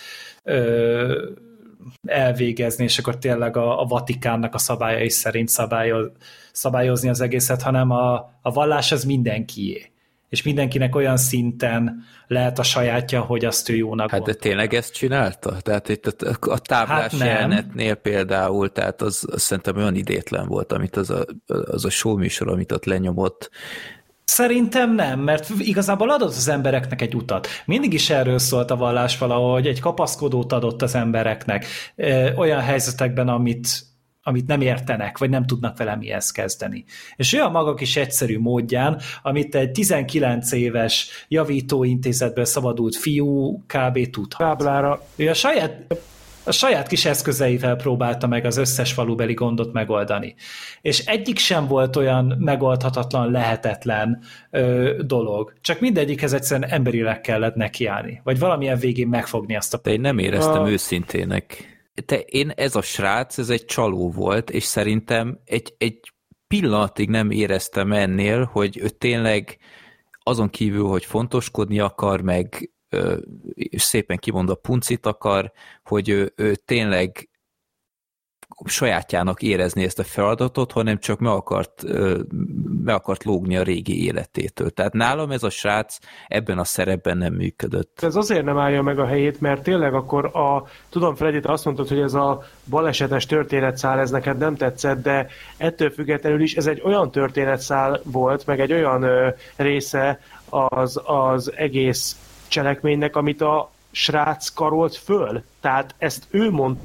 [SPEAKER 5] elvégezni, és akkor tényleg a Vatikánnak a szabályai szerint szabályozni az egészet, hanem a vallás az mindenkié. És mindenkinek olyan szinten lehet a sajátja, hogy azt ő jónak
[SPEAKER 2] Hát de tényleg ezt csinálta? Tehát itt a táblás jelenetnél például, tehát az szerintem olyan idétlen volt, amit az a show műsor, amit ott lenyomott.
[SPEAKER 5] Szerintem nem, mert igazából adott az embereknek egy utat. Mindig is erről szólt a vallás valahogy, egy kapaszkodót adott az embereknek olyan helyzetekben, amit nem értenek, vagy nem tudnak vele mihez kezdeni. És olyan maga kis egyszerű módján, amit egy 19 éves javítóintézetből szabadult fiú kb. Tudhat.
[SPEAKER 6] Táblára.
[SPEAKER 5] Ő a saját kis eszközeivel próbálta meg az összes falubeli gondot megoldani. És egyik sem volt olyan megoldhatatlan, lehetetlen dolog. Csak mindegyikhez egyszerűen emberileg kellett nekiállni. Vagy valamilyen végén megfogni azt a...
[SPEAKER 2] De én nem éreztem őszintének. Ez a srác, ez egy csaló volt, és szerintem egy pillanatig nem éreztem ennél, hogy ő tényleg azon kívül, hogy fontoskodni akar, meg szépen kimondva puncit akar, hogy ő tényleg sajátjának érezni ezt a feladatot, hanem csak meg akart lógni a régi életétől. Tehát nálam ez a srác ebben a szerepben nem működött.
[SPEAKER 6] Ez azért nem állja meg a helyét, mert tényleg akkor tudom, Freddy, te azt mondtad, hogy ez a balesetes történetszál, ez neked nem tetszett, de ettől függetlenül is ez egy olyan történetszál volt, meg egy olyan része az egész cselekménynek, amit a srác karolt föl. Tehát ezt ő mondta,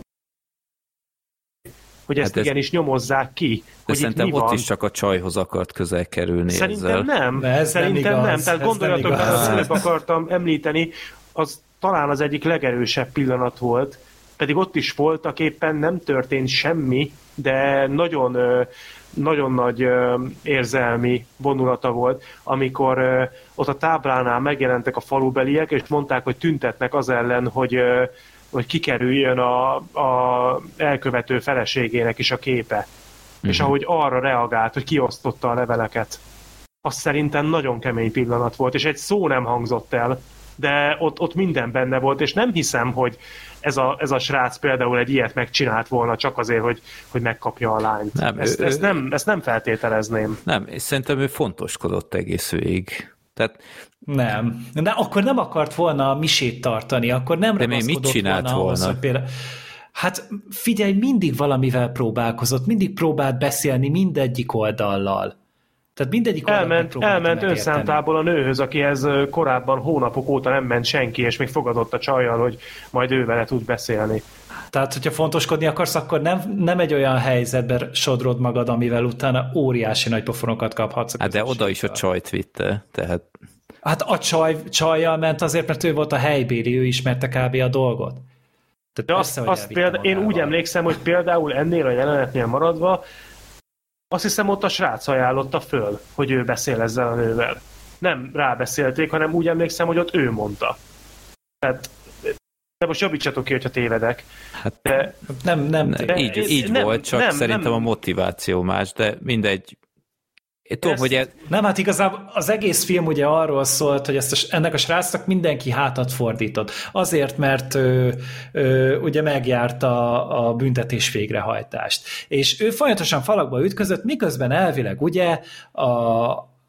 [SPEAKER 6] hogy ezt igenis nyomozzák ki.
[SPEAKER 2] De
[SPEAKER 6] hogy
[SPEAKER 2] szerintem ott is csak a csajhoz akart közel kerülni
[SPEAKER 6] Szerintem
[SPEAKER 2] ezzel.
[SPEAKER 6] nem. Szerintem nem. Tehát gondoljatok, hogy az előbb akartam említeni, az talán az egyik legerősebb pillanat volt, pedig ott is voltak éppen, nem történt semmi, de nagyon, nagyon nagy érzelmi vonulata volt, amikor ott a táblánál megjelentek a falubeliek, és mondták, hogy tüntetnek az ellen, hogy kikerüljön a elkövető feleségének is a képe. És ahogy arra reagált, hogy kiosztotta a leveleket, az szerintem nagyon kemény pillanat volt, és egy szó nem hangzott el, de ott minden benne volt, és nem hiszem, hogy ez a srác például egy ilyet megcsinált volna csak azért, hogy megkapja a lányt. Nem, ezt nem feltételezném.
[SPEAKER 2] Nem, és szerintem ő fontoskodott egész végig. Tehát...
[SPEAKER 5] Nem. De akkor nem akart volna misét tartani, akkor nem ragaszkodott
[SPEAKER 2] mit csinált volna?
[SPEAKER 5] Ahhoz, hogy például... Hát figyelj, mindig valamivel próbálkozott, mindig próbált beszélni mindegyik oldallal. Tehát mindegyik
[SPEAKER 6] elment önszántából a nőhöz, akihez korábban hónapok óta nem ment senki, és még fogadott a csajjal, hogy majd ő vele tud beszélni.
[SPEAKER 5] Tehát, hogyha fontoskodni akarsz, akkor nem egy olyan helyzetben sodrod magad, amivel utána óriási nagy pofonokat kaphatsz.
[SPEAKER 2] Hát de oda is a csajt vitte, tehát...
[SPEAKER 5] Hát a csajjal ment azért, mert ő volt a helybéli, ő ismerte kb. A dolgot.
[SPEAKER 6] De én úgy emlékszem, hogy például ennél a jelenetnél maradva, azt hiszem ott a srác ajánlotta föl, hogy ő beszél ezzel a nővel. Nem rábeszélték, hanem úgy emlékszem, hogy ott ő mondta. Tehát, de most javítsatok ki, hogyha tévedek.
[SPEAKER 2] Hát
[SPEAKER 6] de,
[SPEAKER 2] így volt, csak szerintem a motiváció más, de mindegy. Én tudom, hogy
[SPEAKER 5] Nem, hát igazából az egész film ugye arról szólt, hogy ennek a srácnak mindenki hátat fordított. Azért, mert ugye megjárta a büntetés végrehajtást. És ő folyamatosan falakba ütközött, miközben elvileg ugye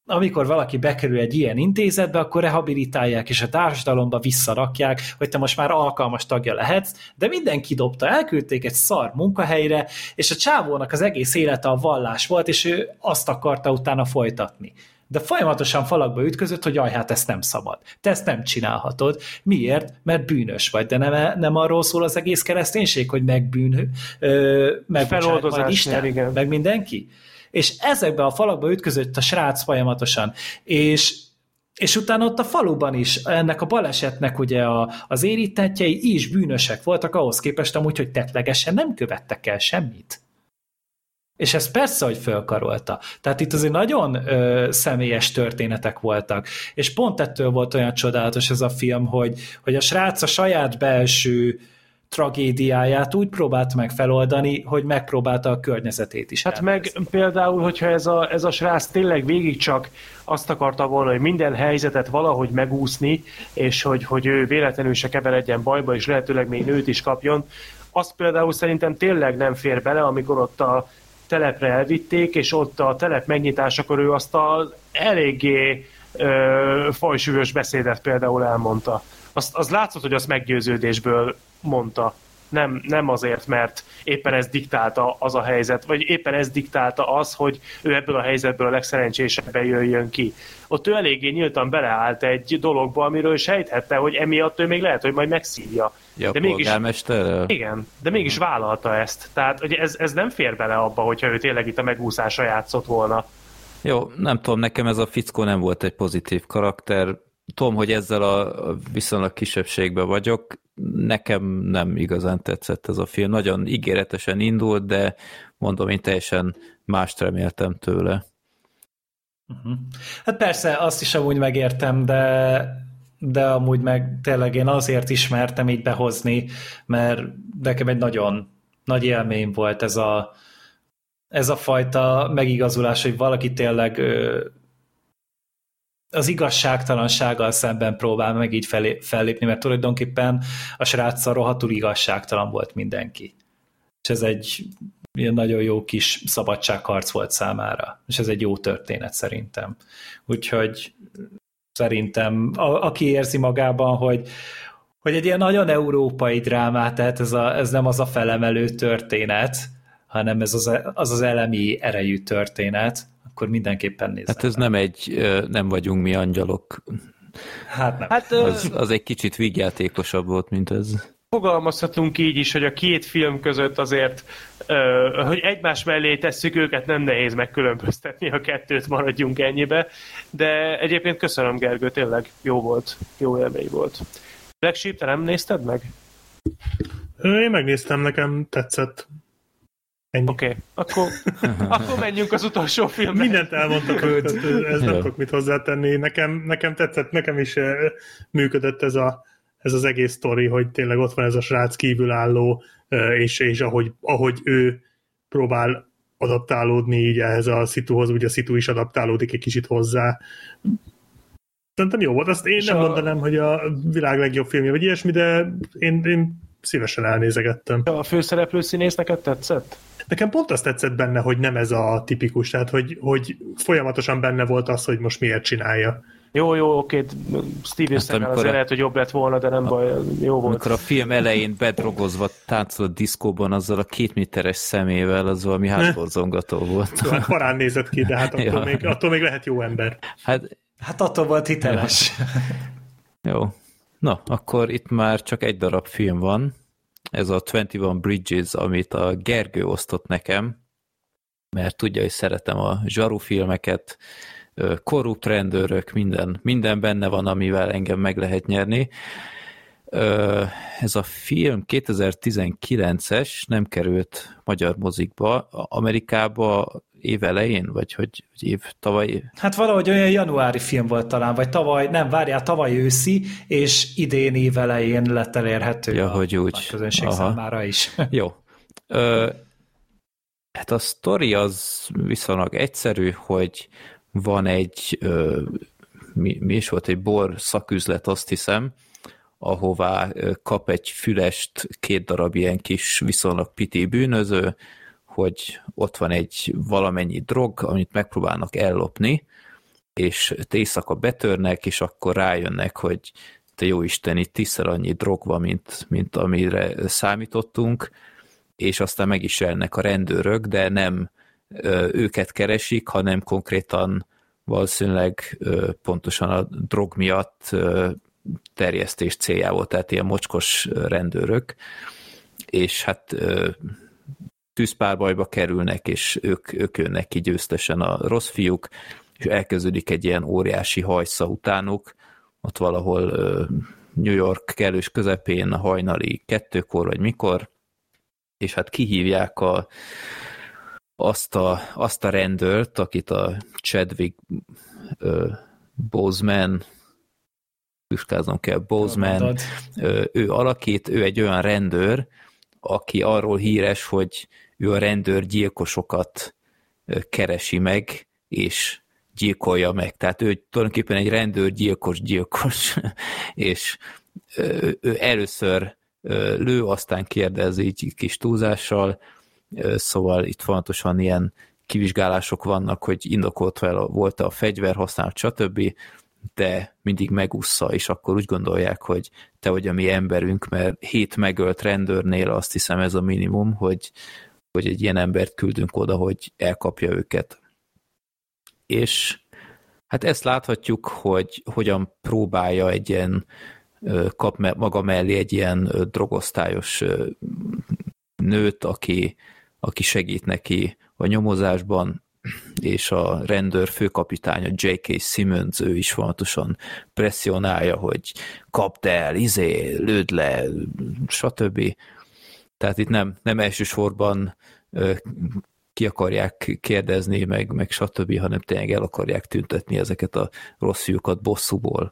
[SPEAKER 5] amikor valaki bekerül egy ilyen intézetbe, akkor rehabilitálják, és a társadalomba visszarakják, hogy te most már alkalmas tagja lehetsz, de mindenki dobta, elküldték egy szar munkahelyre, és a csávónak az egész élete a vallás volt, és ő azt akarta utána folytatni. De folyamatosan falakba ütközött, hogy jaj, hát ezt nem szabad. Te ezt nem csinálhatod. Miért? Mert bűnös vagy. De nem arról szól az egész kereszténység, hogy megbocsát majd Isten, igen. Meg mindenki. És ezekben a falakba ütközött a srác folyamatosan. És utána ott a faluban is, ennek a balesetnek ugye az érintettjei is bűnösek voltak, ahhoz képest amúgy, hogy tettlegesen nem követtek el semmit. És ez persze, hogy fölkarolta. Tehát itt azért nagyon személyes történetek voltak. És pont ettől volt olyan csodálatos ez a film, hogy a srác a saját belső tragédiáját úgy próbált meg feloldani, hogy megpróbálta a környezetét is.
[SPEAKER 6] Hát meg például, hogyha ez a srác tényleg végig csak azt akarta volna, hogy minden helyzetet valahogy megúszni, és hogy ő véletlenül se keveredjen bajba, és lehetőleg még nőt is kapjon, azt például szerintem tényleg nem fér bele, amikor ott a telepre elvitték, és ott a telep megnyitásakor ő azt az eléggé fajsúlyos beszédet például elmondta. Az látszott, hogy azt meggyőződésből mondta. Nem azért, mert éppen ez diktálta az a helyzet, vagy éppen ez diktálta az, hogy ő ebből a helyzetből a legszerencsésebben jöjjön ki. Ott ő eléggé nyíltan beleállt egy dologba, amiről sejthette, hogy emiatt ő még lehet, hogy majd megszívja.
[SPEAKER 2] Ja, de mégis,
[SPEAKER 6] igen, de mégis vállalta ezt. Tehát hogy ez nem fér bele abba, hogyha ő tényleg itt a megúszásra játszott volna.
[SPEAKER 2] Jó, nem tudom, nekem ez a fickó nem volt egy pozitív karakter. Tudom, hogy ezzel a viszonylag kisebbségben vagyok. Nekem nem igazán tetszett ez a film. Nagyon ígéretesen indult, de mondom, én teljesen mást reméltem tőle.
[SPEAKER 5] Hát persze, azt is amúgy megértem, de amúgy meg tényleg én azért ismertem így behozni, mert nekem egy nagyon nagy élmény volt ez a fajta megigazulás, hogy valaki tényleg az igazságtalansággal szemben próbál meg így fellépni, mert tulajdonképpen a sráccal rohadtul igazságtalan volt mindenki. És ez egy ilyen nagyon jó kis szabadságharc volt számára. És ez egy jó történet szerintem. Úgyhogy szerintem, aki érzi magában, hogy egy ilyen nagyon európai drámát, tehát ez nem az a felemelő történet, hanem ez az elemi erejű történet, akkor mindenképpen nézzen.
[SPEAKER 2] Hát ez nem vagyunk mi angyalok.
[SPEAKER 5] Hát nem.
[SPEAKER 6] Hát,
[SPEAKER 2] az egy kicsit vígjátékosabb volt, mint ez.
[SPEAKER 6] Fogalmazhatunk így is, hogy a két film között azért, hogy egymás mellé tesszük őket, nem nehéz megkülönböztetni, a kettőt maradjunk ennyibe, de egyébként köszönöm, Gergő, tényleg jó volt, jó élmény volt. Black Sheep, te nem nézted meg?
[SPEAKER 3] Én megnéztem, nekem tetszett.
[SPEAKER 6] Oké, akkor menjünk az utolsó filmbe.
[SPEAKER 3] Mindent elmondtak, ez nem tudok mit hozzátenni. Nekem tetszett, nekem is működött ez az egész sztori, hogy tényleg ott van ez a srác kívülálló, és ahogy ő próbál adaptálódni így ehhez a szituhoz, ugye a szitu is adaptálódik egy kicsit hozzá. Szerintem jó volt. Azt én nem mondanám, hogy a világ legjobb filmje, vagy ilyesmi, de én szívesen elnézegettem.
[SPEAKER 6] A főszereplő színész neked tetszett?
[SPEAKER 3] Nekem pont azt tetszett benne, hogy nem ez a tipikus, tehát hogy folyamatosan benne volt az, hogy most miért csinálja.
[SPEAKER 6] Jó, oké, Steven Seagal azért lehet, hogy jobb lett volna, de nem baj, jó volt.
[SPEAKER 2] Amikor a film elején bedrogozva táncol a diszkóban azzal a 2 méteres szemével, az valami hátborzongató volt.
[SPEAKER 3] Hát parán nézett ki, de hát attól még lehet jó ember.
[SPEAKER 5] Hát attól volt hiteles.
[SPEAKER 2] Jó. Na, akkor itt már csak egy darab film van. Ez a 21 Bridges, amit a Gergő osztott nekem, mert tudja, hogy szeretem a zsarufilmeket, korrupt rendőrök, minden benne van, amivel engem meg lehet nyerni. Ez a film 2019-es, nem került magyar mozikba, Amerikába év elején, vagy hogy tavaly?
[SPEAKER 5] Hát valahogy olyan januári film volt talán, vagy tavaly őszi, és idén év elején lett elérhető a közönség számára is.
[SPEAKER 2] Jó. Hát a sztori az viszonylag egyszerű, hogy van egy mi is volt, egy bor szaküzlet, azt hiszem, ahová kap egy fülest 2 darab ilyen kis viszonylag piti bűnöző, hogy ott van egy valamennyi drog, amit megpróbálnak ellopni, és éjszaka betörnek, és akkor rájönnek, hogy te jóisten, itt 10-szer annyi drog van, mint amire számítottunk, és aztán meg is jelennek a rendőrök, de nem őket keresik, hanem konkrétan valószínűleg pontosan a drog miatt terjesztés céljából, tehát ilyen mocskos rendőrök, és hát tűzpárbajba kerülnek, és ők jönnek ki győztesen a rossz fiúk, és elkezdődik egy ilyen óriási hajsza utánuk, ott valahol New York kellős közepén, hajnali 2-kor, vagy mikor, és hát kihívják azt a rendőrt, akit a Chadwick Boseman, küskáznom kell, Boseman, ő alakít, ő egy olyan rendőr, aki arról híres, hogy ő a rendőrgyilkosokat keresi meg, és gyilkolja meg. Tehát ő tulajdonképpen egy rendőrgyilkos, és ő először lő, aztán kérdez így kis túlzással, szóval itt fontosan ilyen kivizsgálások vannak, hogy indokolt volt a fegyver használat, stb., de mindig megúszza, és akkor úgy gondolják, hogy te vagy a mi emberünk, mert 7 megölt rendőrnél azt hiszem ez a minimum, hogy egy ilyen embert küldünk oda, hogy elkapja őket. És hát ezt láthatjuk, hogy hogyan próbálja egy ilyen, kap maga mellé egy ilyen drogosztályos nőt, aki segít neki a nyomozásban, és a rendőr főkapitánya J.K. Simmons, ő is fontosan presszionálja, hogy kapd el, lőd le, stb. Tehát itt nem elsősorban ki akarják kérdezni, meg stb., hanem tényleg el akarják tüntetni ezeket a rossz fiúkat bosszúból.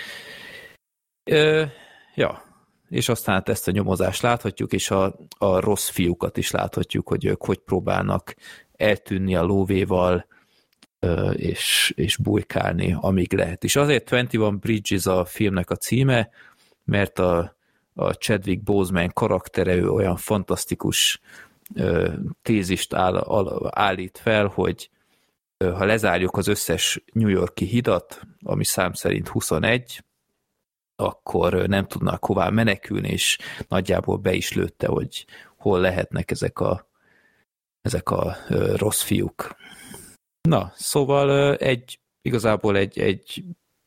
[SPEAKER 2] Ja, és aztán hát ezt a nyomozást láthatjuk, és a rossz fiúkat is láthatjuk, hogy ők hogy próbálnak eltűnni a lóvéval, és bujkálni, amíg lehet. És azért 21 Bridges a filmnek a címe, mert a Chadwick Boseman karaktere, ő olyan fantasztikus tézist állít fel, hogy ha lezárjuk az összes New York-i hidat, ami szám szerint 21, akkor nem tudnak hová menekülni, és nagyjából be is lőtte, hogy hol lehetnek ezek a rossz fiúk. Na, szóval igazából egy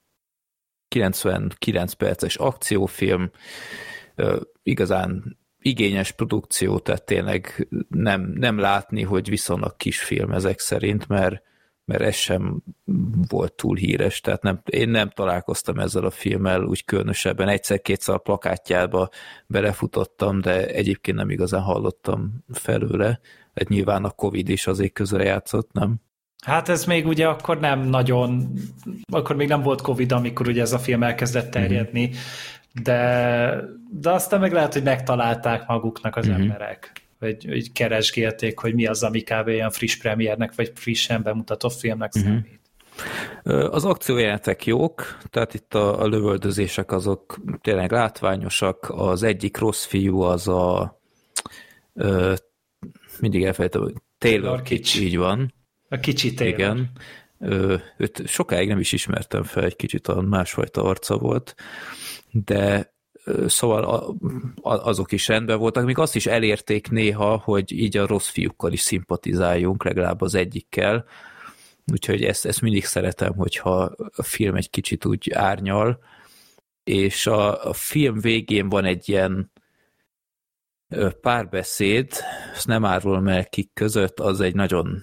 [SPEAKER 2] 99 perces akciófilm, igazán igényes produkció, tehát tényleg nem látni, hogy viszonylag kis film ezek szerint, mert ez sem volt túl híres, tehát én nem találkoztam ezzel a filmmel úgy különösebben, egyszer-kétszer a plakátjába belefutottam, de egyébként nem igazán hallottam felőle, hát nyilván a Covid is azért közre játszott, nem?
[SPEAKER 5] Hát ez még ugye akkor még nem volt Covid, amikor ugye ez a film elkezdett terjedni, de aztán meg lehet, hogy megtalálták maguknak az emberek, hogy keresgélték, hogy mi az, ami kb. Ilyen friss premiernek, vagy frissen bemutatott filmnek számít.
[SPEAKER 2] Az akciójelenetek jók, tehát itt a lövöldözések azok tényleg látványosak, az egyik rossz fiú az mindig elfelejtem, hogy Taylor Kitsch, így van.
[SPEAKER 5] A kicsi Taylor.
[SPEAKER 2] Igen. Őt sokáig nem is ismertem fel, egy kicsit olyan másfajta arca volt, de szóval azok is rendben voltak, még azt is elérték néha, hogy így a rossz fiúkkal is szimpatizáljunk, legalább az egyikkel, úgyhogy ezt mindig szeretem, hogyha a film egy kicsit úgy árnyal, és a film végén van egy ilyen párbeszéd, ezt nem árulom el kik között, az egy nagyon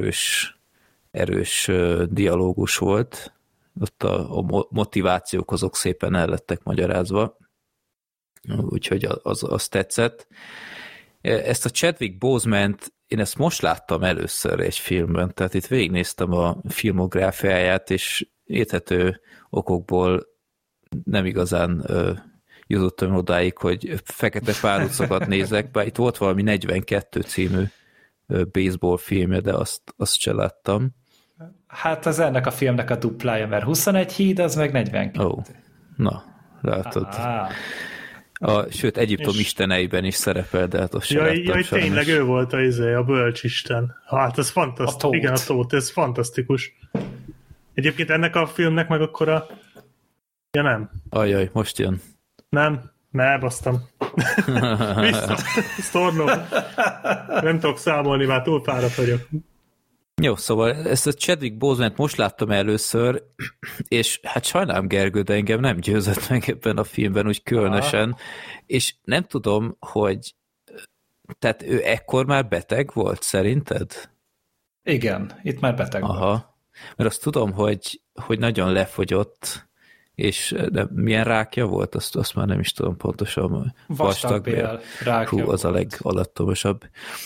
[SPEAKER 2] erős dialógus volt, ott a motivációk azok szépen el lettek magyarázva, úgyhogy az tetszett. Ezt a Chadwick Bosemant én ezt most láttam először egy filmben, tehát itt végignéztem a filmográfiáját, és érthető okokból nem igazán jutottam odáig, hogy fekete párhucokat nézek, bár itt volt valami 42 című baseball filmje, de azt se láttam.
[SPEAKER 5] Hát az ennek a filmnek a duplája, mert 21 híd, az meg 42.
[SPEAKER 2] Ó, na, látod. Sőt, Egyiptom isteneiben is szerepel, de hát azt sem láttam.
[SPEAKER 3] Jaj, tényleg ő volt a bölcsisten. Hát ez fantasztikus. Igen, a tót, ez fantasztikus. Egyébként ennek a filmnek meg akkor a... Ja nem.
[SPEAKER 2] Ajaj, most jön.
[SPEAKER 3] Nem, basztam. Vissza, sztornom. Nem tudok számolni, már túl fáradt vagyok.
[SPEAKER 2] Jó, szóval ezt a Chadwick Boseman most láttam először, és hát sajnálom Gergő, de engem nem győzött meg ebben a filmben úgy különösen, és nem tudom, hogy tehát ő ekkor már beteg volt, szerinted?
[SPEAKER 5] Igen, itt már beteg volt.
[SPEAKER 2] Aha, mert azt tudom, hogy nagyon lefogyott, és de milyen rákja volt, azt már nem is tudom pontosan.
[SPEAKER 5] Vastagbél rákja
[SPEAKER 2] az a legalattomosabb.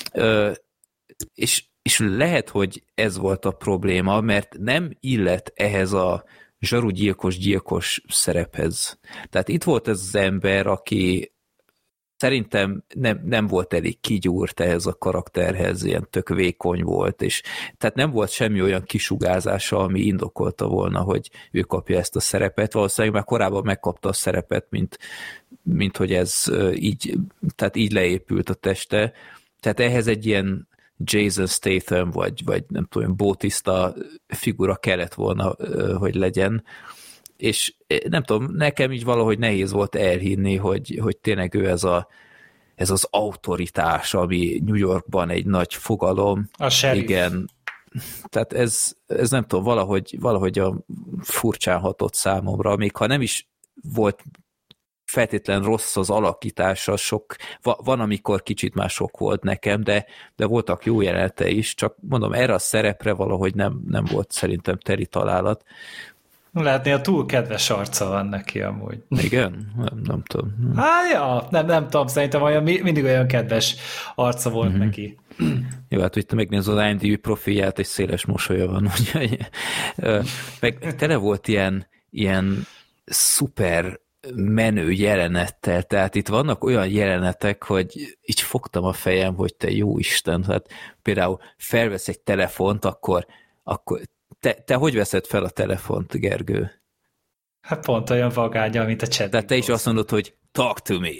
[SPEAKER 2] És lehet, hogy ez volt a probléma, mert nem illet ehhez a zsarugyilkos szerephez. Tehát itt volt ez az ember, aki szerintem nem volt elég kigyúrt ehhez a karakterhez, ilyen tök vékony volt, és tehát nem volt semmi olyan kisugárzása, ami indokolta volna, hogy ő kapja ezt a szerepet. Valószínűleg már korábban megkapta a szerepet, mint hogy ez így leépült a teste. Tehát ehhez egy ilyen Jason Statham, vagy nem tudom, Bautista figura kellett volna, hogy legyen. És nem tudom, nekem így valahogy nehéz volt elhinni, hogy tényleg ő ez az autoritás, ami New Yorkban egy nagy fogalom.
[SPEAKER 5] A sheriff.
[SPEAKER 2] Igen. Tehát ez nem tudom, valahogy a furcsán hatott számomra, még ha nem is volt feltétlen rossz az alakítása, van, amikor kicsit már sok volt nekem, de voltak jó jelenete is, csak mondom, erre a szerepre valahogy nem volt szerintem teri találat.
[SPEAKER 5] Látni, a túl kedves arca van neki amúgy.
[SPEAKER 2] Igen? Nem tudom.
[SPEAKER 5] Hát ja, nem tudom, szerintem mindig olyan kedves arca volt neki.
[SPEAKER 2] Jó, hát hogy te megnézed az IMDb profilját, egy széles mosolya van, úgyhogy meg tele volt ilyen szuper menő jelenettel, tehát itt vannak olyan jelenetek, hogy így fogtam a fejem, hogy te jó Isten, tehát például felvesz egy telefont, akkor te hogy veszed fel a telefont, Gergő?
[SPEAKER 5] Hát pont olyan vagánya, mint a Chadwick.
[SPEAKER 2] Tehát te is azt mondod, hogy talk to me.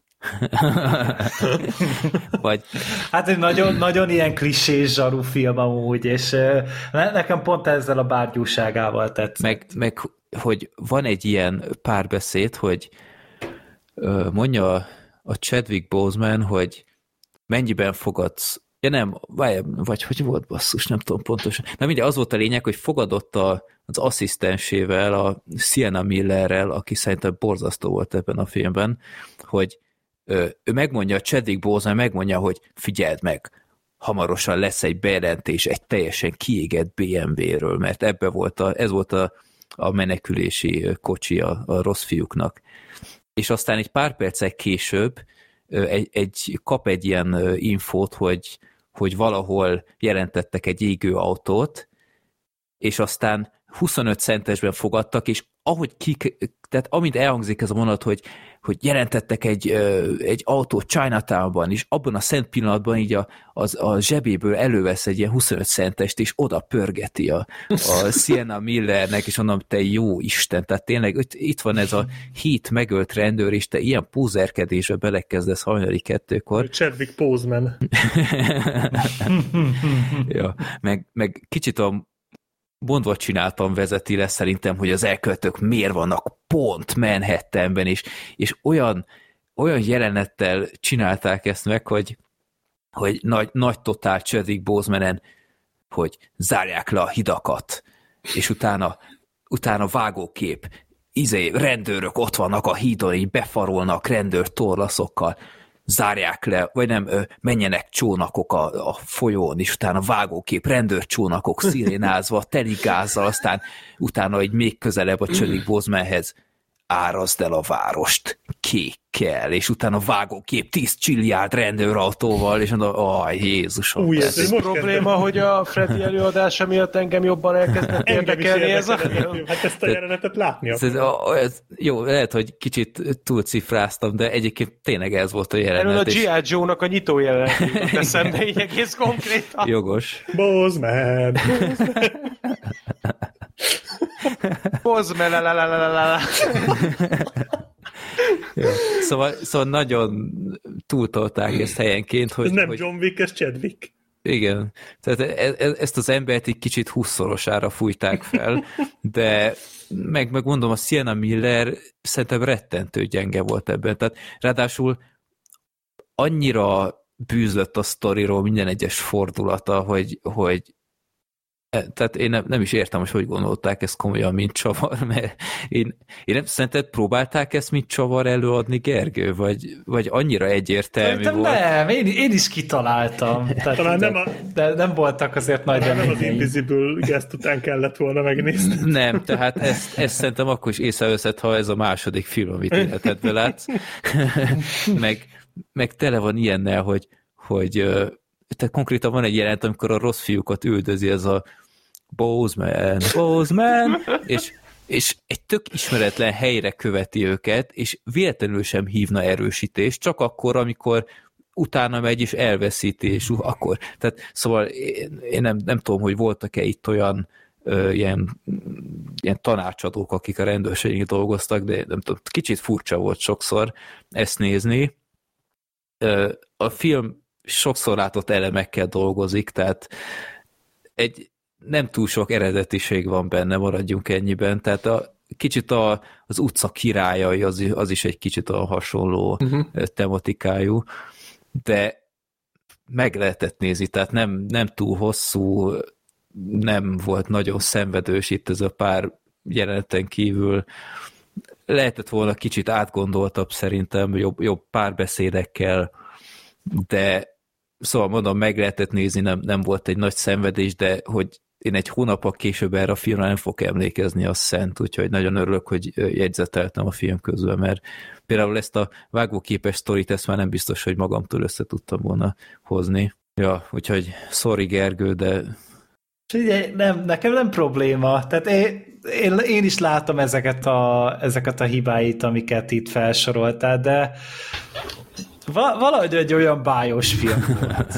[SPEAKER 2] Vagy...
[SPEAKER 5] Hát egy nagyon, nagyon ilyen klisés zsarú film amúgy, és nekem pont ezzel a bárgyúságával tetszett.
[SPEAKER 2] Meg hogy van egy ilyen párbeszéd, hogy mondja a Chadwick Boseman, hogy mennyiben fogadsz, ja nem, vagy hogy volt basszus, nem tudom pontosan. Na mindjárt az volt a lényeg, hogy fogadott az asszisztensével, a Sienna Millerrel, aki szerintem borzasztó volt ebben a filmben, hogy ő megmondja, a Chadwick Boseman megmondja, hogy figyeld meg, hamarosan lesz egy bejelentés egy teljesen kiégett BMW-ről, mert ez volt a menekülési kocsi a rossz fiúknak. És aztán egy pár perccel később kap egy ilyen infót, hogy valahol jelentettek egy égő autót, és aztán 25 centesben fogadtak, és tehát amint elhangzik ez a mondat, hogy jelentettek egy autót Chinatownban, és abban a szent pillanatban így a zsebéből elővesz egy ilyen 25 centest, és oda pörgeti a Sienna Millernek, és mondom, te jó Isten, tehát tényleg itt van ez a hét megölt rendőr, és te ilyen púzerkedésbe belekezdesz hajnali 2-kor.
[SPEAKER 3] Chadwick Boseman.
[SPEAKER 2] Ja, meg kicsit mondva csináltam vezeti le szerintem, hogy az elkövetők miért vannak pont Manhattanben, és olyan jelenettel csinálták ezt meg, hogy nagy totál Chadwick Bosemanen, hogy zárják le a hidakat, és utána vágókép, rendőrök ott vannak a hídon, így befarolnak rendőr torlaszokkal, zárják le, vagy nem, menjenek csónakok a folyón, és utána vágókép, rendőrcsónakok szirénázva, teligázzal, aztán utána egy még közelebb a Chadwick Bosemanhez, árazd el a várost kékkel, és utána vágókép 10 csilliárd rendőrautóval, és mondom, Jézusom.
[SPEAKER 6] Ez probléma, hogy a Freddy előadása miatt engem jobban elkezdett érdekelni ez a film.
[SPEAKER 3] Hát ezt a jelenetet látni
[SPEAKER 2] jó, lehet, hogy kicsit túlcifráztam, de egyébként tényleg ez volt a jelenet.
[SPEAKER 6] Erről a G.I. Joe-nak a nyitó jelenet jutott eszembe, így egész konkrétan.
[SPEAKER 2] Jogos.
[SPEAKER 3] Boseman.
[SPEAKER 6] Boseman.
[SPEAKER 2] Szóval nagyon túltolták ezt helyenként, hogy...
[SPEAKER 3] Ez nem John Wick, ez Chadwick.
[SPEAKER 2] Igen, tehát ezt az embert egy kicsit 20-szorosára fújták fel, de meg mondom, a Sienna Miller szerintem rettentő gyenge volt ebben, tehát ráadásul annyira bűzlött a sztoriról minden egyes fordulata, hogy tehát én nem is értem, hogy gondolták ezt komolyan, mint csavar, mert én nem szerinted próbálták ezt mint csavar előadni, Gergő, vagy annyira egyértelmű
[SPEAKER 5] volt? Nem, én is kitaláltam. Tehát,
[SPEAKER 3] talán
[SPEAKER 5] de nem voltak azért nagy
[SPEAKER 3] nem az Invisible Guest után kellett volna megnézni.
[SPEAKER 2] Nem, tehát ezt szerintem akkor is észreveszed, ha ez a második film, amit életedbe látsz. meg tele van ilyennel, hogy tehát konkrétan van egy jelent, amikor a rossz fiúkat üldözi ez a Bozeman, és egy tök ismeretlen helyre követi őket, és véletlenül sem hívna erősítést, csak akkor, amikor utána megy és elveszíti, és akkor. Tehát szóval én nem tudom, hogy voltak-e itt olyan ilyen tanácsadók, akik a rendőrségén dolgoztak, de nem tudom, kicsit furcsa volt sokszor ezt nézni. A film sokszor látott elemekkel dolgozik, tehát egy nem túl sok eredetiség van benne, maradjunk ennyiben, tehát kicsit az utca királyai az is egy kicsit a hasonló tematikájú, de meg lehetett nézni, tehát nem túl hosszú, nem volt nagyon szenvedős itt ez a pár jeleneten kívül, lehetett volna kicsit átgondoltabb szerintem, jobb párbeszédekkel, de szóval mondom, meg lehetett nézni, nem volt egy nagy szenvedés, de hogy én egy hónappal később erre a filmre nem fogok emlékezni, az szent, úgyhogy nagyon örülök, hogy jegyzeteltem a film közben, mert például ezt a vágóképes sztorit, ezt már nem biztos, hogy magamtól össze tudtam volna hozni. Ja, úgyhogy sorry Gergő, de...
[SPEAKER 5] Nekem nem probléma, tehát én is látom ezeket a hibáit, amiket itt felsoroltál, de valahogy egy olyan bájos film volt.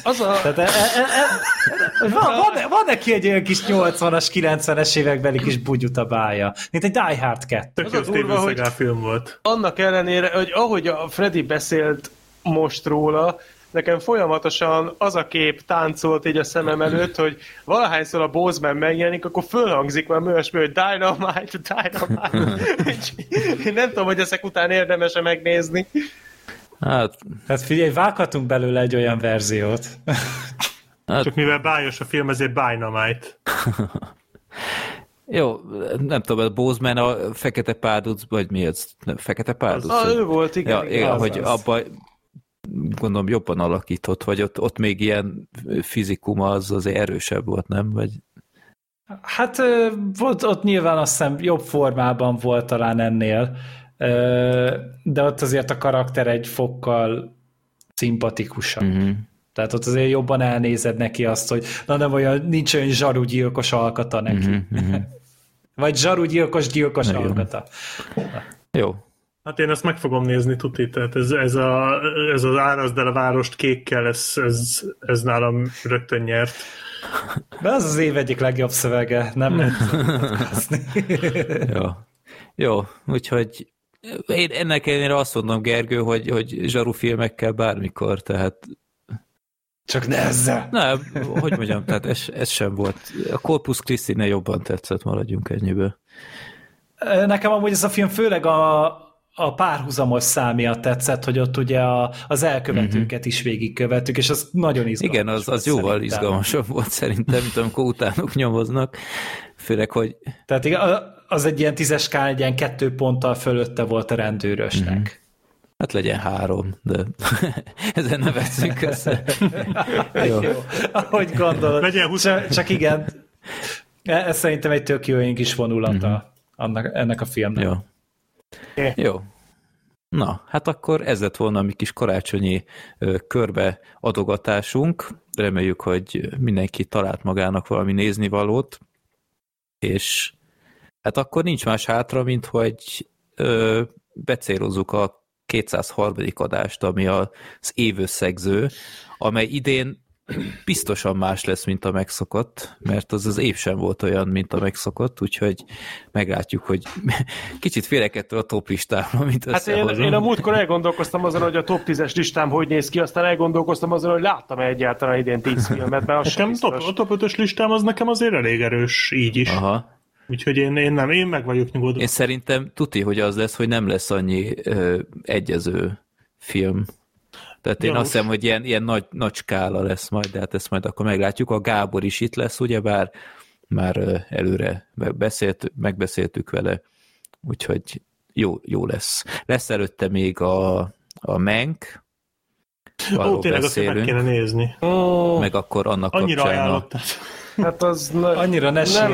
[SPEAKER 5] Van neki egy olyan kis 80-as, 90-es évekbeli kis bugyutabája, mint egy Die Hard 2.
[SPEAKER 3] Tök jó Steven Seagal film volt.
[SPEAKER 6] Annak ellenére, hogy ahogy a Freddy beszélt most róla, nekem folyamatosan az a kép táncolt így a szemem előtt, hogy valahányszor a Bozeman megjelenik, akkor fölhangzik már olyasmi, hogy Dynamite. Én nem tudom, hogy ezek után érdemes-e megnézni.
[SPEAKER 5] Hát figyelj, vághatunk belőle egy olyan verziót.
[SPEAKER 3] Csak mivel bájos a film, ezért Dynamite.
[SPEAKER 2] Jó, nem tudom, a Bozeman a Fekete Párduc, vagy mi ez? Fekete Párduc?
[SPEAKER 6] Ő volt, igen.
[SPEAKER 2] Ja, hogy abban gondolom jobban alakított, vagy ott még ilyen fizikuma az azért erősebb volt, nem? Vagy...
[SPEAKER 5] Hát ott nyilván azt hiszem jobb formában volt talán ennél, de ott azért a karakter egy fokkal szimpatikusabb. Uh-huh. Tehát ott azért jobban elnézed neki azt, hogy nincs olyan zsarugyilkos alkata neki. Uh-huh. Vagy zsarugyilkos alkata.
[SPEAKER 2] Jó.
[SPEAKER 3] Hát én ezt meg fogom nézni, tuti, tehát ez az Áraszd el a várost kékkel, ez nálam rögtön nyert.
[SPEAKER 5] De az év egyik legjobb szövege, nem lehet.
[SPEAKER 2] Jó, úgyhogy én ennek ellenére azt mondom, Gergő, hogy zsaru filmekkel bármikor, tehát
[SPEAKER 5] csak ne ezzel.
[SPEAKER 2] Nem, hogy mondjam, tehát ez sem volt. A Corpus Christi-nél jobban tetszett, maradjunk ennyiből.
[SPEAKER 5] Nekem amúgy ez a film főleg a párhuzamos szám miatt tetszett, hogy ott ugye az elkövetőket is végigkövettük, és az nagyon izgalmas.
[SPEAKER 2] Igen, az jóval izgalmasabb volt szerintem, mint amikor utánuk nyomoznak. Főleg, hogy...
[SPEAKER 5] Tehát igen, az egy ilyen 10-es skálán, egy ilyen 2 ponttal fölötte volt a rendőrösnek.
[SPEAKER 2] Hát legyen 3, de ezen ne veszünk össze.
[SPEAKER 5] Jó. Ahogy gondolod.
[SPEAKER 3] Legyen 20.
[SPEAKER 5] Csak igen, ez szerintem egy tök jó kis vonulata ennek a filmnek.
[SPEAKER 2] Jó. Jó. Na, hát akkor ez lett volna a mi kis karácsonyi körbe adogatásunk. Reméljük, hogy mindenki talált magának valami néznivalót, és hát akkor nincs más hátra, mint hogy becélozzuk a 203. adást, ami az évösszegző, amely idén biztosan más lesz, mint a megszokott, mert az év sem volt olyan, mint a megszokott, úgyhogy meglátjuk, hogy kicsit félek ettől a top listámról, mint
[SPEAKER 6] Hát
[SPEAKER 2] összehozom.
[SPEAKER 6] én a múltkor elgondolkoztam azon, hogy a top 10-es listám hogy néz ki, aztán elgondolkoztam azon, hogy láttam egyáltalán idén 10 filmet, mert az sem biztos.
[SPEAKER 3] A top 5-ös listám az nekem azért elég erős így is.
[SPEAKER 2] Aha.
[SPEAKER 3] Úgyhogy én meg vagyok nyugodva.
[SPEAKER 2] Én szerintem tuti, hogy az lesz, hogy nem lesz annyi egyező film. Tehát én azt hiszem, hogy ilyen nagy skála lesz majd, de hát ezt majd akkor meglátjuk. A Gábor is itt lesz, ugyebár már előre megbeszéltük vele, úgyhogy jó lesz. Lesz előtte még a Mank, arról
[SPEAKER 3] tényleg azt meg kéne nézni.
[SPEAKER 2] meg akkor annak
[SPEAKER 3] annyira
[SPEAKER 2] kapcsán
[SPEAKER 3] ajánlottad.
[SPEAKER 6] Hát az
[SPEAKER 5] Annyira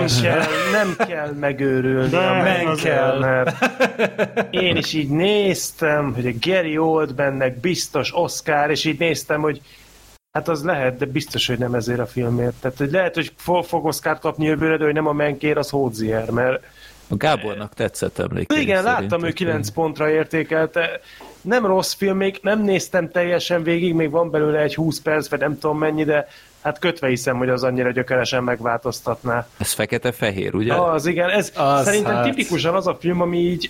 [SPEAKER 6] nem kell megőrülni,
[SPEAKER 3] nem
[SPEAKER 6] kell, mert én is így néztem, hogy a Gary Oldmannek biztos Oscar, és így néztem, hogy hát az lehet, de biztos, hogy nem ezért a filmért. Tehát hogy lehet, hogy fog Oscart kapni jövőre, de hogy nem a Mankér, az Hozier, mert
[SPEAKER 2] a Gábornak tetszett emlékeim.
[SPEAKER 6] igen, láttam, ő 9 pontra értékelte. Nem rossz film, még nem néztem teljesen végig, még van belőle egy 20 perc, vagy nem tudom mennyi, de hát kötve hiszem, hogy az annyira gyökeresen megváltoztatná.
[SPEAKER 2] Ez fekete-fehér, ugye?
[SPEAKER 6] Az igen, ez
[SPEAKER 5] az
[SPEAKER 6] szerintem
[SPEAKER 5] hát
[SPEAKER 6] tipikusan az a film, ami így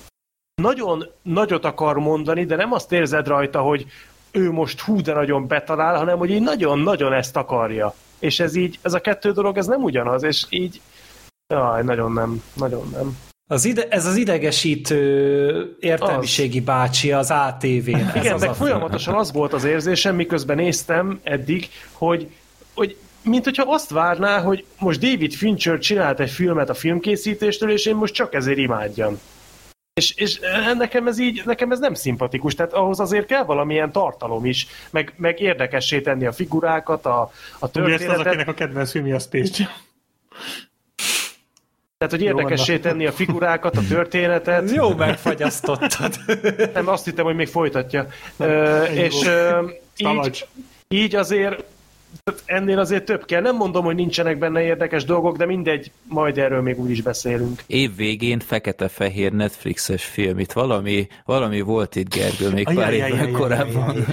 [SPEAKER 6] nagyon nagyot akar mondani, de nem azt érzed rajta, hogy ő most hú, de nagyon betalál, hanem hogy így nagyon-nagyon ezt akarja. És ez a kettő dolog, ez nem ugyanaz, és így nagyon nem.
[SPEAKER 5] Ez az idegesítő értelmiségi bácsi az ATV-n.
[SPEAKER 6] Igen, meg folyamatosan az volt az érzésem, miközben néztem eddig, hogy mint hogyha azt várná, hogy most David Fincher csinált egy filmet a filmkészítéstől, és én most csak ezért imádjam. És nekem ez nem szimpatikus, tehát ahhoz azért kell valamilyen tartalom is, meg érdekessé tenni a figurákat, a történetet.
[SPEAKER 3] Ugye ezt az, akinek a kedvenc filmje a Space Jam.
[SPEAKER 6] Tehát, hogy érdekessé tenni a figurákat, a történetet.
[SPEAKER 5] Jó megfagyasztottad.
[SPEAKER 6] Nem, azt hittem, hogy még folytatja. És így azért ennél azért több kell. Nem mondom, hogy nincsenek benne érdekes dolgok, de mindegy, majd erről még úgy is beszélünk.
[SPEAKER 2] Év végén fekete-fehér Netflixes film. Itt valami volt itt, Gergő, még pár évvel korábban.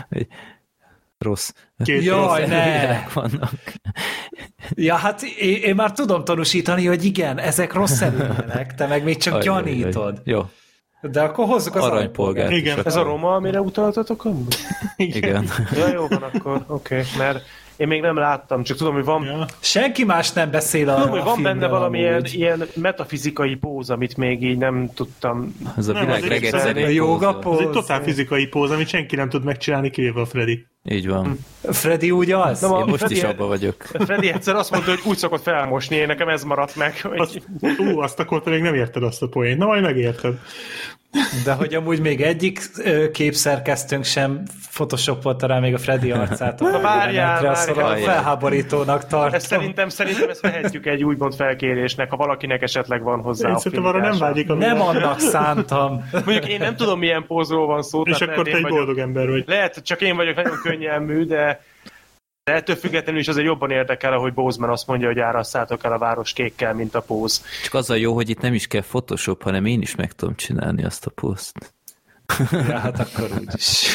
[SPEAKER 2] Rossz.
[SPEAKER 5] Jaj, ne!
[SPEAKER 2] Vannak.
[SPEAKER 5] Ja, hát én már tudom tanúsítani, hogy igen, ezek rossz előjelek, te meg még csak gyanítod.
[SPEAKER 2] Jó.
[SPEAKER 5] De akkor hozzuk az
[SPEAKER 2] aranypolgárt.
[SPEAKER 3] Igen.
[SPEAKER 6] Ez a Roma, amire utaltatok?
[SPEAKER 2] Igen.
[SPEAKER 6] Ja, jó van akkor, oké, mert én még nem láttam, csak tudom, hogy van...
[SPEAKER 3] Ja.
[SPEAKER 5] Senki más nem beszél arra.
[SPEAKER 6] Tudom, hogy van benne valami ilyen metafizikai póz, amit még így nem tudtam...
[SPEAKER 2] Ez a világ legegyszerűbb
[SPEAKER 5] a jóga póz.
[SPEAKER 3] Ez egy totál fizikai póz, amit senki nem tud megcsinálni, kivéve a Freddy.
[SPEAKER 2] Így van.
[SPEAKER 5] Freddy úgy az?
[SPEAKER 2] Én most is abban vagyok.
[SPEAKER 6] Freddy egyszer azt mondta, hogy úgy szokott felmosni, én nekem ez maradt meg. Hogy...
[SPEAKER 3] Azt akkor te még nem érted azt a poént. Na, majd megérted.
[SPEAKER 5] De hogy amúgy még egyik képszerkesztőnk sem photoshopolta rá még a Freddy arcát.
[SPEAKER 6] Na várjál.
[SPEAKER 5] Felháborítónak tartom.
[SPEAKER 6] Ezt szerintem ezt vehetjük egy úgymond felkérésnek, ha valakinek esetleg van hozzá a
[SPEAKER 3] szerintem arra nem vágyik.
[SPEAKER 5] Nem annak szántam.
[SPEAKER 6] Mondjuk én nem tudom, milyen pózról van szó.
[SPEAKER 3] És akkor te egy boldog ember vagy.
[SPEAKER 6] Lehet, csak én vagyok nagyon könnyelmű, de ettől függetlenül is azért jobban érdekel, ahogy Boseman azt mondja, hogy árasszátok el a város kékkel, mint a póz.
[SPEAKER 2] Csak az a jó, hogy itt nem is kell Photoshop, hanem én is meg tudom csinálni azt a pózt.
[SPEAKER 5] Ja, hát akkor úgyis.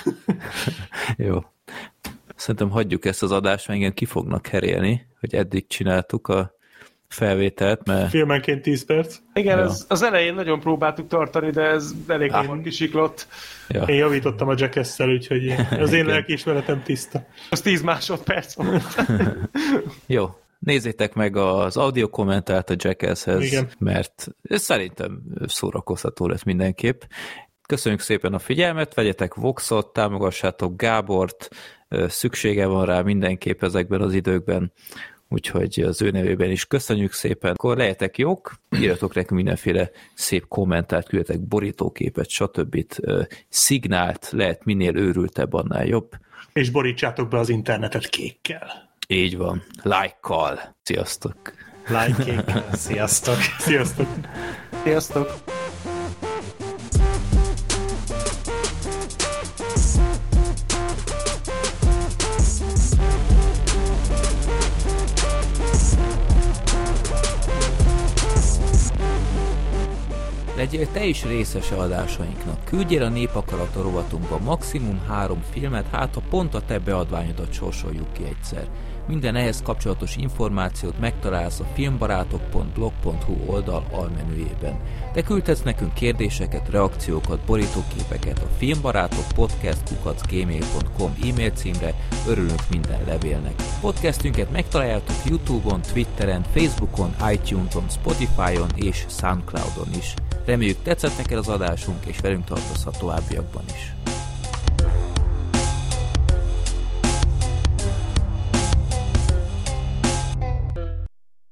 [SPEAKER 2] Jó. Szerintem hagyjuk ezt az adást, mert engem ki fognak herélni, hogy eddig csináltuk a felvételt, mert...
[SPEAKER 3] Filmenként 10 perc.
[SPEAKER 6] Igen, ja. Az elején nagyon próbáltuk tartani, de ez elég hamar kisiklott.
[SPEAKER 2] Ja.
[SPEAKER 3] Én javítottam a Jackass-szel, úgyhogy az én lelkiismeretem tiszta.
[SPEAKER 6] Az 10 másodperc volt.
[SPEAKER 2] Jó. Nézzétek meg az audio kommentárt a Jackasshez, mert ez szerintem szórakoztató lesz mindenképp. Köszönjük szépen a figyelmet, vegyetek Voxot, támogassátok Gábort, szüksége van rá mindenképp ezekben az időkben, úgyhogy az ő nevében is köszönjük szépen. Akkor legyetek jók, írjatok nekünk mindenféle szép kommentárt, küldjetek borítóképet, stb. Szignált, lehet minél őrültebb, annál jobb.
[SPEAKER 3] És borítsátok be az internetet kékkel.
[SPEAKER 2] Így van, like-kal. Sziasztok!
[SPEAKER 5] Like-kékkel. Sziasztok!
[SPEAKER 3] Sziasztok!
[SPEAKER 6] Sziasztok!
[SPEAKER 2] Legyél te is részese adásainknak. Küldjél a Népakarata rovatunkba maximum 3 filmet, hát ha pont a te beadványodat sorsoljuk ki egyszer. Minden ehhez kapcsolatos információt megtalálsz a filmbarátok.blog.hu oldal almenüjében. Te küldhetsz nekünk kérdéseket, reakciókat, borítóképeket a filmbarátokpodcast@gmail.com e-mail címre, örülünk minden levélnek. Podcastünket megtaláljátok YouTube-on, Twitteren, Facebookon, iTunes-on, Spotify-on és Soundcloud-on is. Reméljük tetszett neked az adásunk, és velünk tartozhat továbbiakban is.